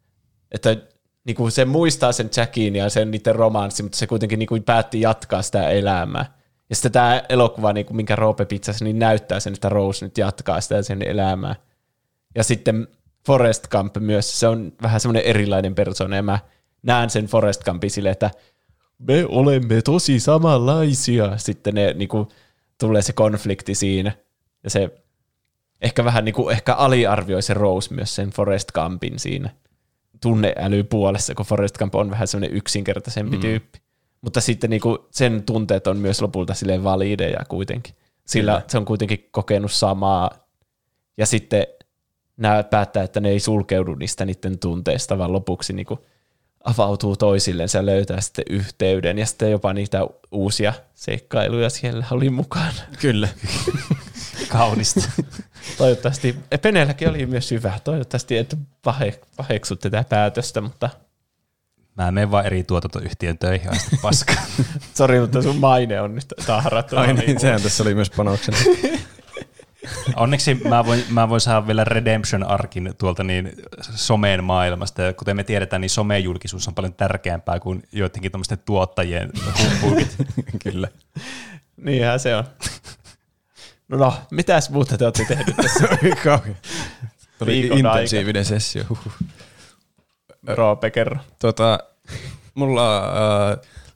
se muistaa sen Jackin ja sen niiden romanssin, mutta se kuitenkin päätti jatkaa sitä elämää. Ja sitten tämä elokuva, minkä Roope pitsasi, niin näyttää sen, että Rose nyt jatkaa sitä sen elämää. Ja sitten Forrest Gump myös, se on vähän semmoinen erilainen persona, ja mä näen sen Forrest Gumpin silleen, että me olemme tosi samanlaisia. Sitten ne tulee se konflikti siinä, ja se ehkä vähän ehkä aliarvioi se Rose myös sen Forrest Gumpin siinä tunneälypuolessa, kun Forrest Gump on vähän semmoinen yksinkertaisempi tyyppi. Mutta sitten sen tunteet on myös lopulta silleen valideja kuitenkin, sillä se on kuitenkin kokenut samaa, ja sitten nämä päättää, että ne ei sulkeudu niiden tunteista, vaan lopuksi avautuu toisilleen ja löytää sitten yhteyden, ja sitten jopa niitä uusia seikkailuja siellä oli mukana. Kyllä. Kaunista. Toivottavasti, Penelläkin oli myös hyvä, toivottavasti et paheksu tätä päätöstä, mutta mä menen vaan eri tuotantoyhtiön töihin, aista paskaa. Sori, mutta sun maine on nyt tahrattu. Ai niin, sehän tässä oli myös panoksena. Onneksi mä voin saada vielä Redemption-arkin tuolta someen maailmasta, ja kuten me tiedetään, niin somejulkisuus on paljon tärkeämpää kuin joidenkin tuommoisten tuottajien humpuukit. Kyllä. Niinhän se on. No, mitäs muuta te olette tehnyt tässä? Oli intensiivinen sessio. Roope, kerro. Mulla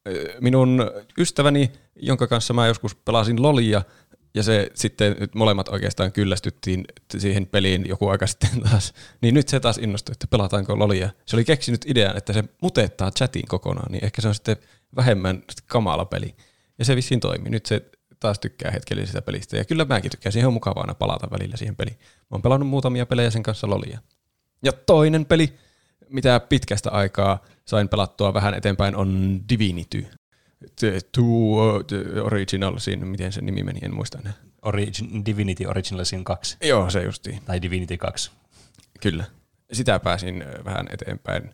minun ystäväni, jonka kanssa mä joskus pelasin LOLia, ja se sitten molemmat oikeastaan kyllästyttiin siihen peliin joku aika sitten taas, niin nyt se taas innostui, että pelataanko LOLia. Se oli keksinyt idean, että se muteettaa chatin kokonaan, niin ehkä se on sitten vähemmän kamala peli. Ja se vissiin toimi. Nyt se taas tykkää hetkellisestä pelistä. Ja kyllä mäkin tykkään. Siihen on mukavaa aina palata välillä siihen peliin. Mä oon pelannut muutamia pelejä sen kanssa LOLia. Ja toinen peli, mitä pitkästä aikaa sain pelattua vähän eteenpäin, on Divinity. Original Sin, miten se nimi meni, en muista enää. Divinity Original Sin 2. Joo, se justiin. Tai Divinity 2. Kyllä. Sitä pääsin vähän eteenpäin.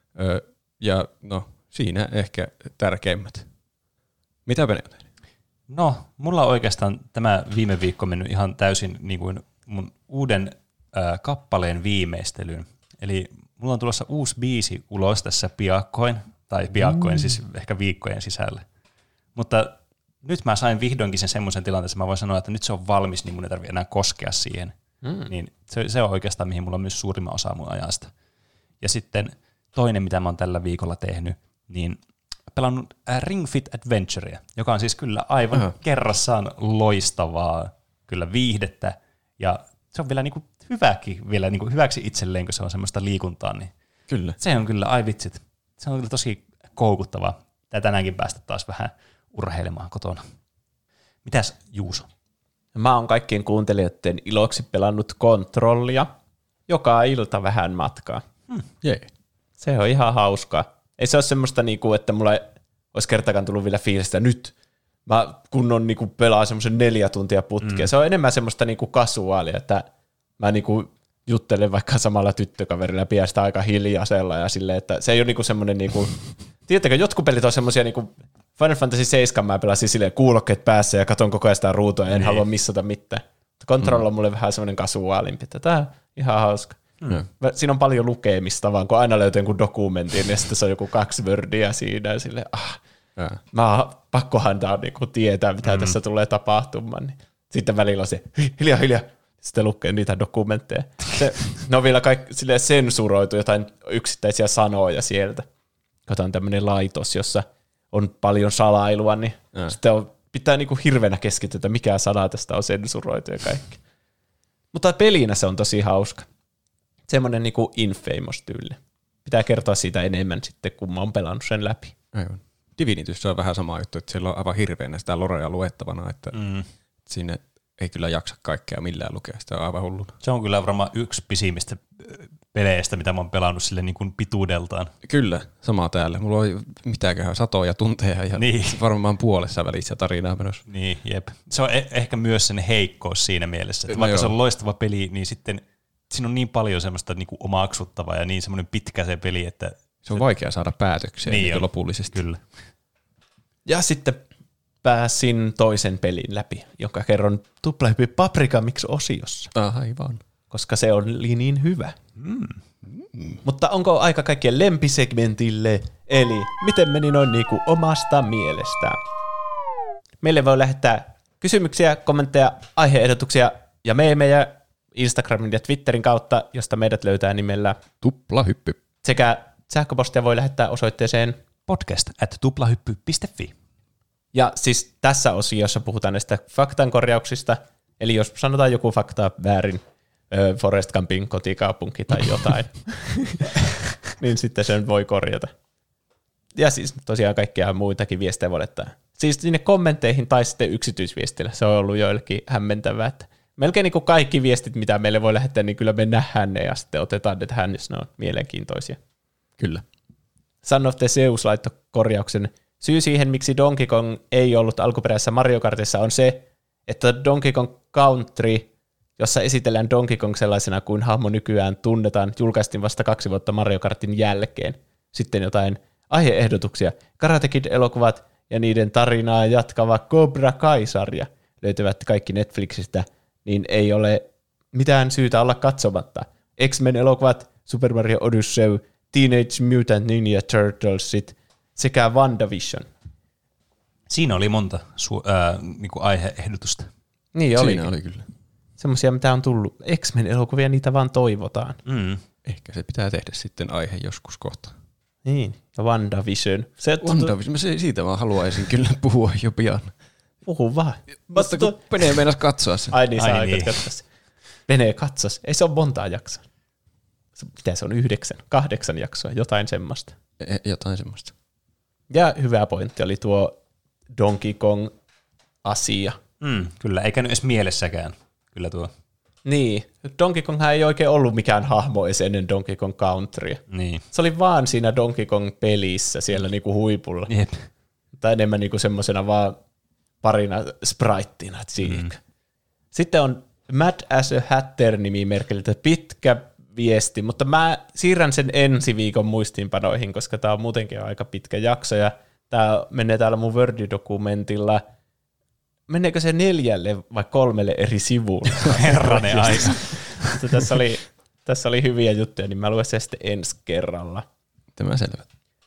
Ja no, siinä ehkä tärkeimmät. Mitä Pene on tehnyt? No, mulla on oikeastaan tämä viime viikko mennyt ihan täysin niin kuin mun uuden kappaleen viimeistelyyn. Eli mulla on tulossa uusi biisi ulos tässä piakkoin, tai piakkoin siis ehkä viikkojen sisällä. Mutta nyt mä sain vihdoinkin sen semmoisen tilanteessa, mä voin sanoa, että nyt se on valmis, niin mun ei tarvitse enää koskea siihen. Niin se on oikeastaan, mihin mulla on myös suurimman osa mun ajasta. Ja sitten toinen, mitä mä oon tällä viikolla tehnyt, niin pelannut Ring Fit Adventurea, joka on siis kyllä aivan kerrassaan loistavaa kyllä viihdettä, ja se on vielä niinku hyväkin, vielä niinku hyväksi itselleen, kun se on semmoista liikuntaa, niin kyllä. Se on kyllä, ai vitsit, se on kyllä tosi koukuttavaa. Tää tänäänkin päästä taas vähän urheilemaan kotona. Mitäs Juuso? Mä oon kaikkien kuuntelijoiden iloksi pelannut Controllia joka ilta vähän matkaa. Se on ihan hauskaa. Ei se ole semmoista, että mulla ei olisi kertakaan tullut vielä fiilistä nyt. Mä kunnon pelaan semmoisen 4 tuntia putkea. Se on enemmän semmoista kasuaalia, että mä juttelen vaikka samalla tyttökaverilla ja pidän sitä aika hiljaisella ja silleen, että se ei ole semmoinen tiedättekö, jotkut pelit on semmoisia Final Fantasy 7 mä pelasin silleen kuulokkeet päässä ja katon koko ajan sitä ruutua ja en halua missata mitään. Control on mulle vähän semmoinen kasuaalimpi, että tää on ihan hauska. Siinä on paljon lukemista, vaan kun aina löytyy jonkun dokumentin ja sitten se on joku 2 wordia siinä ja silleen, pakkohan tää on tietää, mitä tässä tulee tapahtumaan. Niin. Sitten välillä on se, hiljaa. Sitten lukee niitä dokumentteja. Ne on vielä kaikki sensuroitu jotain yksittäisiä sanoja sieltä. Katsotaan tämmöinen laitos, jossa on paljon salailua, niin sitten pitää hirveänä keskittyä, mikä sana tästä on sensuroitu ja kaikki. Mutta pelinä se on tosi hauska. Semmoinen Infamous-tyyli. Pitää kertoa siitä enemmän sitten, kun mä oon pelannut sen läpi. Aivan. Divinityssä on vähän sama juttu, että siellä on aivan hirveänä sitä lorea luettavana, että sinne ei kyllä jaksa kaikkea millään lukea, sitä on aivan hulluna. Se on kyllä varmaan yksi pisimmistä peleistä, mitä mä oon pelannut sille pituudeltaan. Kyllä, sama täällä. Mulla on mitäköhän satoja tunteja ja varmaan puolessa välissä tarinaa menossa. Niin, jep. Se on ehkä myös sen heikkous siinä mielessä, että vaikka se on loistava peli, niin sitten siinä on niin paljon semmoista omaksuttavaa ja niin semmoinen pitkä se peli, että se on vaikea saada päätöksiä lopullisesti. Kyllä. Ja sitten pääsin toisen pelin läpi, jonka kerron Tuplahyppy Paprika Mix-osiossa. Aivan. Koska se on niin hyvä. Mutta onko aika kaikkien lempisegmentille? Eli miten meni noin omasta mielestään? Meille voi lähettää kysymyksiä, kommentteja, aiheehdotuksia ja meemejä Instagramin ja Twitterin kautta, josta meidät löytää nimellä Tuplahyppy. Sekä sähköpostia voi lähettää osoitteeseen podcast@tuplahyppy.fi. Ja siis tässä osiossa puhutaan näistä faktankorjauksista, eli jos sanotaan joku fakta väärin, Forest Gumpin kotikaupunki tai jotain, niin sitten sen voi korjata. Ja siis tosiaan kaikkia muitakin viestejä voi laittaa. Siis sinne kommentteihin tai sitten yksityisviestillä. Se on ollut joillekin hämmentävää, että melkein kaikki viestit, mitä meille voi lähettää, niin kyllä me nähdään ne ja sitten otetaan ne tähän, jos ne on mielenkiintoisia. Kyllä. Son of the Zeus laittoi korjauksen. Syy siihen, miksi Donkey Kong ei ollut alkuperäisessä Mario Kartissa, on se, että Donkey Kong Country, jossa esitellään Donkey Kong sellaisena kuin hahmo nykyään tunnetaan, julkaistiin vasta 2 vuotta Mario Kartin jälkeen. Sitten jotain aiheehdotuksia. Karate Kid-elokuvat ja niiden tarinaa jatkava Cobra Kai-sarja löytyvät kaikki Netflixistä, niin ei ole mitään syytä olla katsomatta. X-Men-elokuvat, Super Mario Odyssey, Teenage Mutant Ninja Turtlesit sekä WandaVision. Siinä oli monta aiheehdotusta. Niin oli. Siinä oli kyllä. Semmoisia, mitä on tullut. X-Men-elokuvia, niitä vaan toivotaan. Ehkä se pitää tehdä sitten aihe joskus kohta. Niin, ja WandaVision. WandaVision, siitä vaan haluaisin kyllä puhua jo pian. Puhu vaan. Mutta kun Pene meinas katsoa sen. Ai niin, sä aikot katsoa sen. Pene katsos. Ei se ole montaa jaksoa. Mitä se on, 8 jaksoa, jotain semmoista. Jotain semmoista. Ja hyvä pointti oli tuo Donkey Kong-asia. Kyllä, eikä nyt edes mielessäkään. Kyllä tuo. Niin, Donkey Konghan ei oikein ollut mikään hahmo edes ennen Donkey Kong Countrya. Niin. Se oli vaan siinä Donkey Kong-pelissä siellä niinku huipulla. Jep. Tai enemmän niinku semmosena vaan parina sprittina. Sitten on Mad as a Hatter-nimimerkiltä pitkä viesti, mutta mä siirrän sen ensi viikon muistiinpanoihin, koska tää on muutenkin aika pitkä jakso, ja tää menee täällä mun Word-dokumentilla. Meneekö se 4 vai 3 eri sivulle? Herranen aika. Tässä oli hyviä juttuja, niin mä luen sen sitten ensi kerralla. Tämä selvä.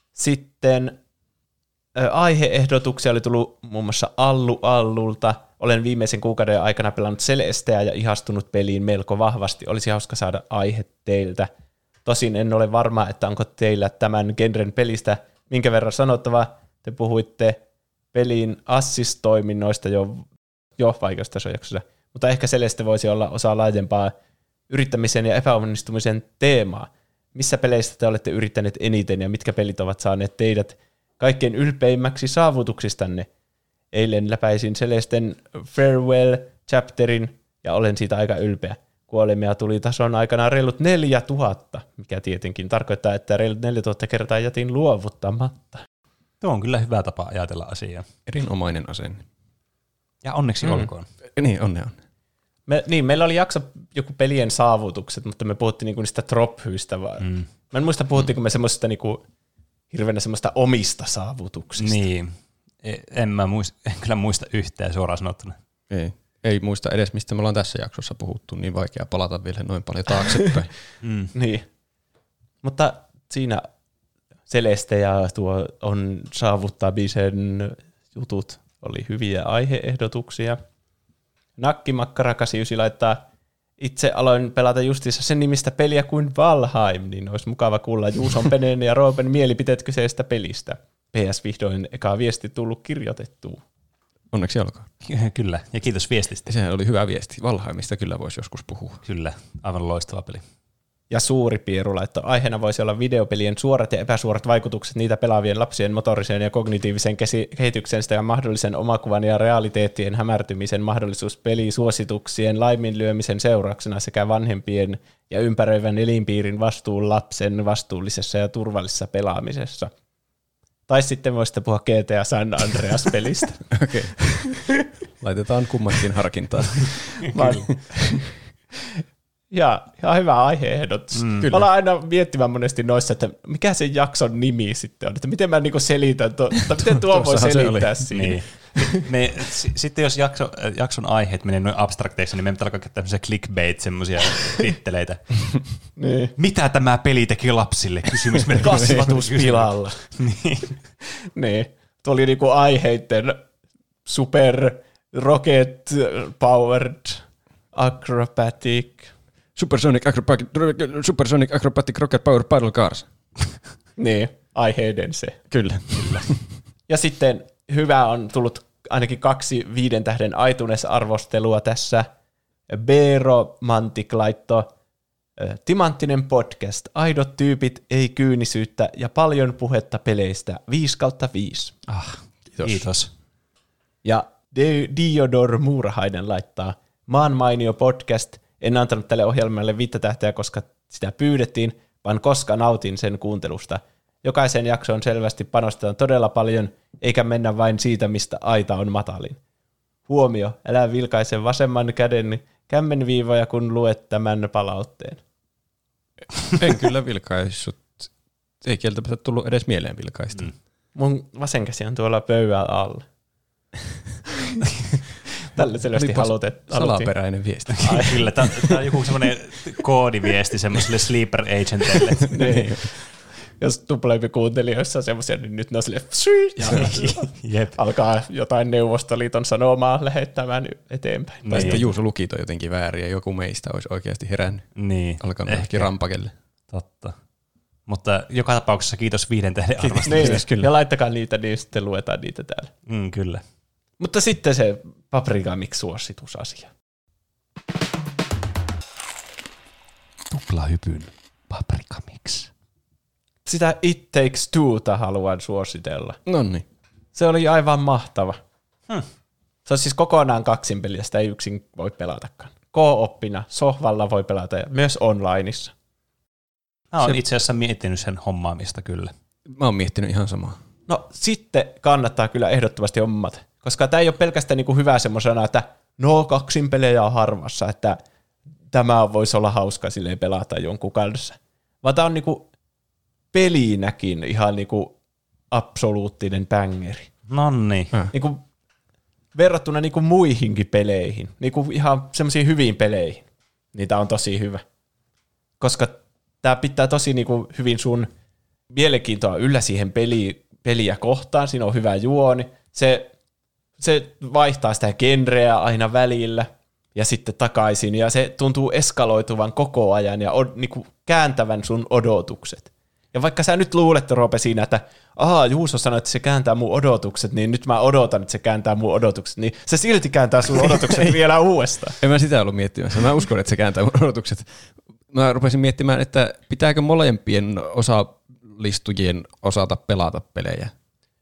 Sitten aiheehdotuksia oli tullut muun muassa Allulta. Olen viimeisen kuukauden aikana pelannut Celesteä ja ihastunut peliin melko vahvasti. Olisi hauska saada aihe teiltä. Tosin en ole varma, että onko teillä tämän genren pelistä minkä verran sanottavaa. Te puhuitte pelin assistoiminnoista jo vaikeustasojaksossa, mutta ehkä Celeste voisi olla osa laajempaa yrittämisen ja epäonnistumisen teemaa. Missä peleistä te olette yrittäneet eniten ja mitkä pelit ovat saaneet teidät kaikkein ylpeimmäksi saavutuksistanne? Eilen läpäisin Celesten Farewell Chapterin ja olen siitä aika ylpeä. Kuolemia tuli tason aikana reilut 4000, mikä tietenkin tarkoittaa, että reilut 4000 kertaa jätin luovuttamatta. Tuo on kyllä hyvä tapa ajatella asiaa. Erinomainen asenne. Ja onneksi olkoon. Niin, onne. Meillä oli jakso joku pelien saavutukset, mutta me puhuttiin niinku niistä trophyistä vaan. Mä en muista, puhuttiinko me semmoisista niinku hirveänä semmoista omista saavutuksista. Niin. En kyllä muista yhtään suoraan sanottuna. Ei muista edes, mistä me ollaan tässä jaksossa puhuttu, niin vaikea palata vielä noin paljon taaksepäin. Niin. Mutta siinä Celeste ja tuo on saavuttamisen jutut oli hyviä aiheehdotuksia. Nakkimakkara89 laittaa, itse aloin pelata justiinsa sen nimistä peliä kuin Valheim, niin olisi mukava kuulla Juuson, Peneen ja Roopen mielipiteet kyseisestä pelistä. PS vihdoin eka viesti tullut kirjoitettua. Onneksi olkoon. Kyllä, ja kiitos viestistä. Se oli hyvä viesti. Valheimista kyllä voisi joskus puhua. Kyllä, aivan loistava peli. Ja Suuri Pieru laittoi, aiheena voisi olla videopelien suorat ja epäsuorat vaikutukset niitä pelaavien lapsien motoriseen ja kognitiiviseen kehitykseen sekä mahdollisen omakuvan ja realiteettien hämärtymisen mahdollisuus pelisuosituksien laiminlyömisen seurauksena sekä vanhempien ja ympäröivän elinpiirin vastuun lapsen vastuullisessa ja turvallisessa pelaamisessa. Tai sitten voisitte puhua GTA San Andreas-pelistä. Okei. Laitetaan kummatkin harkintaan. Ja hyvä aihe-ehdotus. Mä olen aina miettimään monesti noissa, että mikä sen jakson nimi sitten on, että miten mä niinku selitän, miten tuo voi selittää siinä. Niin. Sitten jos jakson aiheet menee noin abstrakteiksi, niin me pitää alkaa käyttää semmoisia clickbait, semmoisia titteleitä. Niin. Mitä tämä peli teki lapsille? Kysymysmerkki. Kasvatuspilalla. Niin. Tuo oli niinku aiheitten super rocket powered acrobatic Supersonic Acrobatic Rocket Power Paddle Cars. Niin, aiheiden se. Kyllä. Ja sitten hyvä on tullut ainakin 2 5 tähden iTunes-arvostelua tässä. B-Romantic laittoi timanttinen podcast, aidot tyypit, ei kyynisyyttä ja paljon puhetta peleistä 5/5. Kiitos. Ja Diodor Muurahainen laittaa maan mainio podcast. En antanut tälle ohjelmalle 5 tähteä, koska sitä pyydettiin, vaan koska nautin sen kuuntelusta. Jokaisen jaksoon selvästi panostetaan todella paljon, eikä mennä vain siitä, mistä aita on matalin. Huomio, älä vilkaise vasemman käden kämmenviivoja, kun luet tämän palautteen. En kyllä vilkaissut. Ei kieltämättä tullut edes mieleen vilkaista. Mun vasen käsi on tuolla pöydän alla. Tällä selvästi haluttiin. Salaperäinen viesti. Kyllä, tämä on joku semmoinen koodiviesti semmoiselle sleeper agenteille. Niin. Jos Tuplaimpi-kuuntelijoissa on semmoisia, niin nyt ne on silleen alkaa jotain Neuvostoliiton sanomaa lähettämään eteenpäin. Tai sitten Juuso luki toi jotenkin väärin ja joku meistä olisi oikeasti herännyt. Niin. Alkanut ehkä rampakelle. Totta. Mutta joka tapauksessa kiitos 5 tähden arvostelusta. Niin, kyllä. Ja laittakaa niitä, niin sitten luetaan niitä täällä. Kyllä. Mutta sitten se Paprika Mix-suositusasia. Tuplahypyn Paprika Mix. Sitä It Takes Two'ta haluan suositella. Noniin. Se oli aivan mahtava. Se on siis kokonaan kaksinpeliä, sitä ei yksin voi pelatakaan. Co-oppina, sohvalla voi pelata ja myös onlineissa. Mä oon itse asiassa miettinyt sen hommaamista kyllä. Mä oon miettinyt ihan samaa. No sitten kannattaa kyllä ehdottomasti hommata, koska tämä ei ole pelkästään niinku hyvä semmoisena, että no kaksinpelejä on harvassa, että tämä voisi olla hauska silleen pelata jonkun kanssa. Vaan tämä on niinku pelinäkin ihan niinku absoluuttinen bangeri. Nonni. Niinku verrattuna niinku muihinkin peleihin, niinku ihan semmoisiin hyviin peleihin, niitä on tosi hyvä. Koska tämä pitää tosi niinku hyvin sun mielenkiintoa yllä siihen peliä kohtaan, siinä on hyvä juoni, se vaihtaa sitä genreä aina välillä ja sitten takaisin, ja se tuntuu eskaloituvan koko ajan ja niinku kääntävän sun odotukset. Ja vaikka sä nyt luulet, Roope, siinä, että Juuso sanoi, että se kääntää mun odotukset, niin nyt mä odotan, että se kääntää mun odotukset, niin se silti kääntää sun odotukset vielä uudestaan. En mä sitä ollut miettimässä. Mä uskon, että se kääntää mun odotukset. Mä rupesin miettimään, että pitääkö molempien osallistujien osata pelata pelejä?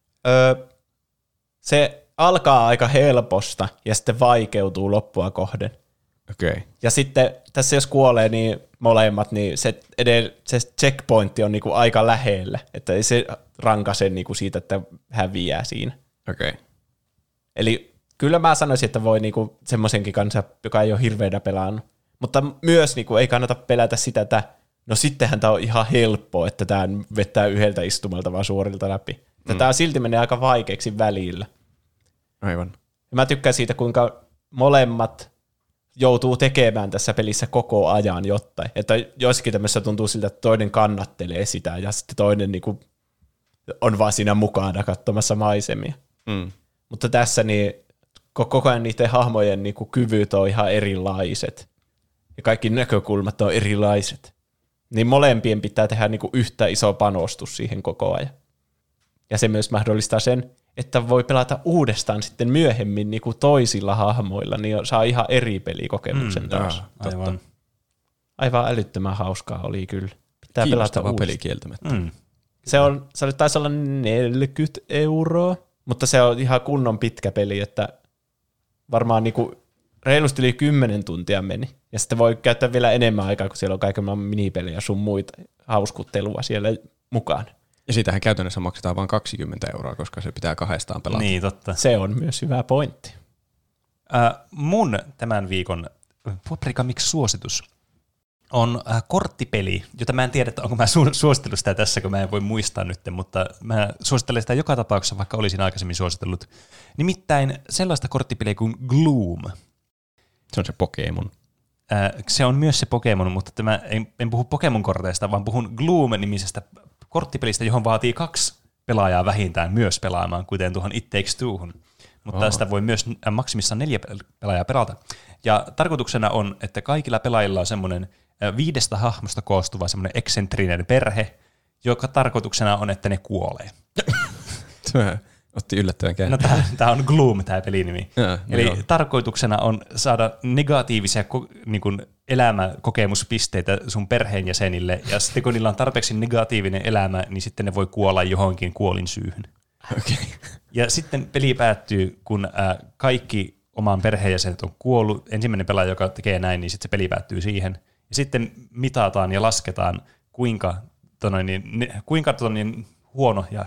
Se alkaa aika helposta ja sitten vaikeutuu loppua kohden. Okei. Ja sitten tässä jos kuolee niin molemmat, niin se checkpointti on niinku aika lähellä, että ei se rankaise niinku siitä, että häviää siinä. Okei. Eli kyllä mä sanoisin, että voi niinku semmoisenkin kanssa, joka ei ole hirveänä pelannut. Mutta myös niinku ei kannata pelätä sitä, että no sittenhän tämä on ihan helppoa, että tämä vettää yhdeltä istumalta vaan suorilta läpi. Tämä silti menee aika vaikeaksi välillä. Aivan. Ja mä tykkään siitä, kuinka molemmat joutuu tekemään tässä pelissä koko ajan jotain. Että joissakin tämmöisessä tuntuu siltä, että toinen kannattelee sitä ja sitten toinen niinku on vaan siinä mukana katsomassa maisemia. Mutta tässä niin koko ajan niiden hahmojen niinku kyvyt on ihan erilaiset. Ja kaikki näkökulmat on erilaiset. Niin molempien pitää tehdä niinku yhtä iso panostus siihen koko ajan. Ja se myös mahdollistaa sen, että voi pelata uudestaan sitten myöhemmin niinku toisilla hahmoilla, niin saa ihan eri pelikokemuksen taas. Aivan älyttömän hauskaa oli kyllä. Pitää pelata peli kieltämättä. Se taisi olla 40 €, mutta se on ihan kunnon pitkä peli, että varmaan niinku reilusti yli 10 tuntia meni. Ja sitten voi käyttää vielä enemmän aikaa, kun siellä on kaiken maailman minipelejä ja sun muita hauskuttelua siellä mukaan. Ja siitähän käytännössä maksetaan vain 20 €, koska se pitää kahdestaan pelata. Niin, totta. Se on myös hyvä pointti. Mun tämän viikon Paprika Mix-suositus on korttipeli, jota mä en tiedä, että onko mä suositellut sitä tässä, kun mä en voi muistaa nyt, mutta mä suosittelen sitä joka tapauksessa, vaikka olisin aikaisemmin suositellut. Nimittäin sellaista korttipeliä kuin Gloom. Se on se Pokemon. Se on myös se Pokemon, mutta mä en puhu Pokemon-korteista, vaan puhun Gloom-nimisestä korttipelistä, johon vaatii 2 pelaajaa vähintään myös pelaamaan, kuten tuohon It Takes Twohun. Mutta sitä voi myös maksimissaan 4 pelaajaa pelata. Ja tarkoituksena on, että kaikilla pelaajilla on semmoinen 5 hahmosta koostuva semmoinen eksentrinen perhe, joka tarkoituksena on, että ne kuolee. Otti yllättävän käänteen. No tämä on Gloom, tämä pelinimi. Eli tarkoituksena on saada negatiivisia niin kuin elämäkokemuspisteitä sun perheenjäsenille, ja sitten kun niillä on tarpeeksi negatiivinen elämä, niin sitten ne voi kuolla johonkin kuolinsyyhyn. Okay. Ja sitten peli päättyy, kun kaikki oman perheenjäsenet on kuollut. Ensimmäinen pelaaja, joka tekee näin, niin sitten se peli päättyy siihen. Ja sitten mitataan ja lasketaan, kuinka huono ja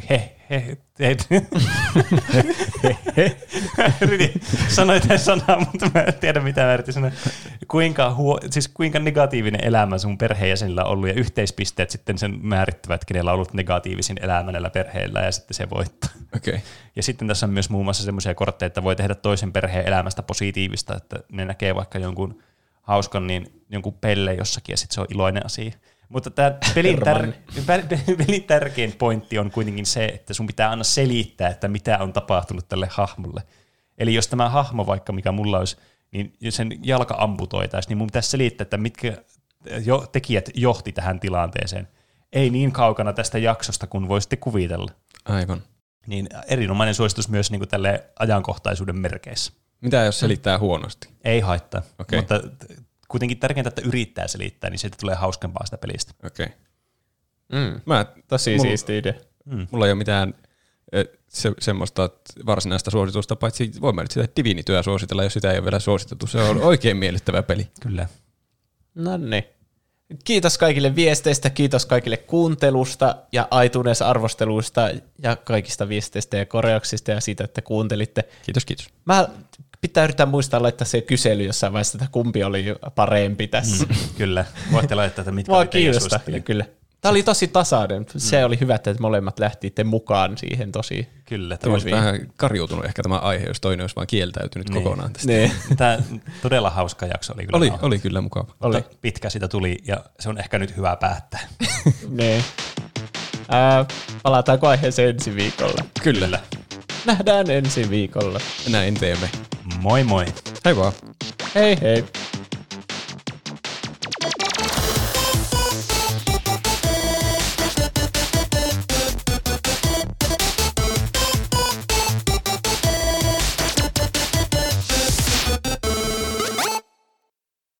yritin sanoa tämän sanaa, mutta mä en tiedä mitä mä yritin sanoa. Kuinka negatiivinen elämä sun perheenjäsenillä on ollut ja yhteispisteet sitten sen määrittävät, kenellä on ollut negatiivisin elämä näillä perheillä ja sitten se voittaa. Okay. Ja sitten tässä on myös muun muassa semmoisia kortteja, että voi tehdä toisen perheen elämästä positiivista, että ne näkee vaikka jonkun hauskan jonkun pelle jossakin ja sitten se on iloinen asia. Mutta tämä pelin tärkein pointti on kuitenkin se, että sun pitää aina selittää, että mitä on tapahtunut tälle hahmolle. Eli jos tämä hahmo vaikka, mikä mulla olisi, niin sen jalka amputoitaisiin, niin mun pitäisi selittää, että mitkä tekijät johti tähän tilanteeseen. ei niin kaukana tästä jaksosta kuin voisitte kuvitella. Aivan. Niin erinomainen suositus myös niin kuin tälleen ajankohtaisuuden merkeissä. Mitä jos selittää huonosti? Ei haittaa, Okei. mutta kuitenkin tärkeintä, että yrittää selittää, niin siitä tulee hauskempaa sitä pelistä. Okei. Tosi siisti idea. Mulla ei ole mitään semmoista varsinaista suositusta, paitsi voin mä nyt sitä Divinityä suositella, jos sitä ei ole vielä suositettu. Se on oikein miellyttävä peli. Kyllä. No niin. Kiitos kaikille viesteistä, kiitos kaikille kuuntelusta ja iTunes-arvosteluista ja kaikista viesteistä ja korjauksista ja siitä, että kuuntelitte. Kiitos. Mä pitää yrittää muistaa laittaa se kysely jossain vaiheessa, että kumpi oli parempi tässä. Kyllä. Voitte laittaa, että mitkä Mua oli teidän kiinnostaa, suosittelijat. kyllä. Tämä oli tosi tasainen. Se oli hyvä, että molemmat lähtiitte mukaan siihen tosi. Kyllä. Tämä olisi vähän karjuutunut ehkä tämä aihe, jos toinen olisi vaan kieltäytynyt kokonaan tästä. Niin. Tämä todella hauska jakso oli kyllä. Oli kyllä mukava. Mutta pitkä sitä tuli ja se on ehkä nyt hyvä päättää. Niin. Palataanko aiheeseen ensi viikolla? Kyllä. Nähdään ensi viikolla. Näin teemme. Moi moi. Hei vaan. Hei hei.